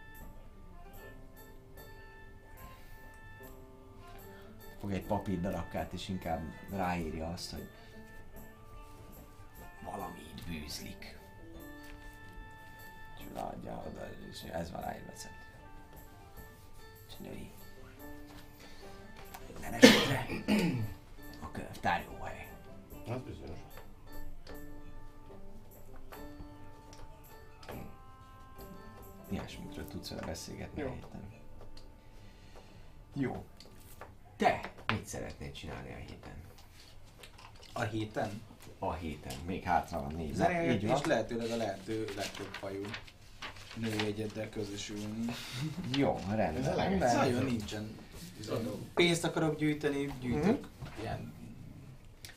fog egy papírdarabkát és inkább ráírja azt, hogy valami itt bűzlik. És odaadja oda, és ez van ráírva szent. És női. Minden esetre a könyvtár jó hely.
Az bizonyos.
Ilyesmikről tudsz vele beszélgetni
Jó.
a héten. Jó. Te mit szeretnéd csinálni a héten?
A héten?
A héten. Még hátra van négy nap.
Zenélgetni
Így van.
és lehetőleg a lehető legtöbb fajú női egyeddel közösülni.
Jó,
Ez
rendben.
elegáns.
rendben.
Nagyon nincsen. Pénzt akarok gyűjteni, gyűjtök ilyen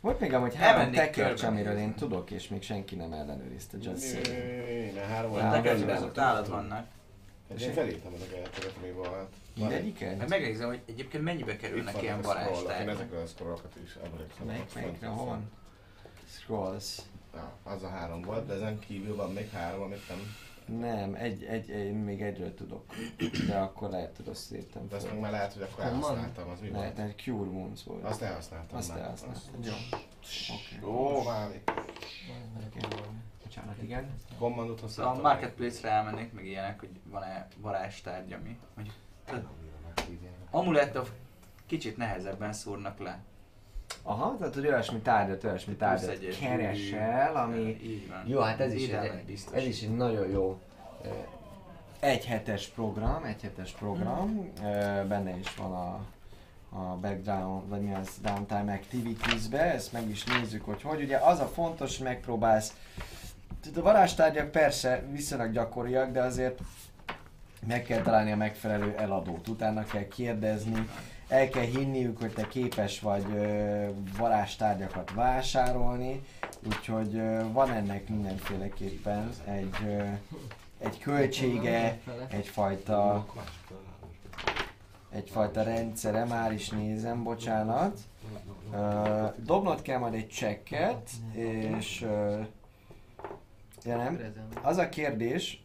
Volt még amúgy három
Elmennék
tekercs,
körbe.
amiről én tudok, és még senki nem ellenőrizte. Just saying.
Mert három
Nálam
volt.
Nekem
belül
azok nálad vannak.
Én felírtam ezeket, ami volt.
Mindegyiket?
Meg megnézem, hogy egyébként mennyibe
Itt
kerülnek ilyen
vannak a scrollok, én
varázstárgyak.
ezekről a scrollokat is emlékszem.
Melyik,
Ott
melyikre,
fent
hol
van.
van? Scrolls.
Ja, az a három volt, de ezen kívül van még három, amit nem.
Nem, egy, egy, egy, még egyről tudok. De akkor lehet, hogy azt írtam
De azt meg
fel.
már lehet, hogy akkor
Honnan?
elhasználtam, az mi
Lehet,
volt?
egy Cure Wounds volt.
Azt elhasználtam
Azt
már.
elhasználtad. Jó. Oké.
Jó, Mávi.
Bocsánat, igen.
Commandot
A
használtam.
Marketplace-re elmennék, meg ilyenek, hogy van-e varázstárgy, ami... Mondjuk, amulettok kicsit nehezebben szúrnak le.
Aha, tehát hogy olyasmi tárgyat, olyasmi
Plusz
tárgyat
egyes
keresel,
bűn,
ami...
Így van.
Jó, hát ez is,
Védelmet
egy,
biztos.
ez is egy nagyon jó ö, egyhetes program, egyhetes program, ö, benne is van a, a background, vagy mi az downtime activities-be, ezt meg is nézzük, hogy hogy. Ugye az a fontos, hogy megpróbálsz, tehát a varázstárgyak persze viszonylag gyakoriak, de azért meg kell találni a megfelelő eladót, utána kell kérdezni, el kell hinniük, hogy te képes vagy ö, varázstárgyakat vásárolni, úgyhogy ö, van ennek mindenféleképpen egy, ö, egy költsége, egyfajta, egyfajta rendszere, már is nézem, bocsánat. Ö, dobnod kell majd egy csekket, és ö, ja nem, az a kérdés,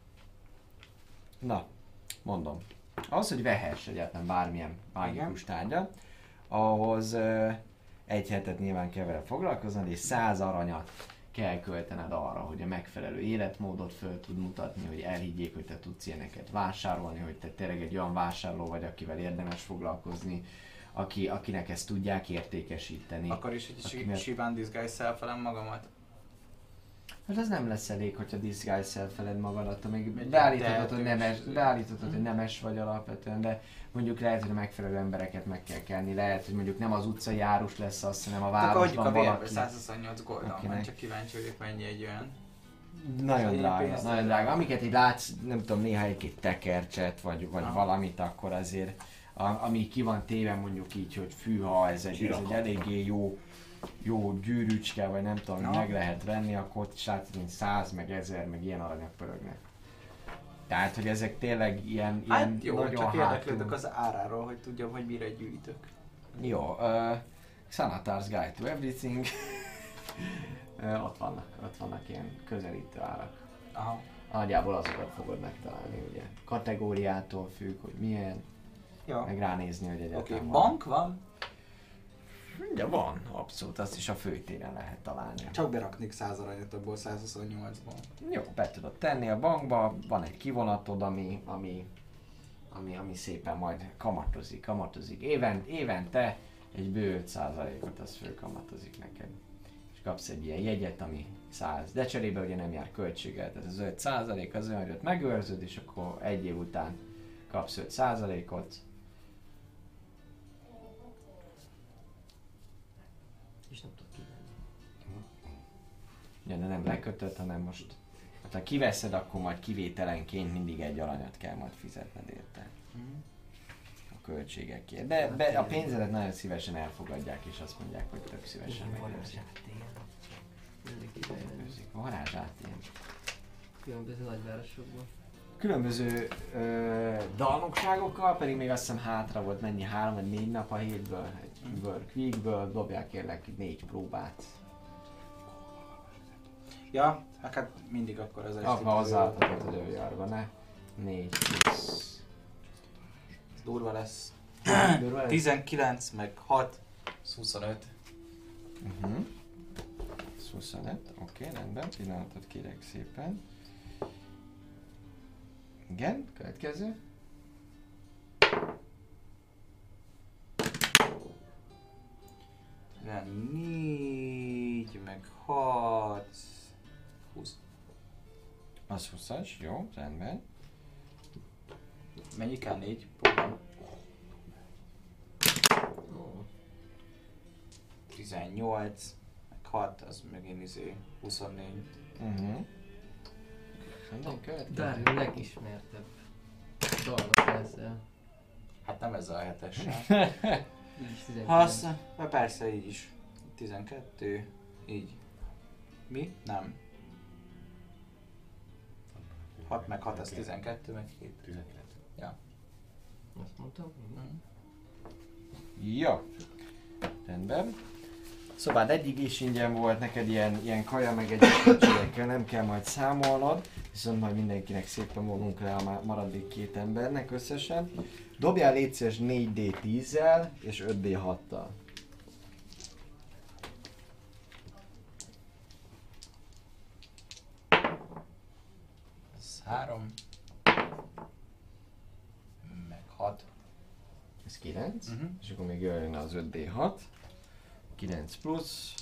na, mondom. Az, hogy vehess egyáltalán bármilyen mágikus tárgyat, ahhoz ö, egy hetet nyilván kell vele foglalkoznod, és száz aranyat kell költened arra, hogy a megfelelő életmódot föl tud mutatni, hogy elhiggyék, hogy te tudsz ilyeneket vásárolni, hogy te tényleg egy olyan vásárló vagy, akivel érdemes foglalkozni, aki, akinek ezt tudják értékesíteni.
Akkor is, hogy
Aki
si-
miatt-
Sivan disguise-szel felem magamat.
Hát az nem lesz elég, hogyha disguise-szel feled magadat, még
Egy
beállíthatod, hogy
tehetős-
nemes, beállíthatod, hogy nemes vagy alapvetően, de mondjuk lehet, hogy a megfelelő embereket meg kell kelni, lehet, hogy mondjuk nem az utcai árus lesz az, hanem a
Hát akkor hagyjuk
városban
a vérbe,
valaki.
száz huszonnyolc goldon van,
akinek-
csak kíváncsi vagyok mennyi egy olyan.
Nagyon
Én
drága,
pénzt-
nagyon drága. Amiket így látsz, nem tudom, néha egy-két tekercset, vagy, vagy
Aha.
valamit, akkor azért, a, ami ki van téve mondjuk így, hogy fűha, ez egy, ez egy eléggé jó, jó gyűrűcske, vagy nem tudom,
Aha.
meg lehet venni, akkor ott is látod, hogy száz, meg ezer, meg ilyen aranyak pörögnek. Tehát, hogy ezek tényleg ilyen, ilyen
Hát jó,
nagyon
csak
hátul-
érdeklődök az áráról, hogy tudjam, hogy mire gyűjtök.
Jó, uh, Xanatar's Guide to Everything. uh, ott vannak, ott vannak ilyen közelítő árak.
Aha.
Nagyjából azokat fogod megtalálni, ugye. Kategóriától függ, hogy milyen,
Jó.
meg ránézni, hogy
Oké,
egyáltalán
okay,
van.
bank van?
Ja, van, abszolút, azt is a főtéren lehet találni.
Csak beraknék száz aranyat abból száz huszonnyolcból.
Jó, be tudod tenni a bankba, van egy kivonatod, ami, ami, ami, ami szépen majd kamatozik, kamatozik. Éven, évente egy bő öt százalékot az fölkamatozik neked. És kapsz egy ilyen jegyet, ami száz. De cserébe ugye nem jár költséggel, tehát az öt százalék az olyan, hogy ott megőrzöd, és akkor egy év után kapsz öt százalékot.
És nem tudok kivenni.
Ja, de nem lekötött, hanem most... Hát ha kiveszed, akkor majd kivételenként mindig egy aranyat kell majd fizetned érte. A költségekért. De be, a pénzedet nagyon szívesen elfogadják, és azt mondják, hogy tök szívesen megőrzik.
Mindig kivejlődik.
Megőrzik. Varázsát ilyen.
Különböző nagyvárosokban.
Különböző ö, dalnokságokkal, pedig még azt hiszem hátra volt mennyi, három vagy négy nap a hétből, egy work weekből, dobják kérlek négy próbát.
Ja, hát mindig akkor az
Akkor
esti
hozzáadhatod az őjarba, ne? Négy, tíz.
durva lesz.
Durva lesz?
tizenkilenc meg hat, huszonöt.
Uh-huh. huszonöt, oké, okay, rendben, pillanatot kérek szépen. Igen, következő.
négy, meg hat, húsz.
Az huszas, jó, rendben.
Mennyi kell? négy? Próbálom. tizennyolc, meg hat, az megint izé huszonnégy.
Uh-huh. Rendben, következő.
Dario legismertebb dalok ezzel.
Hát nem ez a hetessel.
Így is
Ha
tizenkilenc.
azt, hát persze így is. tizenkettő, így. Mi? Nem. hat meg hat az tizenkettő, meg hét.
tizenkettő.
Ja.
Azt mondtam?
Mhm.
Ja. Rendben. Szóval eddig is ingyen volt neked ilyen, ilyen kaja, meg egyébként nem kell majd számolnod, viszont majd mindenkinek szépen fogunk le a maradék két embernek összesen. Dobjál légy szíves négy dé tízzel és öt dé hattal.
Ez három. Meg hat.
Ez kilenc,
Uh-huh.
és akkor még jön az öt dé hat. kilenc plusz.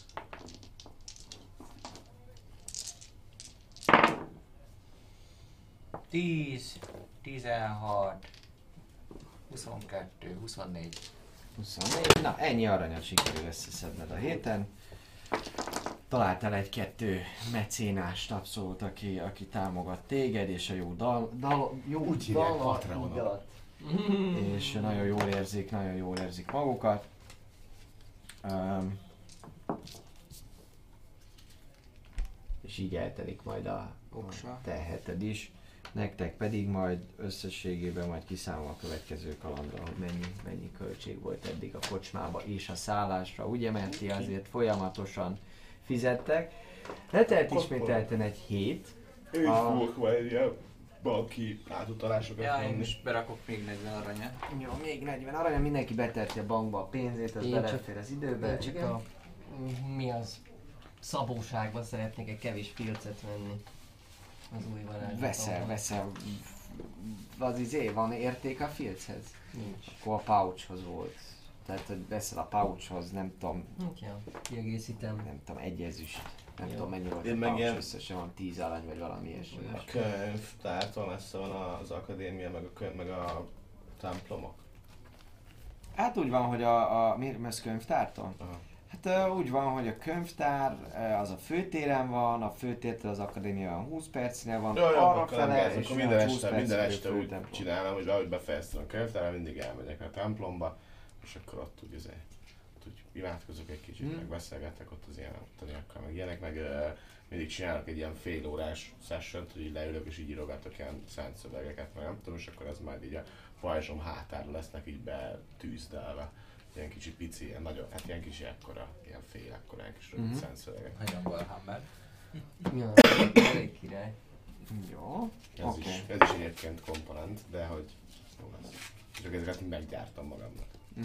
tíz, tizenhat, huszonkettő, huszonnégy.
huszonnégy. Na, ennyi aranyat sikerül összeszedned a héten. Találtál egy-kettő mecénást abszolút, aki, aki támogat téged, és a jó dal, dal jó
Úgy hívják,
dal,
Patreonon.
és nagyon jól érzik, nagyon jól érzik magukat. Um, és így eltelik majd a, a
Oksa.
te heted is. Nektek pedig majd összességében majd kiszámol a következő kalandra, hogy mennyi, mennyi költség volt eddig a kocsmába és a szállásra, ugye, mert ti azért folyamatosan fizettek. Letelt ismételten egy hét.
Én is
A-
fogok majd ilyen banki átutalásokat
Ja, én
venni.
is berakok még negyven aranyat.
Jó, még negyven arany, mindenki beterti a bankba a pénzét, az
Én
belefér az időbe.
Én csak
igen.
a... Mi az? Szabóságban szeretnék egy kevés filcet venni. Az új varázslatomban.
Veszel, veszel. Az izé, van érték a filchez?
Nincs.
Akkor a pouchhoz volt. Tehát, hogy veszel a pouchhoz, nem tudom,
Nincs, ja. Kiegészítem.
nem tudom, egy ezüst. Nem
Jó.
tudom mennyi volt
Én
a
meg
pouch,
ilyen-
összesen van tíz arany vagy valami ilyesmi.
A könyvtártól messze van az akadémia, meg a, könyv, meg a templomok.
Hát úgy van, hogy a, a Mirmes könyvtártól?
Aha.
Hát uh, úgy van, hogy a könyvtár uh, az a főtéren van, a főtértől az akadémia van húsz percnél van,
Jó, jó,
arra
akkor nem
fele,
kell,
és
akkor
olyan
minden
húsz
este, minden
percig
este
a
úgy
főtemplom.
csinálom, hogy ahogy befejeztem a könyvtárra, mindig elmegyek a templomba, és akkor ott úgy, azért, ott úgy imádkozok egy kicsit,
Hmm.
meg beszélgetek ott az ilyen ottaniakkal, meg ilyenek, meg uh, mindig csinálok egy ilyen fél órás sessiont, hogy így leülök és így írogatok ilyen szent szövegeket, meg nem tudom, és akkor ez majd így a pajzsom hátára lesznek így betűzdelve. Ilyen kicsi pici, ilyen nagyon, hát ilyen kicsi ekkora, ilyen fél ekkora, ilyen kis rövid
Mhm.
szent szövegek.
Nagyon Warhammer.
Ja, elég király.
Jó,
Ez,
oké.
is, ez is egyébként komponent, de hogy jó lesz. Csak ezeket meggyártam magamnak.
Mhm.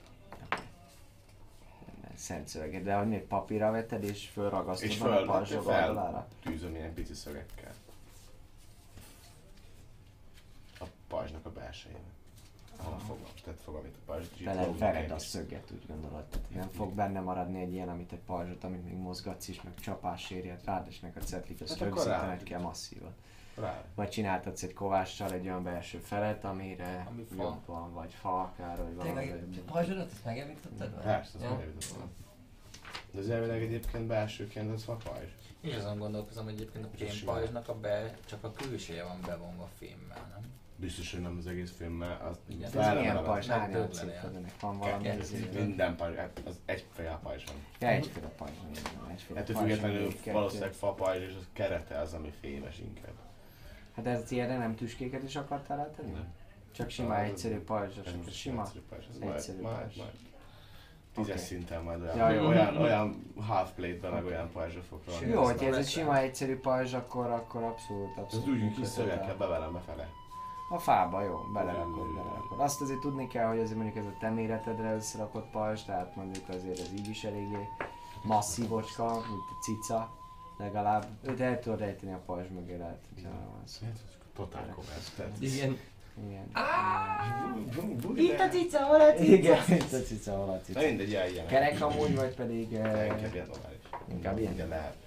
Szent szöveget, de hogy még papírra vetted és fölragasztod
És
a
föl,
pajzsok
fel
oldalára?
tűzöm ilyen pici szögekkel. A pajzsnak a belsején. Ahol fogom, tehát fogom itt a pajzsot, és itt
Bele
lógnak
vered
én
a
is.
szöget, úgy gondolod. Tehát nem fog benne maradni egy ilyen, amit egy pajzsot, amit még mozgatsz is, meg csapás érjet rád, és meg a cetlik, azt
Hát akkor
rögzítened
rá.
kell masszívan.
Rá.
Vagy csináltatsz egy kovással egy olyan belső felet, amire
Ami fa.
jobb van, vagy fa akár, vagy valami.
Tényleg, a pajzsodat ezt megjavítottad? vagy?
Persze, az
Ja.
megjavítottad. De az elvileg egyébként belsőként az a pajzs.
Én is azon gondolkozom, hogy egyébként a
Ez is
fémpajzsnak a be, csak a külsője van bevonva fémmel, nem?
Biztos, hogy nem az egész filmmel, az
Igen.
De ez milyen
felelem
pajzs?
meg
Hányan
döglenél.
szétfedenek? Van valami
Kettő.
izé?
Minden pajzs, hát az egyféle pajzs van.
Ja, egyféle pajzs van, igen, egyféle
Ettől
pajzs van,
függetlenül
kettő.
valószínűleg fa pajzs, és az kerete az, ami fémes inkább.
Hát ez ilyenre nem tüskéket is akartál rátenni?
Nem.
Csak sima, egyszerű pajzs,
Ez
csak
most
sima.
egyszerű pajzs, ez
Egyszerű
majd,
pajzs.
majd, majd. Tízes
Oké.
szinten majd olyan,
Ja, jó.
olyan, olyan half-plate-ben meg olyan pajzsra fog rohanni.
Jó,
Ezt
hogyha
nem
ez egy
lesz
sima, egyszerű pajzs, akkor, akkor abszolút,
Ez
abszolút.
úgy kis
működhet
szögekkel
el.
bevelem befele.
A fába, jó, belerakod, belerakod. Azt azért tudni kell, hogy azért mondjuk ez a te méretedre összerakott pajzs, tehát mondjuk azért ez így is eléggé masszívocska, mint a cica, legalább. Őt el tudod rejteni a pajzs mögé, lehet, hogyha arra van szó.
Hát, ez totál komolyan. Tehát-
Igen.
Igen.
Itt a cica, hol a cica?
Igen, itt a cica, hol a
Na
cica.
mindegy, ilyen ilyenek.
Kerek amúgy, vagy pedig...
De
eh,
inkább ilyen normális.
Inkább ilyen?
Igen, lehet.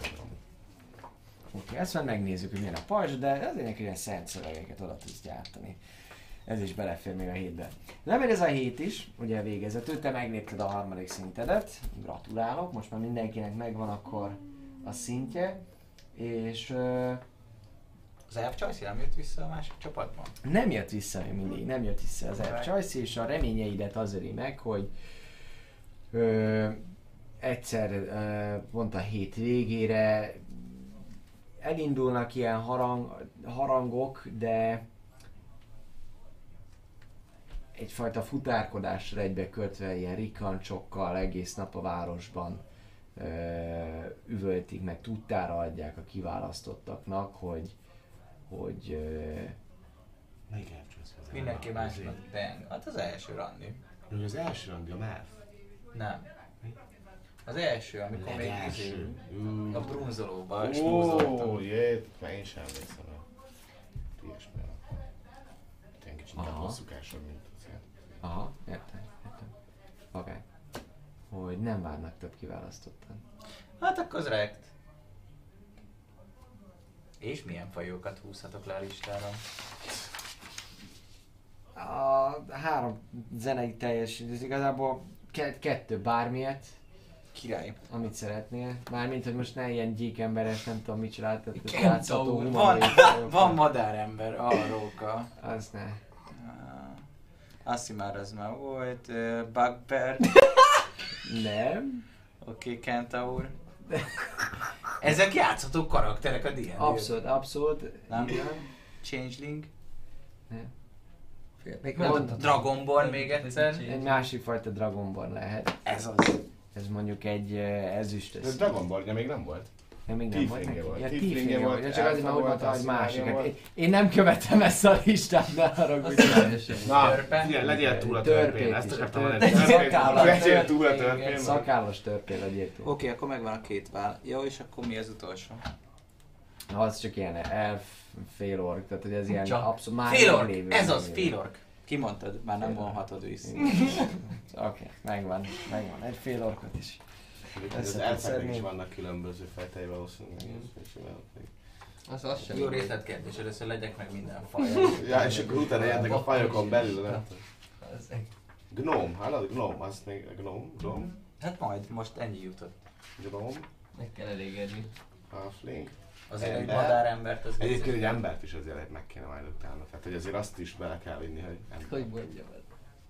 Oké, ezt már megnézzük, hogy milyen a pajzs, de azért neki ilyen szent szövegeket oda tudsz gyártani. Ez is belefér még a hétbe. Lemegy ez a hét is, ugye végezetül, te meglépted a harmadik szintedet, gratulálok, most már mindenkinek megvan akkor a szintje, és ö,
Az Elf Choice nem jött vissza a másik csapatban?
nem jött vissza még mindig, nem jött vissza az Elf Choice, és a reményeidet az öli meg, hogy ö, egyszer uh, pont a hét végére elindulnak ilyen harang, harangok, de egyfajta futárkodásra egybekötve ilyen rikancsokkal egész nap a városban uh, üvöltik, meg tudtára adják a kiválasztottaknak, hogy, hogy uh,
Melyik elcsúsz az
Mindenki
elme?
másnak deng. Hát az első randi.
Ő az első randi, a MÁV.
Nem. Az első, amikor még
Legelső.
izé- a brunzolóba
Ó,
smúzoltam.
jé, már én sem emlékszem a ilyesmire. Ilyen kicsit
Aha.
hosszúkásabb, mint az ilyen.
aha, értem, értem. Oké. Hogy nem várnak több kiválasztottan.
Hát akkor az rekt. És milyen fajokat húzhatok le a listára?
A három zenei teljesít, ez igazából ke- kettő bármilyet,
Király.
amit szeretnél. Mármint, hogy most ne ilyen gyíkemberes, nem tudom mit csináltad.
Kenzo úr,
Van, van madárember, a róka.
Az ne.
Uh, azt már az már volt. Uh, Bugbear.
Nem.
Oké, okay, Kentaur. Ezek játszható karakterek a dé en dé-ben.
Abszolút, abszolút.
Nem?
Igen.
Changeling.
Nem.
Még
nem
tudtam.
Dragonborn még egyszer.
Egy másik fajta Dragonborn lehet.
Ez az.
Ez mondjuk egy uh, ezüst.
Ez Dragon Ball-ja még nem volt.
Ja, még nem volt
Tieflinge
neki.
volt.
Ja,
Tieflinge
Tieflinge
volt,
volt. Ja, csak azért már úgy
Elfa
mondta,
volt,
hogy
Aszimária
másik.
volt.
Én, én nem követem ezt a listát, ne haragudj.
Na,
Törpe?
figyelj, legyél túl a
Törpét
törpén, ezt
is,
akartam
a
mondani.
törpét.
Törpén,
Szakállas
legyél túl a
törpén,
törpén.
Szakállas törpén legyél túl.
Oké, akkor megvan a két vál. Jó, és akkor mi az utolsó?
Az csak ilyen elf, fél ork, tehát hogy ez ilyen
Csak.
abszolút már
Félork!
meglévő,
Ez az,
meglévő.
félork! Kimondtad, már nem
Félork.
vonhatod vissza.
Oké, megvan, megvan. Egy fél orkot is.
Az
Össze tudsz
elfeknek is
szedni.
vannak különböző fejtei valószínűleg. és simán ott még.
Az, az sem
Jó
mindegy.
részletkérdés, először legyek meg minden fajjal.
Ja, és akkor utána jönnek a fajokon belül, nem tudom.
Az-
Gnome, hallod? Gnome, azt még gnome, gnome,
Hát majd, most ennyi jutott.
gnome,
Meg kell elégedni.
halfling.
Azért egy
Ember.
madárembert az
Egyébként
vicces.
egy embert is azért meg kéne majd utána. Tehát, hogy azért azt is bele kell vinni, hogy ember.
Hogy mondjam ezt?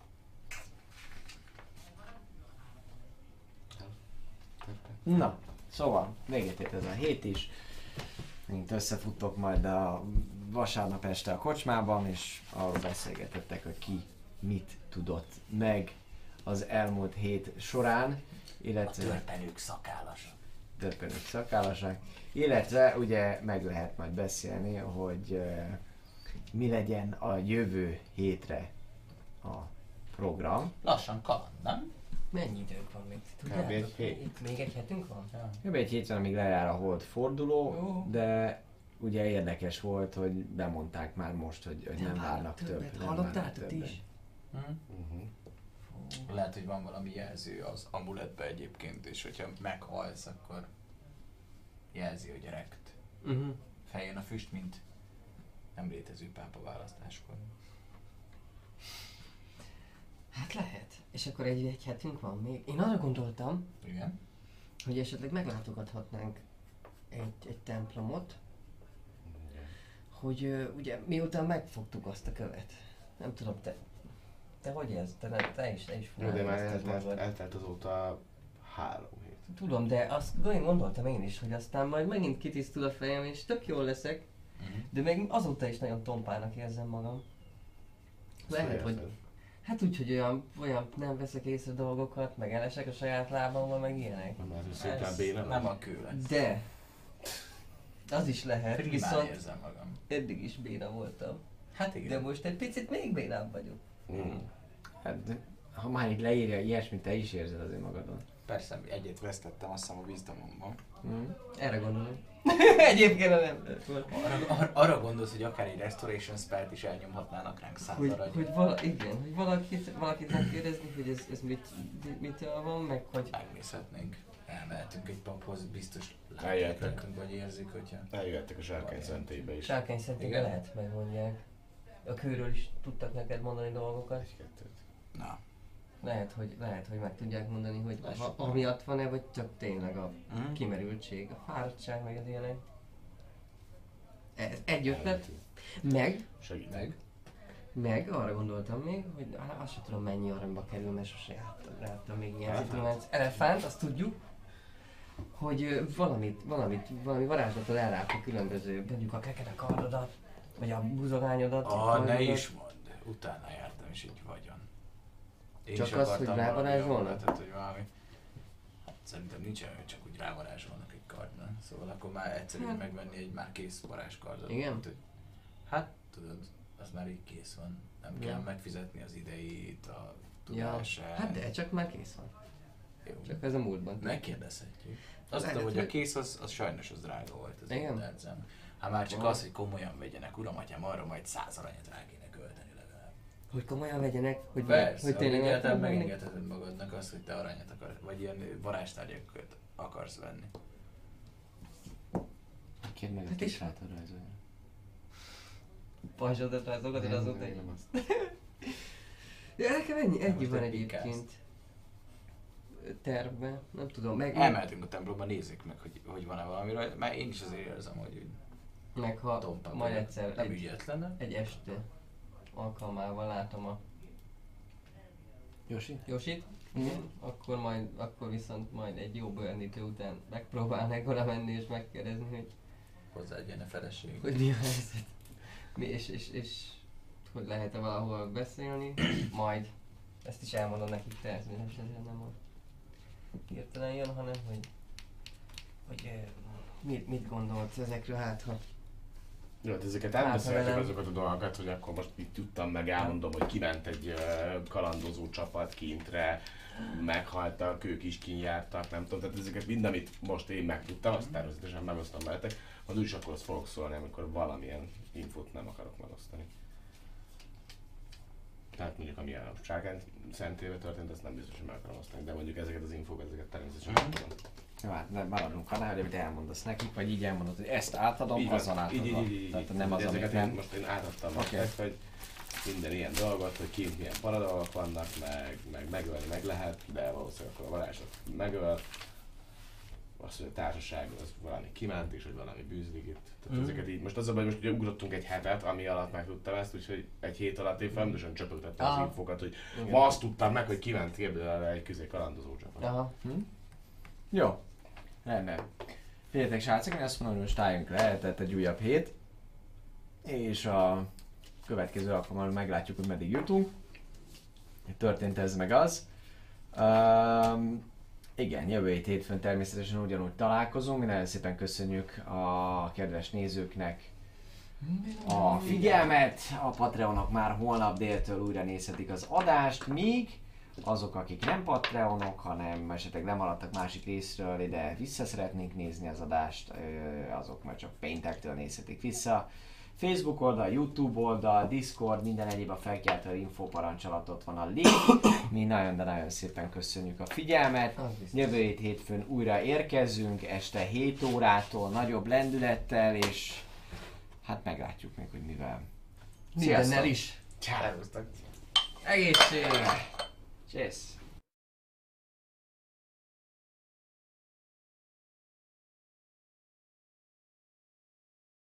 Na, szóval, véget ért ez a hét is. Mint összefuttok majd a vasárnap este a kocsmában, és arról beszélgetettek, hogy ki mit tudott meg az elmúlt hét során,
A
illetve
törpenők szakállasak.
törpönök szakállasak, illetve ugye meg lehet majd beszélni, hogy uh, mi legyen a jövő hétre a program.
Lassan kaland, nem?
Mennyi időnk van még?
Kb. egy hét.
Itt még egy hetünk van?
Ja.
Kb. Egy héten, amíg lejár a hold forduló,
Jó.
de ugye érdekes volt, hogy bemondták már most, hogy, hogy nem várnak több.
többet.
Nem várnak
Hallottátok
többet.
is?
Hm?
Uh-huh.
Lehet, hogy van valami jelző az amuletbe egyébként, és hogyha meghalsz, akkor jelzi, hogy rekt.
Uh-huh.
Feljön a füst, mint nem létező pápa választáskor.
Hát lehet. És akkor egy, egy hetünk van még. Én arra gondoltam,
Igen?
hogy esetleg meglátogathatnánk egy, egy templomot, hogy uh, ugye miután megfogtuk azt a követ. Nem tudom, te, te hogy ez? Te, nem, te is, te is
Jó, de már
érezted
eltelt,
magad.
eltelt azóta három hét.
Tudom, de azt én gondoltam én is, hogy aztán majd megint kitisztul a fejem, és tök jól leszek,
Uh-huh.
de még azóta is nagyon tompának érzem magam. Lehet, hogy hát úgy, hogy olyan, olyan nem veszek észre dolgokat, meg elesek a saját lábammal, meg ilyenek.
Nem, ez szépen béna
nem
vagy?
a kő lesz.
De az is lehet,
Primán
viszont
érzem magam.
eddig is béna voltam.
Hát
De
igen.
most egy picit még bénább vagyok.
Mm.
Hát, de ha már így leírja ilyesmit, te is érzed azért magadon.
Persze, egyet vesztettem, azt hiszem a wisdomomban.
Mm.
Erre gondolom. Egyébként nem lett volna.
Arra, ar- arra gondolsz, hogy akár egy restoration spellt is elnyomhatnának ránk
Hogy,
százal
hogy vala, igen, hogy valakit, valakit megkérdezni, hogy ez, ez mit, mitől van, meg hogy
Megnézhetnénk. Elmehetünk egy paphoz, biztos látják
Eljöhetnek.
nekünk, vagy érzik, hogyha...
Eljöttek a zsárkány szentélybe is.
sárkány szentélybe
Igen.
lehet megmondják. A kőről is tudtak neked mondani dolgokat.
Egy-kettőt.
Na.
Lehet, hogy, lehet, hogy meg tudják mondani, hogy
Lássuk
ha,
meg.
amiatt van-e, vagy csak tényleg a
Mm.
kimerültség, a fáradtság, meg az ilyenek. Ez egy ötlet. Meg,
Segít.
Meg.
Meg arra gondoltam még, hogy hát azt sem tudom mennyi aranyba kerül, mert sose jártam, jártam még ilyen citrománc. Elefánt, azt tudjuk, hogy ö, valamit, valamit, valami varázslatot elrákol különböző, mondjuk a kekere kardodat, vagy a buzogányodat.
Ah,
vagy
ne
kardodat.
is mondd. Utána jártam is egy vagyon. Én
Csak
is
az,
akartam
hogy
valami
rávarázsolnak?
amuletet, hogy valami. Hát szerintem nincs olyan, hogy csak úgy rávarázsolnak egy kardon. Szóval akkor már egyszerűen
Hát.
megvenni egy már kész varázskardot.
Igen?
Mint, hogy, hát tudod, az már így kész van. Nem
Ja.
kell megfizetni az idejét, a
Ja,
tudását.
hát de csak már kész van.
Jó.
Csak ez a múltban.
Megkérdezhetjük. Azt
Lehet,
tudom, hogy a
hogy-
kész az, az sajnos az drága volt az
Igen?
internetem. Hát már csak
Aha.
az, hogy komolyan vegyenek, uram, atyám, arra majd száz aranyat rá kéne költeni legalább.
Hogy komolyan vegyenek, hogy,
Persze,
hogy tényleg
egyáltalán
meg fognak venni.
megengedheted magadnak azt, hogy te aranyat akarsz, vagy ilyen varázstárgyakat akarsz venni.
Kérd meg a
Hát
kis
és-
srácot rajzolni.
Pajzsodat rajzogat, én azóta
Nem,
egy...
nem azt.
Ja, nekem ennyi, ennyi
most
van
egy
egyébként tervben, nem tudom, meg,
Elmehetünk a templomba, nézzük meg, hogy, hogy van-e valami rajta, mert én is azért érzem, hogy úgy
meg ha
tompán
majd
vagyok.
egyszer
Nem
egy,
ügyetlen.
egy este alkalmával látom a
Jósi?
Josit, igen, akkor majd, akkor viszont majd egy jó bőrnítő után megpróbálnék oda menni és megkérdezni, hogy,
Hozzád jön a feleség.
hogy mi a helyzet. Mi, és, és, és hogy lehet-e valahol beszélni, majd ezt is elmondom nekik természetesen, nem a hirtelen jön, hanem hogy, hogy ö, mit, mit gondolt ezekről, hát ha
Jó, hát ezeket
Hát,
elbeszéltük
velem.
azokat a dolgokat, hogy akkor most itt tudtam meg elmondom, hogy kiment egy ö, kalandozó csapat kintre, meghaltak, ők is kinyártak, nem tudom, tehát ezeket mind, amit most én megtudtam, azt természetesen megosztom veletek, az úgyis akkor azt fogok szólni, amikor valamilyen infót nem akarok megosztani. Tehát mondjuk ami a Ságán szentébe történt, azt nem biztos, hogy meg akarom osztani, de mondjuk ezeket az infókat, ezeket természetesen
Mhm.
meg tudom.
Jó, hát ne maradunk annál, hogy amit elmondasz nekik, vagy így elmondod, hogy ezt átadom,
Így van.
azon átadom.
Így, így, így, így,
Tehát
így.
nem az, amit
ezeket
nem.
én most én átadtam
Oké.
nektek, hogy minden ilyen dolgot, hogy kint milyen paradalmak vannak, meg, meg megölni meg lehet, de valószínűleg akkor a varázslat megöl. Azt, hogy a társaság az valami kiment, és hogy valami bűzlik itt. Tehát
Mhm.
ezeket így, most az a baj, most ugye ugrottunk egy hetet, ami alatt megtudtam ezt, úgyhogy egy hét alatt én folyamatosan csöpögtettem az
Aha.
infókat, hogy
igen.
ma azt tudtam meg, hogy kiment képzelve egy közé kalandozó csapat.
Aha.
Jó. Rendben. Figyeljetek srácok, én azt mondom, hogy most álljunk le, tehát egy újabb hét. És a következő alkalommal meglátjuk, hogy meddig jutunk. Történt ez meg az. Um, igen, jövő hét hétfőn természetesen ugyanúgy találkozunk. Mi nagyon szépen köszönjük a kedves nézőknek a figyelmet. A Patreonok már holnap déltől újra nézhetik az adást, míg azok, akik nem Patreonok, hanem esetleg nem maradtak másik részről, de vissza szeretnénk nézni az adást, ö, azok már csak péntektől nézhetik vissza. Facebook oldal, YouTube oldal, Discord, minden egyéb a felkiáltó infóparancs alatt ott van a link. Mi nagyon, de nagyon szépen köszönjük a figyelmet.
Az biztos.
Jövő hét hétfőn újra érkezzünk, este hét órától nagyobb lendülettel, és hát meglátjuk meg, hogy mivel.
Mindennel is.
Szervusztok.
Egészség!
Cheers!